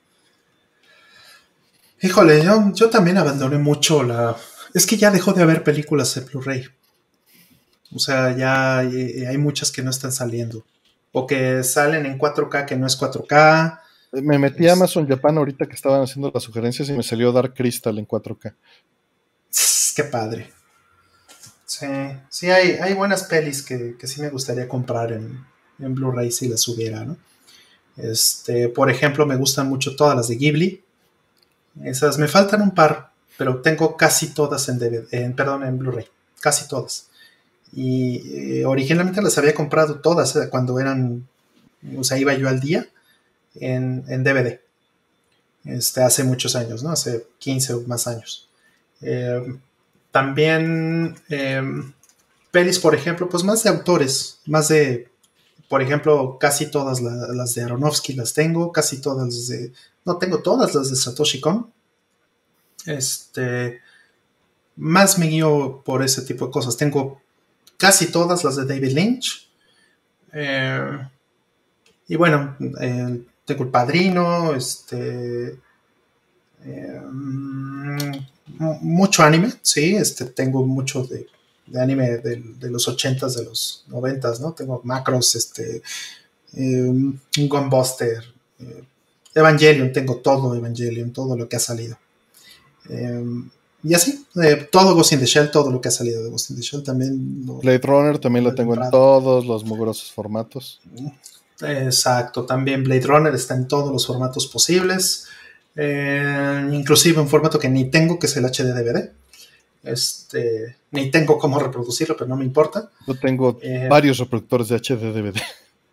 Híjole, yo, yo también abandoné mucho la. Es que ya dejó de haber películas de Blu-ray. O sea, ya hay, hay muchas que no están saliendo. O que salen en cuatro K que no es cuatro K. Me metí es... a Amazon Japan ahorita que estaban haciendo las sugerencias y me salió Dark Crystal en cuatro K. Qué padre. Sí, sí hay, hay buenas pelis que, que sí me gustaría comprar en, en Blu-ray si las hubiera, ¿no? Este, por ejemplo, me gustan mucho todas las de Ghibli. Esas me faltan un par. Pero tengo casi todas en, D V D, en perdón, en Blu-ray, casi todas. Y eh, originalmente las había comprado todas eh, cuando eran, o sea, iba yo al día en, en D V D. Este, hace muchos años, ¿no? Hace quince o más años. Eh, también eh, pelis, por ejemplo, pues más de autores, más de, por ejemplo, casi todas la, las de Aronofsky las tengo, casi todas las de, no tengo todas las de Satoshi Kon. Este, más me guío por ese tipo de cosas. Tengo casi todas las de David Lynch. Eh, y bueno, eh, tengo El Padrino, este, eh, mucho anime, sí, este, tengo mucho de, de anime de, de los ochentas, de los noventas, ¿no? Tengo Macross, este, eh, Gunbuster, eh, Evangelion, tengo todo Evangelion, todo lo que ha salido. Eh, y así, eh, todo Ghost in the Shell, todo lo que ha salido de Ghost in the Shell también. Lo, Blade Runner también lo, lo tengo comprado. En todos los mugrosos formatos. Exacto, también Blade Runner está en todos los formatos posibles, eh, inclusive un formato que ni tengo, que es el H D D V D. Este, ni tengo cómo reproducirlo, pero no me importa. Yo tengo eh, varios reproductores de H D D V D.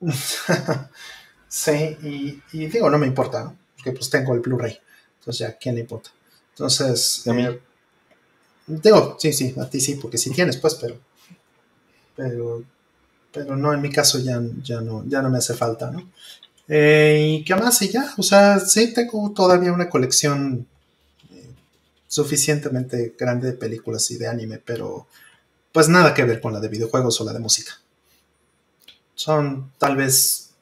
Sí, y, y digo, no me importa, ¿no? Porque pues tengo el Blu-ray. Entonces ya, ¿quién le importa? Entonces, ¿a mí? Eh, digo, sí, sí, a ti sí, porque sí tienes, pues, pero pero, pero no, en mi caso ya, ya, no, ya no me hace falta, ¿no? Eh, ¿Y qué más? Y ya, o sea, sí tengo todavía una colección eh, suficientemente grande de películas y de anime, pero pues nada que ver con la de videojuegos o la de música. Son tal vez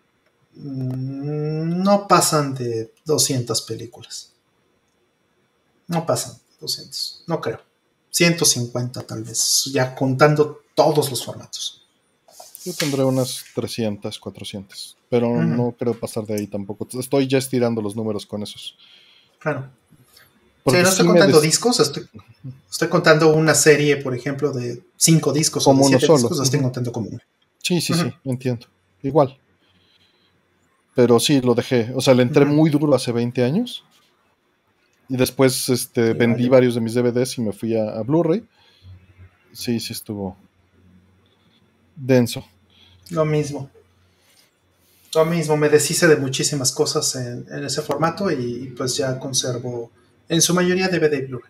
mmm, no pasan de doscientas películas. No pasan doscientos, no creo. ciento cincuenta tal vez, ya contando todos los formatos. Yo tendré unas trescientas, cuatrocientas, pero uh-huh. no creo pasar de ahí tampoco. Estoy ya estirando los números con esos. Claro. Porque sí, no estoy sí contando des... discos, estoy, estoy contando una serie, por ejemplo, de cinco discos como o de siete solo. discos, Uh-huh. estoy contando como uno. Sí, sí, uh-huh. sí, entiendo. Igual. Pero sí, lo dejé. O sea, le entré uh-huh. muy duro hace veinte años. Y después este, sí, vendí vale. varios de mis D V Ds y me fui a, a Blu-ray. Sí, sí estuvo denso. Lo mismo. Lo mismo, me deshice de muchísimas cosas en, en ese formato y pues ya conservo en su mayoría D V D y Blu-ray.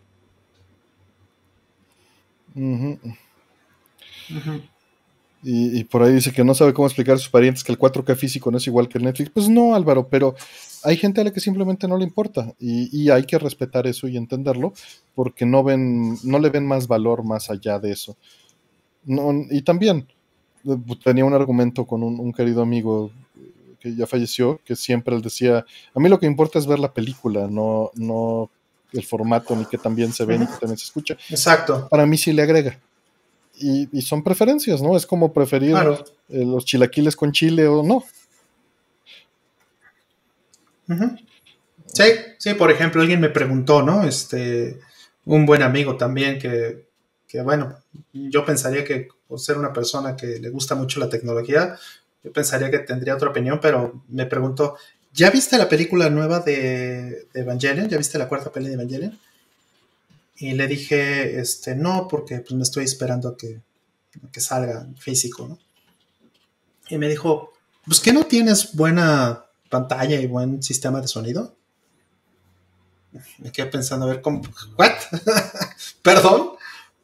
Uh-huh. Uh-huh. Y, y por ahí dice que no sabe cómo explicar a sus parientes que el cuatro K físico no es igual que el Netflix. Pues no, Álvaro, pero hay gente a la que simplemente no le importa y, y hay que respetar eso y entenderlo porque no ven, no le ven más valor más allá de eso. No, y también eh, tenía un argumento con un, un querido amigo que ya falleció, que siempre él decía, a mí lo que importa es ver la película, no, no el formato, ni que también se ve, Ujú. ni que también se escucha. Exacto, Para mí sí le agrega. Y, y son preferencias, ¿no? Es como preferir claro. eh, los chilaquiles con chile o no. Ujú. Sí, sí, por ejemplo, alguien me preguntó, ¿no? Este, un buen amigo también que, que, bueno, yo pensaría que por ser una persona que le gusta mucho la tecnología, yo pensaría que tendría otra opinión, pero me preguntó, ¿ya viste la película nueva de, de Evangelion? ¿Ya viste la cuarta peli de Evangelion? Y le dije, este, no, porque pues me estoy esperando a que, a que salga físico, ¿no? Y me dijo, pues que no tienes buena pantalla y buen sistema de sonido. Me quedé pensando, a ver, ¿cómo? ¿What? ¿Perdón?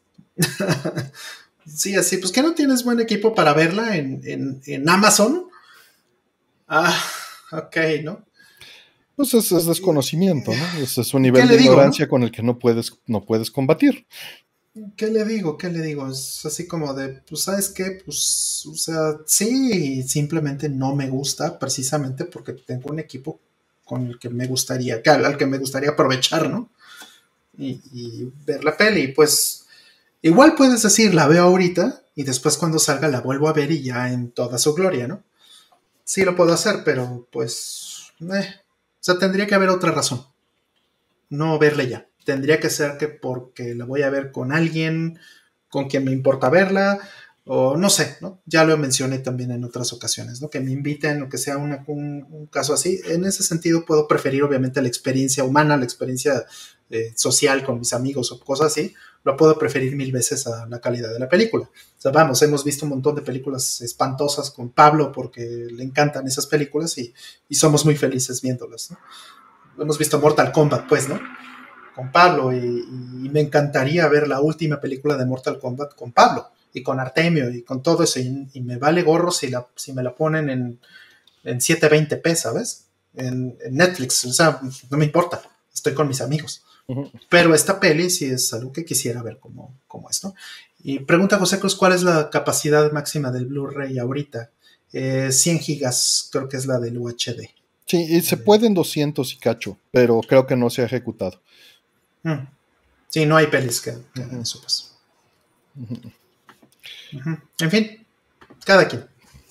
Sí, así, pues que no tienes buen equipo para verla en, en, en Amazon. Ah, ok, ¿no? Pues es, es desconocimiento, ¿no? Es, es un ¿Qué nivel de le digo, no? ignorancia con el que no puedes, no puedes combatir. ¿Qué le digo? ¿Qué le digo? Es así como de, pues, ¿sabes qué? Pues, o sea, sí, simplemente no me gusta precisamente porque tengo un equipo con el que me gustaría, que al, al que me gustaría aprovechar, ¿no? Y, y ver la peli, pues, igual puedes decir, la veo ahorita y después cuando salga la vuelvo a ver y ya en toda su gloria, ¿no? Sí lo puedo hacer, pero pues, eh, o sea, tendría que haber otra razón, no verle ya. Tendría que ser que porque la voy a ver con alguien con quien me importa verla, o no sé, ¿no? Ya lo mencioné también en otras ocasiones, ¿no? Que me inviten o que sea una, un, un, caso así. En ese sentido puedo preferir obviamente la experiencia humana, la experiencia eh, social con mis amigos o cosas así, lo puedo preferir mil veces a la calidad de la película. O sea, vamos, hemos visto un montón de películas espantosas con Pablo porque le encantan esas películas y, y somos muy felices viéndolas, ¿no? Hemos visto Mortal Kombat, pues, ¿no? Con Pablo y, y, me encantaría ver la última película de Mortal Kombat con Pablo y con Artemio y con todo eso y, y me vale gorro si, la, si me la ponen en, en setecientos veinte p, ¿sabes? En, en, Netflix, o sea, no me importa, estoy con mis amigos. Uh-huh. Pero esta peli sí es algo que quisiera ver como, como es, ¿no? Y pregunta José Cruz, ¿cuál es la capacidad máxima del Blu-ray ahorita? Eh, cien gigas, creo que es la del U H D. Sí, y se puede en doscientos y cacho, pero creo que no se ha ejecutado. Mm. Sí, no hay pelis que, que uh-huh. eso pasa. Uh-huh. Uh-huh. En fin, cada quien.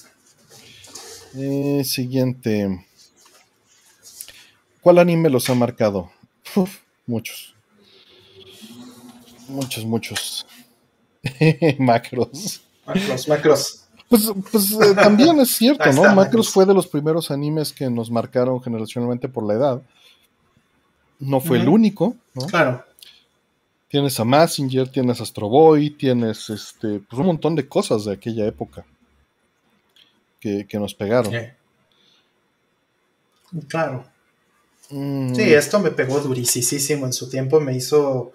Eh, siguiente. ¿Cuál anime los ha marcado? Uf, muchos. Muchos, muchos. Macros. Macros, Macros. Pues, pues eh, también es cierto, ¿no? Macros, Macros fue de los primeros animes que nos marcaron generacionalmente por la edad. No fue uh-huh. el único, ¿no? Claro. Tienes a Mazinger, tienes a Astro Boy, tienes este, pues un montón de cosas de aquella época que, que nos pegaron. Yeah. Claro. Mm. Sí, esto me pegó durísimo en su tiempo, me hizo...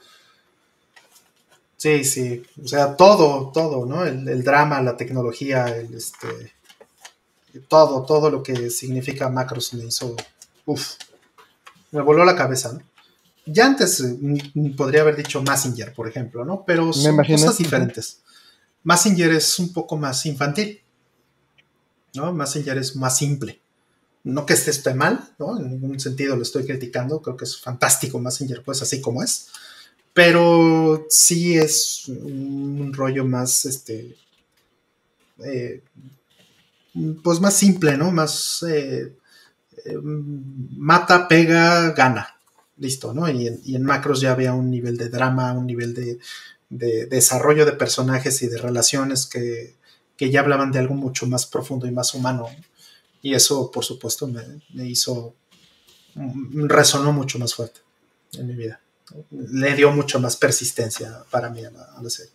Sí, sí, o sea, todo, todo, ¿no? El, el drama, la tecnología, el, este, todo, todo lo que significa Macros me hizo... Uf, me voló la cabeza, ¿no? Ya antes mm, podría haber dicho Mazinger, por ejemplo, ¿no? Pero son cosas diferentes. Mazinger es un poco más infantil, ¿no? Mazinger es más simple. No que este esté mal, ¿no? En ningún sentido lo estoy criticando, creo que es fantástico Mazinger, pues así como es. Pero sí es un rollo más, este, eh, pues más simple, ¿no? Más eh, eh, mata, pega, gana. Listo, ¿no? Y en, y en Macros ya había un nivel de drama, un nivel de, de, de desarrollo de personajes y de relaciones que, que ya hablaban de algo mucho más profundo y más humano. Y eso, por supuesto, me, me hizo, resonó mucho más fuerte en mi vida. Le dio mucho más persistencia para mí a la, a la serie.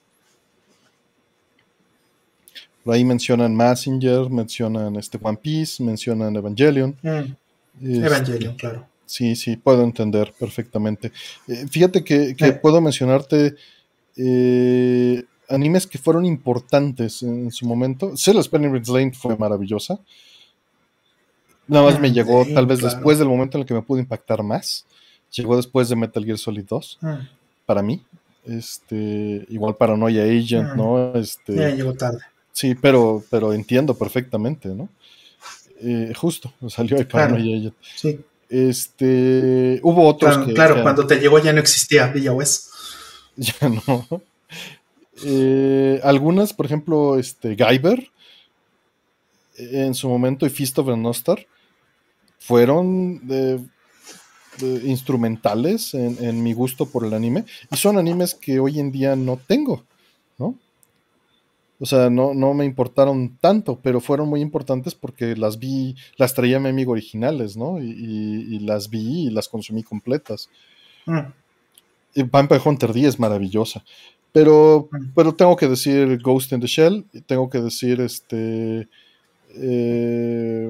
Por ahí mencionan Mazinger, mencionan este One Piece, mencionan Evangelion. Mm. Este, Evangelion, claro. Sí, sí, puedo entender perfectamente. Eh, fíjate que, que eh. puedo mencionarte eh, animes que fueron importantes en, en su momento. Celeste Spinning Lane fue maravillosa. Nada más mm, me llegó sí, tal vez claro. después del momento en el que me pudo impactar más. Llegó después de Metal Gear Solid dos, mm. para mí. Este, igual Paranoia Agent, Mm, ¿no? ya Este, llegó tarde. sí, pero, pero entiendo perfectamente, ¿no? Eh, justo, salió ahí Claro, Paranoia Agent. sí. Este, hubo otros Claro, que, claro, que cuando te llegó ya no existía Villa West. ya no. Eh, algunas, por ejemplo, este, Guyver, en su momento, y Feast of the North Star, fueron eh, eh, instrumentales en, en mi gusto por el anime, y son animes que hoy en día no tengo, ¿no? O sea, no, no me importaron tanto, pero fueron muy importantes porque las vi, las traía mi amigo originales, ¿no? Y, y- y las vi y las consumí completas. Mm, Y Vampire Hunter D es maravillosa. Pero, mm. pero tengo que decir Ghost in the Shell, y tengo que decir este eh,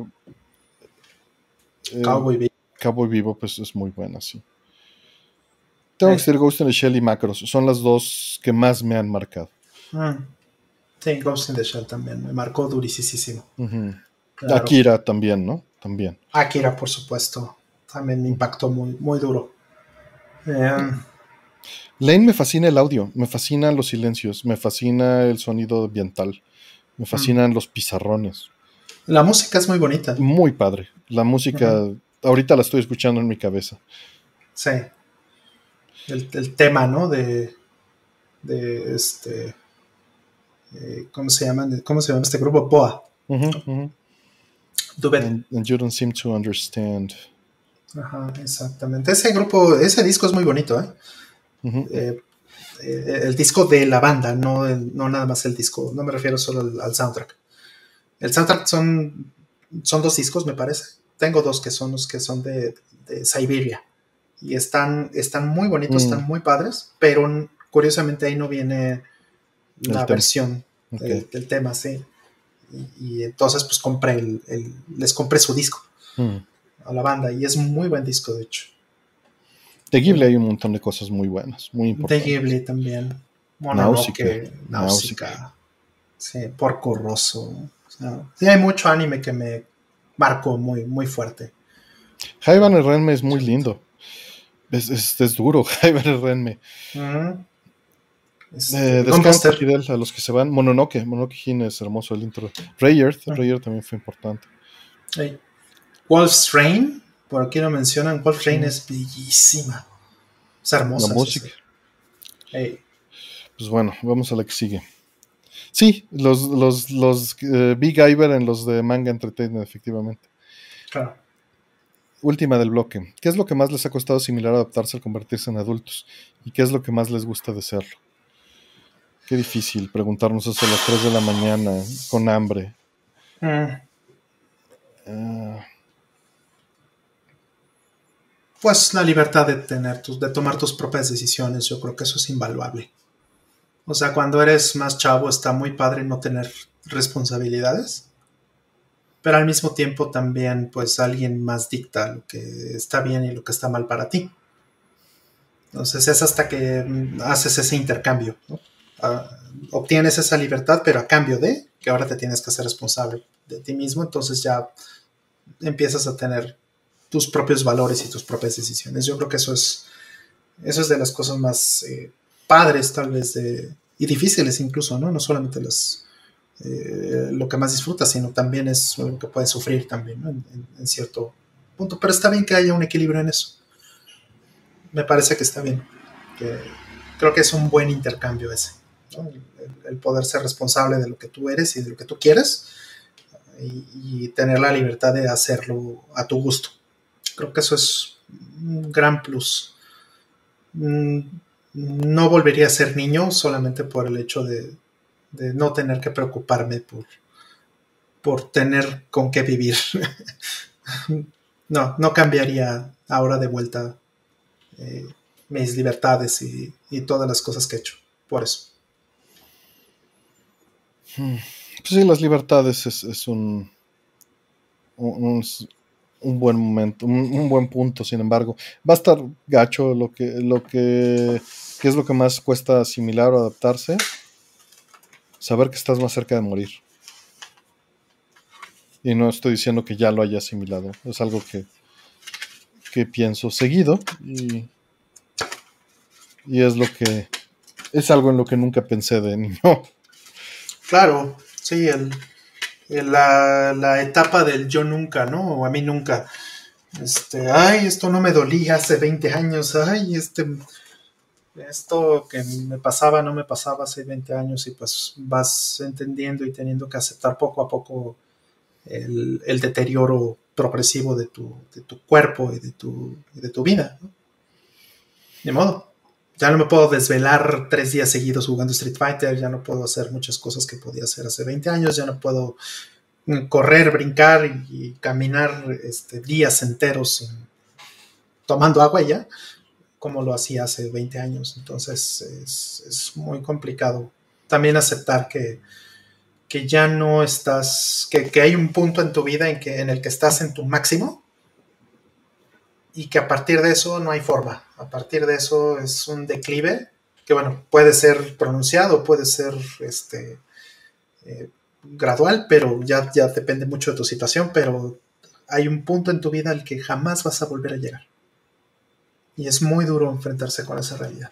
eh, Cowboy Bebop. Cowboy Vivo, pues es muy buena, sí. Tengo que Eh, decir Ghost in the Shell y Macros, son las dos que más me han marcado. mm. Sí, Ghost in the Shell también. Me marcó durísimo. Ujú. Claro. Akira también, ¿no? También. Akira, por supuesto. También me impactó muy, muy duro. Eh, Lane me fascina el audio, me fascinan los silencios, me fascina el sonido ambiental, me mm. fascinan los pizarrones. La música es muy bonita. Muy padre. La Ujú. música, ahorita la estoy escuchando en mi cabeza. Sí. El, el tema, ¿no? De, de este. Eh, ¿cómo se llama? ¿Cómo se llama este grupo? Boa. Ujú, ujú. Dubed. And, and you don't seem to understand. Ajá, exactamente. Ese grupo, ese disco es muy bonito, ¿eh? Ujú. Eh, eh, el disco de la banda, no, el- no nada más el disco. No me refiero solo al, al soundtrack. El soundtrack son, son dos discos, me parece. Tengo dos que son los que son de, de Siberia. Y están, están muy bonitos, Mm, están muy padres, pero curiosamente ahí no viene el la tema. versión Ok. del, del tema, sí. Y, y entonces pues compré el, el, les compré su disco Mm. a la banda y es muy buen disco, de hecho. De Ghibli Eh, hay un montón de cosas muy buenas, muy de importantes. Ghibli también. Náusica, Mononoke, Náusica. Náusica, sí, Porco Rosso. O sea, sí, hay mucho anime que me marcó muy, muy fuerte. Jaiban el Renme es muy Chavito. lindo. Es, es, es duro, Jaiban el Renme. Mm, este, Eh, descansa, Gunbuster. Fidel, a los que se van. Mononoke, Mononoke Hime es hermoso el intro. Rayard, Mm, Rayard también fue importante. hey. Wolf's Rain, por aquí lo mencionan. Wolf's Rain Mm. es bellísima. Es La hermosa esa música. serie. Hey, Pues bueno, vamos a la que sigue. Sí, los, los, los eh, Big Iver en los de Manga Entertainment, efectivamente. claro. Última del bloque. ¿Qué es lo que más les ha costado asimilar adaptarse al convertirse en adultos? ¿Y qué es lo que más les gusta de serlo? Qué difícil preguntarnos eso a las tres de la mañana, con hambre. Mm, Uh, pues la libertad de tener tus, de tomar tus propias decisiones, yo creo que eso es invaluable. O sea, cuando eres más chavo está muy padre no tener responsabilidades, pero al mismo tiempo también pues alguien más dicta lo que está bien y lo que está mal para ti. Entonces es hasta que mm, haces ese intercambio, ¿no? Ah, obtienes esa libertad, pero a cambio de que ahora te tienes que hacer responsable de ti mismo, entonces ya empiezas a tener tus propios valores y tus propias decisiones. Yo creo que eso es, eso es de las cosas más eh, padres tal vez de, y difíciles incluso, ¿no? No solamente las, eh, lo que más disfrutas, sino también es lo que puedes sufrir también, ¿no? en, en, en cierto punto. Pero está bien que haya un equilibrio en eso. Me parece que está bien. Que creo que es un buen intercambio ese, ¿no? el, el, poder ser responsable de lo que tú eres y de lo que tú quieres y, y tener la libertad de hacerlo a tu gusto. Creo que eso es un gran plus. No volvería a ser niño solamente por el hecho de, de no tener que preocuparme por, por tener con qué vivir. No, no cambiaría ahora de vuelta eh, mis libertades y, y todas las cosas que he hecho. Por eso. pues sí, las libertades es, es un, un, un, buen momento, un, un, buen punto, sin embargo. Va a estar gacho lo que, lo que, ¿qué es lo que más cuesta asimilar o adaptarse? Saber que estás más cerca de morir. Y no estoy diciendo que ya lo haya asimilado. Es algo que, que pienso seguido y, y es lo que es algo en lo que nunca pensé de niño. Claro, sí, el, el- la, la etapa del yo nunca, ¿no? O a mí nunca. Este, ay, esto no me dolía hace veinte años, ay, este, esto que me pasaba no me pasaba hace veinte años y pues vas entendiendo y teniendo que aceptar poco a poco el, el deterioro progresivo de tu, de tu cuerpo y de tu, y de tu vida, ¿no? Ni modo. Ya no me puedo desvelar tres días seguidos jugando Street Fighter, ya no puedo hacer muchas cosas que podía hacer hace veinte años, ya no puedo correr, brincar y, y caminar este, días enteros sin, tomando agua ya, como lo hacía hace veinte años. Entonces es, es muy complicado también aceptar que, que ya no estás, que, que, hay un punto en tu vida en, que, en el que estás en tu máximo y que a partir de eso no hay forma. A partir de eso es un declive que, bueno, puede ser pronunciado, puede ser este, eh, gradual, pero ya, ya depende mucho de tu situación, pero hay un punto en tu vida al que jamás vas a volver a llegar. Y es muy duro enfrentarse con esa realidad.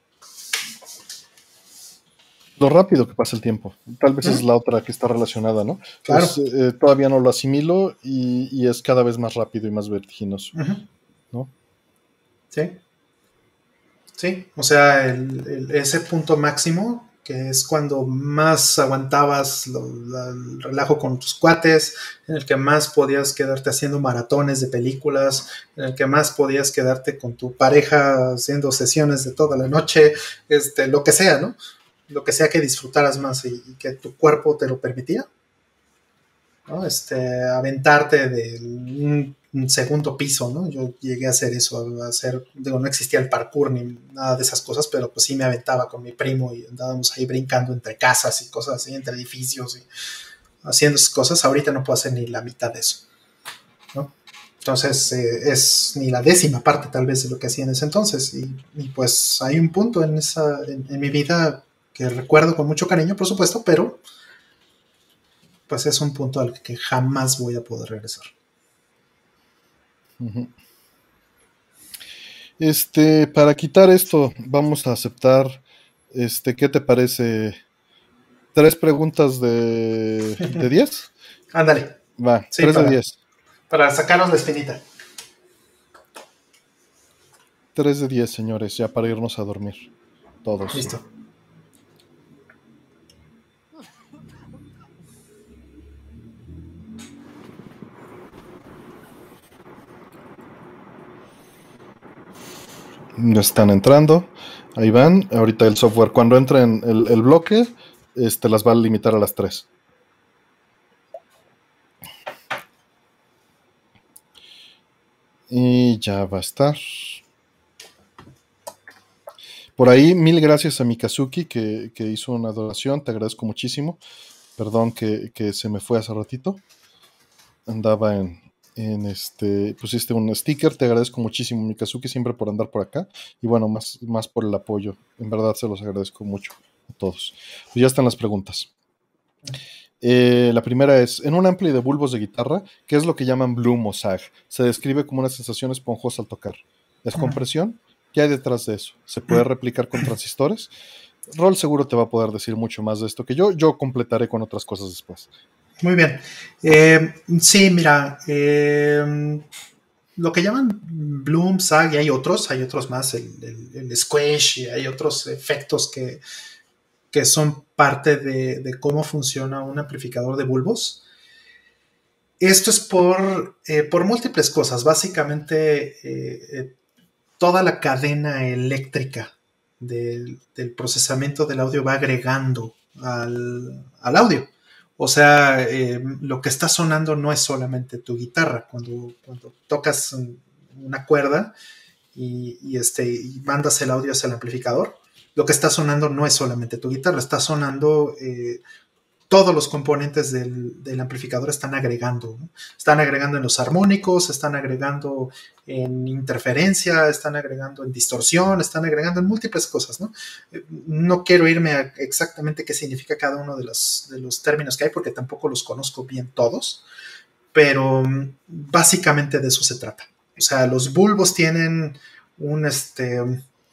Lo rápido que pasa el tiempo. Tal vez ¿Mm? es la otra que está relacionada, ¿no? Claro. Pues, eh, todavía no lo asimilo y, y es cada vez más rápido y más vertiginoso, Uh-huh. ¿no? Sí. Sí, o sea, el, el, ese punto máximo, que es cuando más aguantabas lo, la, el relajo con tus cuates, en el que más podías quedarte haciendo maratones de películas, en el que más podías quedarte con tu pareja haciendo sesiones de toda la noche, este, lo que sea, ¿no? Lo que sea que disfrutaras más y, y que tu cuerpo te lo permitía, ¿no? Este, aventarte de un, un segundo piso, ¿no? Yo llegué a hacer eso, a hacer, digo, no existía el parkour ni nada de esas cosas, pero pues sí me aventaba con mi primo y andábamos ahí brincando entre casas y cosas así, entre edificios y haciendo esas cosas. Ahorita no puedo hacer ni la mitad de eso, ¿no? Entonces eh, es ni la décima parte tal vez de lo que hacía en ese entonces y, y pues hay un punto en, esa, en, en mi vida que recuerdo con mucho cariño, por supuesto, pero pues es un punto al que jamás voy a poder regresar. Uh-huh. Este, para quitar esto, vamos a aceptar, este, ¿qué te parece? ¿Tres preguntas de, de diez? Ándale. Va, Sí, tres de para, diez. para sacarnos la espinita. Tres de diez, señores, ya para irnos a dormir. Todos. Listo. Ya están entrando. Ahí van. Ahorita el software, cuando entre en el, el bloque, este, las va a limitar a las tres. Y ya va a estar. Por ahí, mil gracias a Mikazuki que, que hizo una donación. Te agradezco muchísimo. Perdón que, que se me fue hace ratito. Andaba en, en este. Pusiste un sticker. Te agradezco muchísimo, Mikazuki, siempre por andar por acá. Y bueno, más, más por el apoyo. En verdad se los agradezco mucho a todos. Pues ya están las preguntas. Eh, la primera es, en un ampli de bulbos de guitarra, ¿qué es lo que llaman bloom o sag? Se describe como una sensación esponjosa al tocar. ¿Es compresión? ¿Qué hay detrás de eso? ¿Se puede replicar con transistores? Rol seguro te va a poder decir mucho más de esto que yo. Yo completaré con otras cosas después. Muy bien. Eh, sí, mira, eh, lo que llaman bloom, sag, y hay otros, hay otros más, el, el, el squish, y hay otros efectos que, que son parte de, de cómo funciona un amplificador de bulbos. Esto es por, eh, por múltiples cosas. Básicamente, eh, eh, toda la cadena eléctrica del, del, procesamiento del audio va agregando al, al audio. O sea, eh, lo que está sonando no es solamente tu guitarra. Cuando, cuando tocas una cuerda y, y, este, y mandas el audio hacia el amplificador, lo que está sonando no es solamente tu guitarra, está sonando... Eh, todos los componentes del, del amplificador están agregando, ¿no? Están agregando en los armónicos, están agregando en interferencia, están agregando en distorsión, están agregando en múltiples cosas, ¿no? No quiero irme a exactamente qué significa cada uno de los, de los términos que hay, porque tampoco los conozco bien todos, pero básicamente de eso se trata. O sea, los bulbos tienen un, este,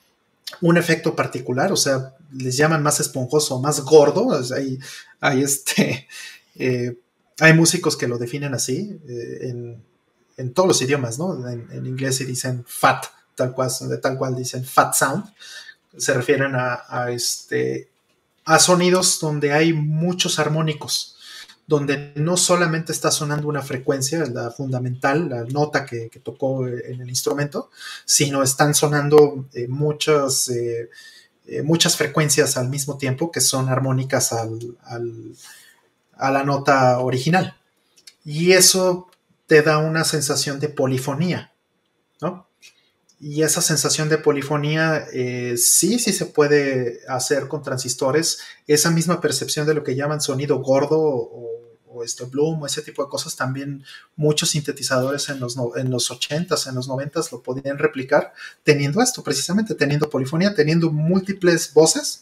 un efecto particular, o sea, les llaman más esponjoso, más gordo. O sea, hay, hay, este, eh, hay músicos que lo definen así, eh, en, en, todos los idiomas, ¿no? En, en inglés se dicen fat, tal cual, tal cual dicen fat sound, se refieren a, a, este, a sonidos donde hay muchos armónicos, donde no solamente está sonando una frecuencia, la fundamental, la nota que, que tocó en el instrumento, sino están sonando eh, muchas, eh, eh, muchas frecuencias al mismo tiempo que son armónicas al, al, a la nota original. Y eso te da una sensación de polifonía, ¿no? Y esa sensación de polifonía eh, sí, sí se puede hacer con transistores. Esa misma percepción de lo que llaman sonido gordo o, o este Bloom o ese tipo de cosas, también muchos sintetizadores en los, en los ochentas, en los noventas lo podían replicar teniendo esto, precisamente teniendo polifonía, teniendo múltiples voces,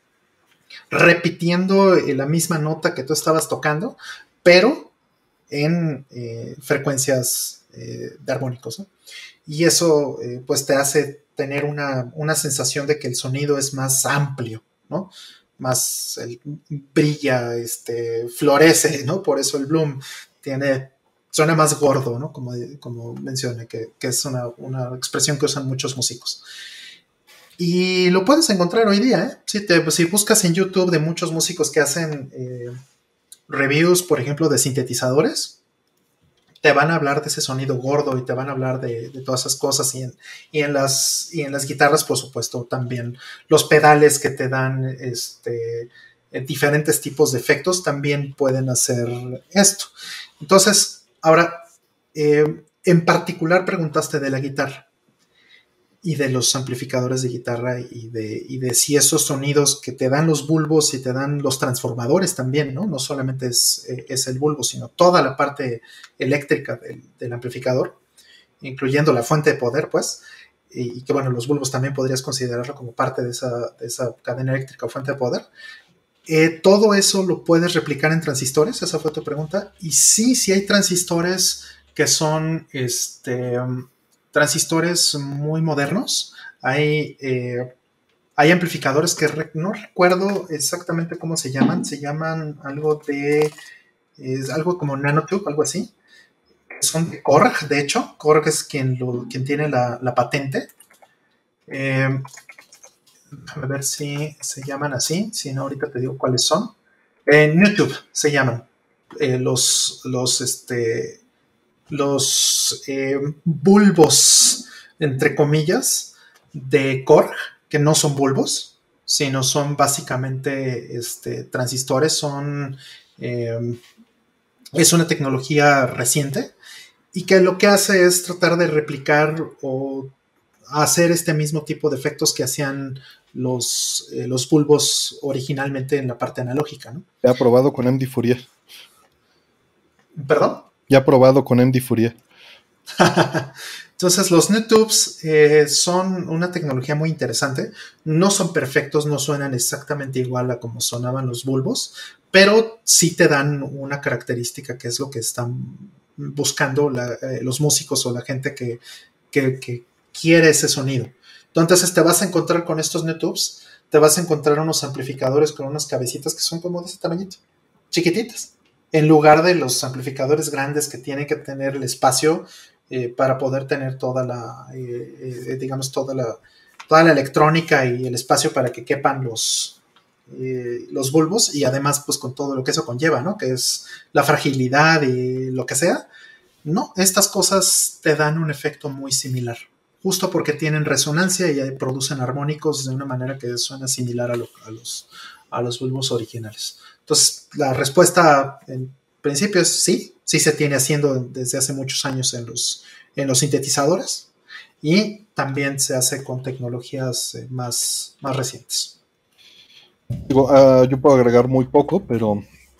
repitiendo la misma nota que tú estabas tocando, pero en eh, frecuencias eh, de armónicos, ¿no? Y eso eh, pues te hace tener una, una sensación de que el sonido es más amplio, ¿no? Más el, brilla, este, florece, ¿no? Por eso el Bloom tiene, suena más gordo, ¿no? Como, como mencioné, que, que es una, una expresión que usan muchos músicos. Y lo puedes encontrar hoy día, ¿eh? Si, te, si buscas en YouTube de muchos músicos que hacen eh, reviews, por ejemplo, de sintetizadores, te van a hablar de ese sonido gordo y te van a hablar de, de todas esas cosas. Y en, y, en las, y en las guitarras, por supuesto, también los pedales que te dan este, diferentes tipos de efectos también pueden hacer esto. Entonces, ahora, eh, en particular preguntaste de la guitarra y de los amplificadores de guitarra y de, y de si esos sonidos que te dan los bulbos y te dan los transformadores también, ¿no? No solamente es, es el bulbo, sino toda la parte eléctrica del, del amplificador, incluyendo la fuente de poder, pues, y, y que, bueno, los bulbos también podrías considerarlo como parte de esa, de esa cadena eléctrica o fuente de poder. Eh, todo eso lo puedes replicar en transistores, esa fue tu pregunta, y sí, sí hay transistores que son, este... transistores muy modernos. Hay, eh, hay amplificadores que re no recuerdo exactamente cómo se llaman. Se llaman algo de... Es algo como nanotube, algo así. Son de Korg, de hecho. Korg es quien, lo, quien tiene la, la patente. Eh, déjame ver si se llaman así. Si no, ahorita te digo cuáles son. Eh, NewTube se llaman. Eh, los... los este, los eh, bulbos, entre comillas, de Korg, que no son bulbos, sino son básicamente este, transistores, son, eh, es una tecnología reciente y que lo que hace es tratar de replicar o hacer este mismo tipo de efectos que hacían los, eh, los bulbos originalmente en la parte analógica, ¿no? Ya probado con M D Fourier. ¿Perdón? Ya probado con M D Fourier. Entonces los NewTubes eh, son una tecnología muy interesante. No son perfectos, no suenan exactamente igual a como sonaban los bulbos, pero sí te dan una característica que es lo que están buscando la, eh, los músicos o la gente que, que, que quiere ese sonido. Entonces te vas a encontrar con estos NewTubes, te vas a encontrar unos amplificadores con unas cabecitas que son como de ese tamañito, chiquititas, en lugar de los amplificadores grandes que tienen que tener el espacio eh, para poder tener toda la, eh, eh, digamos, toda la, toda la electrónica y el espacio para que quepan los, eh, los bulbos, y además pues con todo lo que eso conlleva, ¿no? Que es la fragilidad y lo que sea. No, estas cosas te dan un efecto muy similar, justo porque tienen resonancia y producen armónicos de una manera que suena similar a, lo, a, los, a los bulbos originales. Entonces, la respuesta en principio es sí, sí se tiene haciendo desde hace muchos años en los, en los sintetizadores, y también se hace con tecnologías eh, más, más recientes. Digo, uh, yo puedo agregar muy poco, pero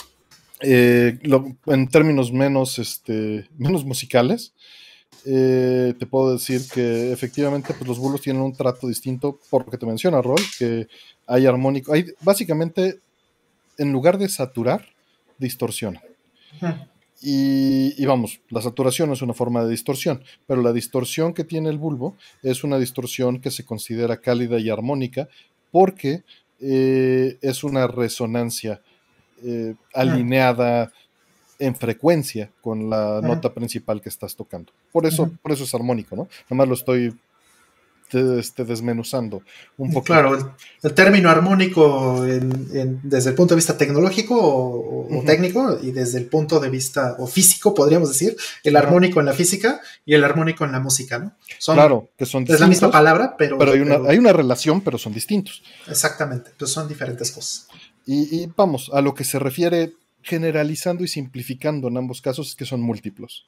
eh, lo, en términos menos, este, menos musicales, eh, te puedo decir que efectivamente pues, los bulbos tienen un trato distinto, porque te menciona, Rol, que hay armónico, hay básicamente, en lugar de saturar, distorsiona. Uh-huh. Y, y vamos, la saturación es una forma de distorsión, pero la distorsión que tiene el bulbo es una distorsión que se considera cálida y armónica porque eh, es una resonancia eh, Mm, alineada en frecuencia con la ujú, nota principal que estás tocando. Por eso, ujú. por eso es armónico, ¿no? Nomás lo estoy te- este, desmenuzando un Claro, poquito. el, el término armónico en- en- desde el punto de vista tecnológico o, o Ujú. técnico y desde el punto de vista o físico, podríamos decir, el Ajá. armónico en la física y el armónico en la música, ¿no? Son, Claro que son es la misma distintos, palabra, pero hay pero, una, hay pero una relación, pero son distintos. exactamente, pues son diferentes cosas. Y, y vamos, a lo que se refiere generalizando y simplificando en ambos casos es que son múltiplos.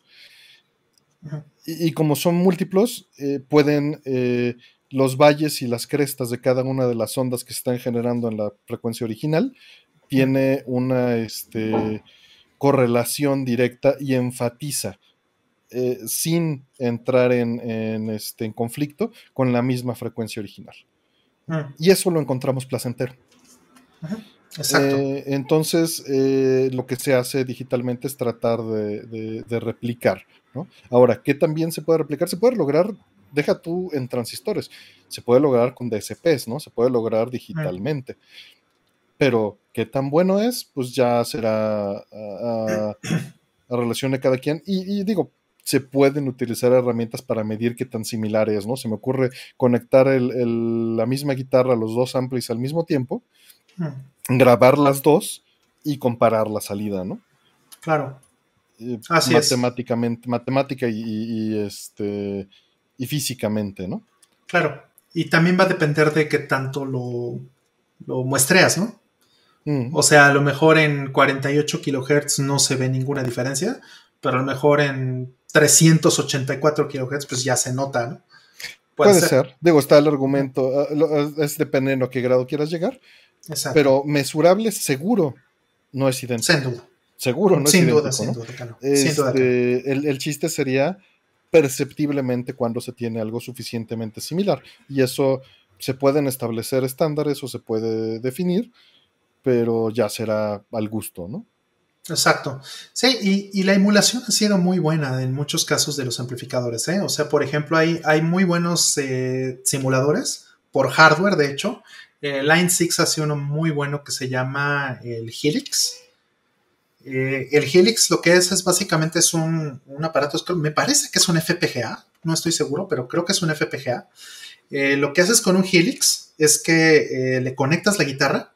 Ujú, Y, y como son múltiplos, eh, pueden eh, los valles y las crestas de cada una de las ondas que se están generando en la frecuencia original ujú, tiene una este, correlación directa y enfatiza eh, sin entrar en, en, este, en conflicto con la misma frecuencia original. ujú, Y eso lo encontramos placentero. ujú. Exacto. Eh, entonces, eh, lo que se hace digitalmente es tratar de, de, de replicar, ¿no? Ahora, ¿qué también se puede replicar? Se puede lograr, deja tú en transistores, se puede lograr con D S Ps, ¿no? Se puede lograr Ujú, digitalmente, pero ¿qué tan bueno es? Pues ya será a, a, a relación de cada quien. Y, y, digo, se pueden utilizar herramientas para medir qué tan similar es, ¿no? Se me ocurre conectar el, el, la misma guitarra a los dos amplis al mismo tiempo, ujú. grabar las dos y comparar la salida, ¿no? Claro, Eh, así es. matemáticamente, matemática y, y, y, este, y físicamente, ¿no? Claro. Y también va a depender de qué tanto lo, lo muestreas, ¿no? Mm. O sea, a lo mejor en cuarenta y ocho kilohertz no se ve ninguna diferencia, pero a lo mejor en trescientos ochenta y cuatro kilohertz pues ya se nota, ¿no? Puede Puede ser. ser, digo, está el Ujú. argumento, uh, es dependiendo a qué grado quieras llegar, Exacto. pero mesurable seguro no es Sin idéntico. duda. Seguro no es Sin duda, idéntico, sin ¿no? duda que no. Sin duda que no. Este, el, el chiste sería perceptiblemente cuando se tiene algo suficientemente similar. Y eso se pueden establecer estándares o se puede definir, pero ya será al gusto, ¿no? Exacto. Sí, y, y la emulación ha sido muy buena en muchos casos de los amplificadores, ¿eh? O sea, por ejemplo, hay, hay muy buenos eh, simuladores por hardware, de hecho. Eh, Line six hace uno muy bueno que se llama el Helix. Eh, el Helix lo que es es básicamente es un, un aparato, me parece que es un F P G A, no estoy seguro, pero creo que es un F P G A. Eh, lo que haces con un Helix es que eh, le conectas la guitarra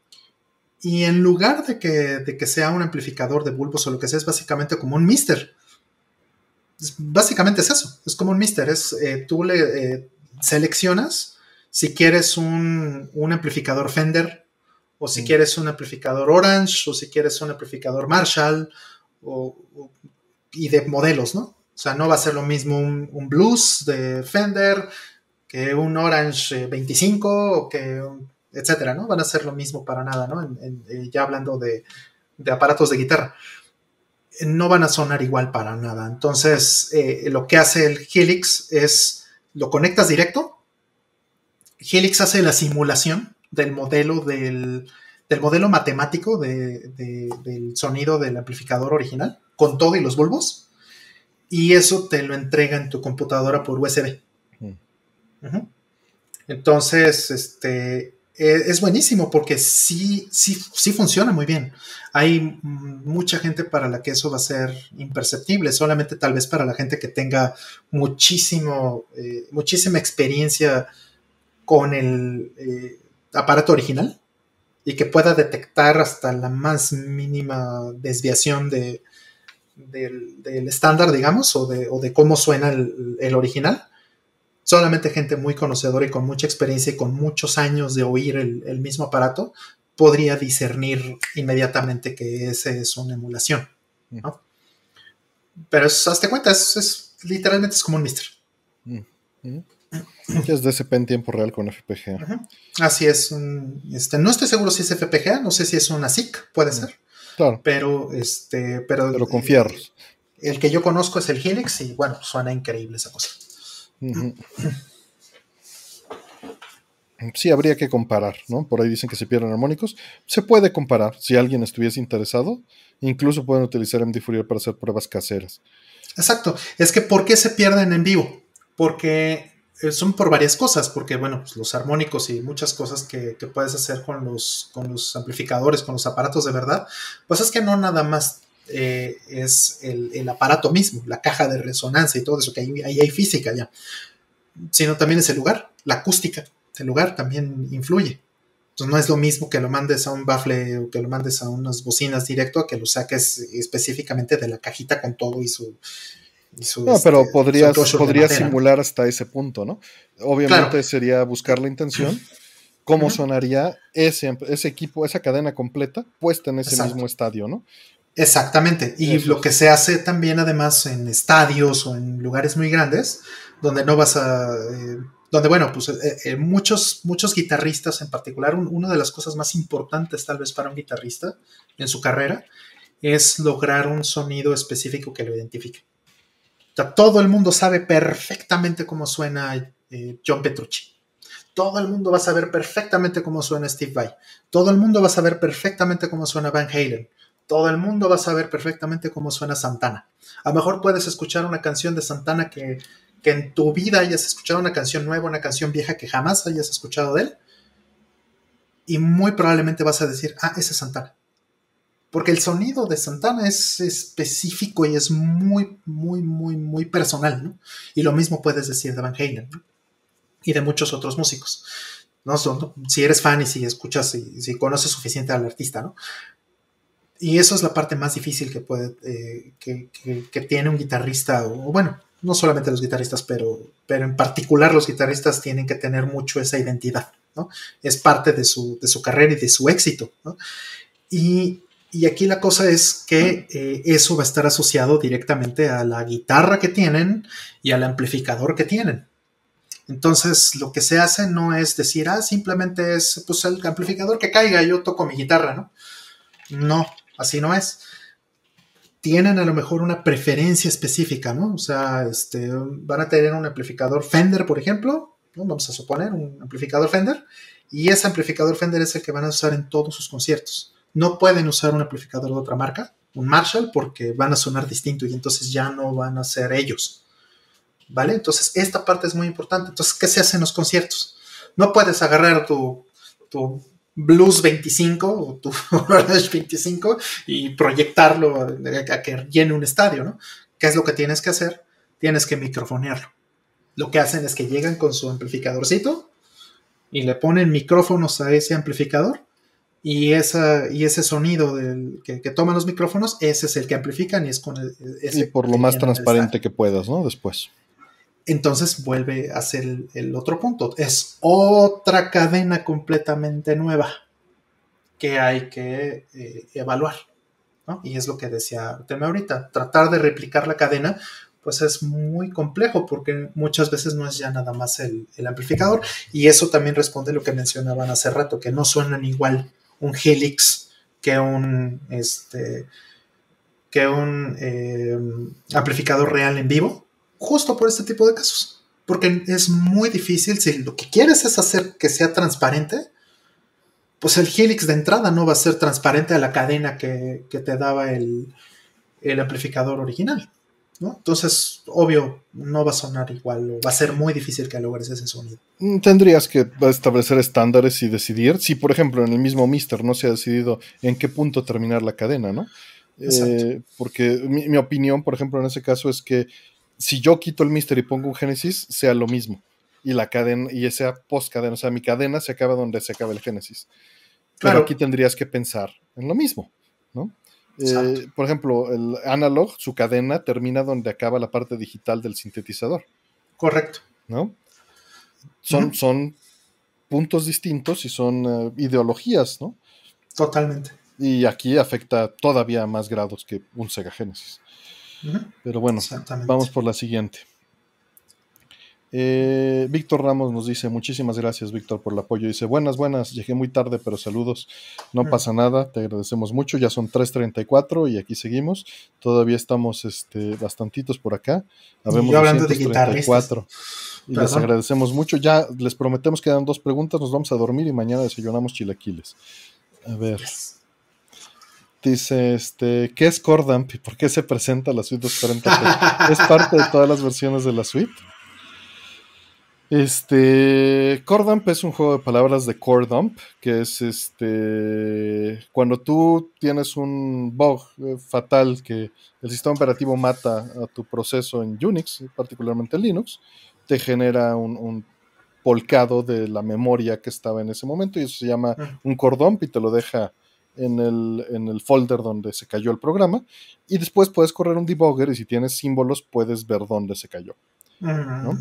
y en lugar de que, de que sea un amplificador de bulbos o lo que sea, es básicamente como un Mister. Es, básicamente es eso, es como un Mister. Es, eh, tú le eh, seleccionas si quieres un, un amplificador Fender o si Mm. quieres un amplificador Orange o si quieres un amplificador Marshall o, o, y de modelos, ¿no? O sea, no va a ser lo mismo un, un Blues de Fender que un Orange veinticinco o que un, etcétera, ¿no? Van a ser lo mismo para nada, ¿no? En, en, eh, ya hablando de, de, aparatos de guitarra. No van a sonar igual para nada. Entonces, eh, lo que hace el Helix es, lo conectas directo, Helix hace la simulación del modelo del, del modelo matemático de, de, del sonido del amplificador original, con todo y los bulbos, y eso te lo entrega en tu computadora por U S B. Mm. Uh-huh. Entonces, este, es buenísimo porque sí, sí, sí funciona muy bien. Hay mucha gente para la que eso va a ser imperceptible, solamente tal vez para la gente que tenga muchísimo, eh, muchísima experiencia con el eh, aparato original y que pueda detectar hasta la más mínima desviación de, del, del estándar, digamos, o de, o de cómo suena el, el original. Solamente gente muy conocedora y con mucha experiencia y con muchos años de oír el, el mismo aparato podría discernir inmediatamente que ese es una emulación, Mm. ¿no? Pero es, hazte cuenta, es, es literalmente es como un Mister. Mm. Mm. Que es D S P en tiempo real con F P G A. Uh-huh. Así es. Un, este, no estoy seguro si es F P G A, no sé si es una S I C, puede Mm. ser. Claro, Pero, este, pero pero con eh, fierros. el que yo conozco es el Helix y bueno, suena increíble esa cosa. Uh-huh. Sí, habría que comparar, ¿no? Por ahí dicen que se pierden armónicos. Se puede comparar, si alguien estuviese interesado. Incluso pueden utilizar M D Fourier para hacer pruebas caseras. Exacto. Es que ¿por qué se pierden en vivo? Porque son por varias cosas, porque bueno, pues los armónicos y muchas cosas que, que puedes hacer con los, con los amplificadores, con los aparatos de verdad, pues es que no nada más eh, es el, el aparato mismo, la caja de resonancia y todo eso, que ahí, ahí hay física ya, sino también es el lugar, la acústica del lugar también influye. Entonces no es lo mismo que lo mandes a un bafle o que lo mandes a unas bocinas directo a que lo saques específicamente de la cajita con todo y su, y su, No, este, pero su podrías, enclosure de podrías madera, ¿no? simular hasta ese punto, ¿no? Claro. Obviamente sería buscar la intención, cómo Uh-huh. sonaría ese, ese equipo, esa cadena completa puesta en ese mismo Exacto. estadio, ¿no? Exactamente. Y Eso lo que es. se hace también además en estadios o en lugares muy grandes, donde no vas a... Eh, donde, bueno, pues eh, eh, muchos, muchos guitarristas en particular, un, una de las cosas más importantes tal vez para un guitarrista en su carrera es lograr un sonido específico que lo identifique. O sea, todo el mundo sabe perfectamente cómo suena eh, John Petrucci. Todo el mundo va a saber perfectamente cómo suena Steve Vai. Todo el mundo va a saber perfectamente cómo suena Van Halen. Todo el mundo va a saber perfectamente cómo suena Santana. A lo mejor puedes escuchar una canción de Santana que, que en tu vida hayas escuchado, una canción nueva, una canción vieja que jamás hayas escuchado de él, y muy probablemente vas a decir, ah, ese es Santana. Porque el sonido de Santana es específico y es muy, muy, muy, muy personal, ¿no? Y lo mismo puedes decir de Van Halen, ¿no? Y de muchos otros músicos. ¿No? Son, si eres fan y si escuchas y si conoces suficiente al artista, ¿no? Y eso es la parte más difícil que puede eh, que, que, que tiene un guitarrista, o bueno, no solamente los guitarristas, pero, pero en particular los guitarristas tienen que tener mucho esa identidad, ¿no? Es parte de su, de su carrera y de su éxito, ¿no? Y, y aquí la cosa es que eh, eso va a estar asociado directamente a la guitarra que tienen y al amplificador que tienen. Entonces, lo que se hace no es decir, ah, simplemente es pues el amplificador que caiga, yo toco mi guitarra, ¿no? No, así no es. Tienen a lo mejor una preferencia específica, ¿no? O sea, este, van a tener un amplificador Fender, por ejemplo, ¿no? Vamos a suponer un amplificador Fender, y ese amplificador Fender es el que van a usar en todos sus conciertos. No pueden usar un amplificador de otra marca, un Marshall, porque van a sonar distinto y entonces ya no van a ser ellos. ¿Vale? Entonces, esta parte es muy importante. Entonces, ¿qué se hace en los conciertos? No puedes agarrar tu, tu Blues veinticinco o tu Orange veinticinco y proyectarlo a, a que llene un estadio, ¿no? ¿Qué es lo que tienes que hacer? Tienes que microfonearlo. Lo que hacen es que llegan con su amplificadorcito y le ponen micrófonos a ese amplificador y, esa, y ese sonido del, que, que toman los micrófonos, ese es el que amplifican y es con el, Y ese por lo que más llenan el estadio. transparente que puedas, ¿no? Después. Entonces vuelve a ser el, el, otro punto. Es otra cadena completamente nueva que hay que eh, evaluar, ¿no? Y es lo que decía Teme ahorita. Tratar de replicar la cadena, pues es muy complejo porque muchas veces no es ya nada más el, el amplificador. Y eso también responde a lo que mencionaban hace rato, que no suenan igual un Helix que un, este, que un eh, amplificador real en vivo, justo por este tipo de casos. Porque es muy difícil, si lo que quieres es hacer que sea transparente, pues el Helix de entrada no va a ser transparente a la cadena que, que te daba el, el amplificador original, ¿no? Entonces, obvio, no va a sonar igual, o va a ser muy difícil que logres ese sonido. Tendrías que establecer estándares y decidir. Si, por ejemplo, en el mismo Mister no se ha decidido en qué punto terminar la cadena, ¿no? Exacto. Eh, porque mi, mi opinión, por ejemplo, en ese caso es que si yo quito el Mister y pongo un Genesis, sea lo mismo. Y la cadena, y sea post cadena, o sea, mi cadena se acaba donde se acaba el Genesis. Pero aquí Claro. tendrías que pensar en lo mismo, ¿no? Exacto. Eh, por ejemplo, el analog, su cadena termina donde acaba la parte digital del sintetizador. Correcto. ¿No? Son, Uh-huh. son puntos distintos y son uh, ideologías, ¿no? Totalmente. Y aquí afecta todavía a más grados que un Sega Genesis. Uh-huh. Pero bueno, Exactamente. vamos por la siguiente. Eh, Víctor Ramos nos dice, muchísimas gracias Víctor por el apoyo, dice, buenas, buenas, llegué muy tarde pero saludos, no mm. pasa nada, te agradecemos mucho, ya son tres treinta y cuatro y aquí seguimos, todavía estamos este, bastantitos por acá, habemos yo hablando de guitarristas y Perdón. Les agradecemos mucho, ya les prometemos que dan dos preguntas, nos vamos a dormir y mañana desayunamos chilaquiles. A ver, yes. Dice, este, ¿qué es Chordamp y por qué se presenta la suite doscientos cuarenta? ¿Es parte de todas las versiones de la suite? Este, Chordamp es un juego de palabras de core dump, que es este, cuando tú tienes un bug eh, fatal que el sistema operativo mata a tu proceso en Unix, particularmente en Linux, te genera un, un volcado de la memoria que estaba en ese momento y eso se llama un core dump y te lo deja en el, en el folder donde se cayó el programa y después puedes correr un debugger y si tienes símbolos puedes ver dónde se cayó, ¿no?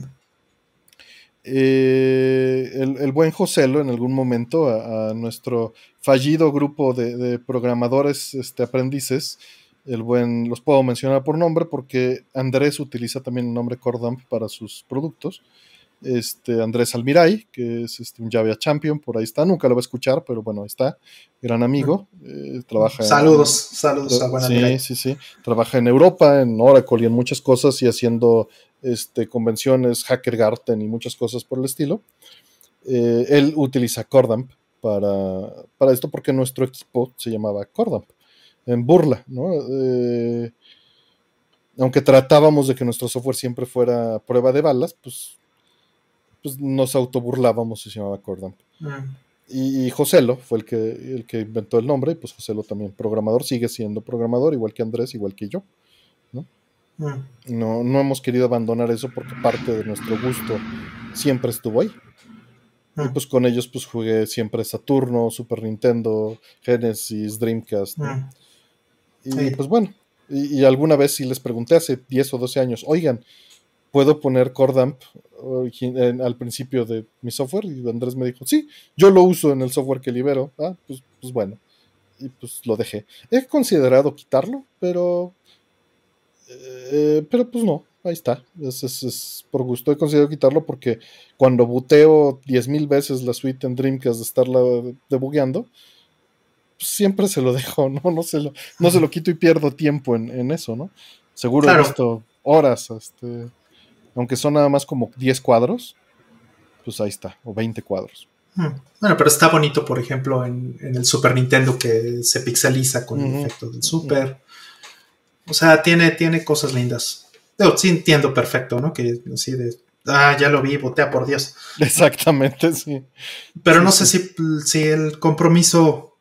Eh, el, el buen Joselo en algún momento a, a nuestro fallido grupo de, de programadores este, aprendices, el buen, los puedo mencionar por nombre porque Andrés utiliza también el nombre Chordamp para sus productos. Este, Andrés Almiray, que es este, un Java Champion, por ahí está, nunca lo va a escuchar, pero bueno, ahí está, gran amigo, eh, trabaja saludos, en, saludos tra- a buen sí, Almiray. sí, sí, trabaja en Europa, en Oracle y en muchas cosas y haciendo este, convenciones, HackerGarten y muchas cosas por el estilo. Eh, él utiliza Chordamp para, para esto porque nuestro equipo se llamaba Chordamp, en burla, ¿no? Eh, aunque tratábamos de que nuestro software siempre fuera prueba de balas, pues pues nos autoburlábamos y se llamaba Chordamp. Mm. Y, y Joselo fue el que, el que inventó el nombre, y pues Joselo también, programador, sigue siendo programador, igual que Andrés, igual que yo, ¿no? Mm. No, no hemos querido abandonar eso porque parte de nuestro gusto siempre estuvo ahí. Mm. Y pues con ellos pues jugué siempre Saturno, Super Nintendo, Genesis, Dreamcast, ¿no? Mm. Y sí. Pues bueno, y, y alguna vez sí les pregunté hace diez o doce años, oigan, ¿puedo poner Chordamp al principio de mi software? Y Andrés me dijo, sí, yo lo uso en el software que libero. Ah, pues, pues bueno. Y pues lo dejé. He considerado quitarlo, pero eh, pero pues no, ahí está. Es, es, es por gusto. He considerado quitarlo porque cuando buteo diez mil veces la suite en Dreamcast de estarla debugueando, pues siempre se lo dejo, ¿no? No se lo, no se lo quito y pierdo tiempo en, en eso, ¿no? Seguro claro. He visto horas, este... aunque son nada más como diez cuadros, pues ahí está, o veinte cuadros. Bueno, pero está bonito, por ejemplo, en, en el Super Nintendo que se pixeliza con uh-huh. el efecto del Super. Uh-huh. O sea, tiene, tiene cosas lindas. Yo sí entiendo perfecto, ¿no? Que así de, ah, ya lo vi, botea por Dios. Exactamente, sí. Pero sí, no sí. sé si, si el compromiso,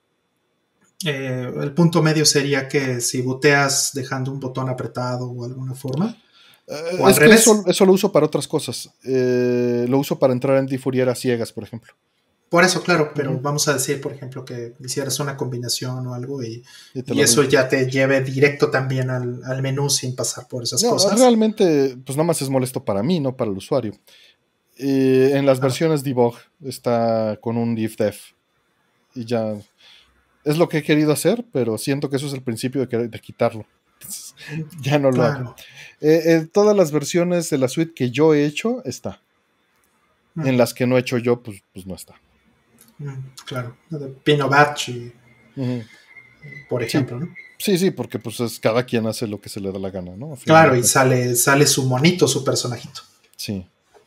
eh, el punto medio sería que si boteas dejando un botón apretado o alguna forma. Uh, es que eso, eso lo uso para otras cosas. Eh, lo uso para entrar en Fourier a ciegas, por ejemplo. Por eso, claro, pero uh-huh. vamos a decir, por ejemplo, que hicieras una combinación o algo y, y, y eso ves. Ya te lleve directo también al, al menú sin pasar por esas no, cosas. Realmente, pues nada más es molesto para mí, no para el usuario. Eh, en las ah. versiones debug está con un diffdef y ya es lo que he querido hacer, pero siento que eso es el principio de, que, de quitarlo. Entonces, ya no lo claro. hago. Eh, eh, todas las versiones de la suite que yo he hecho está. Mm. En las que no he hecho yo, pues, pues no está. Mm, claro, de Pinobatch y, uh-huh. por ejemplo, sí. ¿no? Sí, sí, porque pues es, cada quien hace lo que se le da la gana, ¿no? Claro, y sale, sale su monito, su personajito. Sí.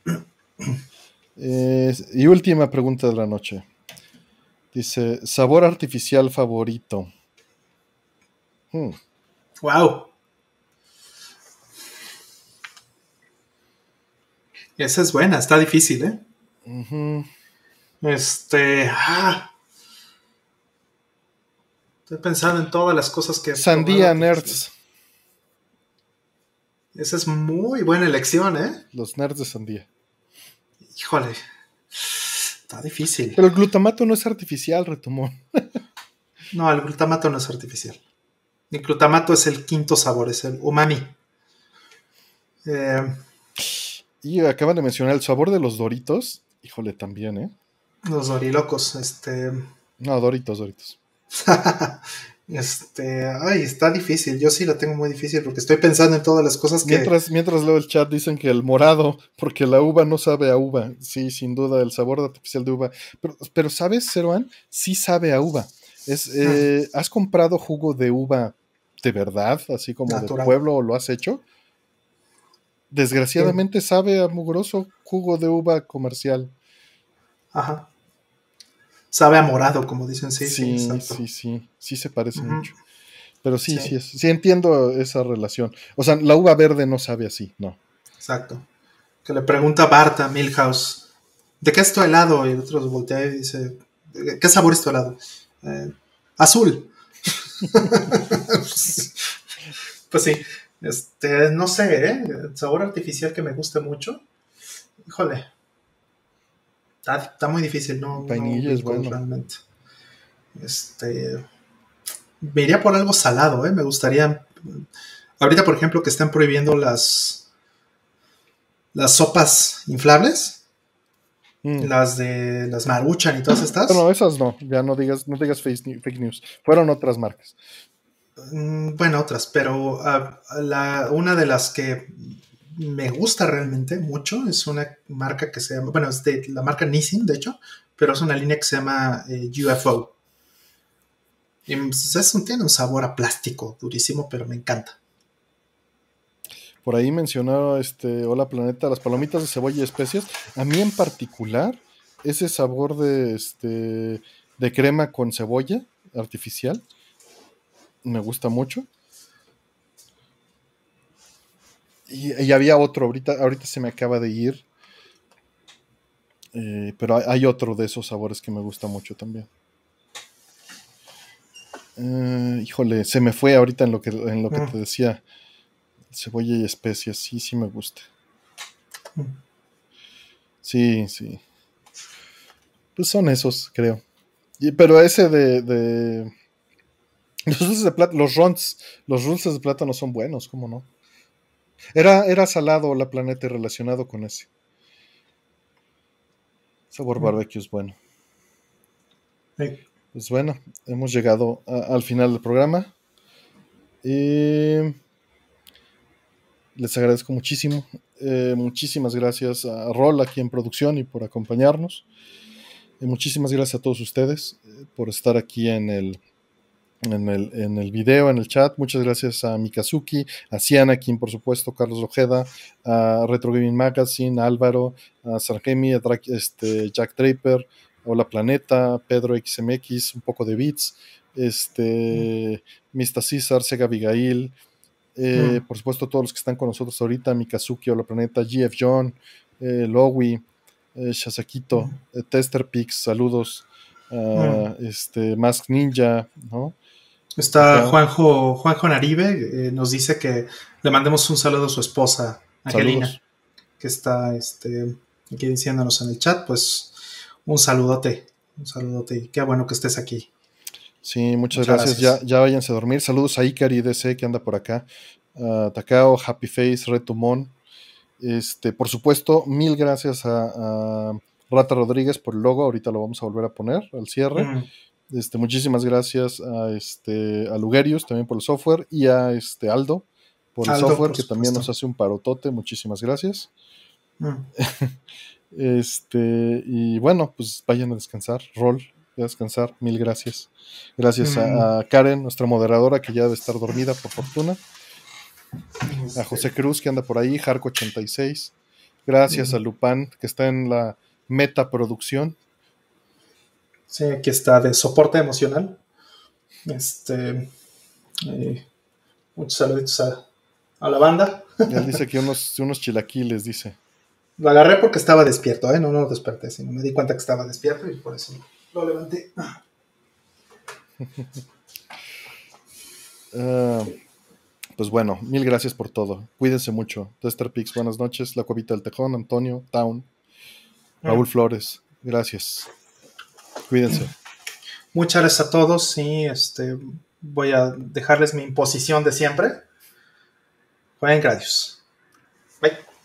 eh, y última pregunta de la noche. Dice, ¿sabor artificial favorito? Hmm. Wow. Esa es buena, está difícil, ¿eh? Uh-huh. Este. Ah, estoy pensando en todas las cosas que. Sandía Nerds. Esa es muy buena elección, ¿eh? Los nerds de sandía. Híjole. Está difícil. Pero el glutamato no es artificial, Retomón. No, el glutamato no es artificial. El glutamato es el quinto sabor, es el umami. Eh. Y acaban de mencionar el sabor de los Doritos. Híjole, también, ¿eh? Los dorilocos, este... No, Doritos, Doritos. Este, ay, está difícil. Yo sí lo tengo muy difícil porque estoy pensando en todas las cosas que. Mientras, mientras leo el chat, dicen que el morado, porque la uva no sabe a uva. Sí, sin duda, el sabor artificial de uva. Pero, pero ¿sabes, Zeroan? Sí sabe a uva. Es, eh, ¿has comprado jugo de uva de verdad, así como de Natural. pueblo, o lo has hecho? Sí. Desgraciadamente sabe a mugroso jugo de uva comercial. Ajá. Sabe a morado, como dicen, sí, sí, Sí, exacto. sí, sí. Sí se parece Ujú. mucho. Pero sí, sí, Sí, es, sí entiendo esa relación. O sea, la uva verde no sabe así, no. exacto. Que le pregunta Bart a Milhouse, ¿de qué es tu helado? Y el otro voltea y dice, ¿qué sabor es tu helado? "Eh, azul". Pues sí, este, no sé, ¿eh? El sabor artificial que me gusta mucho. Híjole, está, está muy difícil, no, no Vainilla es ubico bueno. realmente. Este, me iría por algo salado, ¿eh? Me gustaría. Ahorita, por ejemplo, que están prohibiendo las, las sopas inflables, Mm. las de las Maruchan y todas Bueno, estas. esas no, ya no digas, no digas fake, fake news. Fueron otras marcas. Mm, bueno, otras, pero uh, la, una de las que me gusta realmente mucho es una marca que se llama, bueno, es de la marca Nissin, de hecho, pero es una línea que se llama eh, U F O. Y pues, es un, tiene un sabor a plástico durísimo, pero me encanta. Por ahí mencionó este Hola Planeta, las palomitas de cebolla y especias. A mí en particular, ese sabor de este de crema con cebolla artificial me gusta mucho. Y, y había otro, ahorita, ahorita se me acaba de ir, eh, pero hay, hay otro de esos sabores que me gusta mucho también. Eh, híjole, se me fue ahorita en lo que, en lo que Mm, te decía. Cebolla y especias, sí, sí me gusta. mm. Sí, sí. Pues son esos, creo. Y, pero ese de, de los dulces de plátano, los rons, los dulces de plátano son buenos, ¿cómo no? Era, era salado la planeta y relacionado con ese. Sabor Mm. barbecue es bueno. Sí. Pues bueno, hemos llegado a, al final del programa. Y les agradezco muchísimo. Eh, muchísimas gracias a Rol aquí en producción y por acompañarnos. Y muchísimas gracias a todos ustedes eh, por estar aquí en el, en el, en el video, en el chat. Muchas gracias a Mikazuki, a Cianakin, por supuesto, Carlos Ojeda, a Retro Gaming Magazine, a Álvaro, a Sargemi, a Dra este, Jack Draper, Hola Planeta, Pedro X M X, un poco de Beats, este, Mista César, Sega Abigail, eh, Mm. por supuesto todos los que están con nosotros ahorita, Mikazuki, Hola Planeta, G F John, eh, Lowy, eh, Shasakito, Mm. eh, Tester Pix, saludos, Mm. uh, este, Mask Ninja, ¿no? Está Acá, Juanjo, Juanjo Naribe, eh, nos dice que le mandemos un saludo a su esposa, Angelina, saludos. que está este, aquí diciéndonos en el chat, pues un saludote, un saludote y qué bueno que estés aquí. Sí, muchas Muchas gracias. Ya, gracias. ya váyanse a dormir. Saludos a Ikari D C que anda por acá. Uh, Takao, Happy Face, Retumon. Este, por supuesto, mil gracias a, a Rata Rodríguez por el logo. Ahorita lo vamos a volver a poner al cierre. Mm. Este, muchísimas gracias a, este, a Lugerius también por el software y a este, Aldo por el Aldo, software por que también supuesto. nos hace un parotote. Muchísimas gracias. Mm. Este, y bueno, pues vayan a descansar. Rol, a descansar. Mil gracias. Gracias Mm. a, a Karen, nuestra moderadora, que ya debe estar dormida por fortuna. A Este, José Cruz, que anda por ahí. Jarco ochenta y seis. Gracias a mm. Lupán, que está en la meta producción. Sí, aquí está de soporte emocional. Este, eh, muchos saluditos a, a la banda. Él dice que unos, unos chilaquiles, dice. Lo agarré porque estaba despierto, ¿eh? No, no lo desperté, sino me di cuenta que estaba despierto y por eso lo levanté. Uh, pues bueno, mil gracias por todo. Cuídense mucho. Tester Pix, buenas noches. La Cuevita del Tejón, Antonio, Town, Raúl Mm. Flores, gracias. Cuídense. Muchas gracias a todos y este, voy a dejarles mi imposición de siempre. Jueguen Gradius. Bye.